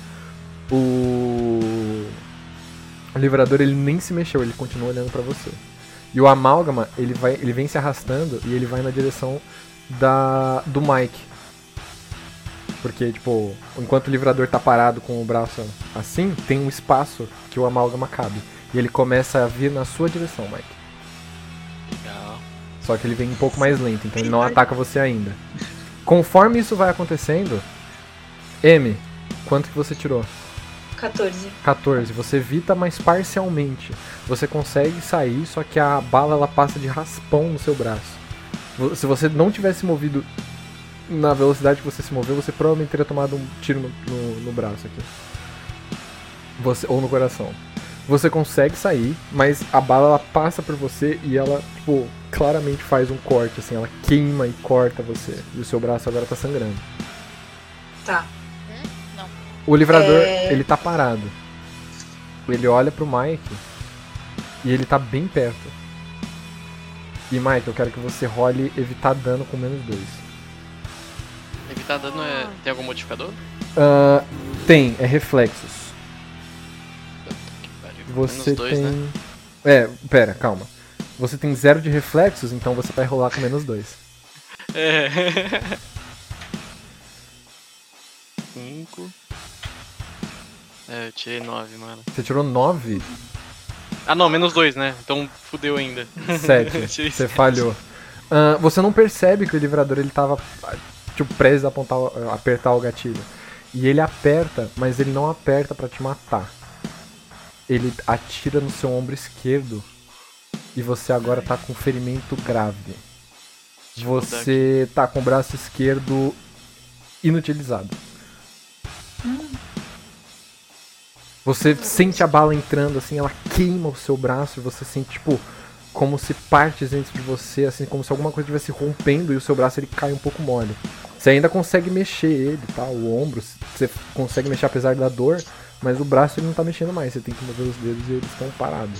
o... o livrador ele nem se mexeu, ele continua olhando pra você. E o amálgama, ele, vai, ele vem se arrastando e ele vai na direção da, do Mike. Porque, tipo, enquanto o livrador tá parado com o braço assim, tem um espaço que o amálgama cabe. E ele começa a vir na sua direção, Mike. Legal. Só que ele vem um pouco mais lento, então ele não ataca você ainda. Conforme isso vai acontecendo, M, quanto que você tirou? quatorze. quatorze. Você evita, mas parcialmente. Você consegue sair, só que a bala ela passa de raspão no seu braço. Vo- Se você não tivesse movido na velocidade que você se moveu, você provavelmente teria tomado um tiro no, no, no braço aqui. Você, ou no coração. Você consegue sair, mas a bala ela passa por você e ela, tipo, claramente faz um corte, assim, ela queima e corta você. E o seu braço agora tá sangrando. Tá. Hum? Não. O livrador, É. ele tá parado. Ele olha pro Mike e ele tá bem perto. E Mike, eu quero que você role evitar dano com menos dois. Evitar dano é. Tem algum modificador? Ah, tem, é reflexos. Que pariu. Você Menos dois, tem. né? É, pera, calma. Você tem zero de reflexos, então você vai rolar com menos dois. É. Cinco. É, eu tirei nove, mano. Você tirou nove? Ah não, menos dois, né? Então fudeu ainda. sete. Tirei Você sete. falhou. Ah, você não percebe que o livrador ele tava tipo, prestes a apontar, apertar o gatilho. E ele aperta, mas ele não aperta pra te matar. Ele atira no seu ombro esquerdo e você agora tá com ferimento grave. Você tá com o braço esquerdo inutilizado. Você sente a bala entrando, assim, ela queima o seu braço e você sente, tipo, como se partes dentro de você, assim, como se alguma coisa estivesse rompendo e o seu braço ele cai um pouco mole. Você ainda consegue mexer ele, tá? O ombro, você consegue mexer apesar da dor, mas o braço ele não tá mexendo mais. Você tem que mover os dedos e eles estão parados.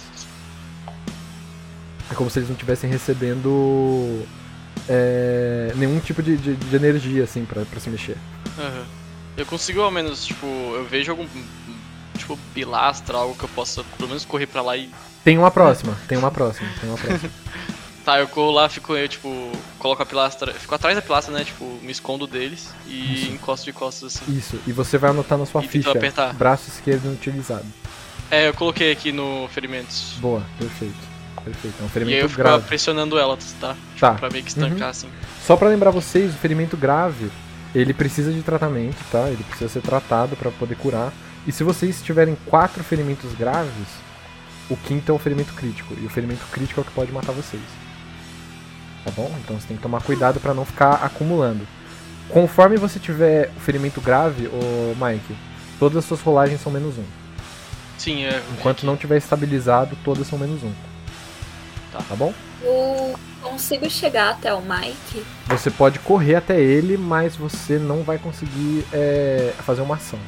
É como se eles não estivessem recebendo é, nenhum tipo de, de, de energia, assim, pra, pra se mexer. Uhum. Eu consigo, ao menos, tipo, eu vejo algum, tipo, pilastra, algo que eu possa, pelo menos, correr pra lá e... Tem uma próxima, tem uma próxima, tem uma próxima. Tá, eu corro lá, fico, eu, tipo, coloco a pilastra, fico atrás da pilastra, né, tipo, me escondo deles e Isso. encosto de costas, assim. Isso, e você vai anotar na sua E ficha, tento apertar. braço esquerdo inutilizado. É, eu coloquei aqui no ferimentos. Boa, perfeito, perfeito. É um E aí ferimento eu fico grave. pressionando ela, tá? Tipo, Tá. pra meio que estancar, Uhum. assim. Só pra lembrar vocês, o ferimento grave, ele precisa de tratamento, tá? Ele precisa ser tratado pra poder curar. E se vocês tiverem quatro ferimentos graves, o quinto é o ferimento crítico. E o ferimento crítico é o que pode matar vocês. Tá bom? Então você tem que tomar cuidado pra não ficar acumulando. Conforme você tiver o ferimento grave, ô Mike, todas as suas rolagens são menos um. Sim, é. Enquanto não tiver estabilizado, todas são menos um. Tá. Tá bom? Eu consigo chegar até o Mike? Você pode correr até ele, mas você não vai conseguir é, fazer uma ação.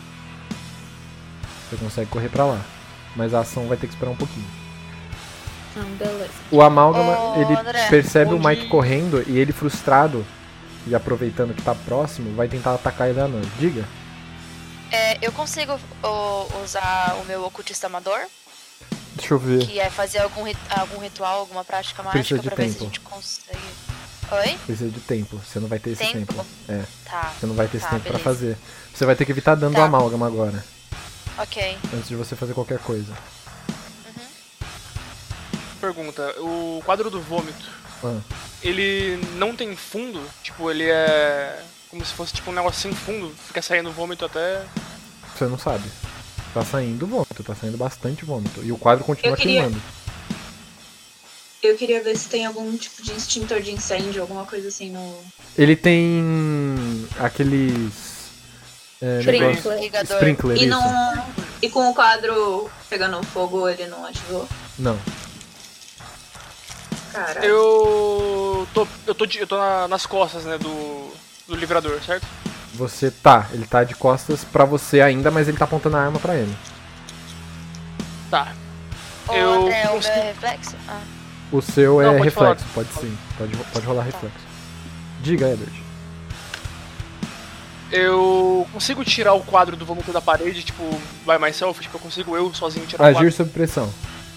Você consegue correr pra lá, mas a ação vai ter que esperar um pouquinho. Não, beleza. O Amálgama, Ô, ele André, percebe onde- o Mike correndo e ele frustrado, e aproveitando que tá próximo, vai tentar atacar a Eleanor. Diga. É, eu consigo ó, usar o meu ocultista amador, Deixa eu ver. que é fazer algum, rit- algum ritual, alguma prática Precisa mágica de pra ver se a tempo. gente consegue. Oi? Precisa de tempo, você não vai ter esse tempo. Tempo? É, Tá. você não vai ter esse Tá, tempo pra beleza. fazer. Você vai ter que evitar dando Tá. Amálgama agora, Ok. antes de você fazer qualquer coisa. Uhum. Pergunta, o quadro do vômito, Ah. ele não tem fundo? Tipo, ele é como se fosse tipo um negócio sem fundo, fica saindo vômito até... Você não sabe. Tá saindo vômito, tá saindo bastante vômito. E o quadro continua Eu queria- queimando. Eu queria ver se tem algum tipo de extintor de incêndio, alguma coisa assim no. Ele tem aqueles. É, Sprinkler. negócio- Ligador. Sprinkler, E, isso. não... e com o quadro pegando fogo, ele não ativou? Não. Cara. Eu tô, eu tô, de- eu tô na- nas costas, né, do, do livrador, certo? Você tá, ele tá de costas pra você ainda, mas ele tá apontando a arma pra ele. Tá. Ô, Eu André, o meu consegui- é reflexo? Ah. O seu Não, é pode reflexo, pode sim. Pode, pode rolar reflexo. Diga, Edward. Eu consigo tirar o quadro do vômito da parede, tipo, by myself, tipo, eu consigo eu sozinho tirar o Agir quadro. sob pressão.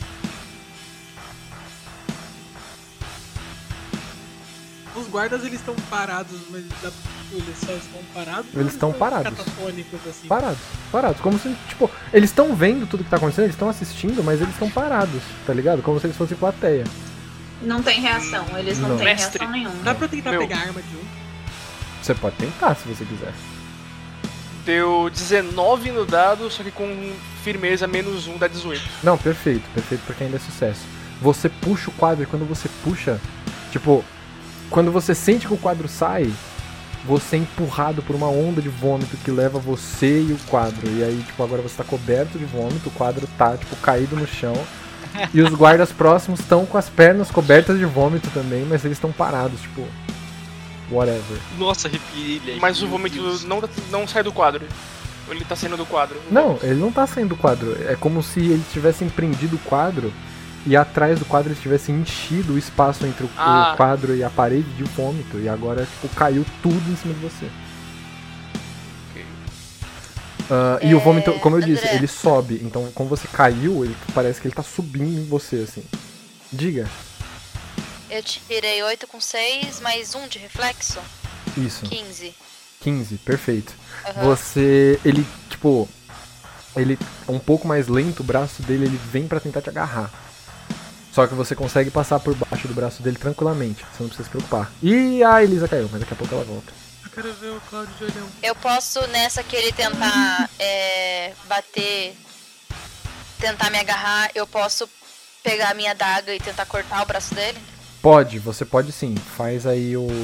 Os guardas, eles estão parados, mas da- eles só estão parados? Eles ou estão parados. Catafônicos, assim. Parados, parados. Como se, tipo, eles estão vendo tudo que tá acontecendo, eles estão assistindo, mas eles estão parados, tá ligado? Como se eles fossem plateia. Não tem reação, eles não, Não. têm Mestre. reação nenhuma. Dá pra tentar Meu. pegar a arma de um? Você pode tentar se você quiser. Deu dezenove no dado, só que com firmeza menos um dá dezoito. Não, perfeito, perfeito, porque ainda é sucesso. Você puxa o quadro e quando você puxa, tipo, quando você sente que o quadro sai, você é empurrado por uma onda de vômito que leva você e o quadro. E aí, tipo, agora você tá coberto de vômito, o quadro tá, tipo, caído no chão. E os guardas próximos estão com as pernas cobertas de vômito também, mas eles estão parados, tipo, whatever. Nossa, arrepiei ele aí. Mas o meu vômito Deus. não, não sai do quadro. Ele tá saindo do quadro. Não, ele não tá saindo do quadro. É como se eles tivessem prendido o quadro e atrás do quadro eles tivessem enchido o espaço entre o, Ah. o quadro e a parede de vômito. E agora, tipo, caiu tudo em cima de você. Ok. Ah, e o É, vômito, como eu disse, André. ele sobe. Então, como você caiu, ele parece que ele tá subindo em você, assim. Diga. Eu tirei oito com seis, mais um de reflexo. Isso. quinze. quinze, perfeito. Aham. Você, ele, tipo, ele é um pouco mais lento, o braço dele, ele vem pra tentar te agarrar. Só que você consegue passar por baixo do braço dele tranquilamente, você não precisa se preocupar. E a Elisa caiu, mas daqui a pouco ela volta. quero ver o Cláudio de olhão. Eu posso, nessa que ele tentar é, bater, tentar me agarrar, eu posso pegar a minha adaga e tentar cortar o braço dele? Pode, você pode sim. Faz aí o...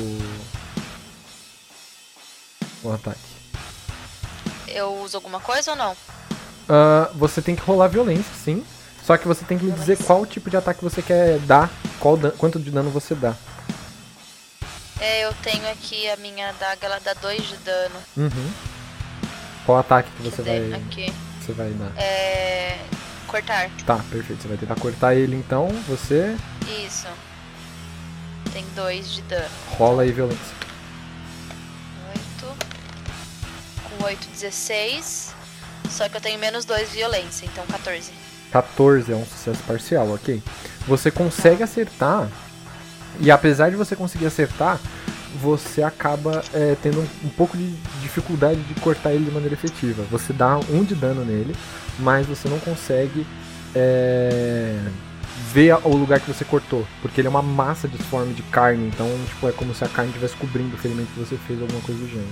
o ataque. Eu uso alguma coisa ou não? Uh, você tem que rolar violência, sim. Só que você tem que me dizer qual tipo de ataque você quer dar, qual dan- quanto de dano você dá. É, eu tenho aqui a minha adaga, ela dá dois de dano. Uhum. Qual ataque que você Cadê? vai, Aqui. você vai dar? É... Cortar. Tá, perfeito. Você vai tentar cortar ele então. Você Isso. Tem dois de dano. rola aí violência. oito. Com oito, dezesseis. Só que eu tenho menos dois violência, então quatorze. quatorze é um sucesso parcial, ok. Você consegue acertar. E apesar de você conseguir acertar, você acaba é, tendo um, um pouco de dificuldade de cortar ele de maneira efetiva. Você dá um de dano nele, mas você não consegue é, ver o lugar que você cortou. Porque ele é uma massa disforme de carne, então tipo, é como se a carne estivesse cobrindo o ferimento que você fez, alguma coisa do gênero.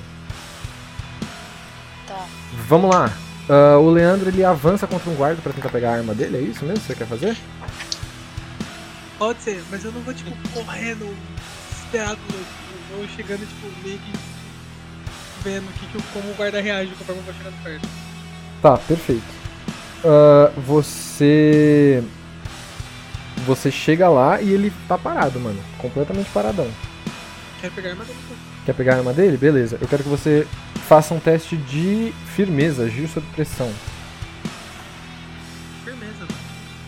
Tá. Vamos lá. Uh, o Leandro ele avança contra um guarda pra tentar pegar a arma dele, é isso mesmo que você quer fazer? Pode ser, mas eu não vou, tipo, correndo, desesperado, eu vou chegando, tipo, meio que vendo que, que, como o guarda reage conforme eu vou chegando perto. Tá, perfeito. Uh, você... Você chega lá e ele tá parado, mano. Completamente paradão. Quero pegar a arma dele. Quer pegar a arma dele? Beleza. Eu quero que você faça um teste de firmeza, agir sob pressão. Firmeza, mano.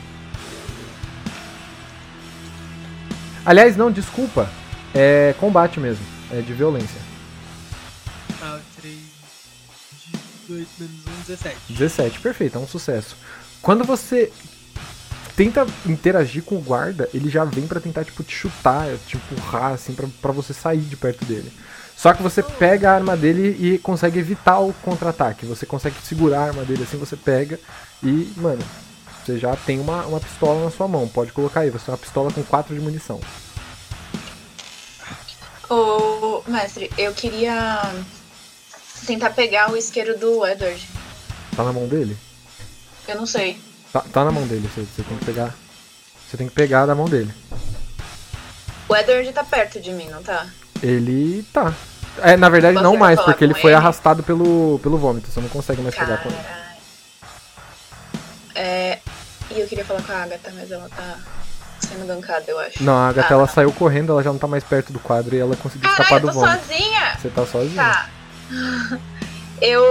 Aliás, não, desculpa. É combate mesmo. É de violência. Ah, três, dezoito menos um, dezessete. dezessete, perfeito, é um sucesso. Quando você tenta interagir com o guarda, ele já vem pra tentar, tipo, te chutar, te empurrar, assim, pra, pra você sair de perto dele. Só que você pega a arma dele e consegue evitar o contra-ataque. Você consegue segurar a arma dele, assim, você pega e, mano, você já tem uma, uma pistola na sua mão. Pode colocar aí, você tem uma pistola com quatro de munição. Ô, mestre, eu queria tentar pegar o isqueiro do Edward. Tá na mão dele? Eu não sei. Tá, tá na mão dele, você, você tem que pegar. Você tem que pegar da mão dele. O Edward tá perto de mim, não tá? Ele tá. É, na verdade Você não vai mais, falar porque ele com foi ele? arrastado pelo, pelo vômito, você não consegue mais pegar com ele. Caralho. É. E eu queria falar com a Agatha, mas ela tá sendo gankada, eu acho. Não, a Agatha Ah, ela não. saiu correndo, ela já não tá mais perto do quadro e ela conseguiu Caralho, escapar eu do tô vômito. sozinha! Você tá sozinho? Tá. Eu.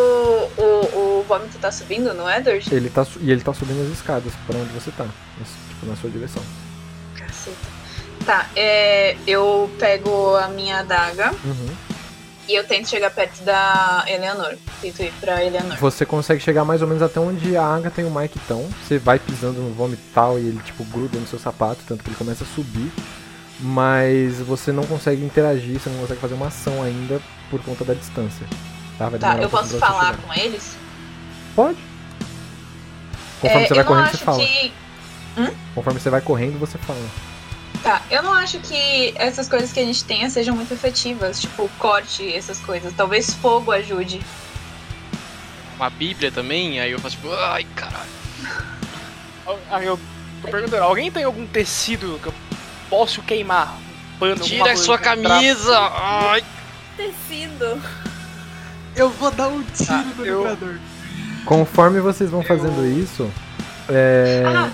O, o vômito tá subindo no Edward? Ele tá, su- e ele tá subindo as escadas pra onde você tá, na, tipo, na sua direção. Caceta. Tá, é, eu pego a minha adaga Uhum. e eu tento chegar perto da Eleanor. Tento ir pra Eleanor. Você consegue chegar mais ou menos até onde a Agatha e o Mike estão. Você vai pisando no vômito e tal, e ele tipo gruda no seu sapato, tanto que ele começa a subir. Mas você não consegue interagir, você não consegue fazer uma ação ainda por conta da distância. Tá, vai Tá, demorar eu um pouco posso pra você falar chegar. com eles? Pode. Conforme É, você vai eu não correndo, acho você fala. que. Conforme você vai correndo, você fala. Tá, eu não acho que essas coisas que a gente tenha sejam muito efetivas, tipo corte, essas coisas. Talvez fogo ajude. Uma bíblia também, aí eu faço tipo, ai caralho. Aí eu tô perguntando, alguém tem algum tecido que eu posso queimar? Um pano, alguma Tira a coisa, sua um trapo? camisa! Ai! Tecido. Eu vou dar um tiro Ah, no eu- livrador. Conforme vocês vão fazendo isso, é, Ah.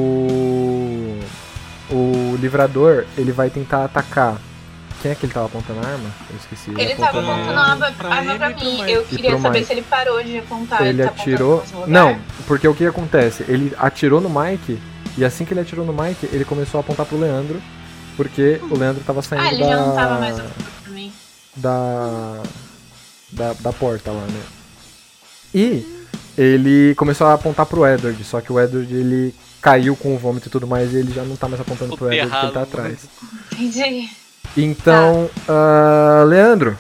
o o livrador ele vai tentar atacar. Quem é que ele tava apontando a arma? Eu esqueci. Ele tava apontou apontando a arma, pra arma ele pra e pro mim. Mike. Eu E queria pro saber Mike. se ele parou de apontar. Ele tá apontando atirou. pro mesmo lugar? Não, porque o que acontece? Ele atirou no Mike e assim que ele atirou no Mike, ele começou a apontar pro Leandro, porque o Leandro tava saindo Ah, ele da já não tava mais apontando pra mim. da, da da porta lá, né? E ele começou a apontar pro Edward, só que o Edward ele caiu com o vômito e tudo mais e ele já não tá mais apontando pro Tudo Edward, porque ele tá errado, atrás. Entendi. Então, ah, Leandro,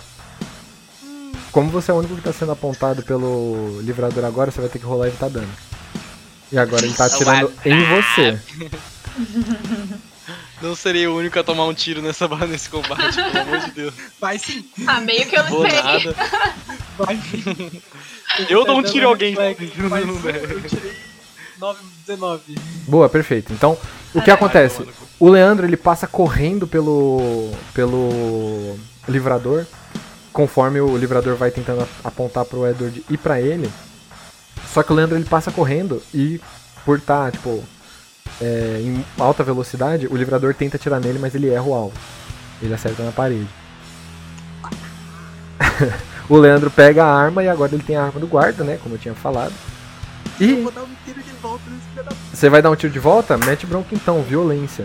como você é o único que tá sendo apontado pelo livrador agora, você vai ter que rolar e evitar dano. E agora ele tá atirando em você. Não serei o único a tomar um tiro nessa barra nesse combate, pelo amor de Deus. Vai sim. Ah, meio que eu não Vou sei. nada. Vai sim. Eu dou um tiro em alguém. Mas eu tirei nove, dezenove. Boa, perfeito. Então, o que Caralho. acontece? O Leandro, ele passa correndo pelo pelo livrador, conforme o livrador vai tentando apontar pro Edward e pra ele. Só que o Leandro, ele passa correndo e, por estar, tipo, é, em alta velocidade, o livrador tenta atirar nele, mas ele erra o alvo. Ele acerta na parede. O Leandro pega a arma e agora ele tem a arma do guarda, né? Como eu tinha falado. Eu E vou dar um tiro de volta nesse filho da... você vai dar um tiro de volta? Mete bronca então, violência.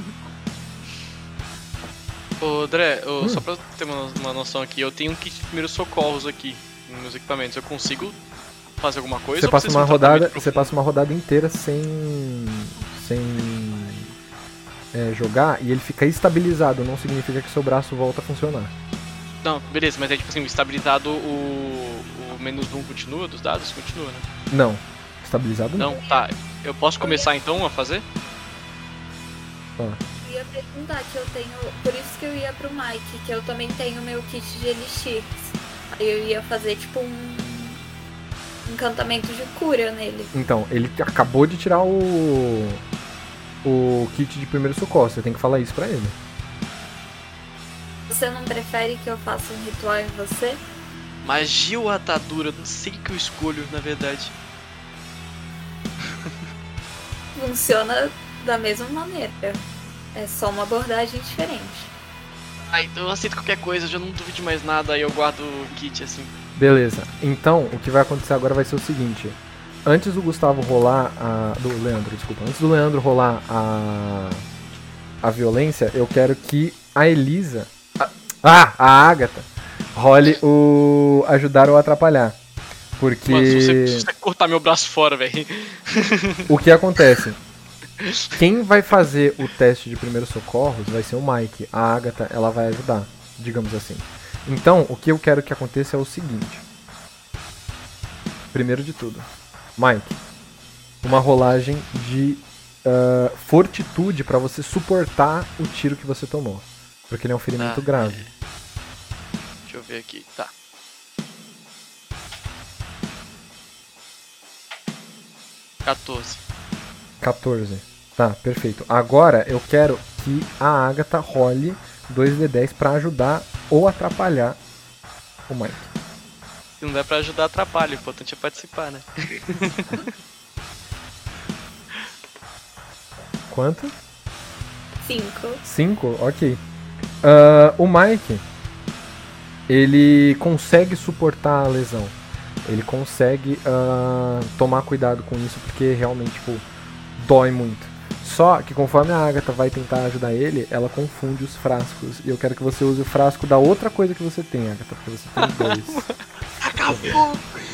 Ô, André, ô, Hum. só pra ter uma, uma noção aqui, eu tenho um kit de primeiros socorros aqui nos meus equipamentos. Eu consigo fazer alguma coisa? Você ou passa precisa uma de um tratamento rodada, você profundo? passa uma rodada inteira sem sem é, jogar e ele fica estabilizado, não significa que seu braço volta a funcionar. Não, beleza, mas é tipo assim, estabilizado o, o menos um continua dos dados? Continua, né? Não, estabilizado não. Não, tá. Eu posso começar então a fazer? Eu ia perguntar que eu tenho. Por isso que eu ia pro Mike, que eu também tenho meu kit de elixirs. Aí eu ia fazer tipo um encantamento de cura nele. Então, ele acabou de tirar o o kit de primeiro socorro, você tem que falar isso pra ele. Você não prefere que eu faça um ritual em você? Magia ou atadura? Não sei o que eu escolho, na verdade. Funciona da mesma maneira. É só uma abordagem diferente. Ah, então eu aceito qualquer coisa, eu já não duvido de mais nada, aí eu guardo o kit assim. Beleza. Então, o que vai acontecer agora vai ser o seguinte. Antes do Gustavo rolar a... Do Leandro, desculpa. Antes do Leandro rolar a... A violência, eu quero que a Elisa... a- Ah! A Agatha role o... Ajudar ou atrapalhar. Porque... Mano, se você, se você cortar meu braço fora, velho. O que acontece? Quem vai fazer o teste de primeiros socorros vai ser o Mike. A Agatha, ela vai ajudar, digamos assim. Então, o que eu quero que aconteça é o seguinte. Primeiro de tudo, Mike, uma rolagem de uh, fortitude pra você suportar o tiro que você tomou. Porque ele é um ferimento Ah, grave. Deixa eu ver aqui, tá. quatorze. quatorze. Tá, perfeito. Agora eu quero que a Agatha role dois D dez pra ajudar ou atrapalhar o Mike. Se não der pra ajudar, atrapalha. O importante é participar, né? Quanto? Cinco. cinco? Ok. Ah, o Mike, ele consegue suportar a lesão. Ele consegue ah, tomar cuidado com isso, porque realmente, tipo, dói muito. Só que conforme a Agatha vai tentar ajudar ele, ela confunde os frascos. E eu quero que você use o frasco da outra coisa que você tem, Agatha, porque você tem dois. Acabou.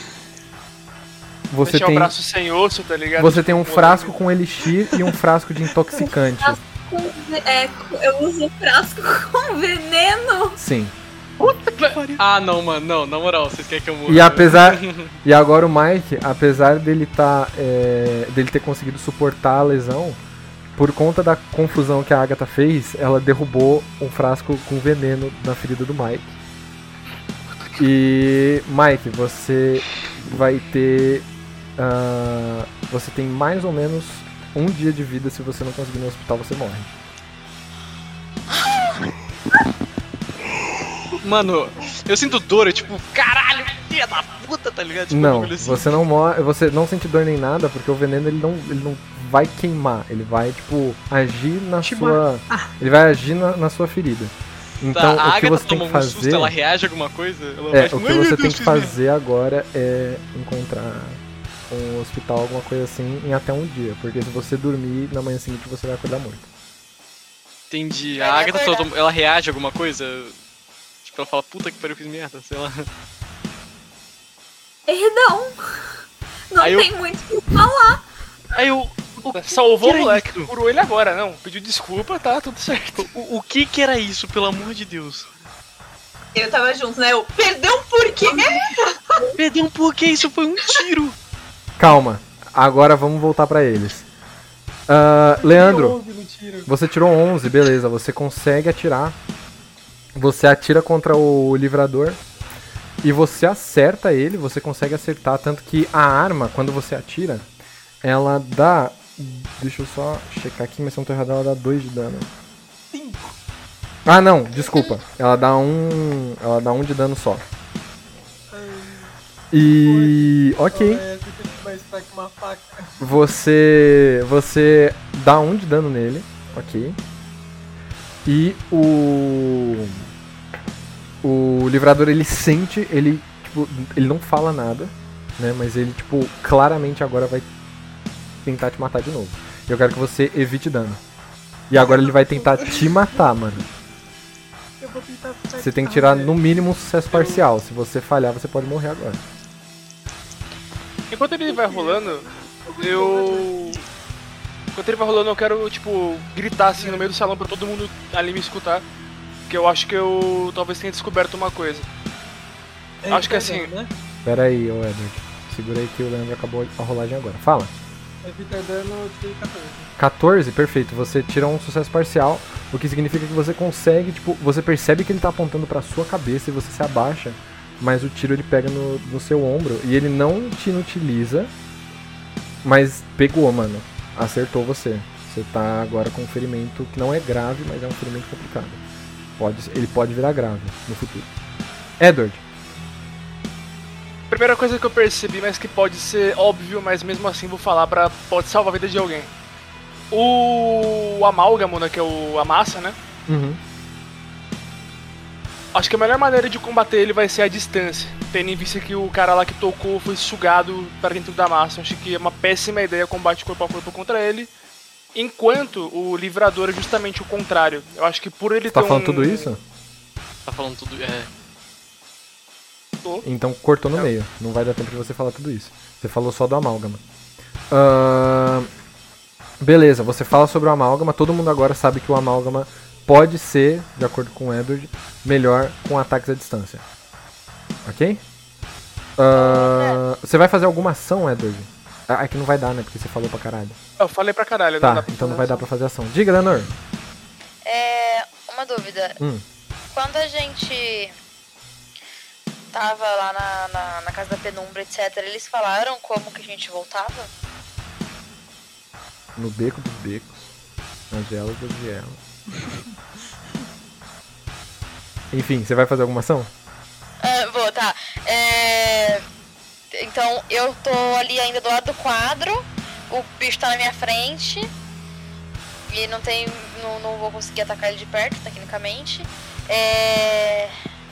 Você Deixar tem, o braço sem osso, tá ligado? você tem um Tipo, frasco com elixir e um frasco de intoxicante. Com ve- é, com- eu uso frasco com veneno. Sim. Ah, não, mano, não, na moral, vocês querem que eu mude? E apesar. E agora o Mike, apesar dele tá. é, dele ter conseguido suportar a lesão, por conta da confusão que a Agatha fez, ela derrubou um frasco com veneno na ferida do Mike. E Mike, você vai ter. ah, você tem mais ou menos um dia de vida. Se você não conseguir ir no hospital, você morre. Mano, eu sinto dor, eu tipo, caralho, filha da puta, tá ligado? Tipo, um Não, bagulho assim. você não morre, você não sente dor nem nada, porque o veneno ele não, ele não vai queimar, ele vai tipo agir na sua, ele vai agir na, na sua ferida. Então Tá, a o que Agatha você tem toma que um susto, fazer, ela reage a alguma coisa? Ela é, faz, o tipo, que "Ai, meu você Deus, tem que fiz merda." fazer agora é encontrar um hospital, alguma coisa assim, em até um dia, porque se você dormir na manhã seguinte você vai acordar morto. Entendi. Vai A me Agatha, acordar. todo- ela reage a alguma coisa? Tipo, ela fala, puta que pariu, eu fiz merda, sei lá. Perdão. Não Aí eu- tem muito o que falar. Aí eu... O que Salvou que o era moleque, isso? curou ele agora, não. Pediu desculpa, tá tudo certo. O, o que que era isso, pelo amor de Deus? Eu tava junto, né? Eu, perdão por quê? Perdeu um porquê, isso foi um tiro. Calma, agora vamos voltar pra eles. Ah, Leandro, onze no tiro. você tirou onze, beleza. Você consegue atirar. Você atira contra o livrador. E você acerta ele, você consegue acertar. Tanto que a arma, quando você atira, ela dá... Deixa eu só checar aqui, mas se eu não tô errado, ela dá dois de dano. Ah, não, desculpa. Ela dá um... Ela dá um de dano só. E... Ok. É, você tem mais fraco que uma faca. Você... Você dá um de dano nele. Ok. E o... O livrador, ele sente, ele, tipo, ele não fala nada, né? Mas ele, tipo, claramente agora vai tentar te matar de novo. Eu quero que você evite dano. E agora ele vai tentar te matar, mano. Eu vou tentar ficar Você tem que de tirar cara, no mínimo um sucesso parcial. Se você falhar, você pode morrer agora. Enquanto ele vai rolando, eu... Enquanto ele vai rolando, eu quero, tipo, gritar assim no meio do salão pra todo mundo ali me escutar. Que eu acho que eu talvez tenha descoberto uma coisa. velho. acho que Tá assim- dando, né? Pera aí, ô Edward. Segura aí que o Leandro acabou a rolagem agora. Fala. Evita dano, eu tirei catorze. quatorze, perfeito. Você tira um sucesso parcial, o que significa que você consegue, tipo, você percebe que ele tá apontando pra sua cabeça e você se abaixa, mas o tiro ele pega no, no seu ombro e ele não te inutiliza, mas pegou, mano. Acertou você. Você tá agora com um ferimento que não é grave, mas é um ferimento complicado. Pode, ele pode virar grave no futuro. Edward, Primeira coisa que eu percebi, mas que pode ser óbvio, mas mesmo assim vou falar pra... Pode salvar a vida de alguém. O, o amálgamo, né, que é o, a massa, né? uhum. Acho que a melhor maneira de combater ele vai ser a distância. Tendo em vista que o cara lá que tocou foi sugado para dentro da massa. Acho que é uma péssima ideia combate corpo a corpo contra ele. Enquanto o livrador é justamente o contrário. Eu acho que por ele Tá ter falando um... tudo isso? Tá falando tudo. É. Tô. Então cortou no É. meio. Não vai dar tempo de você falar tudo isso. Você falou só do amálgama. Ahn, Beleza, você fala sobre o amálgama. Todo mundo agora sabe que o amálgama pode ser, de acordo com o Edward, melhor com ataques à distância. Ok? Ahn, Você vai fazer alguma ação, Edward? Ah, é que não vai dar, né? Porque você falou pra caralho. Eu falei pra caralho. não Tá, dá pra então não fazer vai dar ação. pra fazer ação. Diga, Leonor. É. Uma dúvida. Hum. Quando a gente tava lá na, na, na casa da penumbra, etcétera, eles falaram como que a gente voltava? No beco dos becos. Nas vielas das vielas. Enfim, você vai fazer alguma ação? Ah, vou, tá. É... Então, eu tô ali ainda do lado do quadro, o bicho tá na minha frente, e não tem. Não, não vou conseguir atacar ele de perto, tecnicamente. É...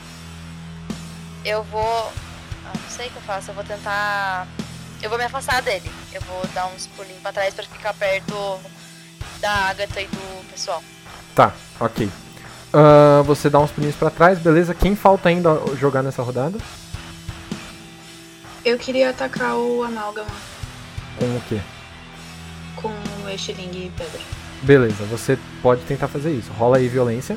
Eu vou. Ah, não sei o que eu faço, eu vou tentar. Eu vou me afastar dele. Eu vou dar uns pulinhos pra trás pra ficar perto da Agatha e do pessoal. Tá, ok. Ah, você dá uns pulinhos pra trás, beleza. Quem falta ainda jogar nessa rodada? Eu queria atacar o amálgama Com o quê? com o estilingue e pedra. Beleza, você pode tentar fazer isso. Rola aí violência.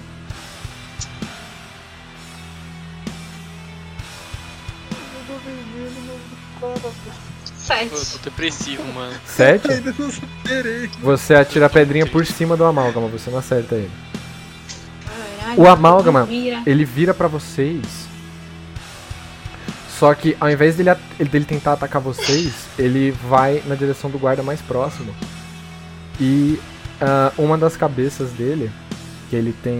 Pô, eu Sete. tô depressivo, mano. sete. Ainda não superei. Você atira a pedrinha por cima do amálgama, você não acerta ele. Caralho, O amálgama, vira. ele vira pra vocês. Só que ao invés dele, at- dele tentar atacar vocês, ele vai na direção do guarda mais próximo. E ah, uma das cabeças dele, que ele tem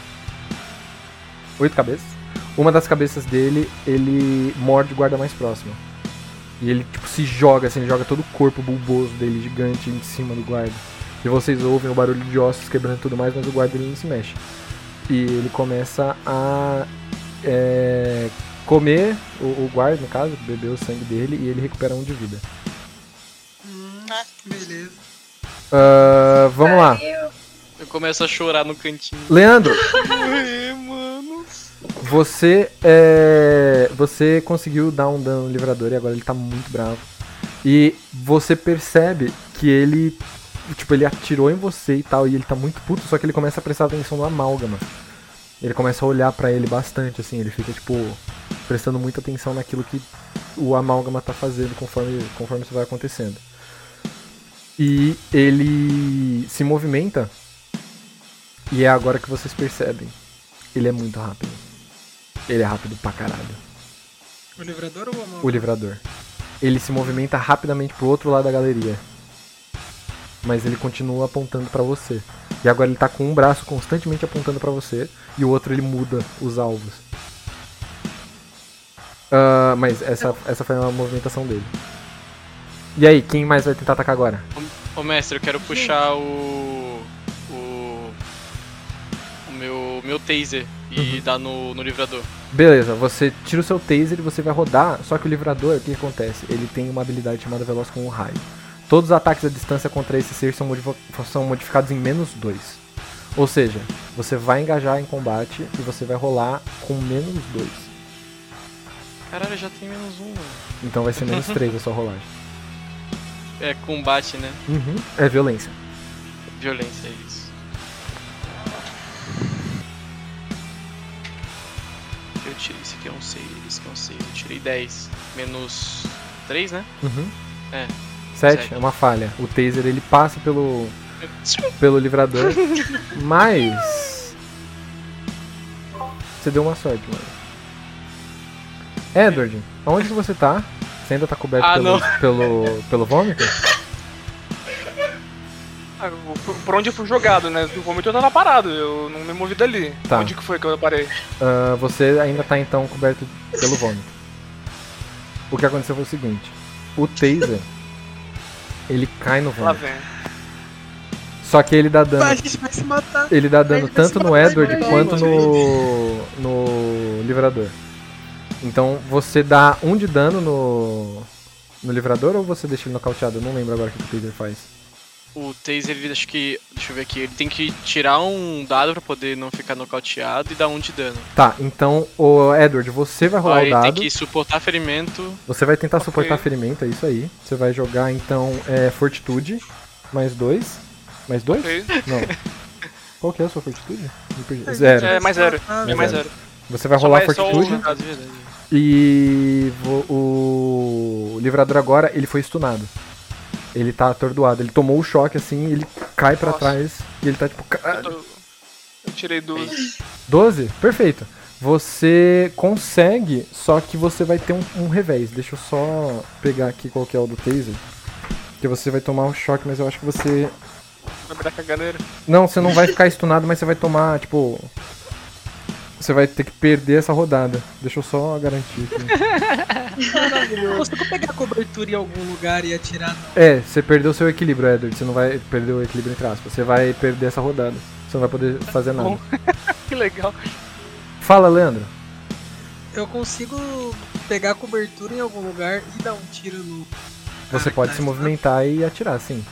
oito cabeças, uma das cabeças dele, ele morde o guarda mais próximo. E ele tipo se joga assim, ele joga todo o corpo bulboso dele gigante em cima do guarda. E vocês ouvem o barulho de ossos quebrando e tudo mais, mas o guarda ele não se mexe. E ele começa a é, comer o, o guarda, no caso, beber o sangue dele e ele recupera um de vida. Hum, Ah. beleza. Ah, vamos lá. Eu- Eu começo a chorar no cantinho. Leandro, Ai, mano. você é, você conseguiu dar um dano no livrador e agora ele tá muito bravo. E você percebe que ele, tipo, ele atirou em você e tal, e ele tá muito puto, só que ele começa a prestar atenção no amálgama. Ele começa a olhar pra ele bastante, assim, ele fica, tipo, prestando muita atenção naquilo que o amálgama tá fazendo conforme, conforme isso vai acontecendo. E ele se movimenta. E é agora que vocês percebem. Ele é muito rápido. Ele é rápido pra caralho. O livrador ou o amor? O livrador. Ele se movimenta rapidamente pro outro lado da galeria. Mas ele continua apontando pra você. E agora ele tá com um braço constantemente apontando pra você. E o outro ele muda os alvos. Uh, mas essa, essa foi a movimentação dele. E aí, quem mais vai tentar atacar agora? Ô mestre, eu quero puxar o. O. O meu, meu taser e Uhum. dar no, no livrador. Beleza, você tira o seu taser e você vai rodar. Só que o livrador, o que acontece? Ele tem uma habilidade chamada Veloz com o Raio. Todos os ataques à distância contra esse ser são, modifi- são modificados em menos dois. Ou seja, você vai engajar em combate e você vai rolar com menos dois. Caralho, já tem menos um, mano. Então vai ser menos três a sua rolagem. É combate, né? Uhum. É violência. Violência, é isso. Eu tirei, esse aqui é um seis, esse aqui é um seis. Eu tirei dez. Menos três, né? Uhum. É. sete Sete. é uma falha. O taser ele passa pelo, pelo livrador. Mas. Você deu uma sorte, mano. Edward, aonde que você tá? Você ainda tá coberto Ah, pelo, não. pelo, pelo vômito? Ah, por- por onde eu fui jogado, né? Do vômito eu tava parado, eu não me movi dali. Tá. Onde que foi que eu parei? Ah, você ainda tá então coberto pelo vômito. O que aconteceu foi o seguinte: o taser ele cai no Lá vômito. vem. Só que ele dá dano. A gente vai se matar. Ele dá dano Ele vai se tanto no matar, Edward vai, quanto vai. no, no livrador. Então você dá um de dano no, no livrador ou você deixa ele nocauteado? Eu não lembro agora o que o taser faz. O taser, ele acho que. Deixa eu ver aqui. Ele tem que tirar um dado pra poder não ficar nocauteado e dar um de dano. Tá, então, o Edward, você vai rolar Aí o ele tem dado. que suportar ferimento. Você vai tentar Ok. suportar ferimento, é isso aí. Você vai jogar então é, Fortitude, mais dois. Mais dois? Ok. Não. Qual que é a sua Fortitude? Me perdi. Zero. É mais zero. Ah, É mais zero. zero. Você vai Só rolar vai- só o- Fortitude. Ah, de verdade. E vo- o livrador agora, ele foi stunado. Ele tá atordoado. Ele tomou o choque assim, ele cai pra Nossa. trás e ele tá tipo, Eu, caralho. tô- eu tirei doze. doze? Perfeito. Você consegue, só que você vai ter um, um revés. Deixa eu só pegar aqui qual que é o do taser. Que você vai tomar um choque, mas eu acho que você... Vai virar caganeira. Não, você não vai ficar stunado, mas você vai tomar, tipo... Você vai ter que perder essa rodada. Deixa eu só garantir aqui. Eu consigo pegar a cobertura em algum lugar e atirar no... É, você perdeu seu equilíbrio, Edward. Você não vai perder o equilíbrio entre aspas. Você vai perder essa rodada. Você não vai poder fazer nada. Bom. Que legal. Fala, Leandro. Eu consigo pegar a cobertura em algum lugar e dar um tiro no... Você cara que pode tá se estunado. movimentar e atirar, sim.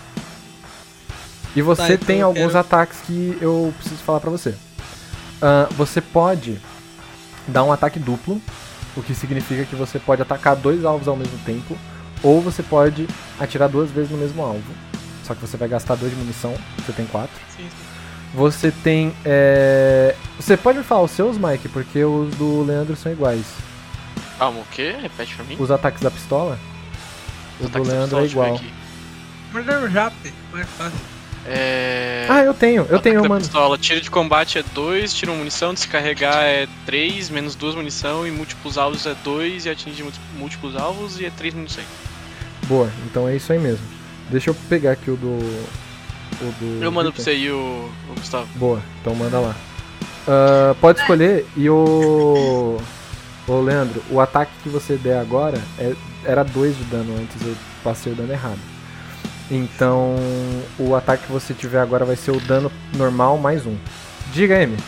E você Tá, então tem eu alguns quero- ataques que eu preciso falar pra você. Ah, você pode dar um ataque duplo, o que significa que você pode atacar dois alvos ao mesmo tempo, ou você pode atirar duas vezes no mesmo alvo. Só que você vai gastar dois de munição, você tem quatro. Sim, sim. Você tem. É... Você pode me falar os seus, Mike, porque os do Leandro são iguais. Calma, o quê? Repete pra mim. Os ataques da pistola? O Os do ataques da Leandro é pistola, igual. deixa eu ver aqui. Murder o Jap, mais fácil. É... Ah, eu tenho, eu Ataque tenho, da mano. pistola. Tiro de combate é dois, tiro munição, descarregar é três, menos duas munição e múltiplos alvos é dois e atingir múlti- múltiplos alvos e é três munição. Boa, então é isso aí mesmo. Deixa eu pegar aqui o do. O do Eu mando pra Victor. você aí, o, o Gustavo. Boa, então manda lá. Ah, pode escolher e o. Ô Leandro, o ataque que você der agora é- era dois de dano antes, eu passei o dano errado. Então o ataque que você tiver agora vai ser o dano normal mais um. Diga, Amy.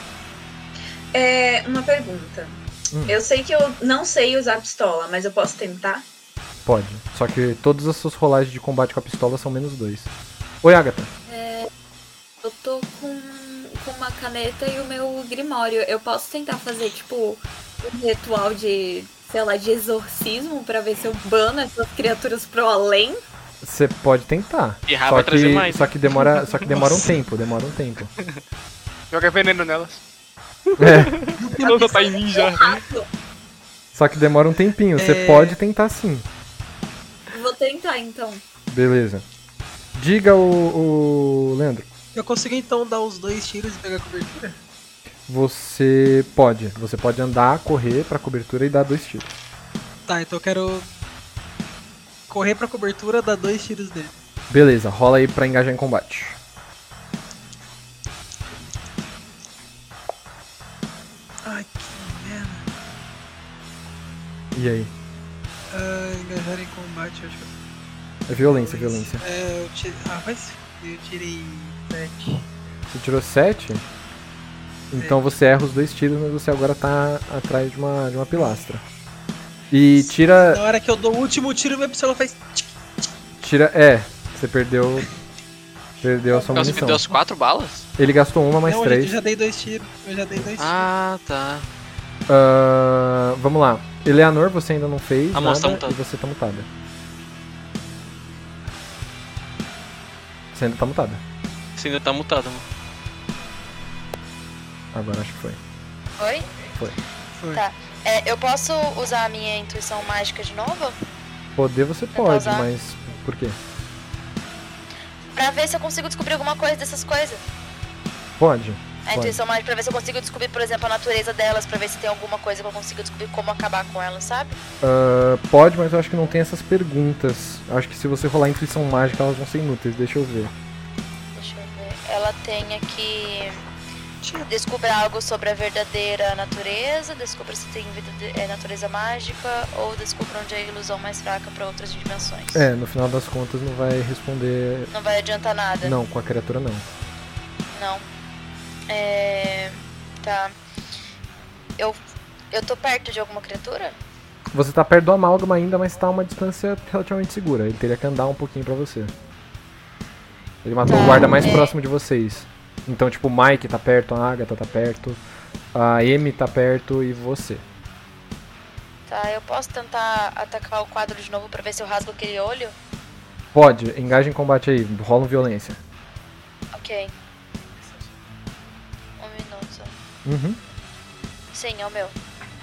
É, uma pergunta. Hum. Eu sei que eu não sei usar pistola, mas eu posso tentar? Pode. Só que todas as suas rolagens de combate com a pistola são menos dois. Oi, Agatha. Eu tô com, com uma caneta e o meu grimório. Eu posso tentar fazer, tipo, um ritual de, sei lá, de exorcismo pra ver se eu bano essas criaturas pro além? Você pode tentar. Errar Só vai trazer que, mais. só que demora, só que demora um tempo, demora um tempo. Joga veneno nelas. É, Ela tá em mim já. só que demora um tempinho. Você É. pode tentar sim. Vou tentar, então. Beleza. Diga o, o Leandro. Eu consigo então dar os dois tiros e pegar a cobertura? Você pode. Você pode andar, correr pra cobertura e dar dois tiros. Tá, então eu quero correr pra cobertura, dar dois tiros dele. Beleza, rola aí pra engajar em combate. Ai, que merda. E aí? Ah, engajar em combate, eu acho que... É violência, violência. É, eu tirei... Ah, mas eu tirei sete. Você tirou sete? Então você erra os dois tiros, mas você agora tá atrás de uma, de uma pilastra. E tira... Na hora que eu dou o último tiro, minha pistola faz... Tira... É, você perdeu... Perdeu a sua Nossa, me munição. deu as quatro balas? Ele gastou uma mais Não, três. eu já dei dois tiros. Eu já dei dois tiros. Ah, tá. Uh, vamos lá. Eleanor, você ainda não fez A moça tá nada mutada. e você tá mutada. Você ainda tá mutada. Você ainda tá mutado, mano. Agora acho que foi. Oi? Foi. Foi. Tá. É, eu posso usar a minha intuição mágica de novo? Poder você Tentar pode, usar? mas por quê? Pra ver se eu consigo descobrir alguma coisa dessas coisas. Pode. A Pode. intuição mágica pra ver se eu consigo descobrir, por exemplo, a natureza delas, pra ver se tem alguma coisa que eu consigo descobrir como acabar com elas, sabe? Uh, pode, mas eu acho que não tem essas perguntas. Acho que se você rolar intuição mágica, elas vão ser inúteis. Deixa eu ver. Deixa eu ver. Ela tem aqui... Descubra algo sobre a verdadeira natureza, descubra se tem vida de, é, natureza mágica, ou descubra onde é a ilusão mais fraca pra outras dimensões. É, no final das contas não vai responder... Não vai adiantar nada. Não, com a criatura não. Não. É... Tá. Eu... Eu tô perto de alguma criatura? Você tá perto do amálgama ainda, mas tá a uma distância relativamente segura. Ele teria que andar um pouquinho pra você. Ele matou Tá, o guarda mais é. próximo de vocês. Então, tipo, o Mike tá perto, a Agatha tá perto, a Amy tá perto e você. Tá, eu posso tentar atacar o quadro de novo pra ver se eu rasgo aquele olho? Pode, engaja em combate aí, rola um violência. Ok. Um minuto. Uhum. Sim, é o meu.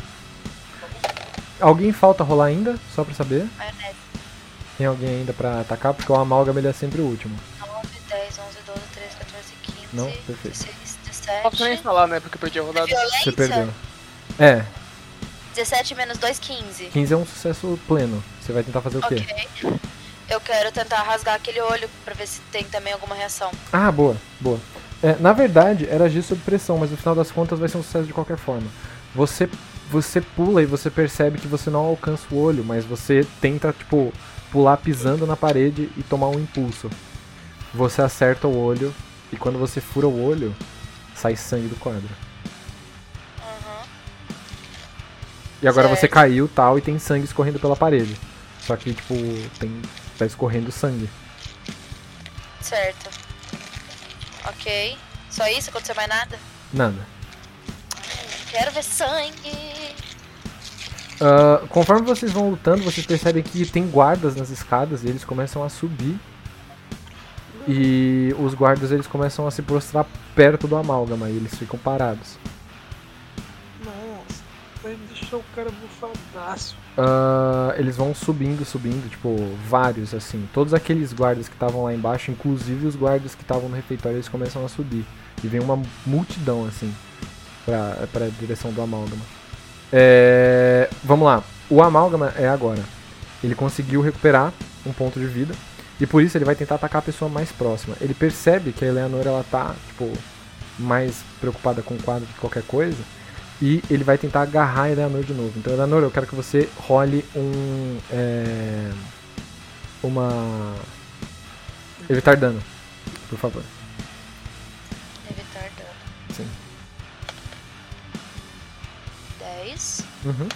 Alguém falta rolar ainda, só pra saber? Maionese. Tem alguém ainda pra atacar, porque o amálgama ele é sempre o último. nove, dez, onze, doze, treze, quatorze, quinze, Não? Perfeito. dezesseis, Não posso nem dezessete. falar, né? Porque eu perdi a rodada. Violência? Você perdeu. É, dezessete menos dois, quinze. quinze é um sucesso pleno. Você vai tentar fazer o quê? Ok. Eu quero tentar rasgar aquele olho pra ver se tem também alguma reação. Ah, boa, boa. É, na verdade, era agir sob pressão, mas no final das contas vai ser um sucesso de qualquer forma. Você, você pula e você percebe que você não alcança o olho, mas você tenta, tipo, pular pisando na parede e tomar um impulso. Você acerta o olho e quando você fura o olho, sai sangue do quadro. Uhum. E agora Certo. você caiu tal e tem sangue escorrendo pela parede. Só que, tipo, tem, tá escorrendo sangue. Certo. Ok. Só isso? Aconteceu mais nada? Nada. Quero ver sangue. Ah, conforme vocês vão lutando, vocês percebem que tem guardas nas escadas e eles começam a subir. E os guardas eles começam a se prostrar perto do amálgama e eles ficam parados. Nossa, vai deixar o cara bufadaço. Ah, eles vão subindo, subindo, tipo, vários assim. Todos aqueles guardas que estavam lá embaixo, inclusive os guardas que estavam no refeitório, eles começam a subir. E vem uma multidão assim pra, pra direção do amálgama. É, vamos lá, o amálgama é agora. Ele conseguiu recuperar um ponto de vida e por isso ele vai tentar atacar a pessoa mais próxima. Ele percebe que a Eleanor ela tá, tipo, mais preocupada com o quadro que qualquer coisa e ele vai tentar agarrar a Eleanor de novo. Então, Eleanor, eu quero que você role um é, uma evitar dano, por favor. Evitar dano. Sim. dez. Uhum.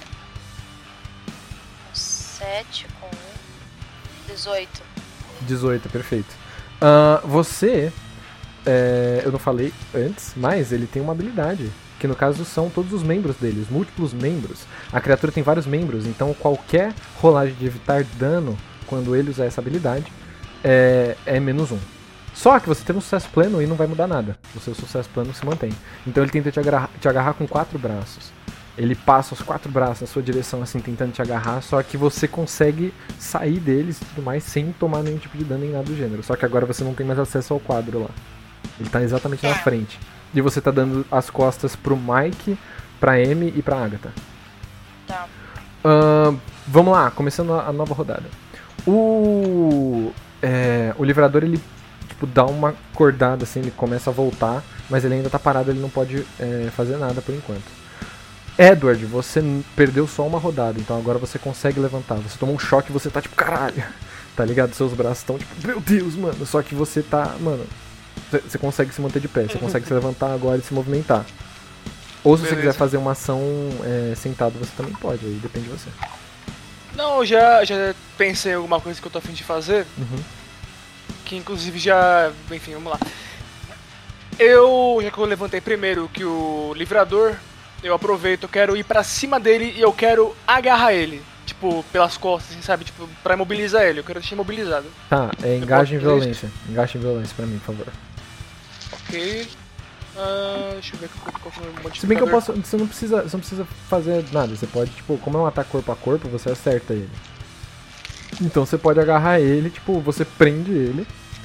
sete com um. dezoito. dezoito, perfeito. Ah, você, é, eu não falei antes, mas ele tem uma habilidade, que no caso são todos os membros dele, os múltiplos membros. A criatura tem vários membros, então qualquer rolagem de evitar dano, quando ele usar essa habilidade, é, é menos um. Só que você teve um sucesso pleno e não vai mudar nada. O seu sucesso pleno se mantém. Então ele tenta te agarrar, te agarrar com quatro braços. Ele passa os quatro braços na sua direção, assim, tentando te agarrar, só que você consegue sair deles e tudo mais sem tomar nenhum tipo de dano nem nada do gênero. Só que agora você não tem mais acesso ao quadro lá. Ele tá exatamente na frente. E você tá dando as costas pro Mike, pra Amy e pra Agatha. Tá. Uh, vamos lá, começando a, a nova rodada. O, é, o livrador, ele tipo, dá uma acordada, assim, ele começa a voltar, mas ele ainda tá parado, ele não pode é, fazer nada por enquanto. Edward, você n- perdeu só uma rodada, então agora você consegue levantar. Você tomou um choque e você tá tipo, caralho, tá ligado? Seus braços estão tipo, meu Deus, mano. Só que você tá, mano, você consegue se manter de pé, você consegue se levantar agora e se movimentar. Ou se você Beleza. quiser fazer uma ação é, sentado, você também pode, aí depende de você. Não, eu já, já pensei em alguma coisa que eu tô a fim de fazer, Uhum. que inclusive já... Enfim, vamos lá. Eu, já que eu levantei primeiro que o livrador, eu aproveito, eu quero ir pra cima dele e eu quero agarrar ele. Tipo, pelas costas, assim, sabe? Tipo, pra imobilizar ele, eu quero deixar imobilizado. Tá, é engaje em posso fazer violência. Engaje em violência pra mim, por favor. Ok. Ah, deixa eu ver qual, qual foi o modificador. Se bem que eu posso. Você não precisa. Você não precisa fazer nada. Você pode, tipo, como é um ataque corpo a corpo, você acerta ele. Então você pode agarrar ele, tipo, você prende ele.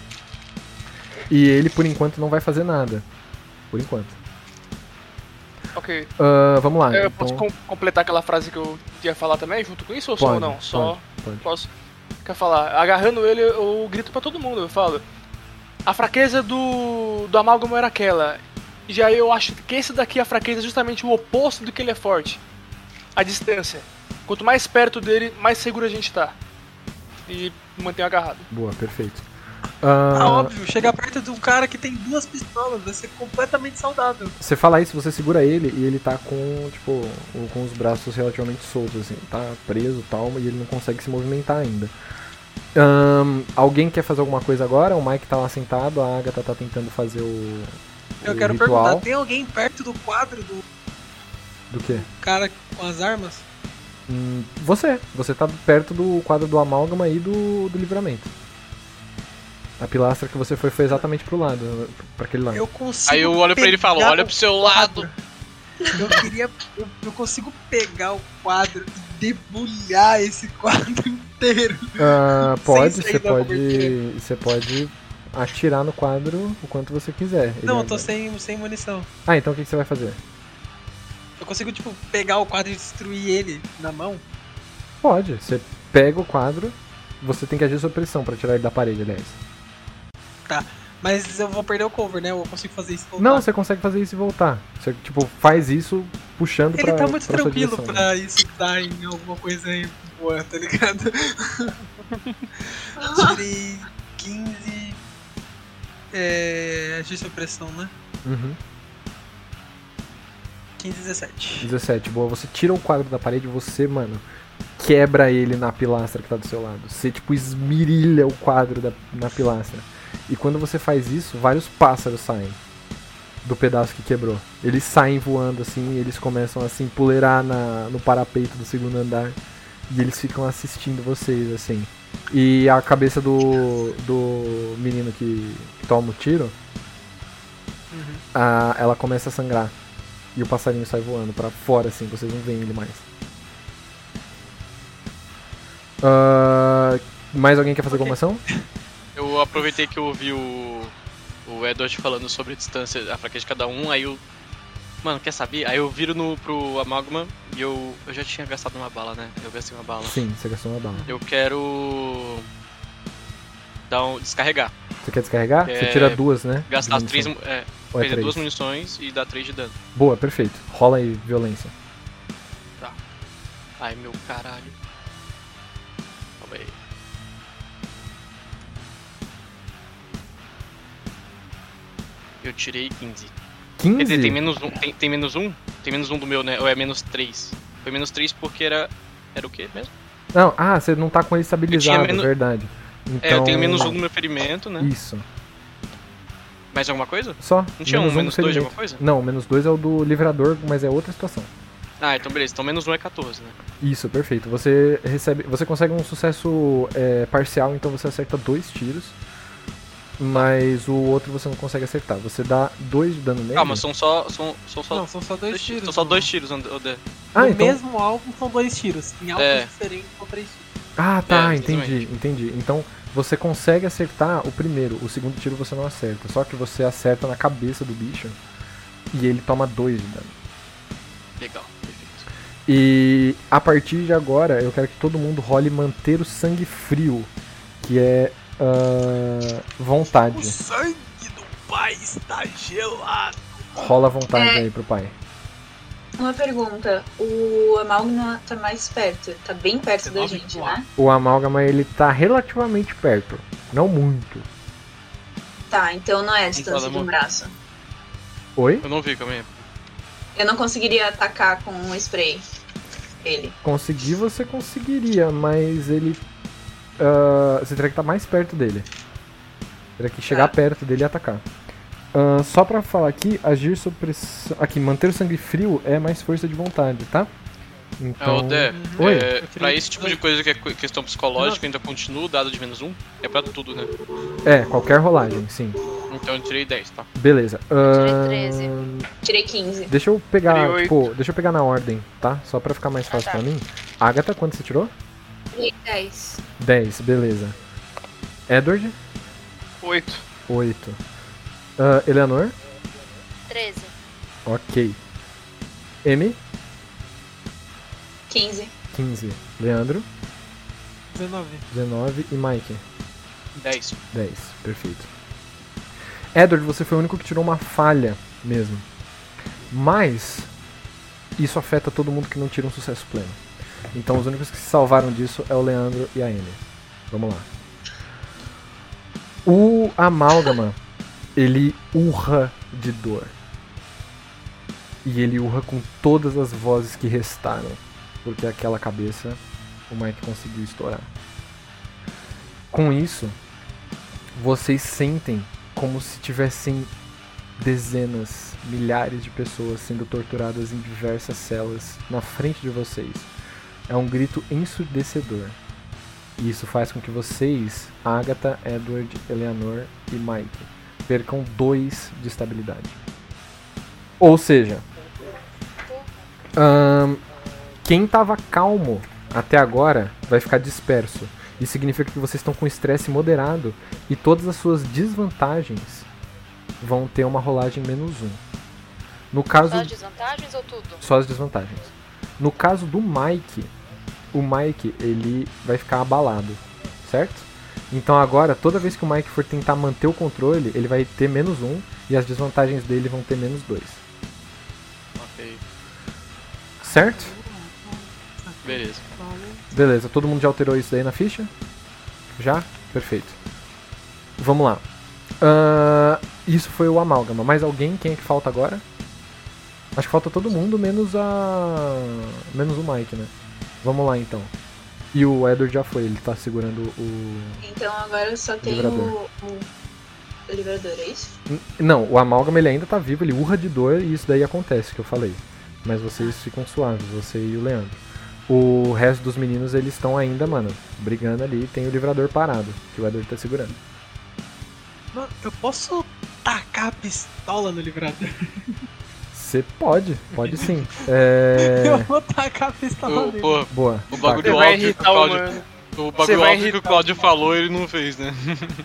E ele, por enquanto, não vai fazer nada. Por enquanto. Ok. Uh, vamos lá. eu então... posso com- completar aquela frase que eu ia falar também, junto com isso, ou só Pode, não? Só pode, pode. posso. Quer falar? Agarrando ele, eu grito pra todo mundo, eu falo. A fraqueza do, do amálgama era aquela. Já eu acho que esse daqui, a fraqueza, é justamente o oposto do que ele é forte. A distância. Quanto mais perto dele, mais seguro a gente tá. E mantenho agarrado. Boa, perfeito. Ah, Uh, óbvio, chegar perto de um cara que tem duas pistolas vai ser completamente saudável. você fala isso, você segura ele e ele tá com, tipo, o- com os braços relativamente soltos, assim. Tá preso e tal, e ele não consegue se movimentar ainda. Ahn, alguém quer fazer alguma coisa agora? O Mike tá lá sentado, a Agatha tá tentando fazer o, Eu o quero ritual. perguntar, tem alguém perto do quadro do Do quê? cara com as armas? Hum, você. Você tá perto do quadro do amálgama e do, do livramento. A pilastra que você foi foi exatamente pro lado, pra aquele lado. Eu consigo Aí eu olho pra ele e falo, pegar olha o pro seu lado. Eu queria. Eu, eu consigo pegar o quadro e debulhar esse quadro inteiro. Ah, pode, Sem sair você da pode. cobertura. Você pode atirar no quadro o quanto você quiser. Ele Não, é- eu tô sem, sem munição. Ah, então o que que você vai fazer? Eu consigo, tipo, pegar o quadro e destruir ele na mão? Pode, você pega o quadro, você tem que agir sob pressão pra tirar ele da parede, aliás. Tá. Mas eu vou perder o cover, né? Eu consigo fazer isso e voltar. Não, você consegue fazer isso e voltar. Você, tipo, faz isso puxando Ele pra tá muito pra sua tranquilo direção, né? pra isso dar em alguma coisa aí boa, tá ligado? Tirei quinze. É. Agir sob pressão, né? Uhum. quinze, dezessete. dezessete, boa. Você tira o quadro da parede e você, mano, quebra ele na pilastra que tá do seu lado. Você, tipo, esmirilha o quadro da, na pilastra. E quando você faz isso, vários pássaros saem do pedaço que quebrou. Eles saem voando assim e eles começam a se empoleirar na, no parapeito do segundo andar. E eles ficam assistindo vocês, assim. E a cabeça do, do menino que, que toma o tiro, Uhum. a, ela começa a sangrar. E o passarinho sai voando pra fora, assim, vocês não veem ele mais. Ah, mais alguém quer fazer alguma ação? Eu aproveitei que eu ouvi o, o Edward falando sobre a distância, a fraqueza de cada um, aí eu... Mano, quer saber? Aí eu viro no, pro amálgama e eu, eu já tinha gastado uma bala, né? Eu gastei uma bala. Sim, você gastou uma bala. Eu quero... Dar um, descarregar. Você quer descarregar? É, Você tira duas, né? Gastar de três, munição. é, Ou é perder três? duas munições e dar três de dano. Boa, perfeito. Rola aí, violência. Ai, meu caralho. Calma aí. Eu tirei quinze. Quer dizer, tem quinze? menos um. Tem, tem menos um? Tem menos um do meu, né? Ou é menos três? Foi menos três porque era. Era o quê mesmo? Não, ah, você não tá com ele estabilizado, menos- verdade. Então... É, eu tenho menos um no meu ferimento, né? Isso. Mais alguma coisa? Só. Não tinha um, no menos dois de ferimento. alguma coisa? Não, menos dois é o do livrador, mas é outra situação. Ah, então beleza. Então menos um é quatorze, né? Isso, perfeito. Você recebe, você consegue um sucesso é, parcial, então você acerta dois tiros. mas o outro você não consegue acertar. Você dá dois de dano nele. Calma, são só. São, são só. Não, são só dois tiros. São só no- dois tiros, Odé. Ah, no então... mesmo alvo são dois tiros. Em alvos É. diferentes são três tiros. Ah, tá, É, entendi, exatamente. entendi. Então, você consegue acertar o primeiro, o segundo tiro você não acerta. Só que você acerta na cabeça do bicho e ele toma dois de dano. Legal, perfeito. E a partir de agora, eu quero que todo mundo role manter o sangue frio, que é ah, vontade. sangue do pai está gelado. Rola a vontade É. aí pro pai. Uma pergunta. O Amálgama tá mais perto. Tá bem perto da dezenove gente, quatro. né? O amálgama, ele tá relativamente perto. Não muito. Tá, então não é a distância fala, de um amor. braço. Oi? Eu não vi, calma aí. Eu não conseguiria atacar com um spray ele. Conseguir você conseguiria, mas ele... ah, você teria que estar mais perto dele. Teria que chegar Tá. perto dele e atacar. Ah, só pra falar aqui, agir sob pressão... Aqui, manter o sangue frio é mais força de vontade, tá? É, Então... Odé, Oi? é, Eu tirei pra esse tipo de dois. coisa que é co- questão psicológica, ainda continua o dado de menos um? É pra tudo, né? É, qualquer rolagem, sim. Então eu tirei dez, tá? Beleza. tirei Ah, treze. Tirei quinze. Deixa eu pegar, Tirei oito. tipo, deixa eu pegar na ordem, tá? Só pra ficar mais fácil Ah, tá. pra mim. Agatha, quanto você tirou? dez. dez, beleza. Edward, Oito. oito. Ah, Eleanor, treze. ok. Amy, quinze. quinze. Leandro, dezenove. dezenove. E Mike, dez. dez. Perfeito. Edward, você foi o único que tirou uma falha mesmo. Mas isso afeta todo mundo que não tira um sucesso pleno. Então os únicos que se salvaram disso é o Leandro e a Amy. Vamos lá. O amálgama, ele urra de dor. E ele urra com todas as vozes que restaram. Porque aquela cabeça o Mike conseguiu estourar. Com isso, vocês sentem como se tivessem dezenas, milhares de pessoas sendo torturadas em diversas celas na frente de vocês. É um grito ensurdecedor. E isso faz com que vocês, Agatha, Edward, Eleanor e Mike, percam dois de estabilidade. Ou seja, ahn, quem estava calmo até agora vai ficar disperso. Isso significa que vocês estão com estresse moderado e todas as suas desvantagens vão ter uma rolagem menos um. No caso, Só as desvantagens ou tudo? só as desvantagens. No caso do Mike, o Mike ele vai ficar abalado, certo? Então agora, toda vez que o Mike for tentar manter o controle, ele vai ter menos um e as desvantagens dele vão ter menos dois. Ok. Certo? Beleza. Beleza, todo mundo já alterou isso daí na ficha? Já? Perfeito. Vamos lá. Ah, isso foi o amálgama. Mais alguém? Quem é que falta agora? Acho que falta todo mundo, menos a. Menos o Mike, né? Vamos lá então. E o Edward já foi, ele tá segurando o. Então agora eu só tenho Livrador. o, o, o livrador, é isso? N- Não, o amálgama ele ainda tá vivo, ele urra de dor e isso daí acontece, que eu falei. Mas vocês ficam suaves, você e o Leandro. O resto dos meninos, eles estão ainda, mano, brigando ali e tem o livrador parado, que o Edward tá segurando. Mano, eu posso tacar a pistola no livrador? Você pode, pode sim. É. Eu vou tacar a pistola O, nele. pô, Boa. o Taca. bagulho Você vai óbvio que o irritar o Claudio. humano. O Você bagulho vai óbvio que o irritar Claudio o falou, ele não fez, né?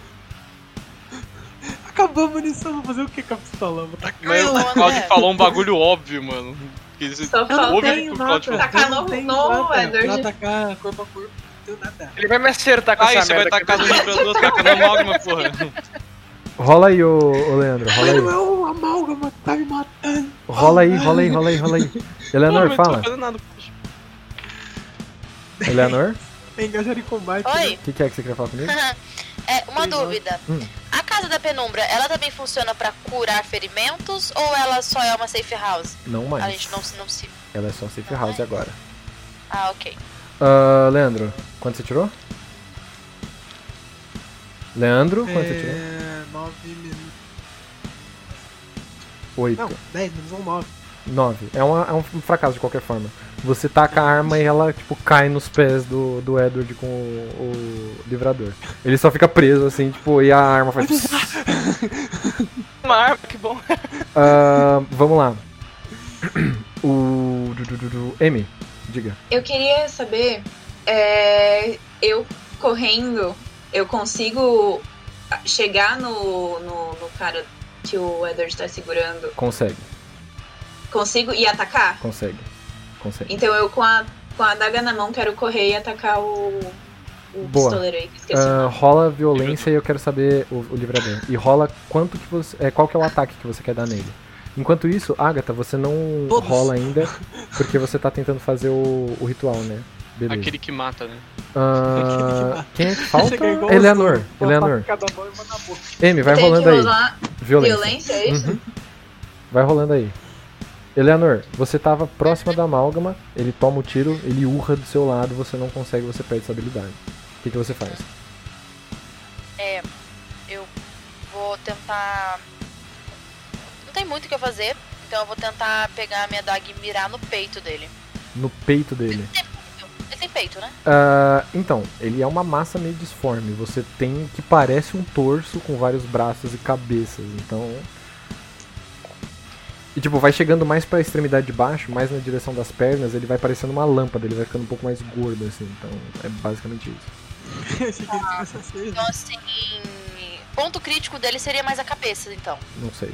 Acabou a munição, vou fazer o que com a pistola? Vou tacar Mas ela. o Claudio falou um bagulho óbvio, mano. Que você Só Eu não falta ouve o tenho que o nada. Claudio falou. Tacar Eu não no- tenho no nada Edward. Pra atacar corpo a corpo, não tenho nada. Ele vai me acertar com Aí essa você vai merda. tacar no livrador, taca na amálgama, porra. Rola aí, ô, ô Leandro, rola Mas não aí. é o amálgama que tá me matando. Rola aí, rola aí, rola aí, rola aí. Eleanor, Pô, mas não fala. tô fazendo nada, poxa. Eleanor, É engajar em combate. Oi? o que, que é que você quer falar comigo? É, uma Perigoso. dúvida. Hum. A Casa da Penumbra, ela também funciona pra curar ferimentos ou ela só é uma safe house? Não mais. A gente não, se- não se... Ela é só safe house agora. Ah, ok. Ah, Leandro, quanto você tirou? Leandro, quanto você tirou? É. nove minutos. Oito. Não, dez menos um, nove. nove. É, uma, é um fracasso de qualquer forma. Você taca a arma e ela, tipo, cai nos pés do, do Edward com o, o livrador. Ele só fica preso, assim, tipo, e a arma faz... Uma arma, que bom. Uh, vamos lá. O... Du, du, du, du. M, diga. Eu queria saber, é, eu correndo, eu consigo chegar no, no, no cara que o Edward tá segurando? Consegue, Consigo ir atacar? consegue, consegue. Então eu com a, com a adaga na mão quero correr e atacar o, o Boa. pistoleiro aí, que eu esqueci o Uh, nome. rola violência e eu quero saber o, o livrador. E rola quanto que você... É, qual que é o ataque que você quer dar nele. Enquanto isso, Agatha, você não Todos. rola ainda, porque você tá tentando fazer o, o ritual, né? Beleza. Aquele que mata, né? Ah, quem é que falta? Chega igual Eleanor. os- uma Eleanor. faca cada mão e uma na boca. M, vai Tem rolando que aí. rolar Violência. violência, é isso? Uhum. Vai rolando aí. Eleanor, você tava próxima da amálgama, ele toma o tiro, ele urra do seu lado, você não consegue, você perde essa habilidade. O que, que você faz? É, eu vou tentar. Não tem muito o que eu fazer, então eu vou tentar pegar a minha daga e mirar no peito dele. No peito dele. Ele tem peito, né? Ah, então, ele é uma massa meio disforme. Você tem que parece um torso com vários braços e cabeças. Então. E tipo, vai chegando mais pra extremidade de baixo, mais na direção das pernas, ele vai parecendo uma lâmpada, ele vai ficando um pouco mais gordo, assim. Então, é basicamente isso. Esse aqui é essa cena. Então, assim. Ponto crítico dele seria mais a cabeça, então. Não sei.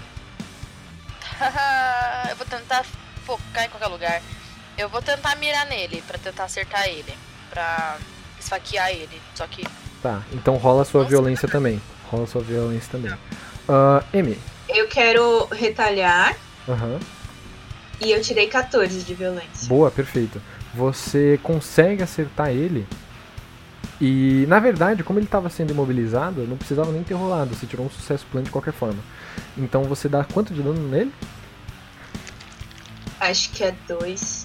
Eu vou tentar focar em qualquer lugar. Eu vou tentar mirar nele, pra tentar acertar ele. Pra esfaquear ele. Só que. Tá, então rola a sua Nossa. violência também. Rola a sua violência também. Ah, M. Eu quero retalhar Aham. e eu tirei quatorze de violência. Boa, perfeito. Você consegue acertar ele. E, na verdade, como ele estava sendo imobilizado, não precisava nem ter rolado. Você tirou um sucesso plano de qualquer forma. Então você dá quanto de dano nele? Acho que é dois.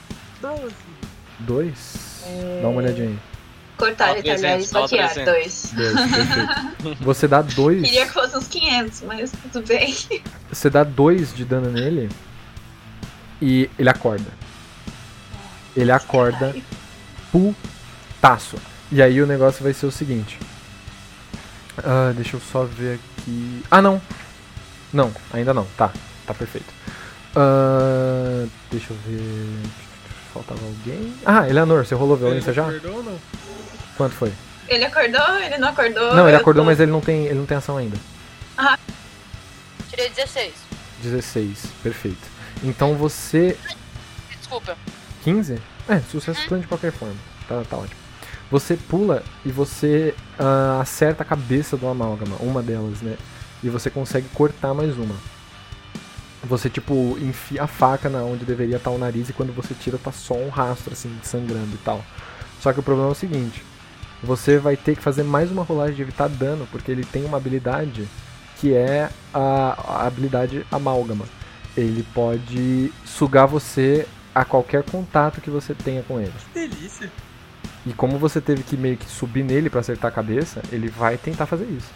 Dois? Dá uma olhadinha aí. Cortar, Fala retalhar e trezentos, fala esfaquear. trezentos. Dois. Dois, perfeito. Você dá dois. Queria que fosse uns quinhentos, mas tudo bem. Você dá dois de dano nele. E ele acorda. Ele acorda. Putaço. E aí o negócio vai ser o seguinte. Ah, deixa eu só ver aqui. Ah, não. Não, ainda não. Tá, tá perfeito. Ah, deixa eu ver. Faltava alguém. Ah, Eleanor, você rolou violência já? Acordou ou não? Quanto foi? Ele acordou? Ele não acordou? Não, ele Eu acordou, tô- mas ele não tem, ele não tem ação ainda. Tirei dezesseis. dezesseis, perfeito. Então você. Desculpa. quinze? É, sucesso plano de qualquer forma. Tá, tá ótimo. Você pula e você ah, acerta a cabeça do amálgama, uma delas, né? E você consegue cortar mais uma. Você, tipo, enfia a faca na onde deveria estar o nariz e quando você tira tá só um rastro, assim, sangrando e tal. Só que o problema é o seguinte. Você vai ter que fazer mais uma rolagem de evitar dano, porque ele tem uma habilidade que é a, a habilidade amálgama. Ele pode sugar você a qualquer contato que você tenha com ele. Que delícia. E como você teve que meio que subir nele pra acertar a cabeça, ele vai tentar fazer isso.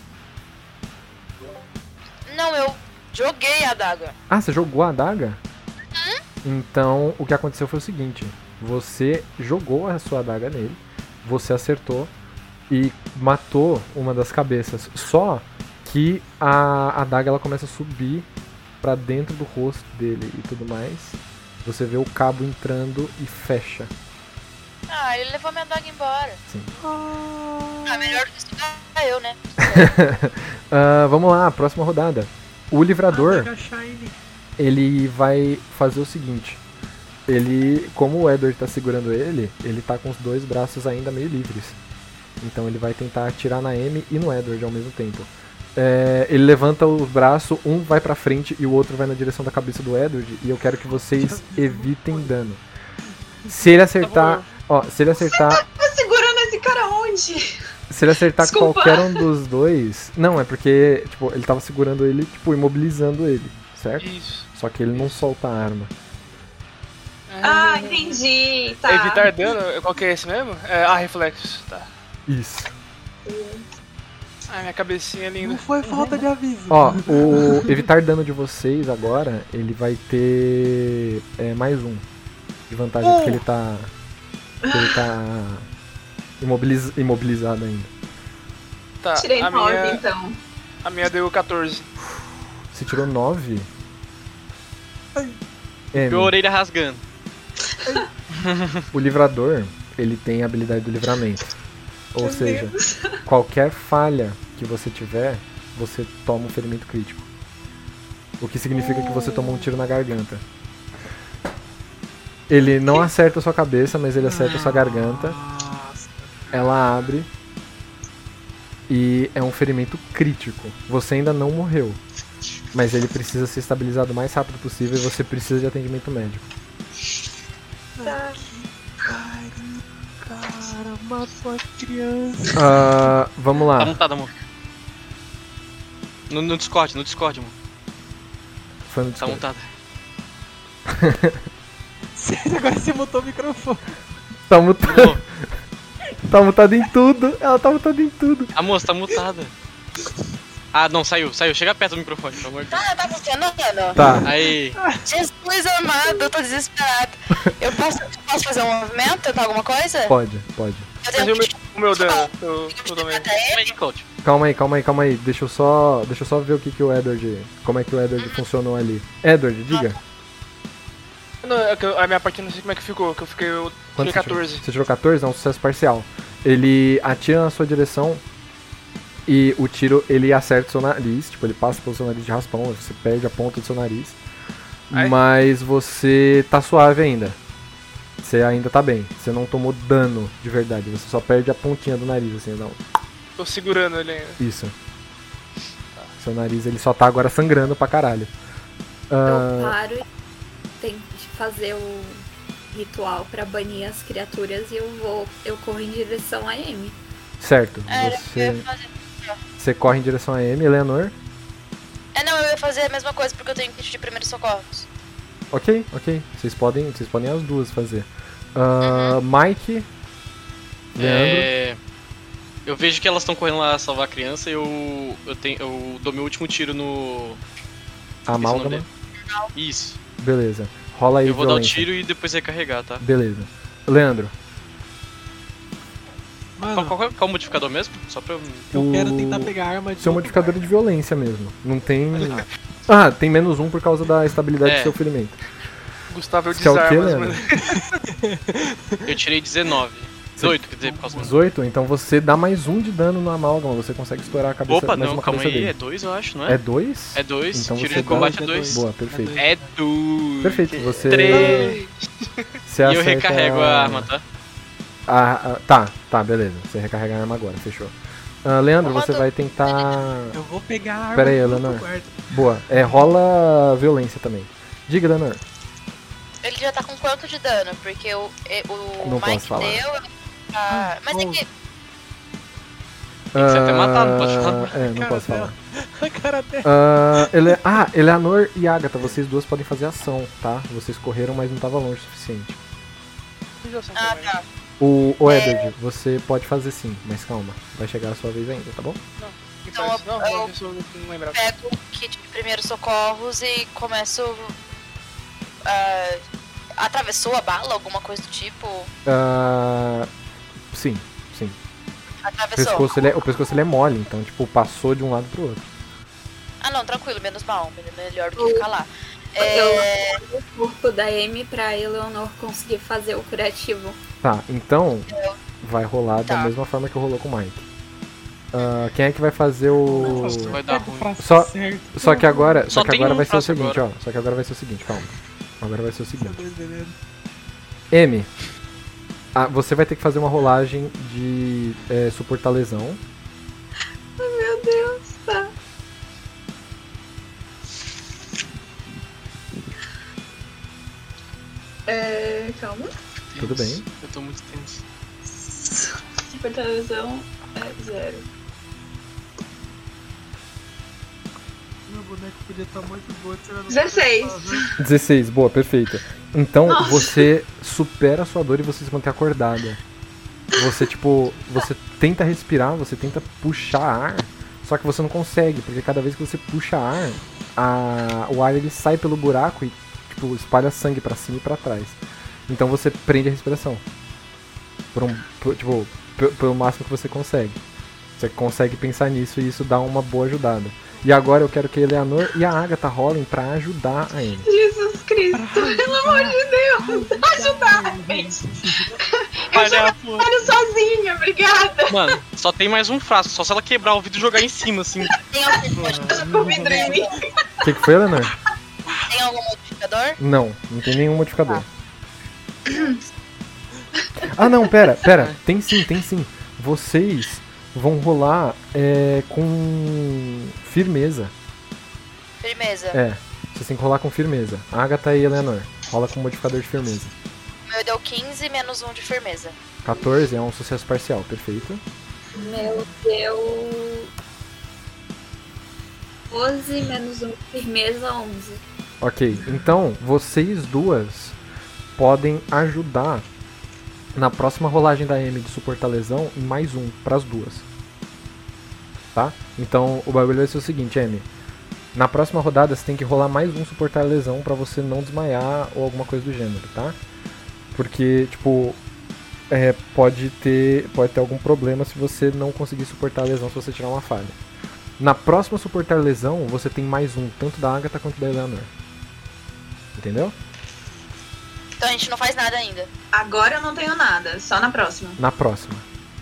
Não, eu joguei a adaga. Ah, você jogou a adaga? Então, o que aconteceu foi o seguinte. Você jogou a sua adaga nele, você acertou e matou uma das cabeças. Só que a adaga ela começa a subir pra dentro do rosto dele e tudo mais. Você vê o cabo entrando e fecha. Ah, ele levou minha daga embora. Sim. Ah, melhor do que estudar eu, né? Ah, vamos lá, próxima rodada. O livrador, Mega Shine. ele vai fazer o seguinte. Ele, como o Edward tá segurando ele, ele tá com os dois braços ainda meio livres. Então ele vai tentar atirar na Amy e no Edward ao mesmo tempo. É, ele levanta os braços, um vai pra frente e o outro vai na direção da cabeça do Edward. E eu quero que vocês evitem dano. Se ele acertar... Ó, se ele acertar... Tá segurando esse cara onde? Se ele acertar Desculpa. qualquer um dos dois... Não, é porque tipo, ele tava segurando ele, tipo, imobilizando ele, certo? Isso. Só que ele não solta a arma. Ah, entendi. Tá. Evitar dano, qual que é esse mesmo? É, ah, reflexos, tá. Isso. Ai, minha cabecinha linda. Não foi falta de aviso. Ó, o evitar dano de vocês agora, ele vai ter é, mais um de vantagem Uh! porque ele tá. Porque ele tá imobiliz- imobilizado ainda. Tá, Tirei a nove, minha, então. a minha deu catorze. Você tirou nove? Minha orelha rasgando. O livrador, ele tem a habilidade do livramento. Ou Meu seja, qualquer falha que você tiver, você toma um ferimento crítico. O que significa que você toma um tiro na garganta. Ele não acerta a sua cabeça, mas ele acerta a sua garganta. Nossa. Ela abre. E é um ferimento crítico. Você ainda não morreu. Mas ele precisa ser estabilizado o mais rápido possível e você precisa de atendimento médico. Tá. Cara, matou a criança. Ah, vamos Tá lá. montado, amor. No, no Discord, no Discord, amor. Foi no Tá Discord. montado. Sério, agora você mutou o microfone. Tá mutado. Amor, Tá mutada em tudo. Ela tá mutada em tudo. a moça tá mutada. Ah, não, saiu, saiu. Chega perto do microfone, pelo amor de Deus. Ah, tá funcionando? Tá. Aí, Jesus amado, eu tô desesperado. Eu posso, posso fazer um movimento, tentar alguma coisa? Pode, pode. Eu Mas e o tenho meu, que o meu dano? Eu, eu também. até ele. vem, Cloud. Calma aí, calma aí, calma aí. Deixa eu só, deixa eu só ver o que que o Edward, como é que o Edward funcionou ali. Edward, diga. Não, é que eu- a minha partida não sei como é que ficou, que eu fiquei. Eu Quanto tirei você tirou? catorze. Você tirou catorze? É um sucesso parcial. Ele atira na sua direção e o tiro ele acerta o seu nariz, tipo, ele passa pelo seu nariz de raspão, você perde a ponta do seu nariz. Ai. Mas você tá suave ainda. Você ainda tá bem. Você não tomou dano de verdade, você só perde a pontinha do nariz, assim, não. Tô segurando ele ainda. Isso. Seu nariz ele só tá agora sangrando pra caralho. Eu Ah, paro e tento fazer o ritual pra banir as criaturas e eu vou. Eu corro em direção a Amy. certo. Era o que eu Você, ia fazer. você corre em direção a Amy, Eleanor. É, não, eu ia fazer a mesma coisa porque eu tenho kit de primeiros socorros. Ok, ok. Vocês podem, vocês podem as duas fazer. Ah, Mike, Leandro. É, eu vejo que elas estão correndo lá salvar a criança e eu, eu, tenho, eu dou meu último tiro no. A Amálgama. dele. Isso. Beleza. Rola aí Eu vou dar o violência. tiro e depois recarregar, tá? Beleza. Leandro. Qual, Mano, qual, qual é o modificador mesmo? Só pra eu. eu o- quero tentar pegar a arma de Seu outro modificador é cara. de violência mesmo. Não tem. Ah, tem menos um por causa da estabilidade É. do seu ferimento. Gustavo, eu Você é o quê, desarmo, Leandro? mas. Eu tirei dezenove. dezoito, quer dizer, por causa do. dezoito, então você dá mais um de dano no amálgama. Você consegue estourar a cabeça Opa, mais não, uma calma cabeça aí. É dele. dois, eu acho, não é? É dois? É dois. Então Tiro você de combate dá- é dois. Boa, perfeito. É dois. Perfeito, você. Três. Você E eu acerta recarrego a arma, tá? a- a- tá, tá, beleza. Você recarrega a arma agora, fechou. Ah, Leandro, você Comando- vai tentar. Eu vou pegar a arma Pera aí, de outro Eleanor. guarda. Boa. É, rola violência também. Diga, Leonor. Ele já tá com quanto de dano? Porque o, e- o Não posso Mike falar. deu. Ah, mas é oh. que. Tem que ser até matado, não pode falar. É, não Cara posso falar. A cara dela. Ah, ele... ah, Eleanor e Agatha, vocês duas podem fazer ação, tá? Vocês correram, mas não tava longe o suficiente. Fiz ação Ah, também. tá. O, o Edward, você pode fazer sim, mas calma. Vai chegar a sua vez ainda, tá bom? Que Então, faz? Não, eu- não, isso eu não lembrava. Pego o kit de primeiros socorros e começo. ah, atravessou a bala, alguma coisa do tipo? Ah, sim, sim. O Atravessou. pescoço, ele é, o pescoço ele é mole, então, tipo, passou de um lado pro outro. Ah, não, tranquilo, menos mal. Melhor do que ficar lá. É, O corpo da Amy pra Eleanor conseguir fazer o curativo. Tá, então vai rolar da Tá. mesma forma que rolou com o Mike. Ah, quem é que vai fazer o. Nossa, vai dar Pega o ruim. braço Só- certo. Só que agora, só Só que tem agora um vai ser o braço seguinte, agora. ó. Só que agora vai ser o seguinte, calma. Agora vai ser o seguinte. Beleza, beleza. M, ah, você vai ter que fazer uma rolagem de é, suportar lesão. Meu Deus, tá. É, calma. Tudo bem. Eu tô muito tenso. Supertelevisão é zero. Meu boneco podia estar muito bom. será não dezesseis. dezesseis, boa, perfeito. Então Nossa. você supera a sua dor e você se mantém acordada. Você, tipo, você tenta respirar, você tenta puxar ar, Só que você não consegue, porque cada vez que você puxa ar, a... o ar ele sai pelo buraco e tipo, espalha sangue pra cima e pra trás. Então você prende a respiração. Por um, por, tipo, p- pelo máximo que você consegue. Você consegue pensar nisso e isso dá uma boa ajudada. E agora eu quero que a Eleanor e a Agatha rolem pra ajudar a Amy. Jesus Cristo, pelo amor de Deus, ajudar, gente. Eu já trabalho sozinha, obrigada. Mano, só tem mais um frasco, só se ela quebrar o vidro e jogar em cima, assim. Tem algum, O vidro em mim. O que, que foi, Eleanor? tem algum modificador? Não, não tem nenhum modificador. Ah não, pera, pera. Tem sim, tem sim. Vocês vão rolar é, com firmeza. Firmeza. É, vocês têm que rolar com firmeza. Agatha e Eleanor. Rola com modificador de firmeza. O meu deu quinze menos um de firmeza. catorze é um sucesso parcial, perfeito. Meu deu. doze menos um de firmeza, onze. Ok, então vocês duas podem ajudar na próxima rolagem da Amy de suportar lesão em mais um pras duas. Tá? Então o bagulho vai ser o seguinte, Amy. Na próxima rodada você tem que rolar mais um suportar lesão pra você não desmaiar ou alguma coisa do gênero, tá? Porque, tipo, é, pode ter pode ter algum problema se você não conseguir suportar a lesão se você tirar uma falha. Na próxima suportar lesão, você tem mais um, tanto da Agatha quanto da Eleanor. Entendeu? Então a gente não faz nada ainda. Agora eu não tenho nada, só na próxima. Na próxima,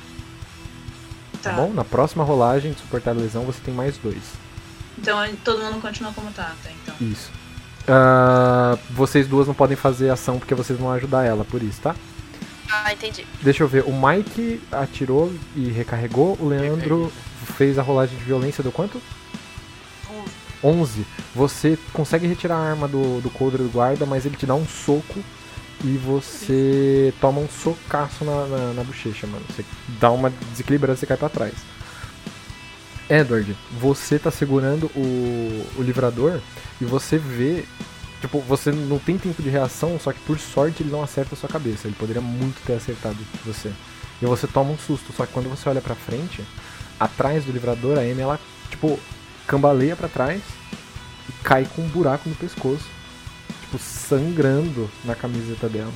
tá Tá. bom? Na próxima rolagem de suportar lesão, você tem mais dois. Então todo mundo continua como tá, tá? Então. Isso. Ah, vocês duas não podem fazer ação porque vocês vão ajudar ela, por isso, tá? Ah, entendi. Deixa eu ver, o Mike atirou e recarregou, o Leandro fez a rolagem de violência do quanto? onze. Você consegue retirar a arma do, do coldre do guarda, mas ele te dá um soco e você toma um socaço na, na, na bochecha, mano. Você dá uma desequilibrada e você cai pra trás. Edward, você tá segurando o, o livrador e você vê... Tipo, você não tem tempo de reação, só que por sorte ele não acerta a sua cabeça. Ele poderia muito ter acertado você. E você toma um susto, só que quando você olha pra frente, atrás do livrador, a Amy, ela, tipo, cambaleia pra trás e cai com um buraco no pescoço. Tipo, sangrando na camiseta dela.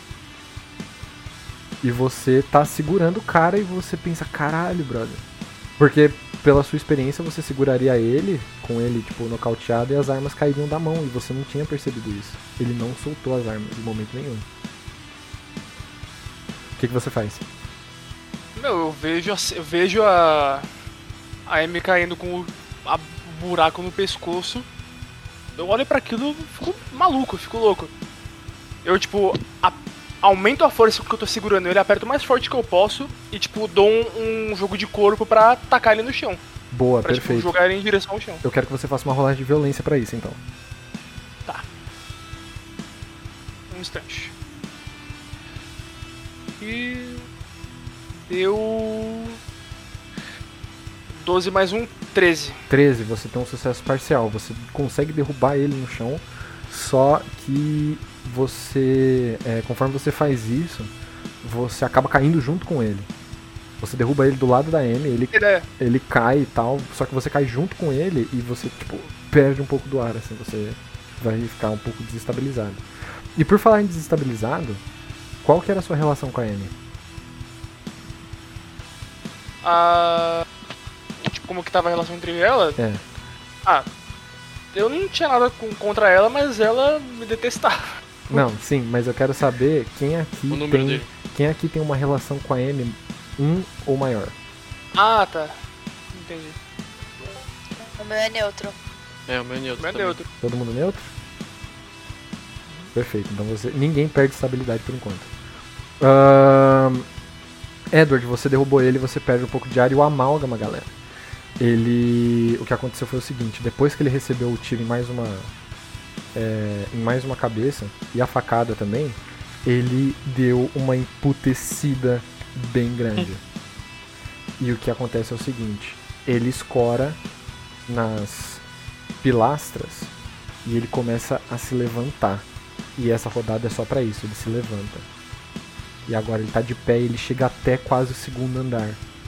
E você tá segurando o cara e você pensa, caralho, brother. Porque, pela sua experiência, você seguraria ele, com ele, tipo, nocauteado, e as armas cairiam da mão, e você não tinha percebido isso. Ele não soltou as armas em momento nenhum. O que, que você faz? Meu, eu vejo, a- eu vejo a. A Amy caindo com o a buraco no pescoço. Eu olho pra aquilo e fico maluco, fico louco. Eu, tipo, a- aumento a força que eu tô segurando ele, aperto o mais forte que eu posso e, tipo, dou um, um jogo de corpo pra tacar ele no chão. Boa, Pra, tipo, perfeito. jogar ele em direção ao chão. Eu quero que você faça uma rolagem de violência pra isso, então. Tá. Um instante. E. Deu. doze mais um, treze. treze, você tem um sucesso parcial. Você consegue derrubar ele no chão, só que você, é, conforme você faz isso, você acaba caindo junto com ele. Você derruba ele do lado da Amy, ele, É, ele cai e tal, só que você cai junto com ele e você, tipo, perde um pouco do ar, assim, você vai ficar um pouco desestabilizado. E por falar em desestabilizado, qual que era a sua relação com a Amy? a. Tipo, como que tava a relação entre ela? É. Ah, eu não tinha nada com- contra ela, mas ela me detestava. Não, sim, mas eu quero saber quem aqui O número tem, dele. quem aqui tem uma relação com a Amy um ou maior. Ah, tá. Entendi. O meu é neutro. É, o meu é neutro. Não é também. neutro. Todo mundo neutro? Perfeito, então você, ninguém perde estabilidade por enquanto. Ahn, Edward, você derrubou ele, você perde um pouco de ar e o amálgama, galera. Ele. O que aconteceu foi o seguinte, depois que ele recebeu o tiro em mais uma. É, em mais uma cabeça, e a facada também, ele deu uma emputecida bem grande. E o que acontece é o seguinte, ele escora nas pilastras e ele começa a se levantar. E essa rodada é só pra isso, ele se levanta. E agora ele tá de pé e ele chega até quase o segundo andar.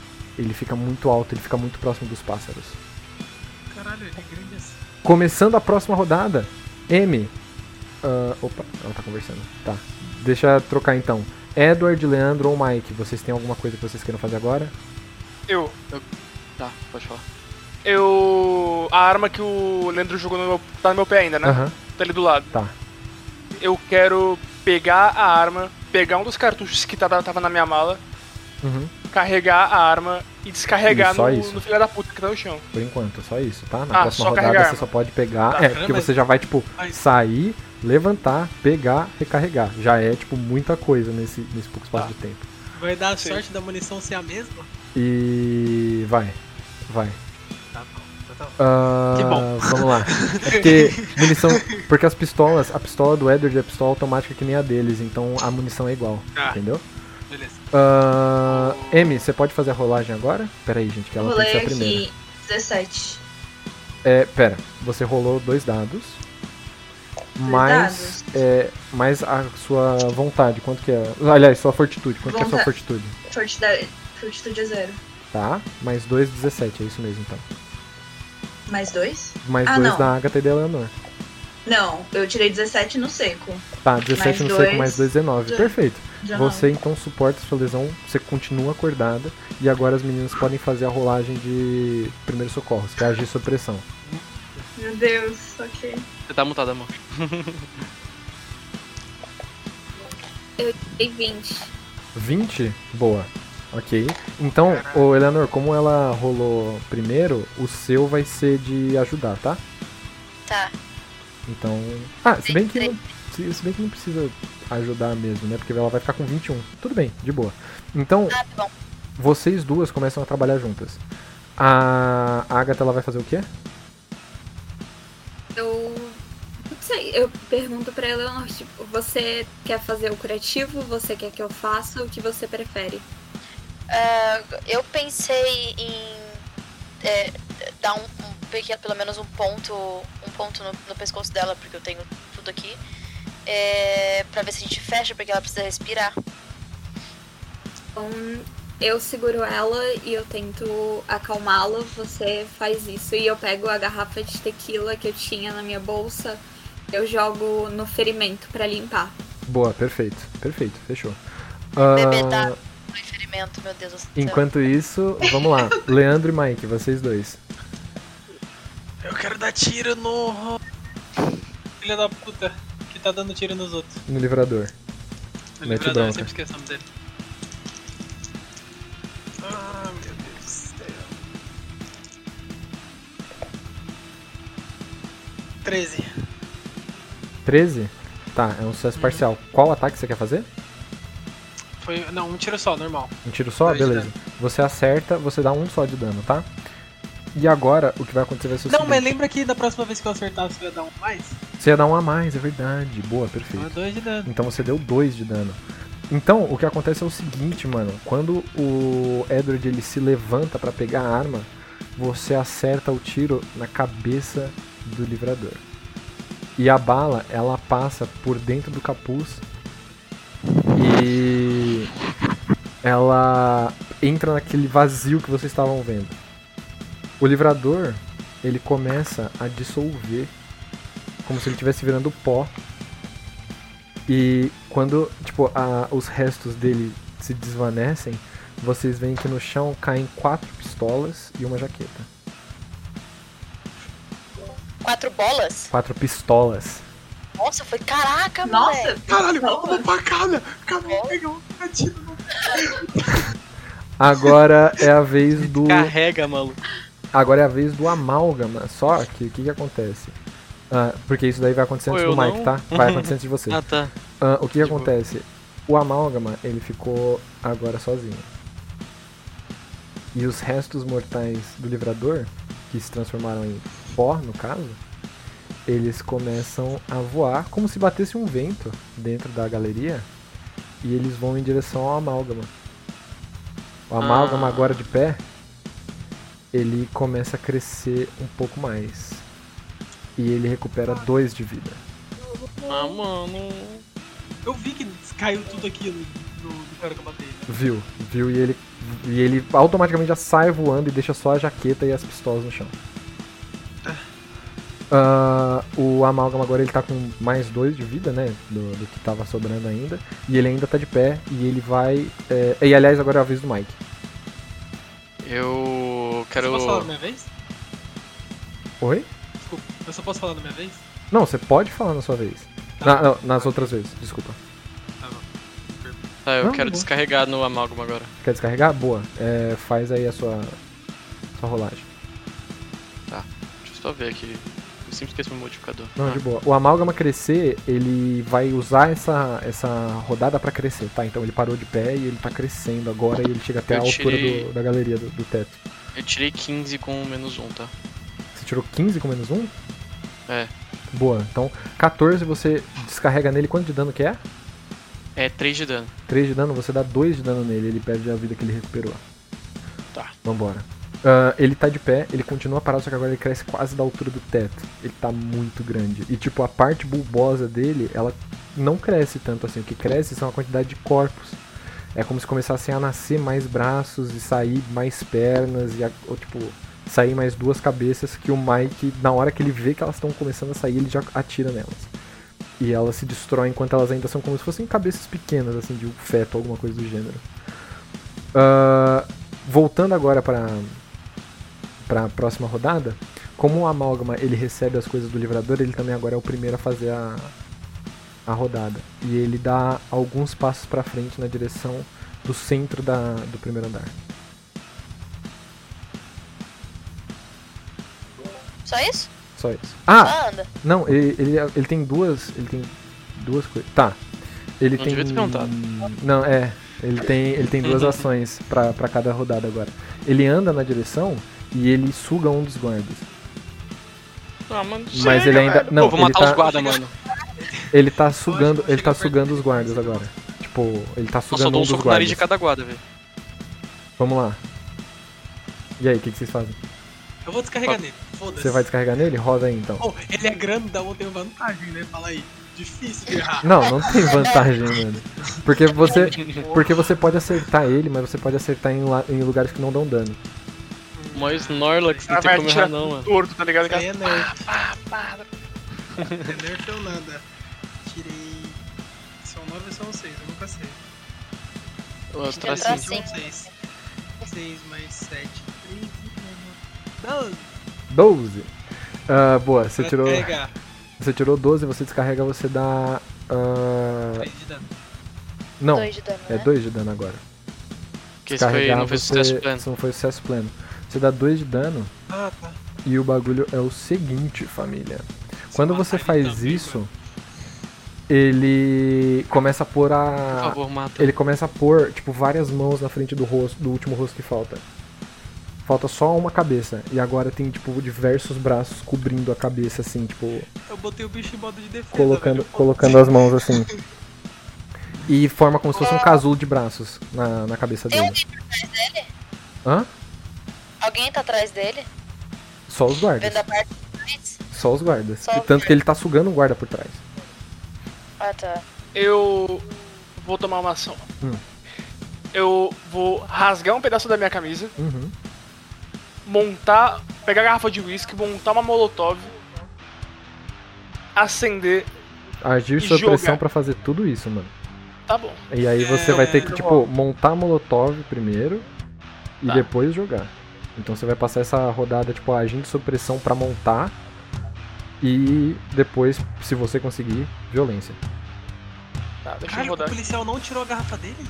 ele fica muito alto, ele fica muito próximo dos pássaros. Caralho, ele é grande assim. Começando a próxima rodada, M. Uh, opa, ela tá conversando. Tá. Deixa eu trocar então. Edward, Leandro ou Mike, vocês têm alguma coisa que vocês queiram fazer agora? Eu. Tá, pode falar. Eu. A arma que o Leandro jogou no meu, tá no meu pé ainda, né? Aham. Tá ali do lado. Tá. Eu quero pegar a arma, pegar um dos cartuchos que tá- tava na minha mala, Uhum. carregar a arma e descarregar E só no, isso? no filho da puta que tá no chão. Por enquanto, só isso, tá? Na Ah, próxima só rodada carregar você arma. só pode pegar. Tá. É, porque você já vai, tipo, Mas- sair, levantar, pegar, recarregar. Já é, tipo, muita coisa nesse, nesse pouco espaço Tá. de tempo. Vai dar a Sim. sorte da munição ser a mesma? E. Vai. Vai. Tá bom, então tá bom. Ah, Que bom. Vamos lá. É porque munição. Porque as pistolas, a pistola do Edward é a pistola automática que nem a deles, então a munição é igual. Ah. Entendeu? Beleza. Ah, M, você pode fazer a rolagem agora? Pera aí, gente, que ela tem que Rolei ser a primeira. aqui dezessete. É, pera, você rolou dois dados. Mais, dados? é, mais a sua vontade, quanto que é? Aliás, sua fortitude, quanto que é a sua Vonta- fortitude? Fortitude, fortitude é zero. Tá, mais dois, dezessete, é isso mesmo então. Mais dois? Mais Ah, dois não. da Agatha e da Eleanor. Não, eu tirei dezessete no seco. Tá, dezessete Mais no dois, seco, mais dois, dezenove. de- Perfeito. dezenove. Você então suporta sua lesão, você continua acordada e agora as meninas podem fazer a rolagem de primeiros socorros, que é agir sob pressão. Meu Deus, ok. Você tá mutada, amor. Eu tirei vinte. vinte? Boa. Ok. Então, ô Eleanor, como ela rolou primeiro, o seu vai ser de ajudar, tá? Tá. Então. Ah, se bem que não, se, se bem que não precisa ajudar mesmo, né? Porque ela vai ficar com vinte e um. Tudo bem, de boa. Então, Ah, tá bom. vocês duas começam a trabalhar juntas. A Agatha, ela vai fazer o quê? Eu não sei, eu pergunto pra Eleanor, tipo, você quer fazer o curativo? Você quer que eu faça? O que você prefere? Ah, eu pensei em é, dar um, um pequeno, pelo menos um ponto, um ponto no, no pescoço dela, porque eu tenho tudo aqui, é, pra ver se a gente fecha, porque ela precisa respirar. Então, eu seguro ela e eu tento acalmá-la, você faz isso. E eu pego a garrafa de tequila que eu tinha na minha bolsa, eu jogo no ferimento pra limpar. Boa, perfeito. Perfeito, fechou. Bebê Ah, tá no ferimento, meu Deus do céu. enquanto isso, vamos lá. Leandro e Mike, vocês dois. Eu quero dar tiro no. Filha da puta, que tá dando tiro nos outros. No livrador. No Mete livrador, eu bronca. sempre esqueço o nome dele. Ah, meu Deus do céu. treze. treze? Tá, é um sucesso parcial. Qual ataque você quer fazer? Foi. Não, um tiro só, normal. Um tiro só? Dois de Beleza. Você acerta, você dá um só de dano, tá? E agora, o que vai acontecer vai ser o Não, seguinte. mas lembra que da próxima vez que eu acertar você vai dar um mais? Você ia dar um a mais, é verdade. Boa, Então é perfeito. dois de dano. Então você deu dois de dano. Então, o que acontece é o seguinte, mano. Quando o Edward ele se levanta pra pegar a arma, você acerta o tiro na cabeça do livrador. E a bala, ela passa por dentro do capuz e ela entra naquele vazio que vocês estavam vendo. O livrador, ele começa a dissolver, como se ele estivesse virando pó. E quando, tipo, a, os restos dele se desvanecem, vocês veem que no chão caem quatro pistolas e uma jaqueta. Quatro bolas? Quatro pistolas. Nossa, foi caraca, Nossa, moleque. Caralho, Não. uma facada! Acabou de pegar um tiro no. Agora é a vez do. Carrega, maluco. Agora é a vez do amálgama. Só que o que, que acontece? Ah, porque isso daí vai acontecer Pô, antes eu do Mike, não? tá? Vai acontecer antes de você. Ah, tá. Ah, o que, que Tipo- acontece? O amálgama, ele ficou agora sozinho. E os restos mortais do livrador, que se transformaram em pó, no caso, eles começam a voar como se batesse um vento dentro da galeria e eles vão em direção ao amálgama. O amálgama Ah. agora de pé, ele começa a crescer um pouco mais. E ele recupera dois de vida. Ah, mano. Eu vi que caiu tudo aquilo do, do cara que eu matei. Né? Viu? Viu? E ele e ele automaticamente já sai voando e deixa só a jaqueta e as pistolas no chão. Uh, o Amálgama agora ele tá com mais dois de vida, né? Do, do que tava sobrando ainda. E ele ainda tá de pé e ele vai. É... E aliás, agora é a vez do Mike. Eu quero. Eu posso falar da minha vez? Oi? Desculpa, eu só posso falar da minha vez? Não, você pode falar na sua vez. Tá. Na, não, nas outras vezes, desculpa. Tá bom. Ah, eu Não, quero bom. descarregar no Amálgama agora. Quer descarregar? Boa. É, faz aí a sua, sua rolagem. Deixa eu só ver aqui. Eu sempre esqueço meu modificador. Não, Ah, de boa. O Amálgama crescer, ele vai usar essa, essa rodada pra crescer, tá? Então ele parou de pé e ele tá crescendo agora e ele chega até Eu a altura tirei- do- da galeria do, do teto. Eu tirei quinze com menos um, tá? Você tirou quinze com menos um? É. Boa. Então, catorze você descarrega nele. Quanto de dano que é? É três de dano. três de dano, você dá dois de dano nele. Ele perde a vida que ele recuperou. Tá. Vambora. Ah, ele tá de pé, ele continua parado, só que agora ele cresce quase da altura do teto. Ele tá muito grande. E tipo, a parte bulbosa dele, ela não cresce tanto assim. O que cresce são a quantidade de corpos. É como se começassem a nascer mais braços e sair mais pernas e, a- ou, tipo, sair mais duas cabeças que o Mike, na hora que ele vê que elas estão começando a sair, ele já atira nelas. E elas se destroem enquanto elas ainda são como se fossem cabeças pequenas, assim, de um feto, alguma coisa do gênero. Ah, voltando agora para para a próxima rodada, como o Amálgama ele recebe as coisas do Livrador, ele também agora é o primeiro a fazer a, a rodada. E ele dá alguns passos para frente na direção do centro da, do primeiro andar. Só isso? Só isso. Ah, Ah, anda. não, ele, ele, ele tem duas. Ele tem duas coisas. Tá. Ele Não tem. devia ter perguntado. Não, é. Ele tem, ele tem duas ações pra, pra cada rodada agora. Ele anda na direção e ele suga um dos guardas. Ah, mano. Mas ele ainda. Não, Pô, vou ele matar tá, os guardas, mano. ele tá sugando. Ele tá sugando os guardas agora. Tipo, ele tá Eu só sugando dou um um dos soco no nariz guardas. de cada guarda, velho. Vamos lá. E aí, o que, que vocês fazem? Eu vou descarregar nele. Foda-se. Você vai descarregar nele? Roda aí então. Pô, ele é grandão, tem vantagem, né? Fala aí. Difícil de errar. Não, não tem vantagem, mano. Porque você, porque você pode acertar ele, mas você pode acertar em, la- em lugares que não dão dano. Mas Snorlax, não Ela tem vai como atirar errar não, mano. torto, tá ligado? Isso aí é nerd. Não é nerd ou nada. Tirei. São nove ou são seis? Eu nunca sei. Ô, Tentar tracinho. sim. São seis. seis mais sete. treze. doze. doze. Ah, boa, você Vai tirou, descarregar. você tirou doze, você descarrega, você dá. ah, três de dano. não, Dois de dano, é né? dois de dano agora. Que esse foi, Descarregar, não foi você- sucesso pleno. Isso não foi sucesso pleno. Você dá dois de dano Ah, tá. e o bagulho é o seguinte, família. Quando você matar ele faz também, isso, ele começa a pôr Por a. favor, mata. Ele começa a pôr, tipo, várias mãos na frente do rosto, do último rosto que falta. Falta só uma cabeça. E agora tem, tipo, diversos braços cobrindo a cabeça, assim, tipo, Eu botei o bicho em modo de defesa. colocando, velho. colocando as mãos assim. E forma como se fosse um casulo de braços na, na cabeça Tem dele. alguém por trás dele? Hã? Alguém tá atrás dele? Só os guardas. Vendo a parte de trás? Só os guardas. Só E os tanto que ele tá sugando um guarda por trás. Ah, tá. Eu vou tomar uma ação. Hum. Eu vou rasgar um pedaço da minha camisa, Uhum. montar, pegar a garrafa de uísque, montar uma molotov, acender. Agir E sob jogar. pressão pra fazer tudo isso, mano. Tá bom. E aí você É, vai ter que, eu tipo, vou. montar molotov primeiro e Tá. depois jogar. Então você vai passar essa rodada, tipo, agindo sob pressão pra montar e depois, se você conseguir, violência. Tá, deixa eu Caralho, o rodar. policial não tirou a garrafa dele?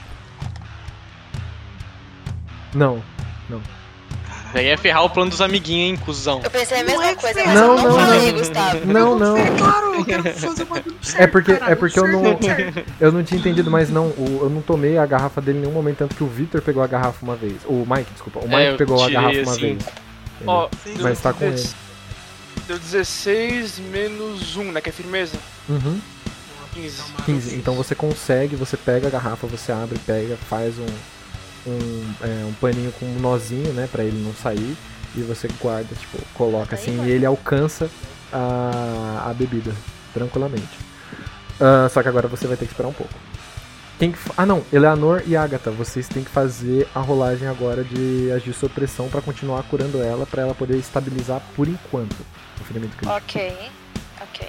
Não. Daí é ferrar o plano dos amiguinhos, hein, cuzão. Eu pensei a Não mesma é coisa, que mas não, eu não, não, falei, não. Gustavo. Não, não. É claro, eu quero fazer o bagulho certo. É porque, é caralho, porque eu não, certo. eu não tinha entendido, mas não, o- eu não tomei a garrafa dele em nenhum momento, tanto que o Victor pegou a garrafa uma vez. O Mike, desculpa, o Mike É, eu pegou a tirei, garrafa uma assim. vez. Ó, Sim, deu Mas tá com dez- Deu dezesseis menos um, né? Que é firmeza. Uhum. quinze. quinze. Então você consegue, você pega a garrafa, você abre, pega, faz um, um, é, um paninho com um nozinho, né, pra ele não sair, e você guarda, tipo, coloca assim, e ele alcança a, a bebida, tranquilamente. Ah, só que agora você vai ter que esperar um pouco. Quem que fa... Ah, não. Eleanor e Agatha, vocês têm que fazer a rolagem agora de agir sob pressão pra continuar curando ela, pra ela poder estabilizar por enquanto o ferimento crítico. Ok, ok.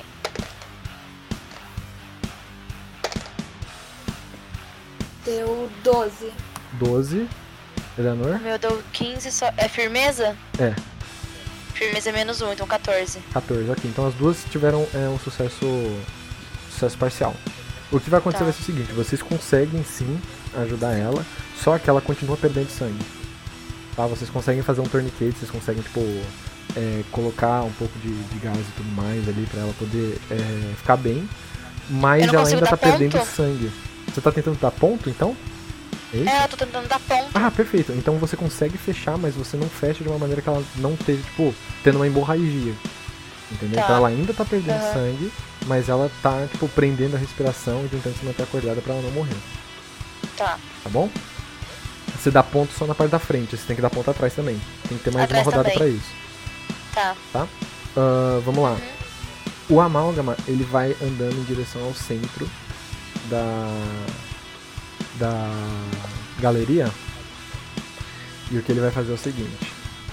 Deu doze. doze. Eleanor? O meu deu quinze só. É firmeza? É. Firmeza é menos um, então quatorze. quatorze, ok. Então as duas tiveram é, um sucesso sucesso parcial. O que vai acontecer Tá. vai ser o seguinte, vocês conseguem sim ajudar ela, só que ela continua perdendo sangue. Tá? Vocês conseguem fazer um tourniquet, vocês conseguem, tipo, é, colocar um pouco de, de gás e tudo mais ali pra ela poder é, ficar bem, mas Eu não ela consigo ainda tá dar ponto? perdendo sangue. Você tá tentando dar ponto, então? É isso? É, eu tô tentando dar ponto. Ah, perfeito. Então você consegue fechar, mas você não fecha de uma maneira que ela não esteja, tipo, tendo uma hemorragia. Entendeu? Tá. Então ela ainda tá perdendo Aham. sangue, mas ela tá, tipo, prendendo a respiração e tentando se manter acordada pra ela não morrer. Tá. Tá bom? Você dá ponto só na parte da frente, você tem que dar ponto atrás também. Tem que ter mais Atrás uma rodada também. pra isso. Tá. Ah, vamos lá. Uhum. O amálgama, ele vai andando em direção ao centro da da galeria. E o que ele vai fazer é o seguinte.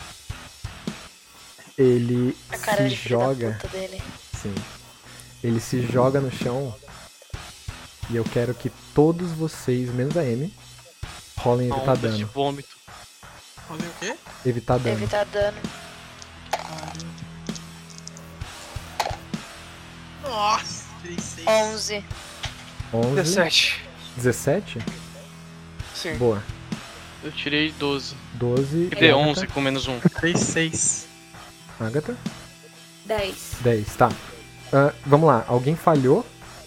Ele A cara se de filho da joga, puta dele. sim. Ele se joga no chão. E eu quero que todos vocês, menos a Amy, rolem evitar Ondas de dano. vômito. Falei o quê? Evitar dano. Evitar dano. Nossa, tirei seis. onze. onze. dezessete. dezessete? Sim. Boa. Eu tirei doze. doze. E dei Agatha? onze com menos um. Tirei seis. Agatha? dez. dez, tá. Ah, vamos lá, alguém falhou?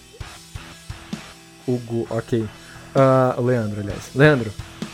Hugo, ok. Ah, o Leandro, aliás. Leandro,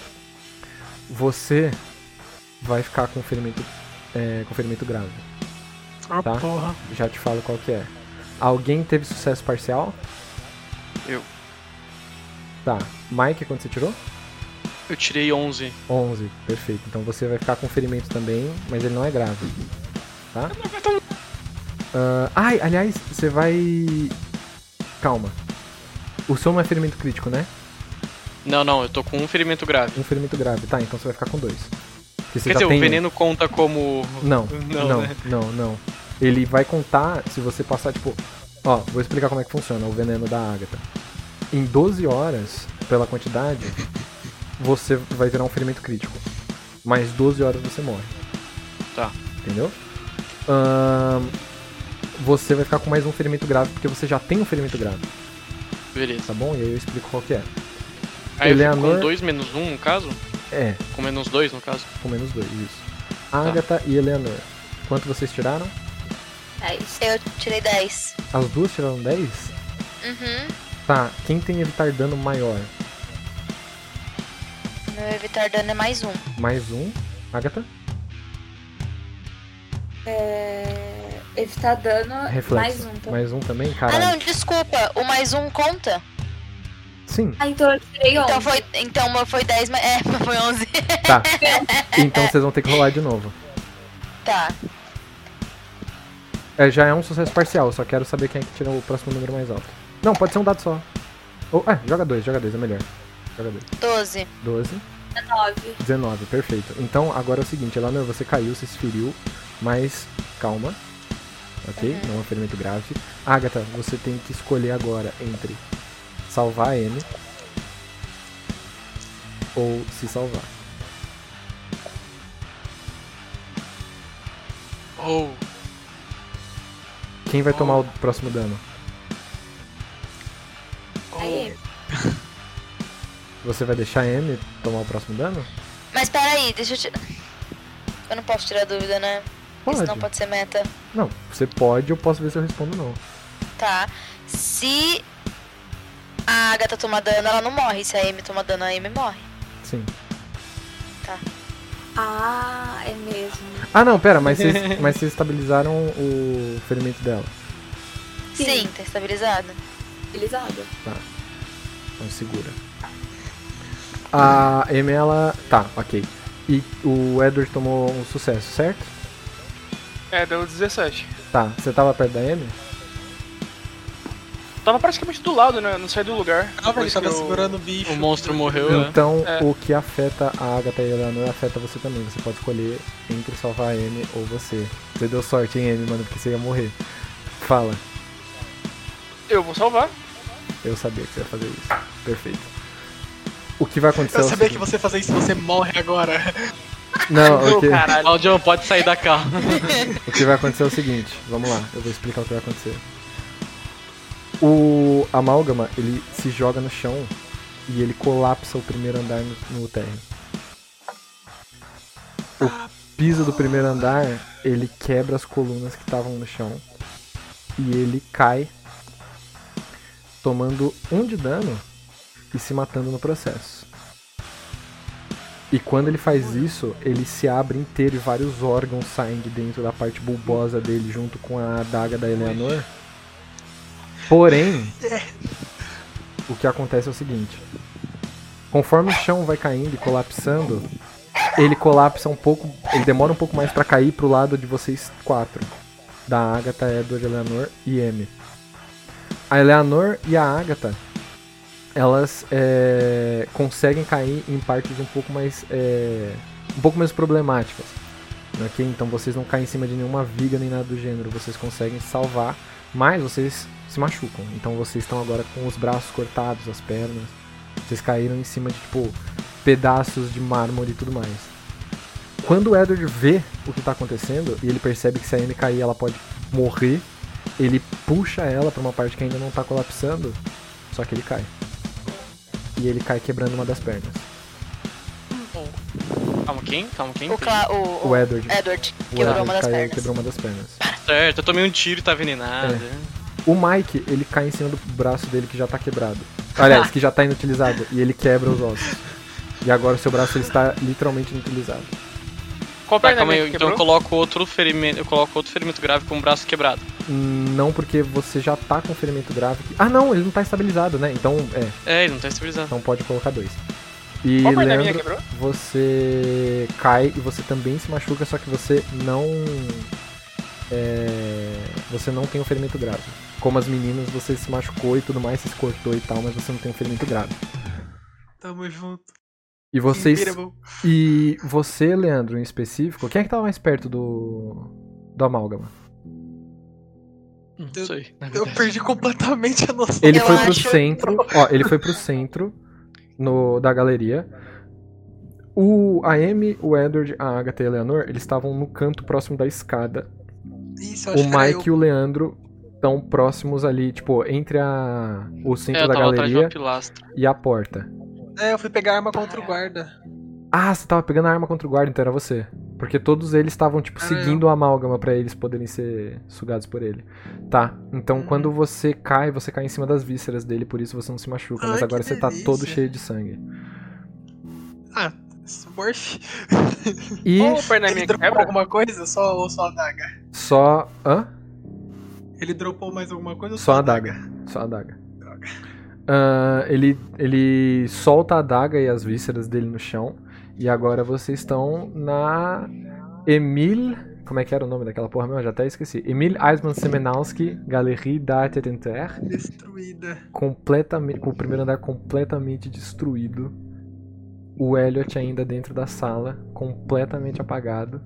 você vai ficar com ferimento, é, com ferimento grave. Ah, Tá. porra. Já te falo qual que é. Alguém teve sucesso parcial? Eu. Tá. Mike, quanto você tirou? Eu tirei onze. onze, perfeito. Então você vai ficar com ferimento também, mas ele não é grave. Tá? Ah, ai, aliás, você vai... Calma. O seu não é ferimento crítico, né? Não, não, eu tô com um ferimento grave. Um ferimento grave. Tá, então você vai ficar com dois. Porque você Quer já dizer, tem o um. veneno conta como. Não, Não, não, né? não, não. Ele vai contar se você passar, tipo... Ó, vou explicar como é que funciona o veneno da Agatha. Em doze horas, pela quantidade, você vai virar um ferimento crítico. Mais doze horas você morre. Tá. Entendeu? Ahn, você vai ficar com mais um ferimento grave, porque você já tem um ferimento grave, Beleza. tá bom? E aí eu explico qual que é. Aí eu fico Eleanor- com dois menos um no caso? É, Com menos dois no caso? com menos dois, isso. Agatha e Eleanor. Quanto vocês tiraram? dez. Eu tirei dez. As duas tiraram dez? Uhum. Tá, quem tem evitar dano maior? Meu evitar dano é mais um. Mais um. Agatha? É... Evitar dano, Reflexo. mais um também. Mais um também? Ah, Caralho. não, desculpa. O mais um conta? Sim, Ah, então eu tirei onze. Então foi, então o meu foi dez, mas. É, foi onze. tá. Então vocês vão ter que rolar de novo. Tá. É, já é um sucesso parcial, eu só quero saber quem é que tira o próximo número mais alto. Não, pode ser um dado só. Ou, é, joga dois, joga dois, é melhor. Joga dois. doze. doze. dezenove. dezenove, perfeito. Então agora é o seguinte, Eleanor, você caiu, você se feriu, mas calma. Ok? Uhum. Não é um ferimento grave. Agatha, você tem que escolher agora entre salvar a Amy ou se salvar. Oh. Quem vai tomar o próximo dano? Aí, Você vai deixar a Amy tomar o próximo dano? Mas peraí, deixa eu tirar. Eu não posso tirar dúvida, né? Porque Pode. senão pode ser meta. Não, você pode, eu posso ver se eu respondo não. Tá. Se a Agatha tomar dano, ela não morre. Se a Amy tomar dano, a Amy morre. Sim. ah, é mesmo. Ah não, pera, mas vocês, mas vocês estabilizaram o ferimento dela. Sim, Sim. tá estabilizado. Utilizado. Então segura. A Amy, ela... Tá, ok. E o Edward tomou um sucesso, certo? É, deu dezessete. Tá, você tava perto da Amy? tava praticamente do lado, né? Não saí do lugar. Ah, ele Depois tava que eu- segurando o bicho. O monstro morreu, né? Então, É. o que afeta a Agatha e a Eleanor afeta você também. Você pode escolher entre salvar a Amy ou você. Você deu sorte, hein, Amy, mano, porque você ia morrer. Fala. Eu vou salvar. Eu sabia que você ia fazer isso. Perfeito. O que vai acontecer Eu é o sabia que seguinte- você fazer isso, você morre agora. Não, o que... Caralho. Claudio, pode sair da calma. o que vai acontecer é o seguinte. Vamos lá, eu vou explicar o que vai acontecer. O amálgama, ele se joga no chão e ele colapsa o primeiro andar no, no térreo. O piso do primeiro andar, ele quebra as colunas que estavam no chão e ele cai, tomando um de dano e se matando no processo. E quando ele faz isso, ele se abre inteiro e vários órgãos saem de dentro da parte bulbosa dele junto com a adaga da Eleanor. Porém, o que acontece é o seguinte. Conforme o chão vai caindo e colapsando, ele colapsa um pouco, ele demora um pouco mais pra cair pro lado de vocês quatro. Da Agatha, Edward, Eleanor e Amy. A Eleanor e a Agatha, elas é, conseguem cair em partes um pouco mais é, um pouco menos problemáticas, ok? Então vocês não caem em cima de nenhuma viga nem nada do gênero, vocês conseguem salvar, mas vocês se machucam. Então vocês estão agora com os braços cortados, as pernas, vocês caíram em cima de tipo pedaços de mármore e tudo mais. Quando o Edward vê o que está acontecendo e ele percebe que se a Amy cair ela pode morrer, ele puxa ela para uma parte que ainda não está colapsando, só que ele cai. E ele cai quebrando uma das pernas. Calma, quem? Calma, quem? O, Cla o, O Edward. Edward O quebrou Edward uma das caiu e pernas. quebrou uma das pernas. Certo, eu tomei um tiro e tá envenenado. É. O Mike, ele cai em cima do braço dele que já tá quebrado. Aliás, que já tá inutilizado. E ele quebra os ossos. E agora o seu braço ele está literalmente inutilizado. Qual Tá, perna calma aí, minha que então eu quebrou? coloco outro ferimento. Eu coloco outro ferimento grave com o braço quebrado. Não, porque você já tá com ferimento grave. Ah, não, ele não tá estabilizado, né? Então, é. É, ele não tá estabilizado. Então pode colocar dois. E Qual perna minha Leandro, quebrou? você cai e você também se machuca, só que você não... É, você não tem um ferimento grave. Como as meninas, você se machucou e tudo mais, você se cortou e tal, mas você não tem um ferimento grave. Tamo junto. E vocês... Incrível. E você, Leandro, em específico, quem é que tava mais perto do... do amálgama? Não sei. na Eu verdade. perdi completamente a noção. Ele Eu foi pro acho- centro, ó, ele foi pro centro no, da galeria. O, a Amy, o Edward, a Agatha e a Eleanor, eles estavam no canto próximo da escada. Isso, eu O acho que era Mike e eu. o Leandro estão próximos ali, tipo, entre a, o É, centro eu da tava atrás de uma galeria pilastra. e a porta. É, eu fui pegar a arma contra o guarda. Ah, você tava pegando a arma contra o guarda, então era você. Porque todos eles estavam, tipo, Era seguindo o amálgama pra eles poderem ser sugados por ele. Tá, então Uhum. quando você cai, você cai em cima das vísceras dele, por isso você não se machuca. Ai, mas que agora você tá delícia. todo cheio de sangue. Ah, Smurf. E Qual perna Ele minha que dropou quebra? alguma coisa só, ou só a daga? só... Hã? Ele dropou mais alguma coisa ou Só a adaga. Só a adaga. Ah, ele, ele solta a adaga e as vísceras dele no chão. E agora vocês estão na Emile... Como é que era o nome daquela porra mesmo? Eu já até esqueci. Emile Eisman Semenowski, Galerie d'Art et d'Inter. Destruída. Completamente, com o primeiro andar completamente destruído. O Elliot ainda dentro da sala, completamente apagado.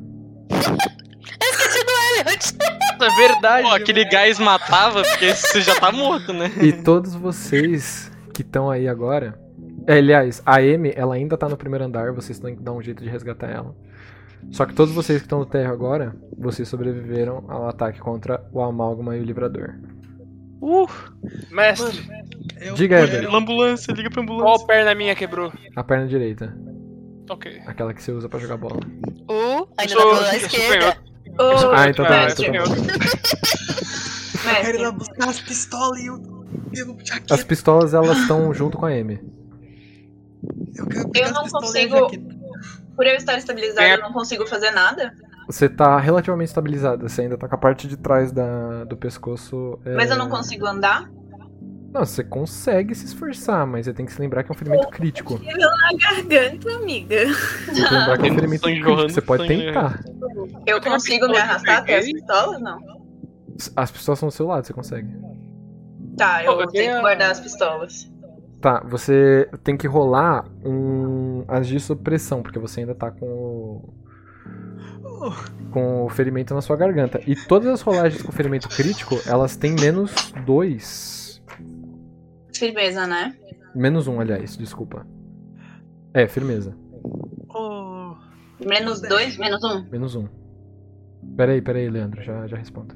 Elliot. É verdade. Pô, aquele gás matava, porque você já tá morto, né? E todos vocês que estão aí agora... É, aliás, a Amy, ela ainda tá no primeiro andar, vocês têm que dar um jeito de resgatar ela. Só que todos vocês que estão no térreo agora, vocês sobreviveram ao ataque contra o Amálgama e o Livrador. Uh, Mestre, Eu Diga, quero- Edward. ambulância, liga pra ambulância. qual perna minha quebrou? A perna direita, Ok. aquela que você usa pra jogar bola. Uh, ainda Eu sou- na pela eu sou esquerda. Ô, Ah, então tá, mestre, então tá bom. Eu quero ir lá mestre, buscar as pistolas e o pelo As jaqueta. pistolas, elas estão junto com a Amy. Eu quero pegar eu as não pistolas e a consigo. jaqueta. Por eu estar estabilizada, Tem a- eu não consigo fazer nada. Você tá relativamente estabilizada, você ainda tá com a parte de trás da, do pescoço... é, Mas eu não consigo andar. Não, você consegue se esforçar, mas você tem que se lembrar que é um ferimento crítico. Na garganta, amiga. Você tem que lembrar que é um ferimento Sangue crítico, jorrando, você pode sangue tentar. Eu tenho uma consigo me pistola que eu arrastar até as peguei. pistolas? Não. As pistolas são do seu lado, você consegue. Tá, eu Oh, eu tenho tenho que a- guardar as pistolas. Tá, você tem que rolar um agir sob pressão, porque você ainda tá com o... com o ferimento na sua garganta. E todas as rolagens com ferimento crítico, elas têm menos dois. Firmeza, né? Menos um, aliás, desculpa. É, firmeza. Oh, Menos dois, menos um. Menos um. Peraí, peraí, Leandro, já, já respondo.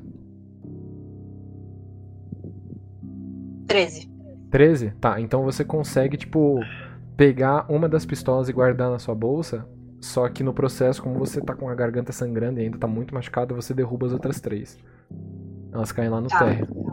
treze. treze? Tá, então você consegue, tipo, pegar uma das pistolas e guardar na sua bolsa. Só que no processo, como você tá com a garganta sangrando e ainda tá muito machucado, você derruba as outras três. Elas caem lá no Tá. térreo.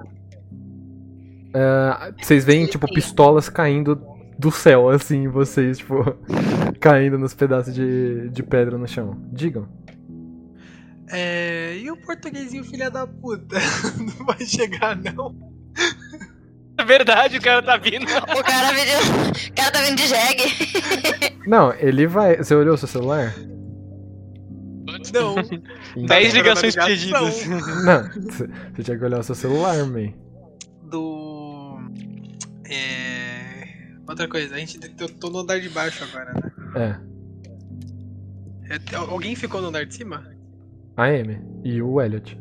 Ah, vocês veem, tipo, pistolas caindo do céu, assim, vocês, tipo, caindo nos pedaços de, de pedra no chão. Digam. é, e o portuguesinho filha da puta? Não vai chegar, não. É verdade, o cara tá vindo. O cara, veio... o cara tá vindo de jegue. Não, ele vai... Você olhou o seu celular? Não. Então- dez ligações Ligação. perdidas. Não, você você tinha que olhar o seu celular, man. Do. É. Outra coisa, a gente. Eu tô no andar de baixo agora, né? É, É, te- Alguém ficou no andar de cima? a Amy e o Elliot.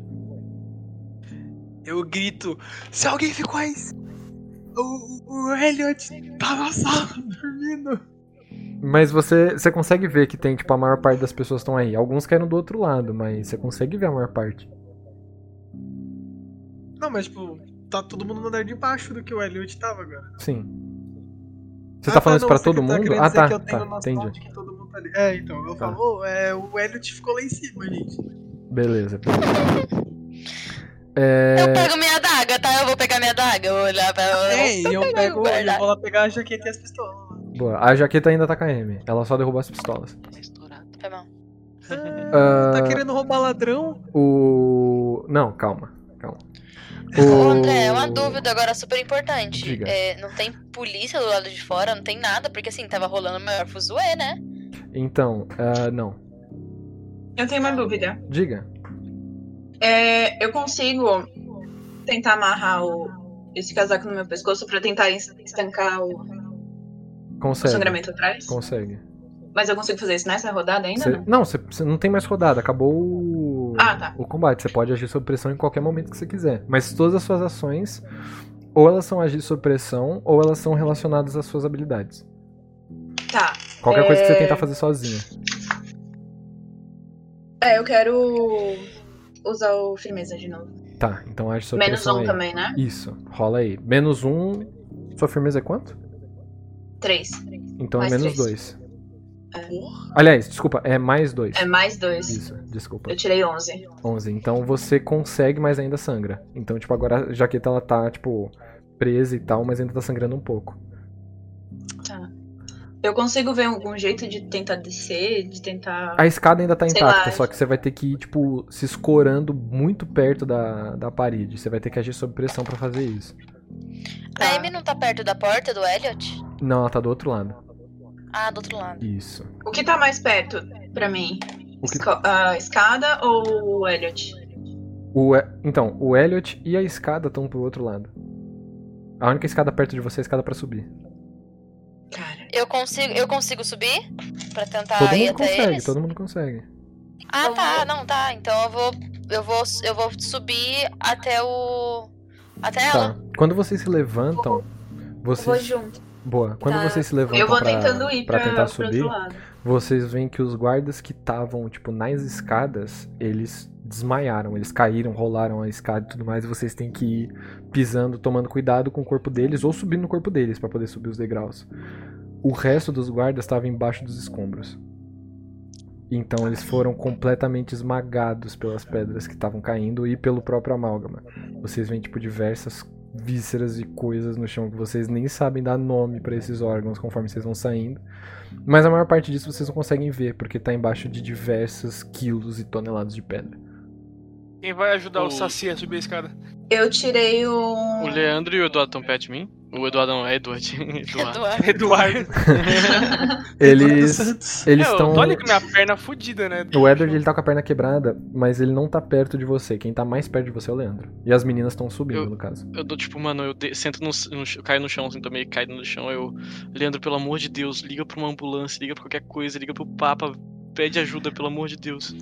Eu grito: se alguém ficou aí. O, o Elliot tá na sala dormindo. Mas você, você consegue ver que tem, tipo, a maior parte das pessoas estão aí. Alguns caíram do outro lado, mas você consegue ver a maior parte. Não, mas tipo, tá todo mundo no andar de baixo do que o Elliot tava agora. Sim. Você Ah, tá falando isso não, pra você todo que tá mundo? querendo Ah, dizer tá, que eu tenho tá, noção entendi. de que todo mundo tá ali. É, então, eu Tá. falo, "Ô, é, o Elliot ficou lá em cima, gente. Beleza. É... Eu pego minha adaga, tá? Eu vou pegar minha adaga. Eu vou olhar pra ela. É, e eu pegar, pego, guardar. eu vou lá pegar a jaqueta e as pistolas. Boa. A jaqueta ainda tá com a Amy. Ela só derrubou as pistolas. Foi mal. Ah, Ah, tá querendo roubar ladrão? O... Não, calma. Calma. Ô, André, é uma dúvida agora super importante. Diga. É, não tem polícia do lado de fora, não tem nada, porque assim, tava rolando o maior fuzuê, né? Então, ah, não. Eu tenho uma dúvida. Diga. É, eu consigo tentar amarrar o, esse casaco no meu pescoço pra tentar es- estancar o, o Consegue. sangramento atrás? Consegue. Mas eu consigo fazer isso nessa rodada ainda? Cê- Não? Não, você você não tem mais rodada. Acabou o... Ah, tá. o combate. Você pode agir sob pressão em qualquer momento que você quiser. Mas todas as suas ações, ou elas são agir sob pressão, ou elas são relacionadas às suas habilidades. Tá. Qualquer coisa que você É. tentar fazer sozinha. É, eu quero usar o firmeza de novo. Tá, então age sob Menos pressão um aí. também, né? Isso, rola aí. Menos um. Sua firmeza é quanto? Três. Então Mais é menos três. dois. É. Aliás, desculpa, é mais dois. É mais dois. Isso, desculpa. Eu tirei onze. onze. Então você consegue, mas ainda sangra. Então, tipo, agora a jaqueta ela tá, tipo, presa e tal, mas ainda tá sangrando um pouco. Tá. Eu consigo ver algum jeito de tentar descer, de tentar. A escada ainda tá Sei intacta, lá. só que você vai ter que ir, tipo, se escorando muito perto da, da parede. Você vai ter que agir sob pressão pra fazer isso. Tá. A Amy não tá perto da porta do Elliot? Não, ela tá do outro lado. Ah, do outro lado. Isso. O que tá mais perto pra mim? O que- Esco- A escada ou o Elliot? O, E- então, o Elliot e a escada estão pro outro lado. A única escada perto de você é a escada pra subir. Cara. Eu consigo, eu consigo subir? Pra tentar todo ir mundo até consegue, eles? todo mundo consegue. Ah, Eu tá, vou- não, tá. Então eu vou. Eu vou. Eu vou subir até o. Até Tá. ela. Quando vocês se levantam, Eu vocês. vou junto. Boa. Quando Tá. vocês se levantam Eu vou pra, tentando ir pra pra, tentar pro subir, outro lado. vocês veem que os guardas que estavam, tipo, nas escadas, eles desmaiaram, eles caíram, rolaram a escada e tudo mais, e vocês têm que ir pisando, tomando cuidado com o corpo deles, ou subindo no corpo deles pra poder subir os degraus. O resto dos guardas estava embaixo dos escombros. Então eles foram completamente esmagados pelas pedras que estavam caindo e pelo próprio amálgama. Vocês veem, tipo, diversas vísceras e coisas no chão que vocês nem sabem dar nome pra esses órgãos conforme vocês vão saindo. Mas a maior parte disso vocês não conseguem ver, porque tá embaixo de diversos quilos e toneladas de pedra. Quem vai ajudar o, O- Saci a subir a escada? Eu tirei um. O Leandro e o Eduardo estão perto de mim? O Eduardo não, é Edward. Eduardo. Eduardo. Eduardo. Eles eles É, estão eu tô ali com minha perna fudida, né? O Edward, ele tá com a perna quebrada, mas ele não tá perto de você. Quem tá mais perto de você é o Leandro. E as meninas estão subindo, Eu- no caso. Eu dou tipo, mano, eu de- sento no, no ch- eu caio no chão, assim, tô meio caído no chão. Eu, Leandro, pelo amor de Deus, liga pra uma ambulância, liga pra qualquer coisa, liga pro Papa, pede ajuda, pelo amor de Deus.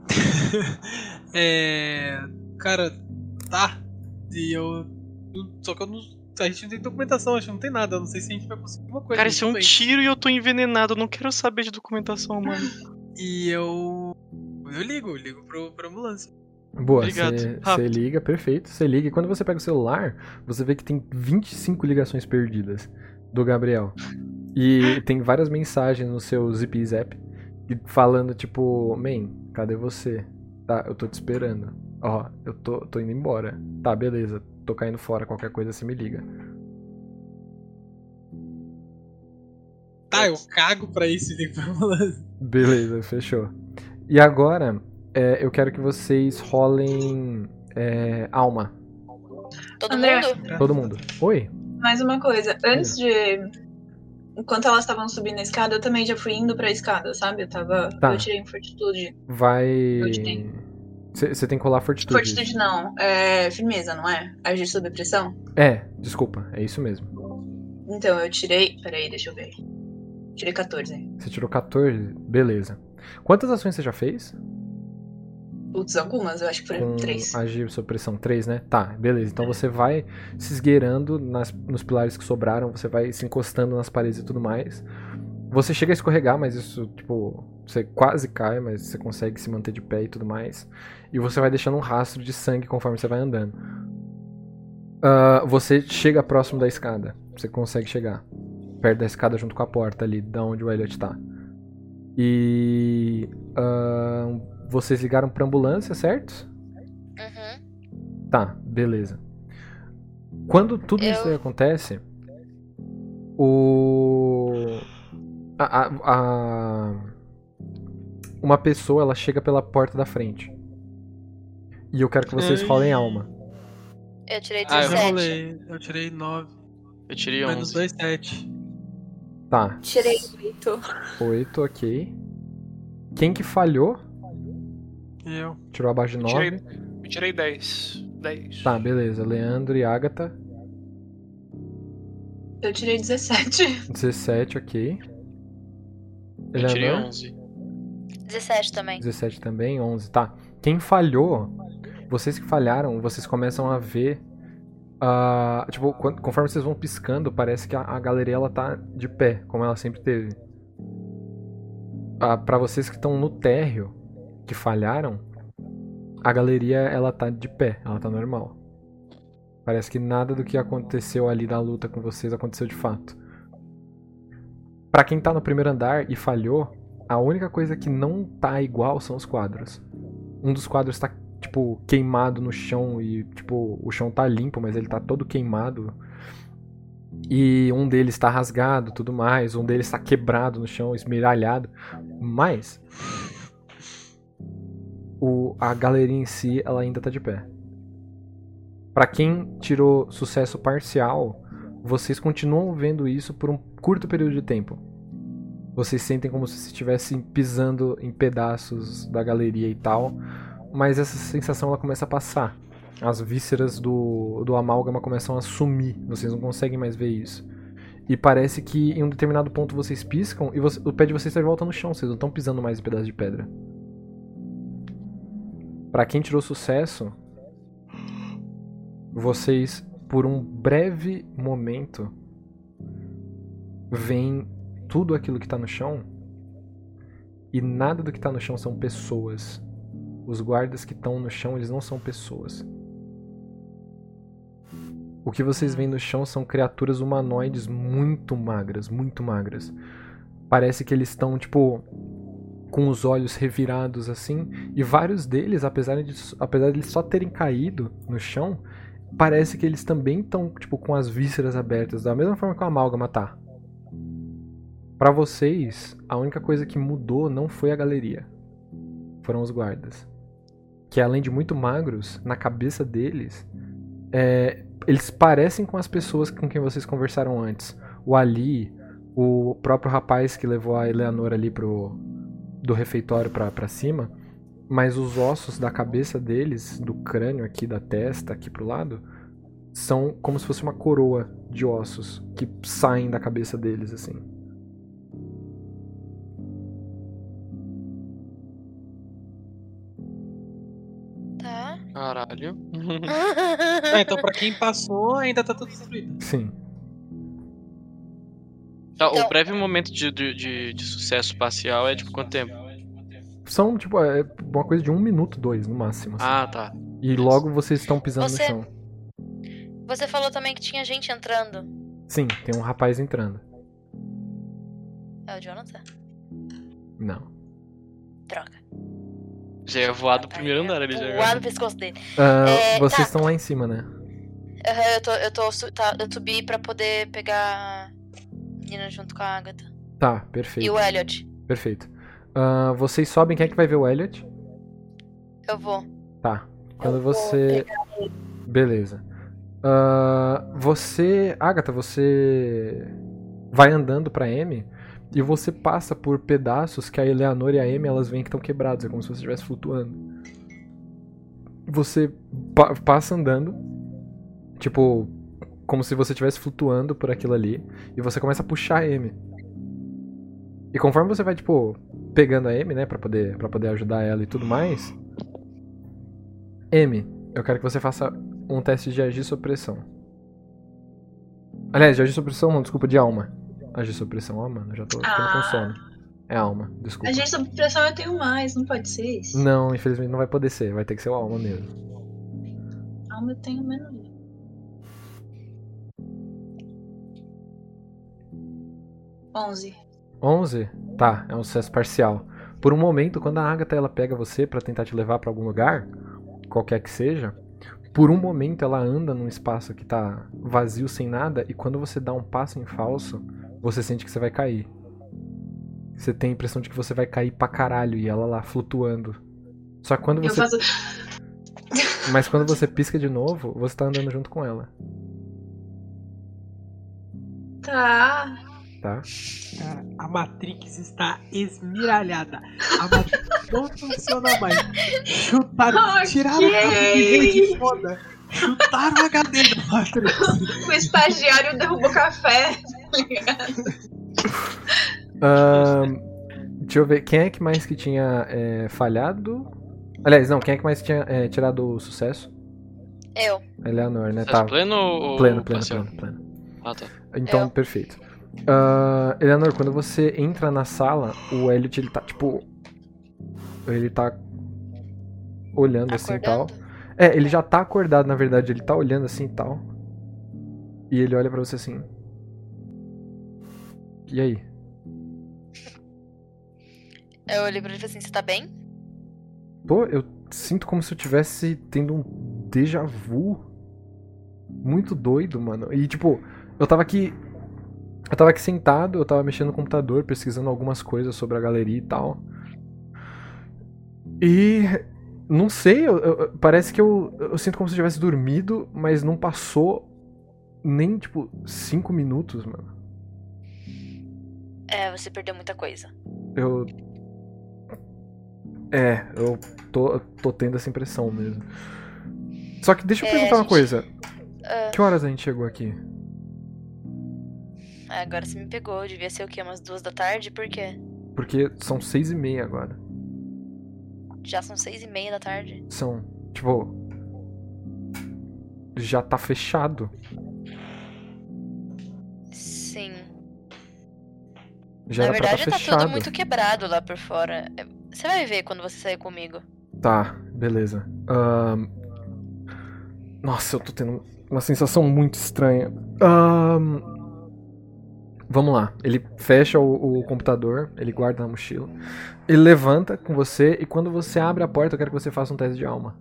É. Cara, tá. E eu. Só que eu não. A gente não tem documentação, acho que não tem nada. Eu não sei se a gente vai conseguir alguma coisa. Cara, mas isso é um tudo bem. tiro e eu tô envenenado, eu não quero saber de documentação, mano. E eu. Eu ligo, eu ligo pro, pra ambulância. Boa, Obrigado. você Rápido. liga, perfeito. Você liga e quando você pega o celular, você vê que tem vinte e cinco ligações perdidas do Gabriel. E tem várias mensagens no seu Zip Zap e falando tipo, man, cadê você? Tá, eu tô te esperando. Ó, eu tô, tô indo embora. Tá, beleza, tô caindo fora, qualquer coisa você me liga. Tá, eu cago pra isso e ligo pra ambulância. Beleza, fechou. E agora, é, eu quero que vocês rolem é, alma. Todo André. mundo? Todo mundo. Oi? Mais uma coisa, antes de. Enquanto elas estavam subindo a escada, eu também já fui indo pra escada, sabe? Eu tava. Tá. Eu tirei um fortitude. Vai. Onde tem? Você tem que rolar fortitude. Fortitude não, é firmeza, não é? Agir sob pressão? É, desculpa, é isso mesmo. Então, eu tirei. Peraí, deixa eu ver. Tirei quatorze. Você tirou quatorze? Beleza. Quantas ações você já fez? Putz, algumas, eu acho que foram Com três. agir sob pressão três, né? Tá, beleza. Então você vai se esgueirando nas, nos pilares que sobraram, você vai se encostando nas paredes e tudo mais. Você chega a escorregar, mas isso, tipo, você quase cai, mas você consegue se manter de pé e tudo mais. E você vai deixando um rastro de sangue conforme você vai andando. Ah, você chega próximo da escada. Você consegue chegar perto da escada junto com a porta ali, da onde o Elliot tá. E ah, vocês ligaram pra ambulância, certo? Uhum. Tá, beleza. Quando tudo Eu- isso aí acontece, o a, a- a- uma pessoa ela chega pela porta da frente. E eu quero que vocês Ai. rolem alma. Eu tirei Ah, eu Eu dezessete. rolei, eu tirei nove. Eu tirei Menos onze. dois, sete. Tá, Tirei oito. oito, ok. Quem que falhou? Eu. Tirou abaixo de Eu tirei, nove. eu tirei dez. dez. Tá, beleza. Leandro e Agatha. Eu tirei dezessete. dezessete, ok. Eu tirei Eleanor? onze. dezessete também. dezessete também, onze, tá. Quem falhou, vocês que falharam, vocês começam a ver. ah, tipo, quando- conforme vocês vão piscando, parece que a, a galeria ela tá de pé, como ela sempre teve. Ah, pra vocês que estão no térreo, que falharam, a galeria ela tá de pé, ela tá normal. Parece que nada do que aconteceu ali da luta com vocês aconteceu de fato. Pra quem tá no primeiro andar e falhou, a única coisa que não tá igual são os quadros. Um dos quadros tá, tipo, queimado no chão e, tipo, o chão tá limpo, mas ele tá todo queimado. E um deles tá rasgado, tudo mais. Um deles tá quebrado no chão, esmeralhado. Mas o, a galeria em si, ela ainda tá de pé. Pra quem tirou sucesso parcial, vocês continuam vendo isso por um curto período de tempo. Vocês sentem como se estivessem pisando em pedaços da galeria e tal, mas essa sensação ela começa a passar. As vísceras do, do amálgama começam a sumir, vocês não conseguem mais ver isso. E parece que em um determinado ponto vocês piscam e você- o pé de vocês está de volta no chão, vocês não estão pisando mais em pedaços de pedra. Pra quem tirou sucesso, vocês, por um breve momento, veem tudo aquilo que tá no chão e nada do que tá no chão são pessoas. Os guardas que estão no chão, eles não são pessoas. O que vocês veem no chão são criaturas humanoides muito magras, muito magras. Parece que eles estão, tipo, com os olhos revirados assim, e vários deles, apesar de, apesar de eles só terem caído no chão, parece que eles também estão, tipo, com as vísceras abertas, da mesma forma que o amálgama tá. Pra vocês, a única coisa que mudou não foi a galeria. Foram os guardas. Que além de muito magros, na cabeça deles, é, eles parecem com as pessoas com quem vocês conversaram antes. O Ali, o próprio rapaz que levou a Eleanor ali pro, do refeitório pra, pra cima, mas os ossos da cabeça deles, do crânio aqui, da testa, aqui pro lado, são como se fosse uma coroa de ossos que saem da cabeça deles, assim. Tá. Caralho. Ah, então pra quem passou, ainda tá tudo destruído. Sim. Tá, Então- o breve momento de, de, de, de sucesso parcial é tipo quanto tempo? São, tipo, é uma coisa de um minuto, dois, no máximo. assim. Ah, tá. E logo vocês estão pisando Você- no chão. Você falou também que tinha gente entrando. Sim, tem um rapaz entrando. É o Jonathan? Não. Droga. Já ia voar do Tá, primeiro eu andar ali já. voar no pescoço dele. Ah, É, vocês tá. estão lá em cima, né? Aham, eu tô, eu tô, su- tá, eu subi pra poder pegar a menina junto com a Agatha. Tá, perfeito. E o Elliot. Perfeito. Ah, vocês sobem, quem é que vai ver o Elliot? Eu vou. Tá. Quando Eu vou você. Beleza. Ah, você. Agatha, você vai andando pra Amy e você passa por pedaços que a Eleanor e a Amy elas veem que estão quebrados. É como se você estivesse flutuando. Você pa- passa andando, tipo, como se você estivesse flutuando por aquilo ali, e você começa a puxar a Amy. E conforme você vai, tipo, pegando a Amy, né, pra poder, pra poder ajudar ela e tudo mais. Amy, eu quero que você faça um teste de agir sob pressão. Aliás, de agir sob pressão não, desculpa, de alma. Agir sob pressão, ah, mano, eu já tô ficando com Ah. sono. É alma, desculpa. A gente sob pressão eu tenho mais, não pode ser isso? Não, infelizmente não vai poder ser, vai ter que ser o alma mesmo. Alma eu tenho menos. Onze. onze? Tá, é um sucesso parcial. Por um momento, quando a Agatha ela pega você pra tentar te levar pra algum lugar, qualquer que seja, por um momento ela anda num espaço que tá vazio, sem nada, e quando você dá um passo em falso, você sente que você vai cair. Você tem a impressão de que você vai cair pra caralho e ela lá flutuando. Só que quando Eu você. faço. Mas quando você pisca de novo, você tá andando junto com ela, Tá. tá? Cara, a Matrix está esmiralhada. A Matrix não funciona mais. Chutaram, Ok. tiraram a cabo de rede foda. Chutaram a H D da Matrix. O estagiário derrubou café. tá ligado? Ahn, deixa eu ver, quem é que mais que tinha é, falhado? Aliás, não, quem é que mais tinha é, tirado o sucesso? Eu. A Eleanor, né? Sucesso Tá. pleno ou Pleno, pleno, parcial? pleno, pleno. Ah, tá. Então, Eu. perfeito. Ah, Eleanor, quando você entra na sala, o Elliot, ele tá, tipo... Ele tá olhando assim e tal. Acordando? É, ele já tá acordado, na verdade. Ele tá olhando assim e tal. E ele olha pra você assim. E aí? Eu olhei pra ele e falei assim, você tá bem? Pô, eu sinto como se eu tivesse tendo um déjà vu muito doido, mano. E tipo, eu tava aqui. Eu tava aqui sentado, eu tava mexendo no computador, pesquisando algumas coisas sobre a galeria e tal. E. Não sei, eu- eu- parece que eu, eu sinto como se eu tivesse dormido, mas não passou nem, tipo, cinco minutos, mano. É, você perdeu muita coisa. Eu. É, eu tô, tô tendo essa impressão mesmo. Só que deixa eu É, perguntar a uma gente- coisa. Ah, Que horas a gente chegou aqui? agora você me pegou. Devia ser o quê? Umas duas da tarde? Por quê? Porque são seis e meia agora. Já são seis e meia da tarde. São, tipo... Já tá fechado. Sim. Já Na era pra verdade, tá tá fechado. tudo muito quebrado lá por fora. É, Você vai ver quando você sair comigo. Tá, beleza. Ahn, Nossa, eu tô tendo uma sensação muito estranha. Ahn, Vamos lá. Ele fecha o, o computador, ele guarda na mochila. Ele levanta com você e quando você abre a porta, eu quero que você faça um teste de alma.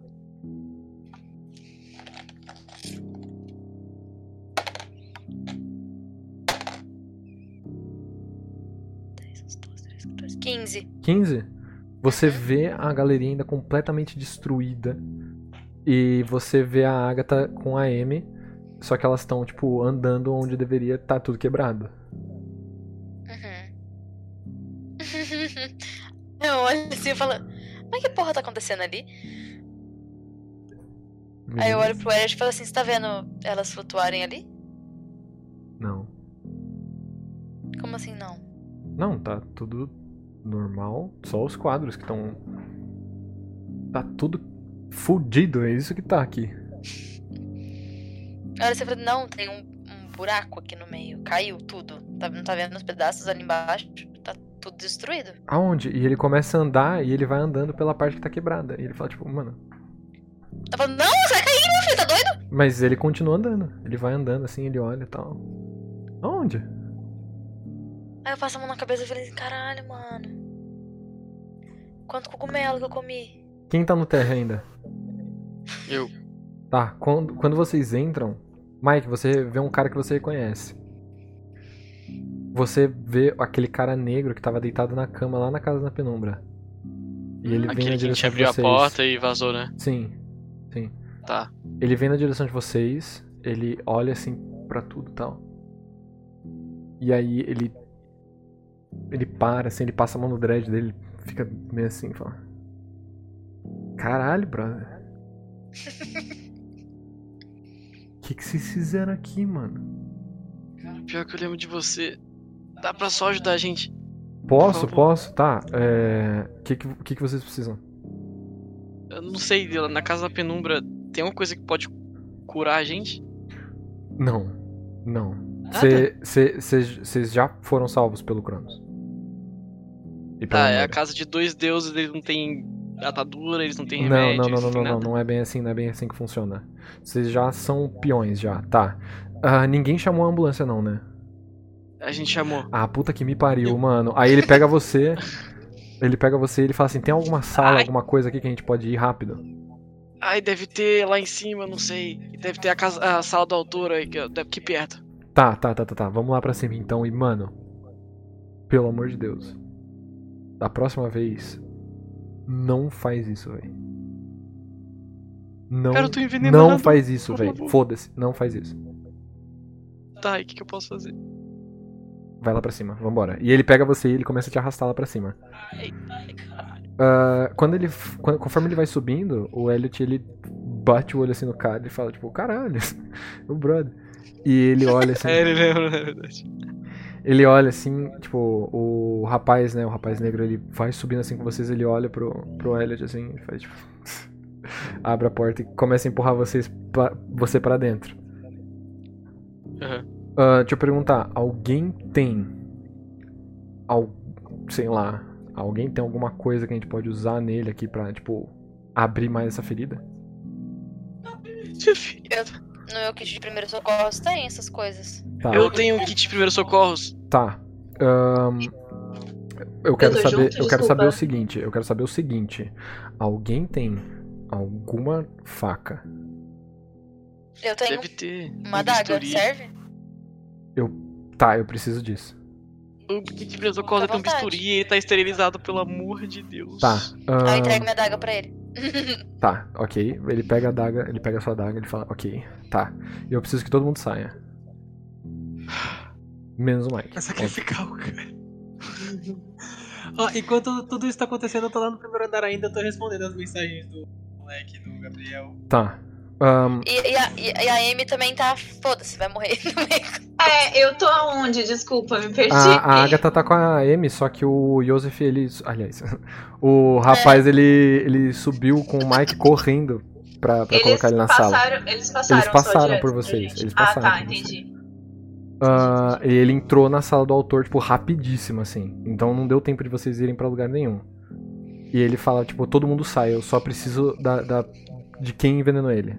quinze. quinze? Você vê a galeria ainda completamente destruída. E você vê a Agatha com a Amy só que elas estão, tipo, andando onde deveria estar tudo quebrado. Uhum. Eu olho assim e falo, mas que porra tá acontecendo ali? Aí eu olho pro Elliot e falo assim, você tá vendo elas flutuarem ali? Não. Como assim não? Não, tá tudo normal. Só os quadros que estão... Tá tudo fudido, é isso que tá aqui. Olha, você fala, não, tem um, um buraco aqui no meio. Caiu tudo. Tá, não tá vendo os pedaços ali embaixo? Tá tudo destruído. Aonde? E ele começa a andar e ele vai andando pela parte que tá quebrada. E ele fala, tipo, mano... Tá falando, não, você vai cair, meu filho, tá doido? Mas ele continua andando. Ele vai andando assim, ele olha e tal. Aonde? Aí eu passo a mão na cabeça e falei assim, caralho, mano. Quanto cogumelo que eu comi. Quem tá no terra ainda? Eu. Tá, quando, quando vocês entram... Mike, você vê um cara que você reconhece. Você vê aquele cara negro que tava deitado na cama lá na casa da penumbra. E ele vem Aquele na que a gente direção de abriu a vocês. porta e vazou, né? Sim, sim. Tá. Ele vem na direção de vocês, ele olha assim pra tudo e tal. E aí ele... Ele para, assim, ele passa a mão no dread dele, fica meio assim e fala... Caralho, brother. O que, que vocês fizeram aqui, mano? Pior que eu lembro de você. Dá pra só ajudar a gente. Posso, Por favor. posso? Tá. É... O que, que, que, que vocês precisam? Eu não sei, na casa da penumbra tem uma coisa que pode curar a gente? Não. Não. Nada? Vocês já foram salvos pelo Cronos. E pela Tá, é a Moira. casa de dois deuses, eles não têm atadura, eles não têm Não, remédio, não, não, eles não, têm não, não, nada. não é bem assim, não é bem assim que funciona. Vocês já são peões, já, tá. Ah, ninguém chamou a ambulância não, né? A gente chamou. Ah, puta que me pariu, mano. Aí ele pega você, ele pega você e ele fala assim, tem alguma sala, Ai. alguma coisa aqui que a gente pode ir rápido? Ai, deve ter lá em cima, não sei. Deve ter a, casa, a sala do autor aí, que é aqui perto. Tá, tá, tá, tá, tá. Vamos lá pra cima então. E, mano, pelo amor de Deus, da próxima vez, não faz isso, velho. Não, Cara, eu tô envenenado. não faz isso, por velho. favor. Foda-se, não faz isso. Tá, e o que, que eu posso fazer? Vai lá pra cima, vambora. E ele pega você e ele começa a te arrastar lá pra cima. Ai, ai, caralho. Ah, quando ele, quando- conforme ele vai subindo, o Elliot, ele bate o olho assim no cara e fala, tipo, caralho, o brother. E ele olha assim, É, ele lembra, na verdade. ele olha assim, tipo, o rapaz, né, o rapaz negro, ele vai subindo assim com vocês, ele olha pro, pro Elliot assim, e faz tipo, abre a porta e começa a empurrar vocês pra, você pra dentro. Aham. Ah, deixa eu perguntar, alguém tem, al, sei lá, alguém tem alguma coisa que a gente pode usar nele aqui pra, tipo, abrir mais essa ferida? No meu kit de primeiros socorros tem essas coisas. Tá, Eu tenho um kit de primeiros socorros. tá. Ahn, eu quero tô saber, junto, eu quero desculpa. saber o seguinte, eu quero saber o seguinte, alguém tem alguma faca? Eu tenho Deve ter. uma um adaga, bisturi. serve? Tá, eu preciso disso. O kit de primeiros socorros Fica à tem um bisturi e ele tá esterilizado, pelo amor de Deus. Tá. Aí eu ahn, entrego minha adaga pra ele. Tá, ok. Ele pega a adaga, ele pega a sua adaga, ele fala, ok, tá. Eu preciso que todo mundo saia. Menos o Mike. Vai sacrificar o cara. Ó, enquanto tudo isso tá acontecendo, eu tô lá no primeiro andar ainda, eu tô respondendo as mensagens do moleque, do Gabriel. Tá. Ahn, E, e a, e, e a Amy também tá. Foda-se, vai morrer no meio. É, eu tô aonde? Desculpa, me perdi. a, a Agatha tá com a Amy, só que o Joseph, ele. Aliás, o rapaz, ele, ele subiu com o Mike correndo pra, pra Eles colocar ele na sala. passaram, Eles passaram, Eles passaram só direto por pra vocês, gente. eles Ah, passaram tá, por vocês. entendi. Ah, e ele entrou na sala do autor, tipo, rapidíssimo, assim. Então não deu tempo de vocês irem pra lugar nenhum. E ele fala, tipo, todo mundo sai, eu só preciso da, da, de quem envenenou ele.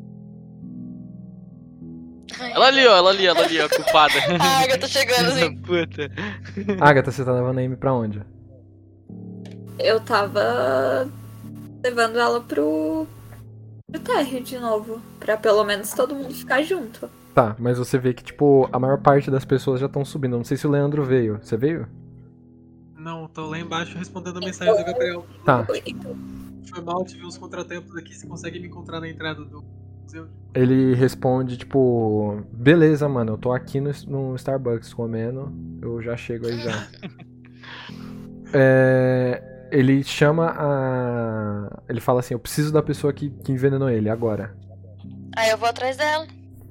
Ela ali, ó, ela ali, ela ali, ó, culpada. A Agatha chegando assim. Puta. Agatha, você tá levando a Amy pra onde? Eu tava levando ela pro, pro térreo de novo. Pra pelo menos todo mundo ficar junto. Tá, mas você vê que, tipo, a maior parte das pessoas já estão subindo. Eu não sei se o Leandro veio. Você veio? Não, tô lá embaixo respondendo a mensagem do Gabriel. Tá. Então, Foi mal, tive uns contratempos aqui, você consegue me encontrar na entrada do aconteceu. Ele responde, tipo, beleza, mano, eu tô aqui no, no Starbucks comendo, eu já chego aí já. É, ele chama a... Ele fala assim, eu preciso da pessoa que, que envenenou ele, agora. Aí eu vou atrás dela.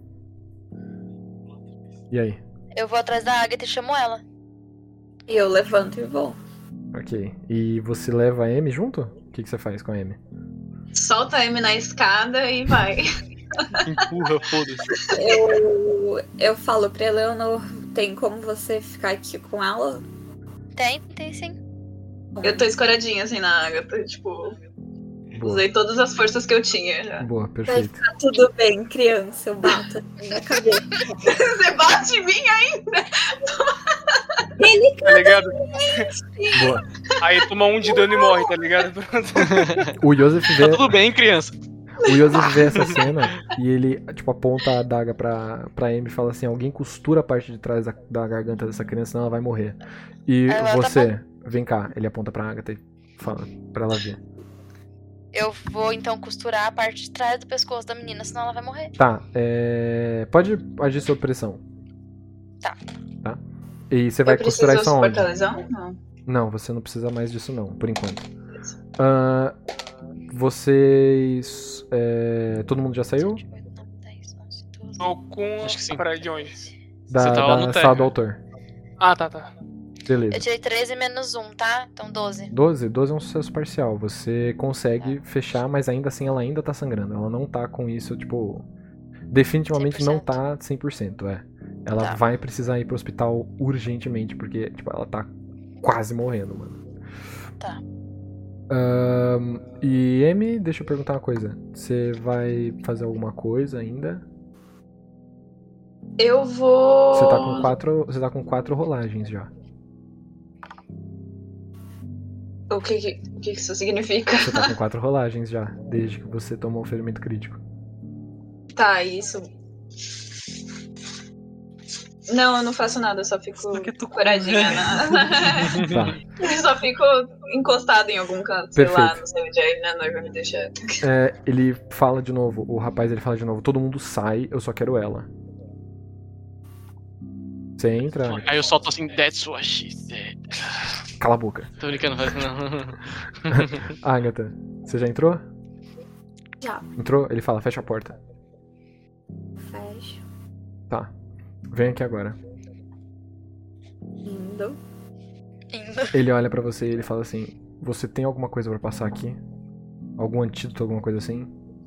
E aí? Eu vou atrás da Agatha e chamo ela. E eu levanto e vou. Ok. E você leva a Amy junto? O que, que você faz com a Amy? Solta a Amy na escada e vai. Empurra, foda-se. Eu, eu falo pra Eleanor, tem como você ficar aqui com ela? Tem, tem sim. Eu tô escoradinha assim na Agatha, tipo, Boa, usei todas as forças que eu tinha já. boa, Vai perfeito. ficar tudo bem, criança, eu bato assim na cabeça. Você bate em mim aí? Ele Tá ligado? Boa. Aí toma um de dano e morre, tá ligado? Pronto. O Joseph vê, Tá tudo bem, criança? o Joseph vê essa cena e ele, tipo, aponta a adaga pra, pra Amy e fala assim, alguém costura a parte de trás da, da garganta dessa criança, senão ela vai morrer. E Ela tá você, vem cá, ele aponta pra Agatha e fala pra ela ver. Eu vou então costurar a parte de trás do pescoço da menina, senão ela vai morrer. Tá, é... pode agir sob pressão. Tá. Tá? E você vai eu costurar isso preciso aonde? suportar a lesão? Não. Não, você não precisa mais disso não, por enquanto. Ah, vocês... é, todo mundo já saiu? Tô com Acho que sim. a parada de onde? Da, Você tá lá da no sala térreo. do autor. Ah, tá, tá. Beleza. Eu tirei treze menos um, tá? Então doze. doze? doze é um sucesso parcial. Você consegue fechar, mas ainda assim ela ainda tá sangrando. Ela não tá com isso, tipo... Definitivamente cem por não cento. tá cem por cento, é. Ela Tá. vai precisar ir pro hospital urgentemente, porque, tipo, ela tá quase morrendo, mano. Tá. Ahn, e Amy, deixa eu perguntar uma coisa. Você vai fazer alguma coisa ainda? Eu vou. Você tá com quatro, você tá com quatro rolagens já. O que, que, o que que isso significa? Você tá com quatro rolagens já, desde que você tomou o ferimento crítico. Tá, isso. Não, eu não faço nada, eu só fico Porque tu coradinha na. Tá. Eu só fico encostado em algum canto, sei lá, Perfeito. não sei onde é, minha noiva me deixa. É, ele fala de novo, o rapaz ele fala de novo, todo mundo sai, eu só quero ela. Você entra, Aí eu solto assim, that's what she said. cala a boca. Tô brincando, faz não. Agatha, você já entrou? Já. Entrou? Ele fala, fecha a porta. Fecho. Tá. Vem aqui agora. Indo. Indo. Ele olha pra você e ele fala assim, você tem alguma coisa pra passar aqui? Algum antídoto, alguma coisa assim?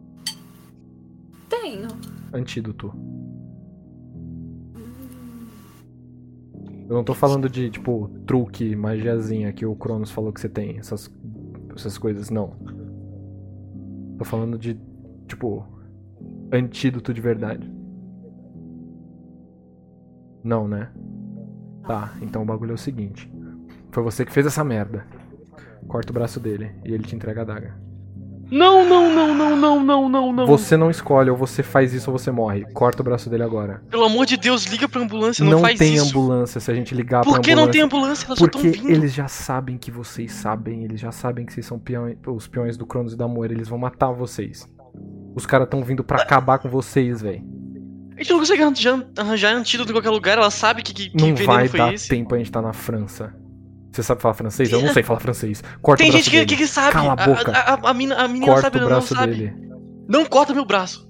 Tenho. Antídoto. Eu não tô falando de, tipo, truque, magiazinha que o Cronos falou que você tem, essas, essas coisas, não. Tô falando de, tipo, antídoto de verdade. Não, né? Tá, então o bagulho é o seguinte. Foi você que fez essa merda. Corta o braço dele e ele te entrega a daga. Não, não, não, não, não, não, não, não. Você não escolhe, ou você faz isso ou você morre. Corta o braço dele agora. Pelo amor de Deus, liga pra ambulância, não, Não faz tem isso. ambulância se a gente ligar pra Por que ambulância. não tem ambulância? Elas só tão Porque vindo. eles já sabem que vocês sabem, eles já sabem que vocês são peões, os peões do Cronos e da Moira, eles vão matar vocês. Os caras tão vindo pra acabar com vocês, velho. A gente não consegue arranjar, arranjar antídoto em qualquer lugar, ela sabe que, que, que Não veneno vai foi dar esse. tempo a gente tá na França. Você sabe falar francês? Eu não sei falar francês. Corta Tem o braço gente que, dele. que, que sabe. Cala a boca. A, a, a, mina- a menina Corta sabe, o ela não braço sabe. dele. Não corta meu braço.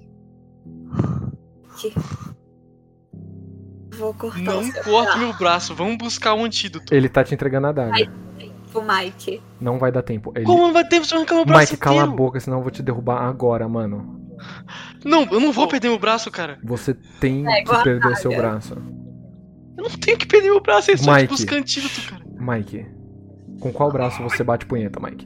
Vou cortar Não o seu corta braço. meu braço. Vamos buscar um antídoto. Ele tá te entregando a daga. Ai. O Mike. Não vai dar tempo. Ele... Como vai ter que arrancar meu braço Mike, cala a inteiro? boca, senão eu vou te derrubar agora, mano. Não, eu não vou perder meu braço, cara. Você tem Pega que a perder daga. seu braço. Eu não tenho que perder meu braço, é só Mike. buscar antídoto, cara. Mike, com qual braço você bate punheta, Mike?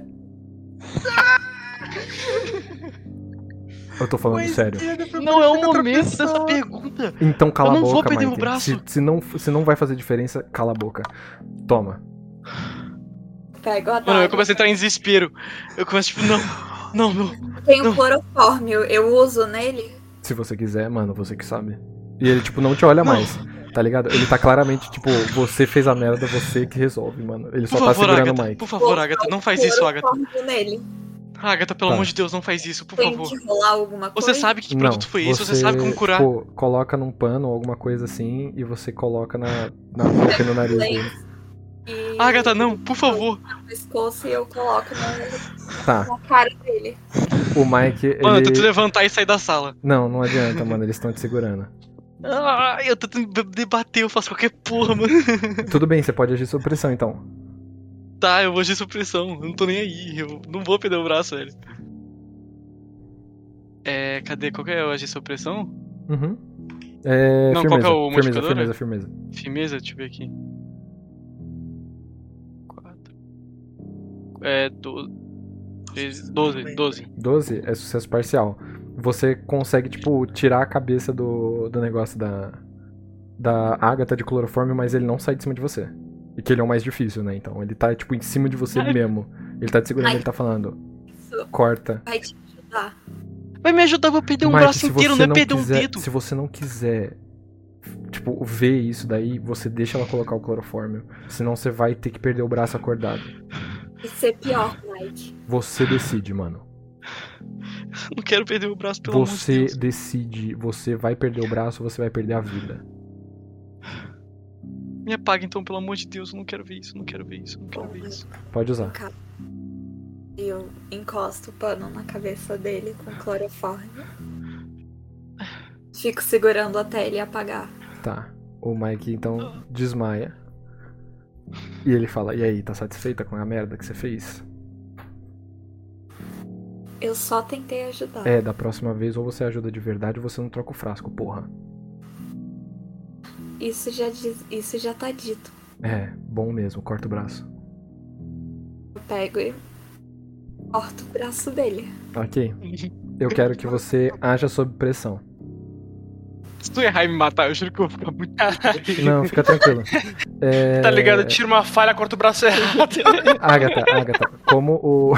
Eu tô falando sério. Não é o momento dessa pergunta. Então cala Eu não a boca, vou perder Mike. meu braço. Se, se não, se não vai fazer diferença, cala a boca. Toma. Pego a Mano, eu daga. começo a entrar em desespero. Eu começo tipo, não, não, não. Tem o clorofórmio. Eu uso nele. Se você quiser, mano, você que sabe. E ele, tipo, não te olha mais. Tá ligado? Ele tá claramente, tipo, você fez a merda, você que resolve, mano. Ele só Por tá favor, segurando Agatha, o Mike. por favor, Agatha, não faz isso, Agatha. Clorofórmio nele. Agatha, pelo Tá. amor de Deus, não faz isso, por Tem favor. que rolar alguma coisa? Você sabe que produto Não, foi esse, você sabe como curar. Tipo, coloca num pano ou alguma coisa assim e você coloca na, na boca e no nariz dele. E Agatha, não, por favor. no pescoço e eu coloco na, Tá, na cara dele. o Mike, ele... Mano, eu tento levantar e sair da sala. Não, não adianta, mano, eles estão te segurando. Ah, eu tô tentando debater, eu faço qualquer porra, mano. Tudo bem, você pode agir sob pressão, então. Tá, eu vou agir supressão, eu não tô nem aí, eu não vou perder o braço, velho. É, cadê? Qual que é o agir supressão? Uhum. É, Não, firmeza, qual que é o firmeza, modificador, firmeza, né? firmeza. Firmeza, deixa eu ver aqui. quatro. É, do... doze, doze. doze é sucesso parcial. Você consegue, tipo, tirar a cabeça do, do negócio da, da Agatha de clorofórmio, mas ele não sai de cima de você. E que ele é o mais difícil, né? Então, ele tá, tipo, em cima de você Ai. mesmo. Ele tá te segurando, Ai. ele tá falando, Isso corta. vai te ajudar. Vai me ajudar, eu vou perder um Mike, braço se inteiro, você não é perder quiser, um dedo. Se você não quiser, tipo, ver isso daí, você deixa ela colocar o clorofórmio. Senão você vai ter que perder o braço acordado. Vai ser pior, Mike. Você decide, mano. Não quero perder o braço, pelo amor de Você Deus. decide, você vai perder o braço ou você vai perder a vida. Me apaga então, pelo amor de Deus, eu não quero ver isso, eu não quero ver isso, eu não quero ver isso. Pode usar. Eu encosto o pano na cabeça dele com clorofórmio. Fico segurando até ele apagar. Tá. O Mike então desmaia. E ele fala, e aí, tá satisfeita com a merda que você fez? Eu só tentei ajudar. É, da próxima vez ou você ajuda de verdade ou você não troca o frasco, porra. Isso já, diz, isso já tá dito. É, bom mesmo, corta o braço. Eu pego e corto o braço dele. Ok. Eu quero que você haja sob pressão. Se tu errar e me matar, eu juro que eu vou ficar muito... Não, fica tranquilo. É... Tá ligado? Tira uma falha, corta o braço errado. Agatha, Agatha, como o...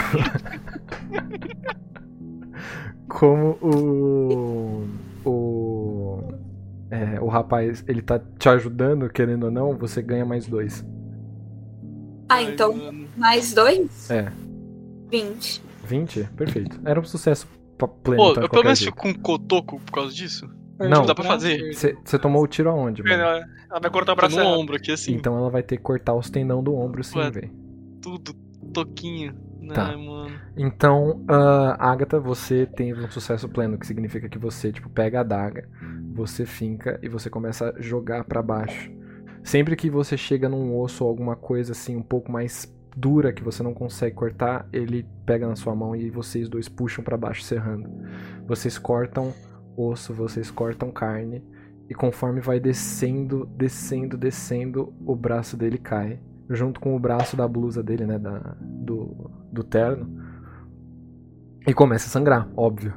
como o... O... É, o rapaz, ele tá te ajudando, querendo ou não, você ganha mais dois. Ah, então mais dois? É. Vinte. vinte? Perfeito. Era um sucesso pa- pleno, Pô, então, de eu pelo qualquer menos jeito. fico com um cotoco por causa disso. Não. Dá pra fazer. Você tomou o tiro aonde, mano? Ela ela vai cortar o Tô braço no errado. ombro aqui, assim, Então ela vai ter que cortar os tendão do ombro, sim, Ué. velho. tudo, toquinho. Tá. Ai, mano. Então, ah, Agatha, você tem um sucesso pleno, que significa que você, tipo, pega a adaga, você finca e você começa a jogar pra baixo. Sempre que você chega num osso ou alguma coisa assim um pouco mais dura que você não consegue cortar, ele pega na sua mão e vocês dois puxam pra baixo, serrando. Vocês cortam osso, vocês cortam carne e conforme vai descendo, descendo, descendo, o braço dele cai. Junto com o braço da blusa dele, né, da, do, do terno. E começa a sangrar, óbvio.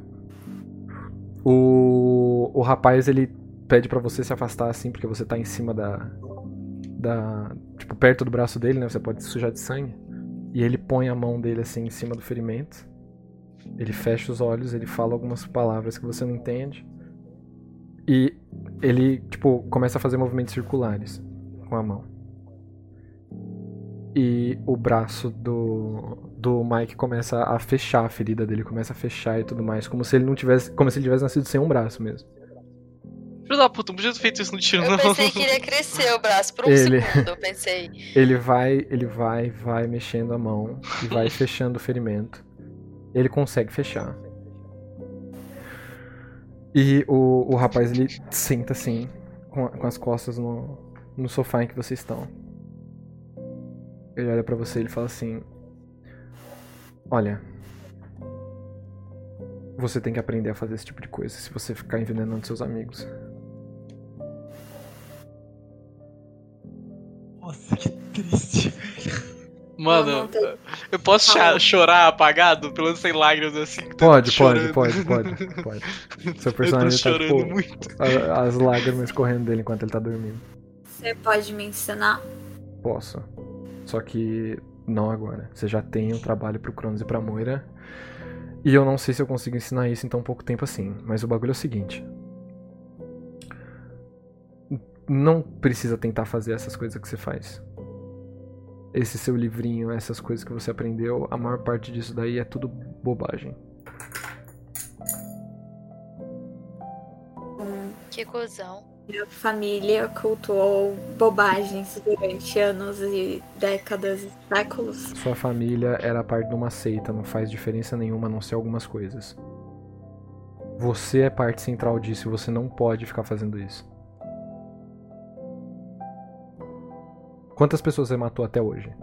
O, o rapaz, ele pede pra você se afastar assim, porque você tá em cima da, da... Tipo, perto do braço dele, né, você pode sujar de sangue. E ele põe a mão dele assim em cima do ferimento. Ele fecha os olhos, ele fala algumas palavras que você não entende. E ele, tipo, começa a fazer movimentos circulares com a mão. E o braço do, do Mike começa a fechar, a ferida dele começa a fechar e tudo mais, como se ele não tivesse, como se ele tivesse nascido sem um braço mesmo. Filho da puta, não podia ter feito isso no tiro, Eu não. pensei que iria crescer o braço por um Ele- segundo, eu pensei. Ele vai, ele vai, vai mexendo a mão e vai fechando o ferimento. Ele consegue fechar. E o, o rapaz, ele senta assim, com, a- com as costas no, no sofá em que vocês estão. Ele olha pra você e ele fala assim: olha, você tem que aprender a fazer esse tipo de coisa se você ficar envenenando seus amigos. Nossa, que triste. Mano, Eu não tenho- eu posso cha- chorar apagado, pelo menos sem lágrimas assim? que tô Pode, pode, chorando. pode, pode, pode. Seu Eu tô personagem tá, chorando tipo, muito. a- as lágrimas correndo dele enquanto ele tá dormindo. Você pode me ensinar? Posso. Só que não agora. Você já tem um trabalho pro Cronos e pra Moira. E eu não sei se eu consigo ensinar isso em tão pouco tempo assim. Mas o bagulho é o seguinte. Não precisa tentar fazer essas coisas que você faz. esse seu livrinho, essas coisas que você aprendeu, a maior parte disso daí é tudo bobagem. Que cuzão. Minha família cultuou bobagens durante anos e décadas e séculos. Sua família era parte de uma seita, não faz diferença nenhuma a não ser algumas coisas. Você é parte central disso e você não pode ficar fazendo isso. Quantas pessoas você matou até hoje?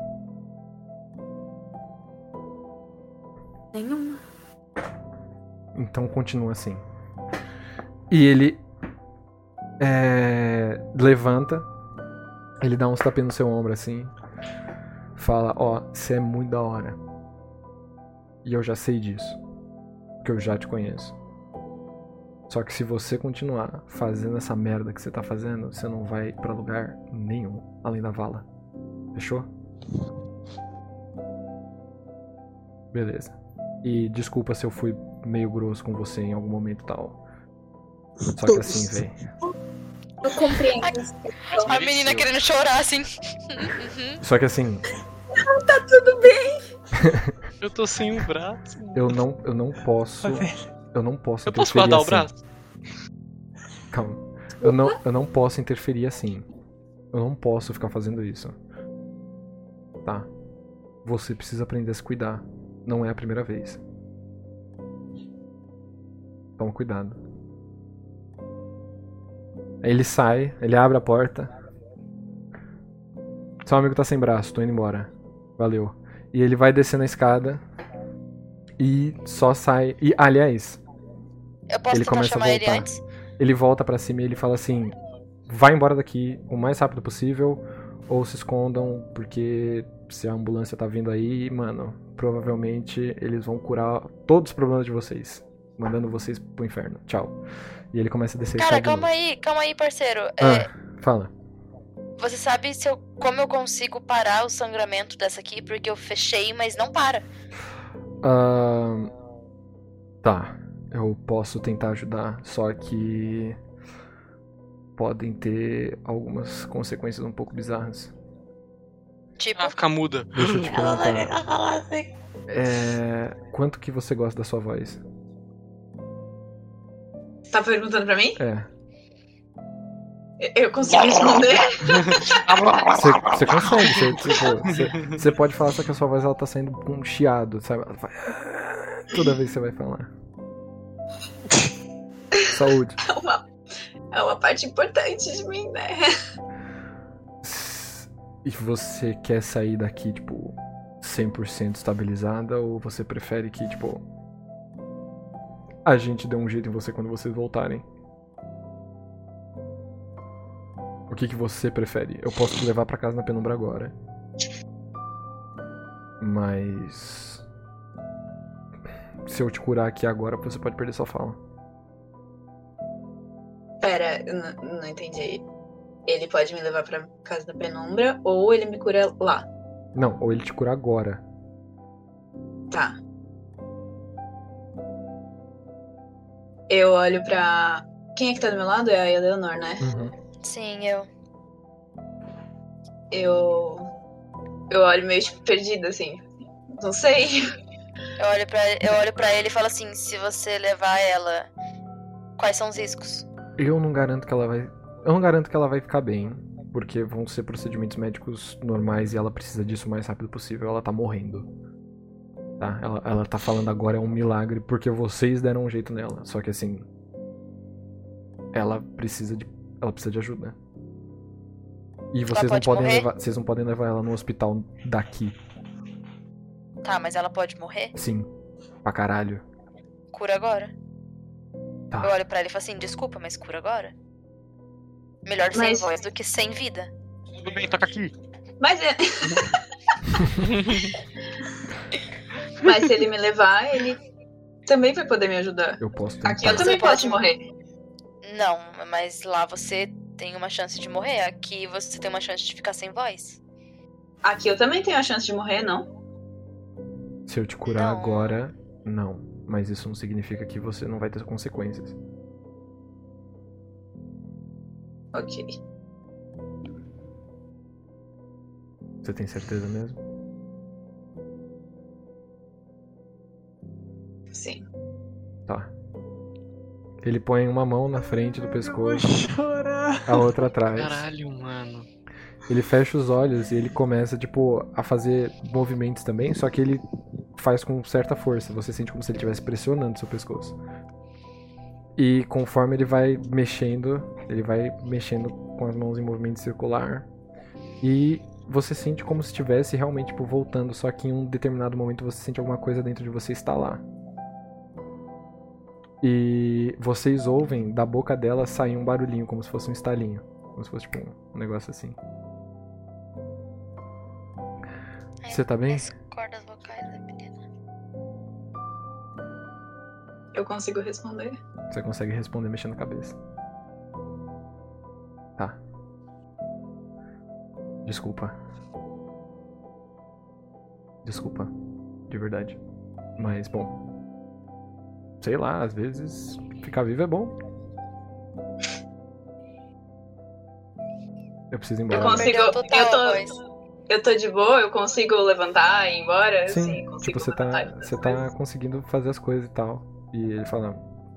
Nenhuma. Então continua assim. E ele é, levanta, ele dá uns tapinhos no seu ombro assim, fala, ó, você é muito da hora. E eu já sei disso, porque eu já te conheço. Só que se você continuar fazendo essa merda que você tá fazendo, você não vai pra lugar nenhum, além da vala. Fechou? Beleza. E desculpa se eu fui meio grosso com você em algum momento tal. Só que assim, véi. Eu compreendo. A menina querendo chorar, assim. Só que assim, Tá tudo bem. Eu tô sem o braço. eu não, eu não posso. Eu não posso Eu posso interferir guardar o assim. braço? Calma. Eu não, eu não posso interferir assim. Eu não posso ficar fazendo isso. Tá? Você precisa aprender a se cuidar. Não é a primeira vez. Toma cuidado. Aí ele sai, ele abre a porta. Seu amigo tá sem braço, tô indo embora. Valeu. E ele vai descendo a escada. E só sai. E, aliás, Eu posso Ele tentar começa a chamar ele voltar. antes? ele volta pra cima e ele fala assim: vai embora daqui o mais rápido possível, ou se escondam, porque se a ambulância tá vindo aí, mano, provavelmente eles vão curar todos os problemas de vocês, mandando vocês pro inferno. Tchau. E ele começa a descer a Cara, escada de calma novo. aí, calma aí, parceiro. É, Ah, fala. você sabe se eu, como eu consigo parar o sangramento dessa aqui? Porque eu fechei, mas não para. Ahn, tá, eu posso tentar ajudar, só que podem ter algumas consequências um pouco bizarras. Tipo, Ah, fica muda. Deixa eu te Ela vai perguntar, tentar falar assim. é, quanto que você gosta da sua voz? Tá perguntando pra mim? É, Eu consigo responder? você você consegue, você, tipo, você- você pode falar, só que a sua voz ela tá saindo com um chiado, sabe? Ela vai, toda vez que você vai falar. Saúde. É uma, é uma parte importante de mim, né? E você quer sair daqui, tipo, cem por cento estabilizada, ou você prefere que, tipo, a gente dê um jeito em você quando vocês voltarem? O que que você prefere? Eu posso te levar pra casa na penumbra agora. Mas se eu te curar aqui agora, você pode perder sua fala. Pera, eu não, não entendi. Ele pode me levar pra casa da penumbra ou ele me cura lá? Não, ou ele te cura agora. Tá. Eu olho pra. Quem é que tá do meu lado? É a Eleanor, né? Uhum. sim, eu. Eu. Eu olho meio tipo perdida, assim. Não sei. Eu olho, pra, eu olho pra ele e falo assim, se você levar ela, quais são os riscos? Eu não garanto que ela vai. Eu não garanto que ela vai ficar bem. Porque vão ser procedimentos médicos normais e ela precisa disso o mais rápido possível. Ela tá morrendo. Tá? Ela, ela tá falando agora é um milagre porque vocês deram um jeito nela. Só que assim. Ela precisa de. Ela precisa de ajuda. E vocês não pode podem morrer? levar. Vocês não podem levar ela no hospital daqui. Tá, mas ela pode morrer? Sim. Pra caralho. Cura agora. Tá. Eu olho pra ele e falo assim, desculpa, mas cura agora? Melhor sem Mas- voz do que sem vida. Tudo bem, toca aqui. Mas é. Mas se ele me levar, ele também vai poder me ajudar. Eu posso tentar. Aqui eu Você também pode- posso morrer. Não, mas lá você tem uma chance de morrer. Aqui você tem uma chance de ficar sem voz. Aqui eu também tenho a chance de morrer, não? Se eu te curar Não. agora, não. Mas isso não significa que você não vai ter consequências. Ok. Você tem certeza mesmo? Sim. Tá. Ele põe uma mão na frente do Eu vou pescoço, chorar. a outra atrás. Caralho, mano. Ele fecha os olhos e ele começa, tipo, a fazer movimentos também, só que ele faz com certa força. Você sente como se ele estivesse pressionando seu pescoço. E conforme ele vai mexendo, ele vai mexendo com as mãos em movimento circular. E você sente como se estivesse realmente, tipo, voltando, só que em um determinado momento você sente alguma coisa dentro de você estalar. E vocês ouvem da boca dela sair um barulhinho, como se fosse um estalinho. Como se fosse, tipo, um negócio assim. Você tá bem? As cordas vocais da menina. Eu consigo responder? Você consegue responder mexendo a cabeça. Tá. Desculpa. Desculpa. De verdade. Mas, bom. Sei lá, às vezes ficar vivo é bom. Eu preciso ir Eu embora. consigo. Perdeu total Eu a tô, voz. eu tô de boa? Eu consigo levantar e ir embora? Sim, consigo tipo, você levantar e tá, fazer você as tá coisas. conseguindo fazer as coisas e tal. E ele fala: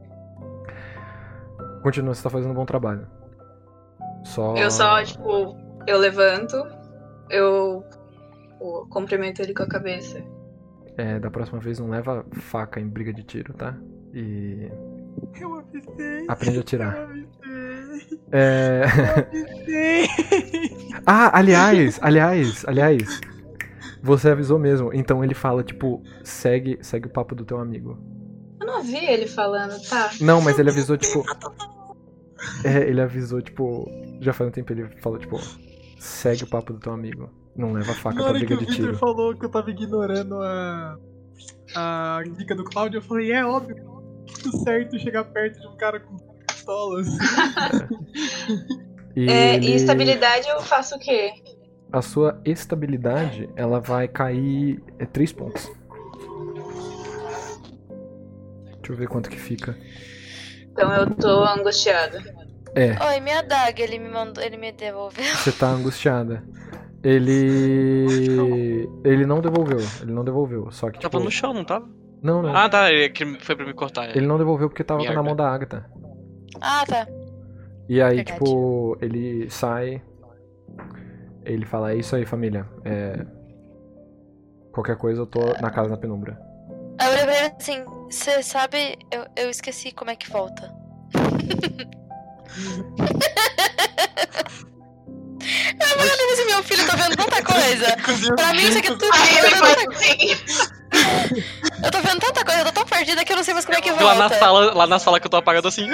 continua, você tá fazendo um bom trabalho. Só. Eu só, tipo, eu levanto, eu pô, cumprimento ele com a cabeça. É, da próxima vez não leva faca em briga de tiro, tá? E. Eu avisei. Aprende a atirar. Eu avisei. É. Eu avisei. Ah, aliás, aliás, aliás. Você avisou mesmo. Então ele fala, tipo, segue, segue o papo do teu amigo. Eu não ouvi ele falando, tá? Não, mas ele avisou, tipo. É, ele avisou, tipo. Já faz um tempo ele falou, tipo, segue o papo do teu amigo. Não leva faca Na pra hora que briga o de Victor tiro. falou que eu tava ignorando a, a dica do Cláudio, eu falei, é óbvio, tudo certo chegar perto de um cara com pistolas. E É, ele- E estabilidade eu faço o quê? a sua estabilidade, ela vai cair é, três pontos. Deixa eu ver quanto que fica. Então eu tô angustiada. É, Oi, minha daga, ele me mandou, ele me devolveu. você tá angustiada. Ele. Ele não devolveu. Ele não devolveu. Só que. Tava Tipo... no chão, não tava? Não, não. Ah, tá. É que foi pra me cortar. é. Ele não devolveu porque tava Merda. na mão da Agatha. Ah, tá. E aí, Verdade. tipo, ele sai. Ele fala: é isso aí, família. É. Qualquer coisa eu tô na casa na penumbra. Aí eu olhei pra ele assim, você sabe, eu, eu esqueci como é que volta. Eu falando assim, meu filho, tô vendo tanta coisa. Pra mim isso aqui é tudo. Aí ele Eu faz tô, assim. eu tô vendo tanta coisa, eu tô tão perdida que eu não sei mais como é que volta. Lá na sala, lá na sala que eu tô apagado assim.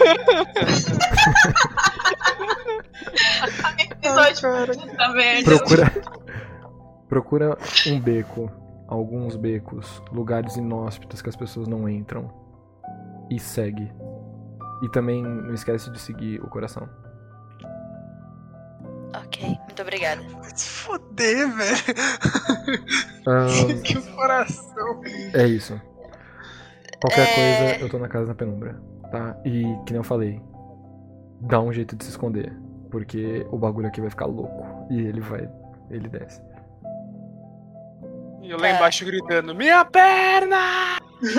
Episódio da merda. Procura. Procura um beco. Alguns becos. Lugares inóspitos que as pessoas não entram. E segue. E também não esquece de seguir o coração. Ok, muito obrigada. Vai se foder, velho. Ahn, Que coração. é isso. Qualquer É. coisa, eu tô na casa na penumbra. Tá? E, que nem eu falei, dá um jeito de se esconder. Porque o bagulho aqui vai ficar louco. E ele vai. Ele desce. E eu lá embaixo gritando, minha perna!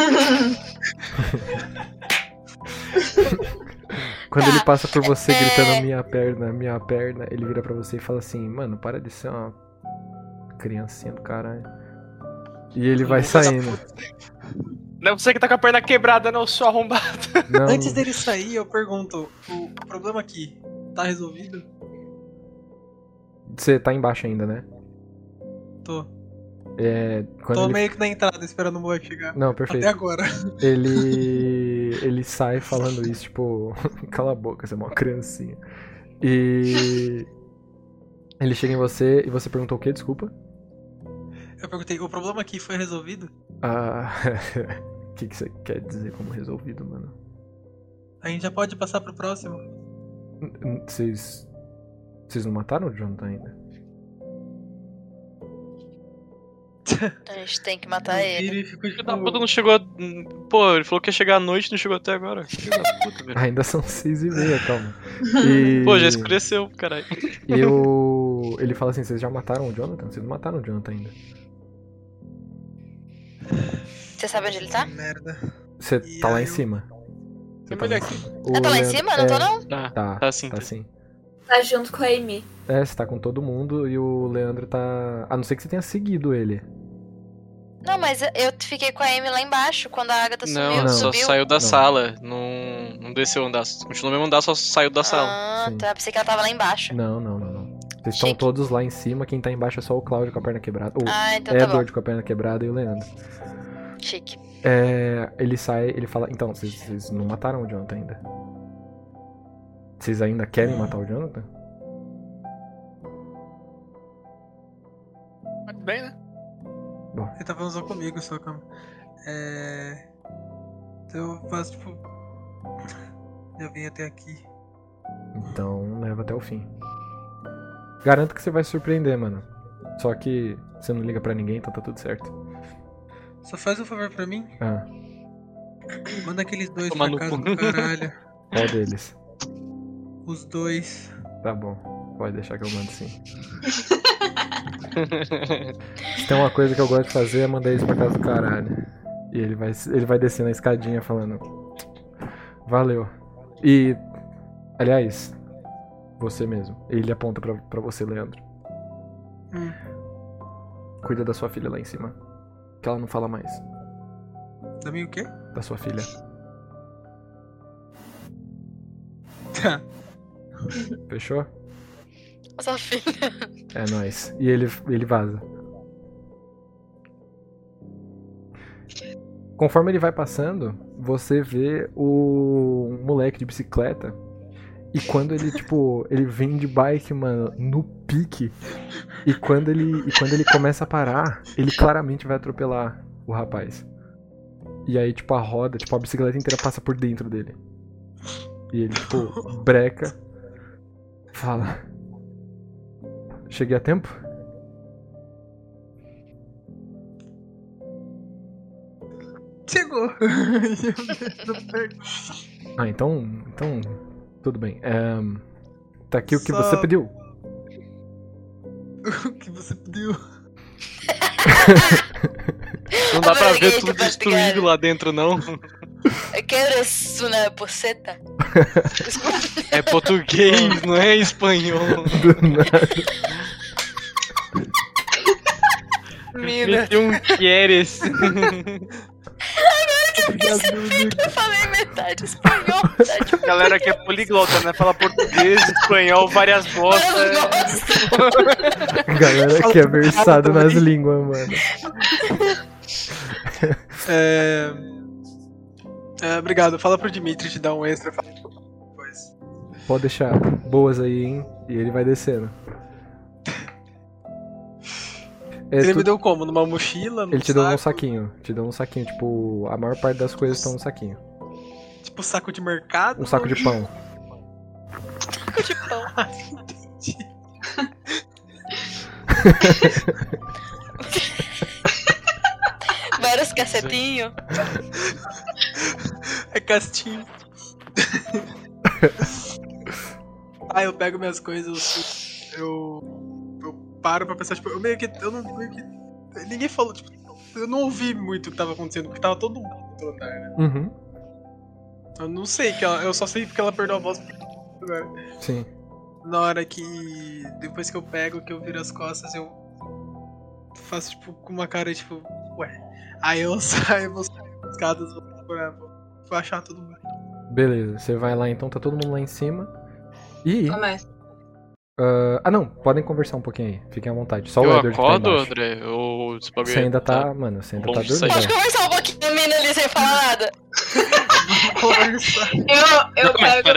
Quando Tá. ele passa por você É. gritando minha perna, minha perna, ele vira pra você e fala assim: mano, para de ser uma criancinha do caralho. E ele vai Filho da saindo. Não é você que tá com a perna quebrada, não, sou arrombado. Não, Antes dele sair, eu pergunto, o problema aqui tá resolvido? você tá embaixo ainda, né? Tô. É, quando Tô ele... meio que na entrada esperando o moleque chegar. Não, Até perfeito. agora. Ele. Ele sai falando isso, tipo. Cala a boca, você é uma criancinha. E. Ele chega em você e você perguntou o quê? Desculpa? Eu perguntei, o problema aqui foi resolvido? Ah. O que, que você quer dizer como resolvido, mano? A gente já pode passar pro próximo? N- n- Vocês. Vocês não mataram o Jonathan ainda? A gente tem que matar ele. Ele ficou Filho da tipo... puta não chegou. a- Pô, ele falou que ia chegar à noite e não chegou até agora. Filho da puta, velho. Ainda são seis e meia, calma. E... Pô, já escureceu, caralho. E o. o, ele fala assim, vocês já mataram o Jonathan? Vocês não mataram o Jonathan ainda. Você sabe onde ele tá? Merda. Você E tá lá aí em eu- cima. Você tá lá em cima. O Ah, tá lá em Leandro- cima? Não tô é, não? Tá, Tá, tá sim. tá Tá. sim. Tá junto com a Amy. É, você tá com todo mundo e o Leandro tá... A não ser que você tenha seguido ele. Não, mas eu fiquei com a Amy lá embaixo quando a Agatha Não, subiu. Não. só subiu. saiu da Não. sala. Não, não desceu o andar. Continuou no mesmo andar, só saiu da sala. Ah, Sim. tá. Pensei que ela tava lá embaixo. Não, não, não, não. Vocês estão Chique. todos lá em cima, quem tá embaixo é só o Cláudio com a perna quebrada. O Ah, então tá bom. Edward com a perna quebrada e o Leandro. Chique. É, ele sai, ele fala, então, vocês, vocês não mataram o Jonathan ainda? Vocês ainda querem matar o Jonathan? Mas bem, né? Ele tá falando só comigo, só calma. É. Então eu faço tipo. Eu vim até aqui. Então leva até o fim. Garanto que você vai se surpreender, mano. Só que você não liga pra ninguém, então tá tudo certo. Só faz um favor pra mim. Ah, Manda aqueles dois Tomar pra no casa cu. do caralho. qual deles? Os dois. Tá bom, pode deixar que eu mando sim. Se tem uma coisa que eu gosto de fazer é mandar eles pra casa do caralho. E ele vai, ele vai descendo a escadinha falando: valeu. E, aliás, você mesmo. Ele aponta pra, pra você, Leandro. Hum. Cuida da sua filha lá em cima. Que ela não fala mais. Da minha o quê? Da sua filha. Tá. Fechou? Sua filha. É nóis. E ele, ele vaza. Conforme ele vai passando, você vê o moleque de bicicleta. E quando ele, tipo, ele vem de bike, mano, no pique. E quando ele, e quando ele começa a parar, ele claramente vai atropelar o rapaz. E aí, tipo, a roda, tipo, a bicicleta inteira passa por dentro dele. E ele, tipo, breca. Fala: cheguei a tempo? Chegou! Ah, então. Então. Tudo bem. É, tá aqui o que Só- você pediu. O que você pediu? Não dá pra ver Obrigado, tudo obrigado. destruído lá dentro, não. Eu quero isso na buceta. É português, não é espanhol. Do nada. Mina. Meti um queres. Eu falei metade espanhol, metade Galera que é poliglota, né? Fala português, espanhol, várias bostas. Galera que é versado nas línguas, mano. É... é... Obrigado. Fala pro Dimitri te dar um extra. Fala depois. Pode deixar. Boas aí, hein? E ele vai descendo. É, Ele tu- me deu como? Numa mochila? Num Ele te deu um saco? saquinho. Te deu um saquinho. Tipo, a maior parte das coisas estão no saquinho. Tipo saco de mercado? Um saco de pão. de pão. Vários cacetinhos. É castinho. Ah, eu pego minhas coisas, eu, eu paro pra pensar, tipo, eu meio que, eu não, meio que, ninguém falou, tipo, eu não ouvi muito o que tava acontecendo, porque tava todo mundo no andar, né? Uhum. Eu não sei, que ela, eu só sei porque ela perdeu a voz agora. Sim. Na hora que, depois que eu pego, que eu viro as costas, eu faço, tipo, com uma cara, tipo, ué. Aí eu saio, vou sair das escadas, vou procurar, vou, vou achar todo mundo. Beleza. Você vai lá então, tá todo mundo lá em cima. E. Começa. ah, ah, não. Podem conversar um pouquinho aí. Fiquem à vontade. Só o Eu Edward que tá acordo, embaixo. André? Ou esse bagulho Você ainda tá. tá- Mano, você ainda Bom tá de sair. dormindo. Pode conversar um pouquinho com a mina ali sem falar nada. Conversar. Eu, eu pego.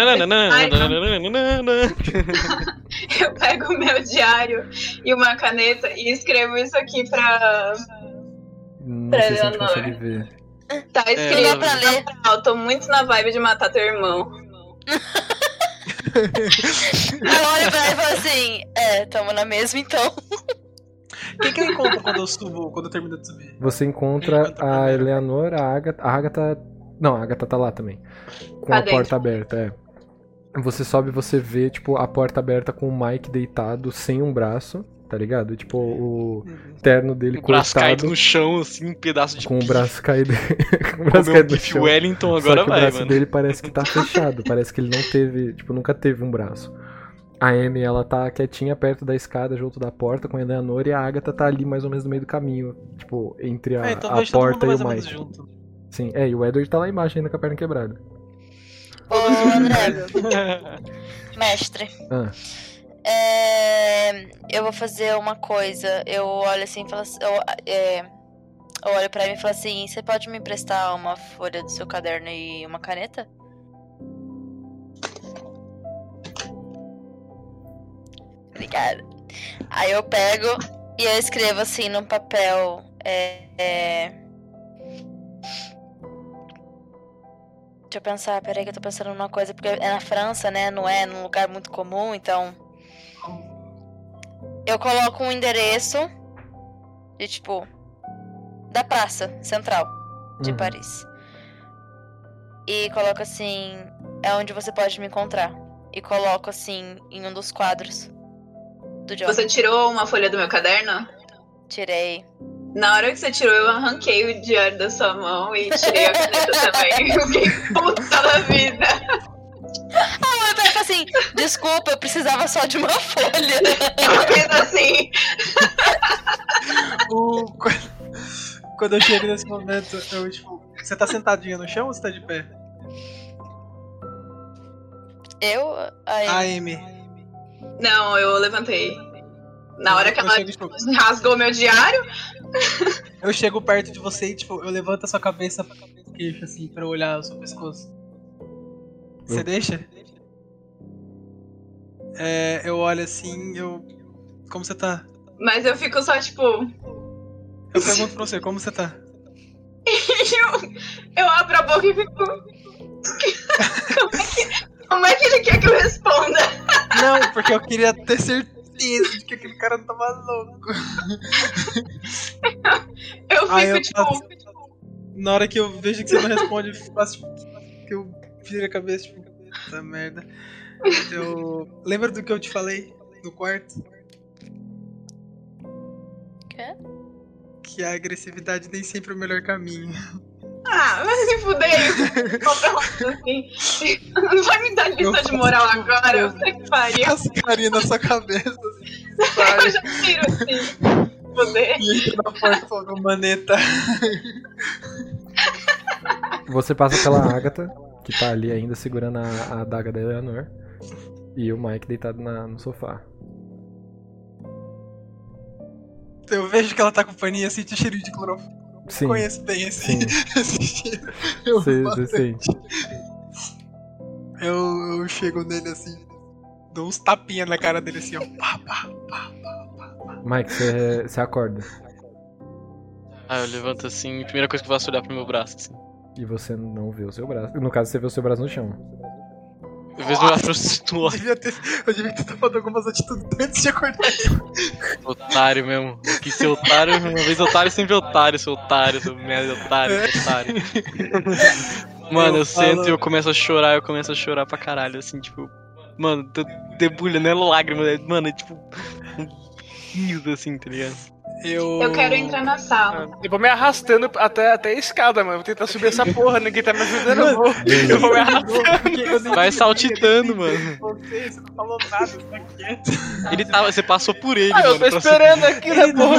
Eu pego o meu diário e uma caneta e escrevo isso aqui pra. Não Pra sei se a gente Eleanor. consegue ver. Tá Não escrito. dá pra ler. Eu tô muito na vibe de matar teu irmão. Eu olho pra ela e falo assim: é, tamo na mesma então. Quem que eu encontro quando eu subo, quando eu termino de subir? Você encontra Enquanto a primeiro. Eleanor, a Agatha. A Agatha. Não, a Agatha tá lá também. Com Tá a dentro. porta aberta, é. Você sobe e você vê, tipo, a porta aberta com o Mike deitado sem um braço, tá ligado? Tipo, o terno dele O braço cortado. caído no chão, assim, um pedaço de Com o bife. braço caído, com o braço Comeu um caído no bife chão. Wellington, Só agora que o vai, braço mano. dele parece que tá fechado. Parece que ele não teve, tipo, nunca teve um braço. A Amy, ela tá quietinha perto da escada, junto da porta, com a Eleanor, e a Agatha tá ali mais ou menos no meio do caminho. Tipo, entre a, É, então a vejo todo mundo porta e mais o ou menos Mike. junto. Sim, é, e o Edward tá lá embaixo ainda com a perna quebrada. Ô, André, mestre. Ah, É, eu vou fazer uma coisa. Eu olho assim e falo assim. Eu, é, eu olho pra mim e falo assim: você pode me emprestar uma folha do seu caderno e uma caneta? Obrigada. Aí eu pego e eu escrevo assim num papel. É, é... Deixa eu pensar, peraí que eu tô pensando numa coisa, porque é na França, né? Não é num lugar muito comum, então. Eu coloco um endereço de tipo. Da praça central de Uhum. Paris. E coloco assim. É onde você pode me encontrar. E coloco assim em um dos quadros do John. Você tirou uma folha do meu caderno? Tirei. Na hora que você tirou, eu arranquei o diário da sua mão e tirei a caneta também. Eu fiquei puta da vida. Ah, eu tava assim, desculpa, eu precisava só de uma folha. Eu fiz assim. O- Quando eu chego nesse momento, eu tipo. Você tá sentadinha no chão ou você tá de pé? Eu. Aí, A Amy. Não, eu levantei. Na hora que Eu ela chego, tipo, rasgou meu diário, eu chego perto de você e, tipo, eu levanto a sua cabeça pra queixo, assim, pra eu olhar o seu pescoço. Você Eu- deixa? É, eu olho assim, eu. Como você tá? mas eu fico só tipo. Eu pergunto pra você, como você tá? Eu, eu abro a boca e fico. Como é que, como é que ele quer que eu responda? Não, porque eu queria ter certeza de que aquele cara não tava louco. Eu fico Aí eu tipo. faço- Na hora que eu vejo que você não responde, eu faço tipo, que eu viro a cabeça, tipo, puta merda. Eu. Lembra do que eu te falei no quarto? Quê? Que a agressividade nem sempre é o melhor caminho. Ah, mas se fuder. Pronto, assim. Não vai me dar lição de moral agora? Eu sei que faria. As carinhas na sua cabeça, assim, Eu sai, já tiro assim. Fuder. e entra na porta falando maneta. você passa pela Agatha, que tá ali ainda segurando a, a adaga da Eleanor, e o Mike deitado na- no sofá. Eu vejo que ela tá com paninho assim, de cheirinho de clorofila. Sim, Conheço bem esse, sim. esse cheiro. Eu, Você faço- você sente. eu, eu chego nele assim, dou uns tapinhas na cara dele assim, ó. Pá, pá. Mike, você você acorda. Ah, eu levanto assim, a primeira coisa que eu faço é olhar pro meu braço, assim. E você não vê o seu braço. No caso, você vê o seu braço no chão. Eu vejo meu braço pro Eu outro. devia ter, eu devia ter tomado algumas atitudes antes de acordar ele. Otário mesmo. Eu quis ser otário, uma vez otário, sempre otário, seu otário, seu merda, otário, É. otário. Mano, eu, Eu sento falo- e eu começo a chorar, eu começo a chorar pra caralho, assim, tipo. Mano, tô debulhando, não é lágrima, né? Mano, é tipo. Um riso, assim, tá ligado? Eu... Eu quero entrar na sala. Eu vou me arrastando até, até a escada, mano. Vou tentar subir essa porra, ninguém tá me ajudando, eu vou. Eu vou me arrastando. Vai saltitando, mano. Você, você não falou nada, você tá quieto. Ele tava. Você passou por ele, Ah, eu mano. tô pra esperando aqui, né, porra?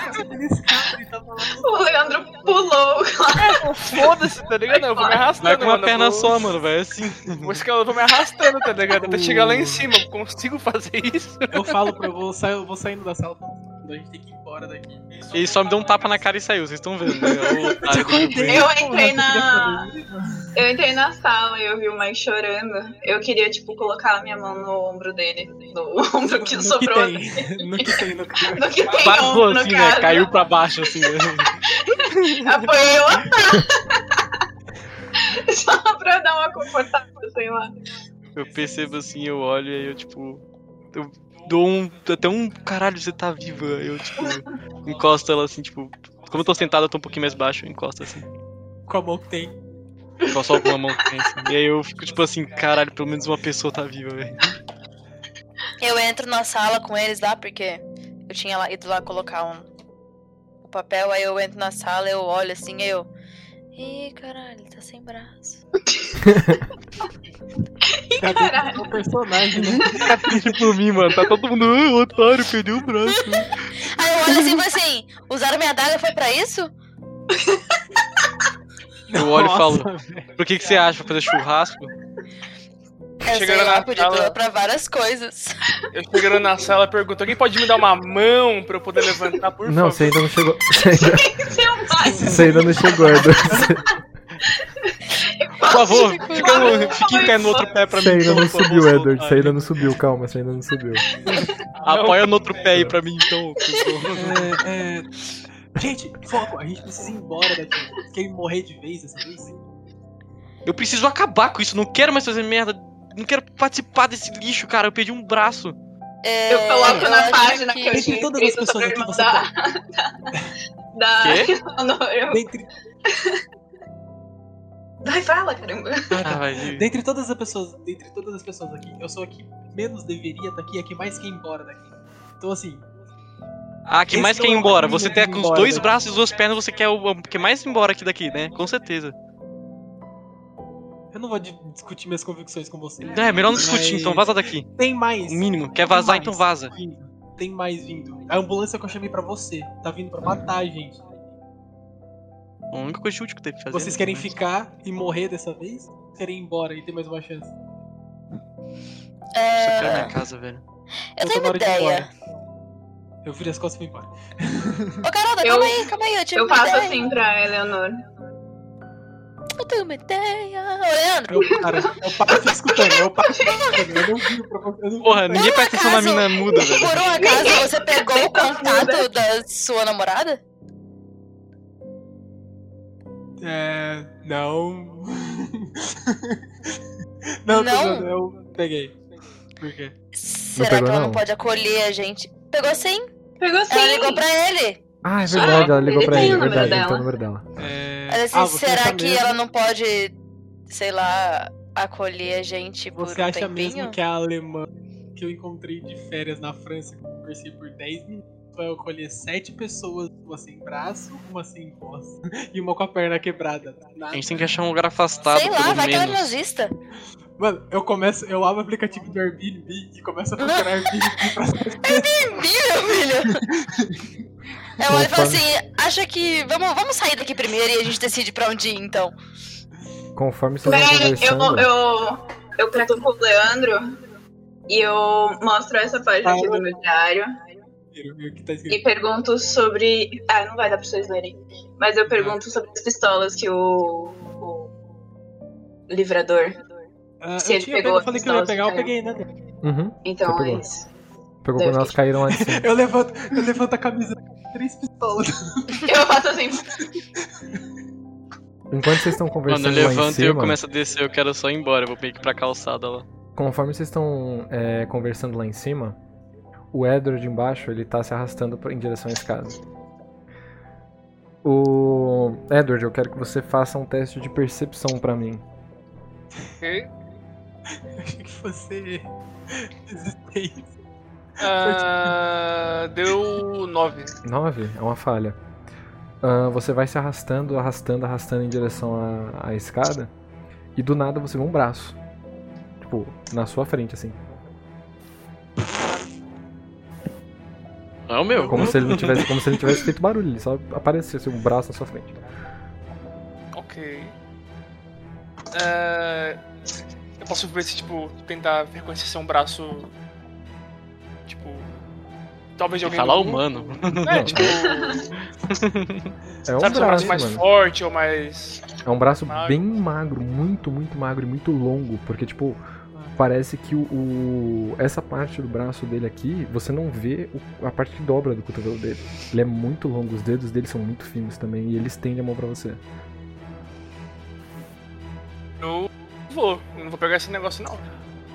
O Leandro pulou. Foda-se, tá ligado? Eu vou me arrastando, Vai com uma mano. eu perna vou... só, mano, vai assim. Vou escalar, eu vou me arrastando, tá ligado? Até chegar lá em cima. Eu consigo fazer isso? Eu falo pra eu vou, sair, eu vou saindo da sala, a gente tem que ir embora daqui. Ele só me deu um tapa na cara e saiu, vocês estão vendo, né? O otário do acordei. Eu Green. entrei na. Eu entrei na sala e eu vi o Mike chorando. Eu queria, tipo, colocar a minha mão no ombro dele. No ombro que no sobrou. que tem, no que tem, no que tem. No que tem Vazou ombro, no assim, né? caso. Caiu pra baixo, assim, né? Apoiei o otário. Só pra dar uma confortada, sei lá. Eu percebo assim, eu olho e aí eu, tipo. Eu dou um. Até um caralho, você tá viva. Eu, tipo, encosto ela assim, tipo. Como eu tô sentado, eu tô um pouquinho mais baixo, eu encosto assim. Com a mão que tem. Só só alguma mão que tem, assim. E aí eu fico tipo assim, caralho, pelo menos uma pessoa tá viva, velho. Eu entro na sala com eles lá, porque eu tinha lá, ido lá colocar um, o papel, aí eu entro na sala, eu olho assim, aí eu... Ih, caralho, ele tá sem braço. Caralho. O personagem, né? Tá triste por mim, mano. Tá todo mundo, ah, otário, perdeu o braço. Aí eu olho assim e falo assim, usaram minha adaga, foi pra isso? Eu olho e falo, Nossa, velho. por que que você acha? Pra fazer churrasco? Eu Chegando sei lá, na podia sala- doar pra várias coisas. Eu chegando na sala, pergunto, alguém pode me dar uma mão pra eu poder levantar, por Não, favor? você ainda não chegou. Você ainda, Seu pai. você ainda não chegou, Edward. Por favor, fica, no, fica em pé no outro pé pra Você mim. ainda então, não por favor, subiu, seu Edward. Você otário. ainda não subiu, calma, você ainda não subiu. Apoia no outro pé aí pra mim, então. por favor. É, é... Gente, foco, a gente precisa ir embora daqui. Vocês querem morrer de vez dessa vez? Eu preciso acabar com isso, não quero mais fazer merda. Não quero participar desse lixo, cara. Eu perdi um braço. É, Eu coloco na acho página que, que- eu Dentre tinha todas as escrito sobre pessoas o aqui, irmão você da... da... Quê? Não, eu... Dentre, Vai, fala, caramba. Ah, vai. dentre todas as pessoas, dentre todas as pessoas aqui, eu sou a que menos deveria estar aqui, a que mais quer ir embora daqui. Então assim, Ah, que Esse mais não quer ir é o embora? caminho Você de tem ir com os embora dois daqui. braços e duas pernas, você quer o que mais ir embora aqui daqui, né? Com certeza. eu não vou di- discutir minhas convicções com você. É, melhor não discutir, Mas então vaza daqui. Tem mais. O mínimo. Quer Tem vazar, mais então vaza. vindo. Tem mais vindo. A ambulância que eu chamei pra você tá vindo pra matar a gente. A única coisa útil que teve que fazer. Vocês querem ficar e morrer dessa vez? Ou querem ir embora e ter mais uma chance? Eu É, quero minha casa, velho. eu Então tenho tá na uma hora de ir ideia. embora. Eu virei as costas e fui embora. Ô, Carolda, Eu- calma aí, calma aí, eu tive Eu uma faço ideia. assim pra Eleonor. Eu tenho uma ideia. Ô, Leandro, Eu paro, eu paro e fico escutando. Eu paro e fico escutando. Eu não vi pra você. Eu não vi Porra, pra- ninguém presta atenção na acaso- mina muda, velho. por um acaso você pegou o Tá contato da sua namorada? É. Não. não, tô Não? zoando, eu peguei. Por quê? Será pegou, que ela não não? pode acolher a gente? Pegou sim. Pegou sim. Ela ligou pra ele. Ah, é verdade, ela ligou ele pra tem ele, é o número verdade, ele dela. tem o número dela. É... Ela disse, ah, você será acha que mesmo- ela não pode, sei lá, acolher a gente por Você um acha tempinho? mesmo que a alemã que eu encontrei de férias na França, que eu conversei por dez minutos, vai acolher sete pessoas, uma sem braço, uma sem voz e uma com a perna quebrada? A gente tem que achar um lugar afastado, Sei lá, pelo vai que ela é menos. nazista. Mano, eu começo, eu abro o aplicativo do Airbnb e começo a procurar Airbnb pra Meu filho. Eu olho e falo Conforme- assim, acha que... Vamos, vamos sair daqui primeiro e a gente decide pra onde ir, então. Conforme vocês vão Peraí, eu, conversando... eu, eu cutuco o Leandro e eu mostro essa página aqui do meu diário o que tá escrito. e pergunto sobre. Ah, não vai dar pra vocês lerem. Mas eu pergunto sobre as pistolas que o, o livrador. Ah, Se eu, ele tinha, pegou eu as falei que eu ia pistolas pegar, eu que peguei, né? Uhum, Então Você é pegou. isso. pegou Daí eu quando elas fiquei- caíram lá de cima. Eu levanto, eu levanto a camisa, três pistolas. Eu faço assim. Enquanto vocês estão Mano, conversando eu lá em levanto e eu cima, começo a descer, eu quero só ir embora, eu vou meio que pra calçada lá. conforme vocês estão é, conversando lá em cima, o Edward embaixo, ele tá se arrastando pra- em direção à escada. O Edward, eu quero que você faça um teste de percepção pra mim. Ok. Achei que fosse resistência. Ah, deu nove. nove? É uma falha. Ah, você vai se arrastando, arrastando, arrastando em direção à, à escada. E do nada você vê um braço. Tipo, na sua frente, assim. É o meu. Como se ele não tivesse, como se ele não tivesse feito barulho. Ele só apareceu assim, um braço na sua frente. Ok. Ah, eu posso ver se, tipo, tentar reconhecer se é um braço. Tipo. Talvez de alguém. Falar do grupo. humano. É, tipo. É um sabe se é um braço braço, mais mano. forte ou mais. É um braço Magro. bem magro, muito, muito magro e muito longo, porque tipo, parece que o, o- essa parte do braço dele aqui, você não vê o- a parte que dobra do cotovelo dele. Ele é muito longo, os dedos dele são muito finos também e ele estende a mão pra você. Eu vou. Eu não vou pegar esse negócio, não.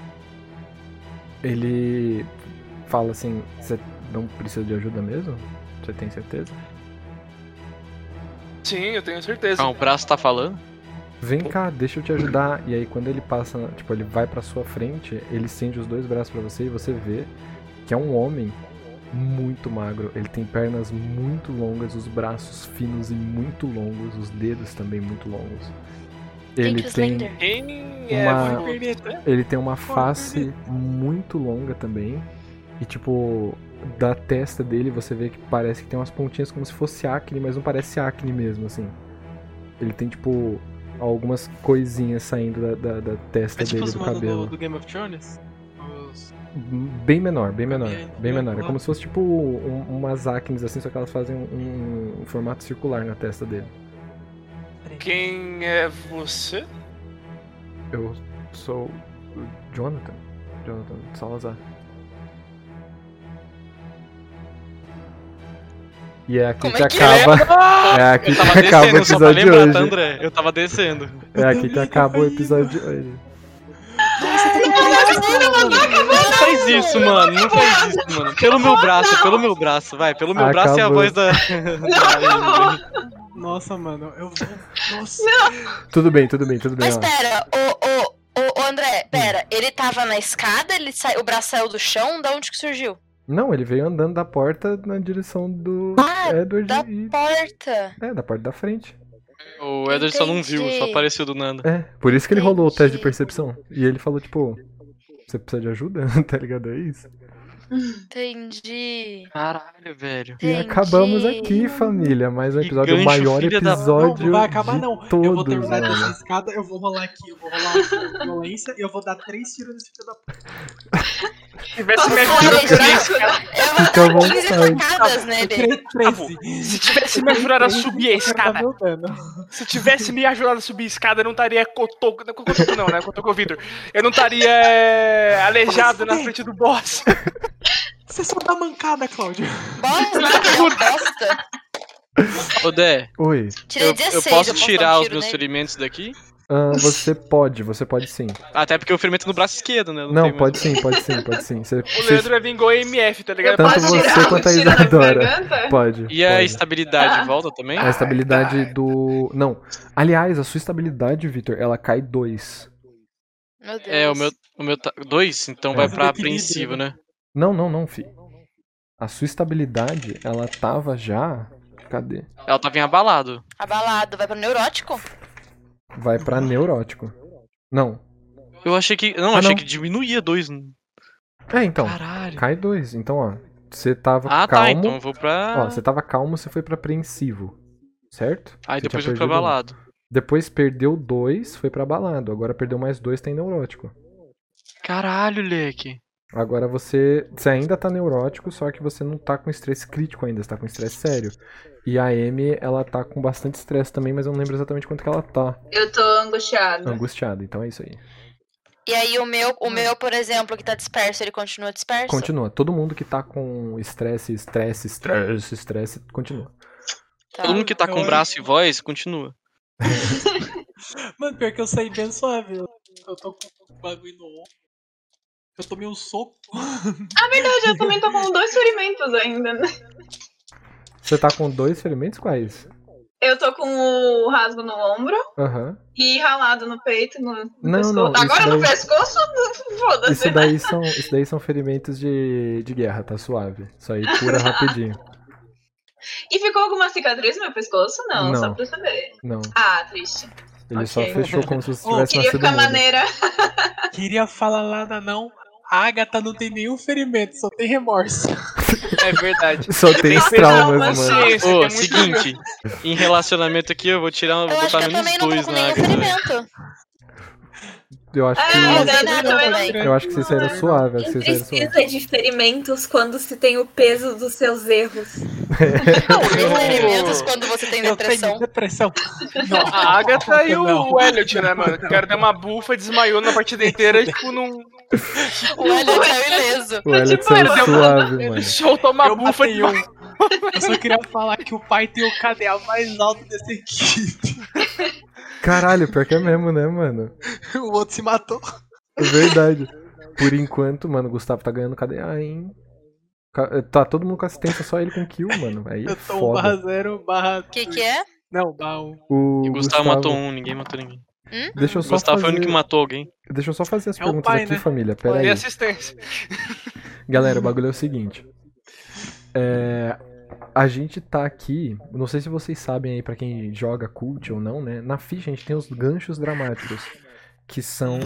Ele fala assim, você não precisa de ajuda mesmo? Você tem certeza? Sim, eu tenho certeza. Ah, o braço tá falando? Vem cá, deixa eu te ajudar. E aí quando ele passa, tipo, ele vai pra sua frente, ele estende os dois braços pra você e você vê que é um homem muito magro. Ele tem pernas muito longas, os braços finos e muito longos, os dedos também muito longos. Ele Gente, tem Slender. Quem é uma, Perneta? ele tem uma face muito longa também. E tipo, da testa dele você vê que parece que tem umas pontinhas como se fosse acne, mas não parece acne mesmo, assim. Ele tem tipo algumas coisinhas saindo da, da, da testa É tipo dele, os do mano cabelo. do, do Game of Thrones? Os... Bem menor, bem menor, Bem- bem menor. É menor. como se fosse tipo um- umas acnes assim, só que elas fazem um, um formato circular na testa dele. Quem é você? Eu sou o Jonathan. Jonathan Salazar. E é aqui Como que é que acaba. É aqui Eu que tava acaba o descendo, só pra episódio de lembrar, hoje. tá, André? Eu tava descendo. É aqui que acaba o episódio de hoje. Não faz isso, mano. Não faz isso, mano. Pelo meu braço, pelo meu braço, vai. Pelo meu braço e a Acabou. voz da. Nossa, mano, eu vou. Nossa. Tudo bem, tudo bem, tudo bem. Mas ó. pera, ô, ô, ô, ô, André, pera, ele tava na escada, ele sa... o braço saiu do chão, da onde que surgiu? Não, ele veio andando da porta na direção do Ah, Edward da e... porta. É, da porta da frente. O Edward só não viu, Entendi. só apareceu do nada. É, por isso que ele rolou o teste de Entendi. percepção. E ele falou, tipo, você precisa de ajuda? Tá ligado? É isso. Entendi. Caralho, velho. E Entendi. acabamos aqui, família. Mais um Que episódio, o gancho, maior filha da- episódio Não, não vai acabar de não. todos, eu vou terminar mano. dessa escada, eu vou rolar aqui, eu vou rolar aqui violência e eu vou dar três tiros nesse filho da puta. Se tivesse me Olha, ajudado, gente, eu Fica à vou dar quinze vontade. facadas nele. treze. se tivesse me ajudado a subir a escada, Meu dano. se tivesse me ajudado a subir a escada, eu não estaria cotoco, não, cotoco não, né, cotoco vidro. Eu não estaria é, aleijado na frente do boss. Você só dá mancada, Cláudio. Bosta, nada, é uma bosta. Ô, Dé, Tirei eu, dezesseis, eu eu posso posso dar um tirar os tiro meus nele? ferimentos daqui? Ah, você pode, você pode sim. Até porque o ferimento é no braço esquerdo, né? Não, tem pode mais- sim, pode sim, pode sim. Você, O você- Leandro é vingou M F, tá ligado? Tanto Posso você tirar quanto a um tiro na Isadora. garganta? Pode. E a pode. estabilidade volta também? A estabilidade do... Não. Aliás, a sua estabilidade, Victor, ela cai dois. Meu Deus. É, o meu, o meu tá... Dois? Então É. vai Mas pra é equilíbrio, apreensivo, né? Não, não, não, fi. A sua estabilidade, ela tava já... Cadê? Ela tava em abalado. Abalado, vai pro neurótico? Vai pra neurótico. Não. Eu achei que... Não, Ah, achei não. que diminuía dois. É, então. Caralho. Cai dois. Então, ó. Você tava Ah, calmo. tá, então eu vou pra... Ó, você tava calmo, você foi pra apreensivo. Certo? Aí Você depois tinha eu fui pra perdido um. abalado. Depois perdeu dois, foi pra abalado. Agora perdeu mais dois, tá em neurótico. Caralho, leque. Agora você, você ainda tá neurótico, só que você não tá com estresse crítico ainda, você tá com estresse sério. E a Amy, ela tá com bastante estresse também, mas eu não lembro exatamente quanto que ela tá Eu tô angustiada. angustiada, então é isso aí. E aí o meu, o meu, por exemplo, que tá disperso, ele continua disperso? Continua, todo mundo que tá com estresse, estresse, estresse, estresse, continua. Tá. Todo mundo que tá com Eu- braço e voz, continua. Mano, pior que eu saí bem suave. Eu, eu tô com o bagulho no ombro. Eu tomei um soco. Na verdade, eu também tô com dois ferimentos ainda, né? Você tá com dois ferimentos quais? Eu tô com o rasgo no ombro Aham. e ralado no peito, no, no Não, pescoço. não, isso Agora no daí- pescoço, foda-se. Isso daí são, isso daí são ferimentos de, de guerra, tá suave. Isso aí cura rapidinho. E ficou alguma cicatriz no meu pescoço? Não, Não. só pra saber. Não, Ah, triste. ele só Ok. fechou como se você Oh, tivesse Queria nascido ficar mudo. maneira. Queria falar nada não. A Agatha não tem nenhum ferimento, só tem remorso. É verdade. Só tem os Tem traumas, traumas, mano. Sim, sim, Ô, é muito- seguinte. Em relacionamento aqui, eu vou tirar, eu Eu vou acho que botar eu menos também não tô dois com na nenhum água. ferimento. Eu acho que. Ah, Não, daí não, não, não, também também. não. Eu acho que vocês saíram suave, acho que Quem vocês saíram suave. precisa de ferimentos quando se tem o peso dos seus erros? Ferimentos quando você tem Eu depressão. tenho depressão. A Agatha e Não. o Elliot, né, mano? O cara deu uma bufa, desmaiou na partida inteira, tipo, não. O Elliot saiu ileso. O Elliot Tipo, saiu ele deu- suave, Ele mano. soltou uma Eu bufa matei de um. Eu só queria falar que o pai tem o K D A mais alto dessa equipe. Caralho, pior que é mesmo, né, mano? O outro se matou. É verdade. Por enquanto, mano, o Gustavo tá ganhando K D A, hein? Ca- Tá todo mundo com assistência, só ele com kill, mano. Aí é Eu tô um barra foda. zero, barra... O que que é? Não, barra um. O E o Gustavo matou um, ninguém matou ninguém. Hum? Deixa eu só Gustavo foi o fazer... único que matou alguém. Deixa eu só fazer as É o perguntas pai, aqui, né? família. Pera Tem aí. assistência. Galera, o bagulho é o seguinte. É, a gente tá aqui, não sei se vocês sabem aí pra quem joga Cult ou não, né? Na ficha a gente tem os ganchos dramáticos, que são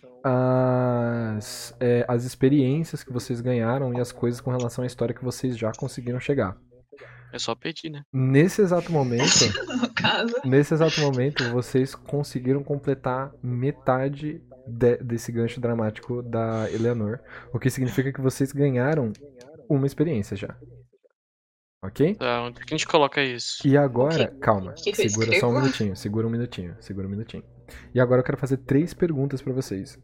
as, é, as experiências que vocês ganharam e as coisas com relação à história que vocês já conseguiram chegar. É só pedir, né? Nesse exato momento, No caso. nesse exato momento, vocês conseguiram completar metade de- desse gancho dramático da Eleanor, o que significa que vocês ganharam uma experiência já. Ok? Tá, onde que a gente coloca isso? E agora, calma, que que eu segura só um escrevo? minutinho, segura um minutinho, segura um minutinho. E agora eu quero fazer três perguntas pra vocês.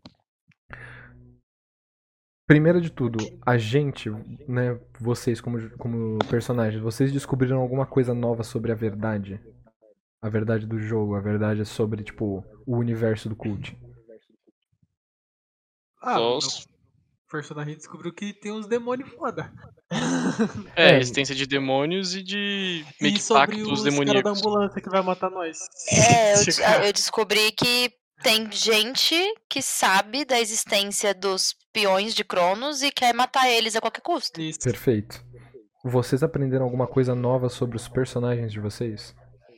Primeiro de tudo, a gente, né, vocês como, como personagens, vocês descobriram alguma coisa nova sobre a verdade? A verdade do jogo, a verdade é sobre, tipo, o universo do Cult. Ah, Só meu os- personagem descobriu que tem uns demônios foda. É, É. existência de demônios e de meio E que sobre pactos os caras da demoníacos. ambulância que vai matar nós. É, eu, des- eu descobri que tem gente que sabe da existência dos peões de Cronos e quer matar eles a qualquer custo. Isso. Perfeito. Vocês aprenderam alguma coisa nova sobre os personagens de vocês?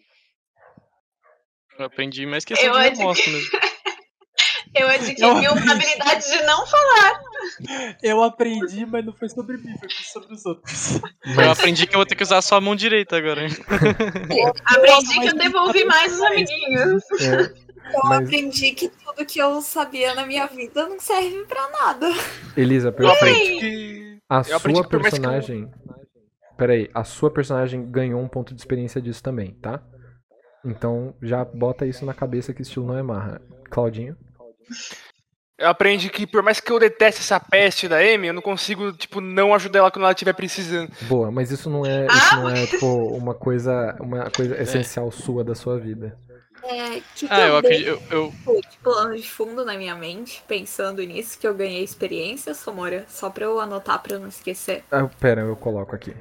Eu aprendi mais questão Eu de adquiri- remorso mesmo. Eu adquiri Eu uma aprendi. habilidade de não falar. Eu aprendi, mas não foi sobre mim, foi sobre os outros. Eu aprendi que eu vou ter que usar só a mão direita agora. Aprendi que eu devolvi mais os amiguinhos. É, Eu mas, aprendi que tudo que eu sabia na minha vida não serve pra nada. Elisa, Eu perfeito. aprendi que. A Eu aprendi sua que por mais que eu- personagem. Peraí, a sua personagem ganhou um ponto de experiência disso também, tá? Então já bota isso na cabeça que estilo não é marra. Claudinho? Eu aprendi que por mais que eu deteste essa peste da Amy, eu não consigo, tipo, não ajudar ela quando ela estiver precisando. Boa, mas isso não é, isso não é tipo, uma coisa, uma coisa essencial sua da sua vida. É, que Ah, eu também acredito. Eu, eu- foi de plano de fundo na minha mente, pensando nisso, que eu ganhei experiência, Somora, só pra eu anotar pra eu não esquecer. Ah, pera, eu coloco aqui.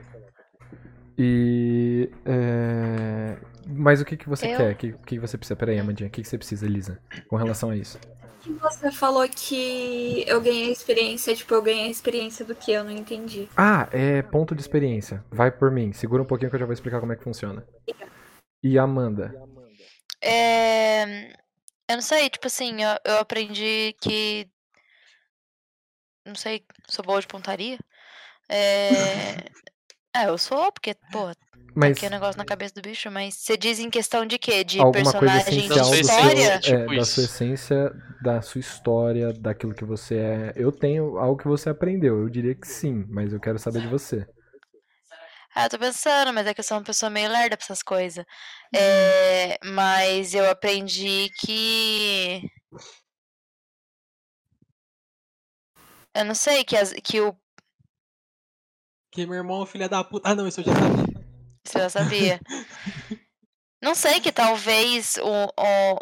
E. é, Mas o que, que você Eu? quer? O que, o que você precisa? Peraí, Amandinha, o que, que você precisa, Elisa? Com relação a isso. Que você falou que eu ganhei experiência, tipo, eu ganhei experiência do que eu não entendi. Ah, é ponto de experiência. Vai por mim. Segura um pouquinho que eu já vou explicar como é que funciona. E Amanda? É, eu não sei, tipo assim, eu, eu aprendi que. Não sei, sou boa de pontaria. É. É, eu sou, porque, porra, Mas aqui o negócio na cabeça do bicho, mas você diz em questão de quê? De alguma coisa personagem de essencial do história? seu, é, Tipo da isso. sua essência, da sua história, daquilo que você é. Eu tenho algo que você aprendeu. Eu diria que sim, mas eu quero saber de você. Ah, eu tô pensando, mas é que eu sou uma pessoa meio lerda pra essas coisas. É, mas eu aprendi que. Eu não sei, que, as, que o. Que meu irmão é filha da puta. Ah, não, isso eu já sabia. Você já sabia. Não sei, que talvez o. o...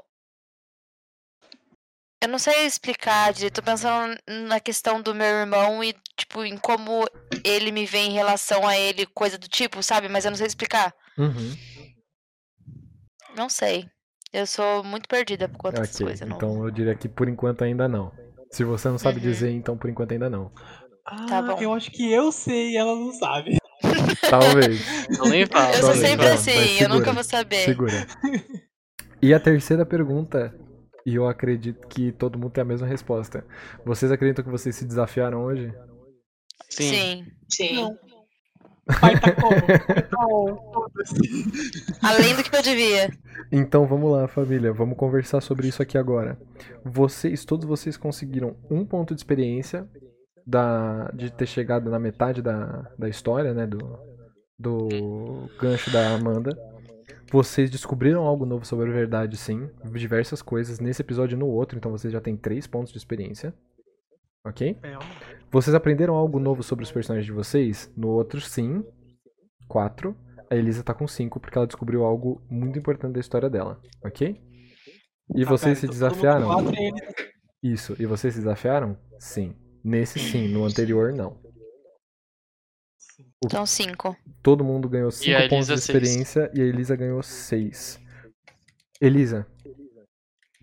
Eu não sei explicar direito. Tô pensando na questão do meu irmão e, tipo, em como ele me vê em relação a ele, coisa do tipo, sabe? Mas eu não sei explicar. Uhum. Não sei. Eu sou muito perdida por conta dessas Ok, coisas. não- então eu diria que por enquanto ainda não. Se você não sabe Uhum. dizer, então por enquanto ainda não. Ah, Tá bom. eu acho que eu sei e ela não sabe. Talvez. eu nem falo. Eu sou Talvez, sempre não, assim, mas eu nunca segura, vou saber. Segura. E a terceira pergunta, e eu acredito que todo mundo tem a mesma resposta. Vocês acreditam que vocês se desafiaram hoje? Sim. Sim. Sim. Não. Pai tá como? Pai tá on, foda-se. Além do que eu devia. Então vamos lá, família, vamos conversar sobre isso aqui agora. Vocês, todos vocês conseguiram um ponto de experiência da, de ter chegado na metade da, da história, né, do, do gancho da Amanda. Vocês descobriram algo novo sobre a verdade, sim, diversas coisas, nesse episódio e no outro, então vocês já têm três pontos de experiência, ok? É, ó. Vocês aprenderam algo novo sobre os personagens de vocês? No outro, sim, quatro. A Elisa tá com cinco porque ela descobriu algo muito importante da história dela, ok? E Tá, vocês se pera, então todo mundo desafiaram? com quatro e ele- Isso. E vocês se desafiaram? Sim. Nesse sim, no anterior não. Então, cinco. Todo mundo ganhou cinco a pontos de Elisa, seis. experiência e a Elisa ganhou seis. Elisa,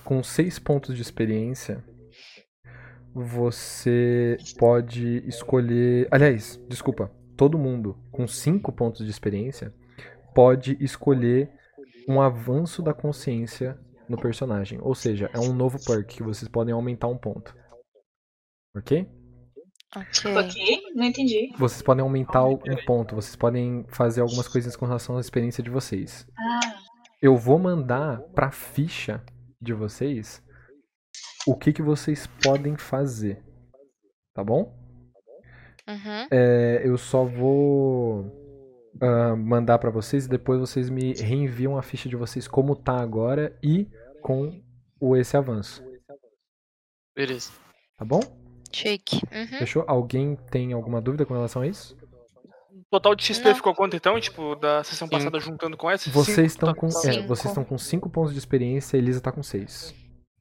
com seis pontos de experiência, você pode escolher... Aliás, desculpa. Todo mundo com cinco pontos de experiência pode escolher um avanço da consciência no personagem. Ou seja, é um novo perk que vocês podem aumentar um ponto. Ok? Ok. Ok, não entendi. Vocês podem aumentar um ponto. Vocês podem fazer algumas coisinhas com relação à experiência de vocês. Ah, Eu vou mandar pra ficha de vocês o que, que vocês podem fazer. Tá bom? Uhum. É, eu só vou uh, mandar pra vocês e depois vocês me reenviam a ficha de vocês como tá agora e com o esse avanço. Beleza. Tá bom? Chique. Uhum. Fechou? Alguém tem alguma dúvida com relação a isso? O total de X P Não. ficou quanto então? Tipo, da sessão Cinco. passada juntando com essa? Vocês Cinco, estão tá- com, tá- é, Cinco. vocês estão com cinco pontos de experiência e a Elisa tá com seis.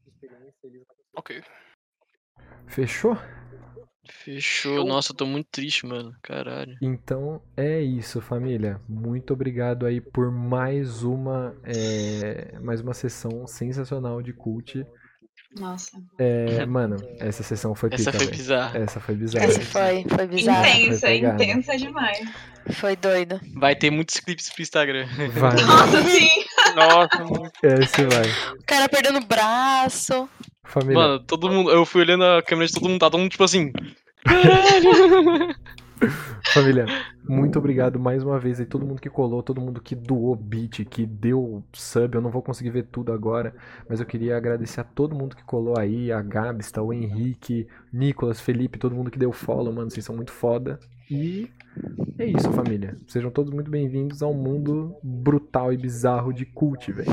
Ok. Fechou? Fechou. Nossa, eu tô muito triste, mano. Caralho. Então é isso, família. Muito obrigado aí por mais uma é, mais uma sessão sensacional de cult. nossa. É, mano, essa sessão foi Essa pica, foi velho. bizarra. Essa foi bizarra. Esse foi, foi bizarro. Intensa, Foi pegada. intensa demais. Foi doido. Vai ter muitos clipes pro Instagram. Vai, Nossa, sim. Nossa, muito. esse vai. O cara perdendo o braço. Família, Mano, todo mundo. Eu fui olhando a câmera de todo mundo, tá todo mundo tipo assim. Caralho! família, muito obrigado mais uma vez aí, todo mundo que colou, todo mundo que doou beat, que deu sub, eu não vou conseguir ver tudo agora, mas eu queria agradecer a todo mundo que colou aí, a Gabsta, o Henrique, Nicolas, Felipe, todo mundo que deu follow, mano, vocês são muito foda. E é isso, família. Sejam todos muito bem-vindos ao mundo brutal e bizarro de cult, velho.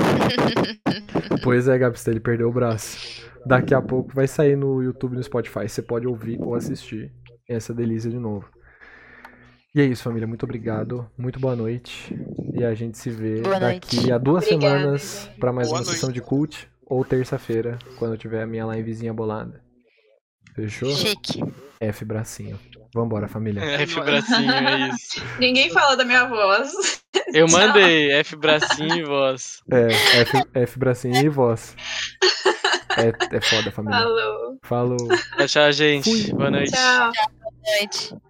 Pois é, Gabsta, ele perdeu o braço. Daqui a pouco vai sair no YouTube e no Spotify, você pode ouvir ou assistir essa delícia de novo. E é isso, família. Muito obrigado. Muito boa noite. E a gente se vê Boa daqui noite. a duas Obrigada, semanas gente. pra mais Boa uma noite. sessão de cult. Ou terça-feira, quando eu tiver a minha livezinha bolada. Fechou? Chique. F bracinho. Vambora, família. F bracinho, é isso. Ninguém fala da minha voz. Eu Tchau. mandei F bracinho e voz. É, F, F bracinho e voz. É, é foda, família. Falou. Falou. Tchau, tchau, gente. Fui. Boa noite. Tchau. Boa noite.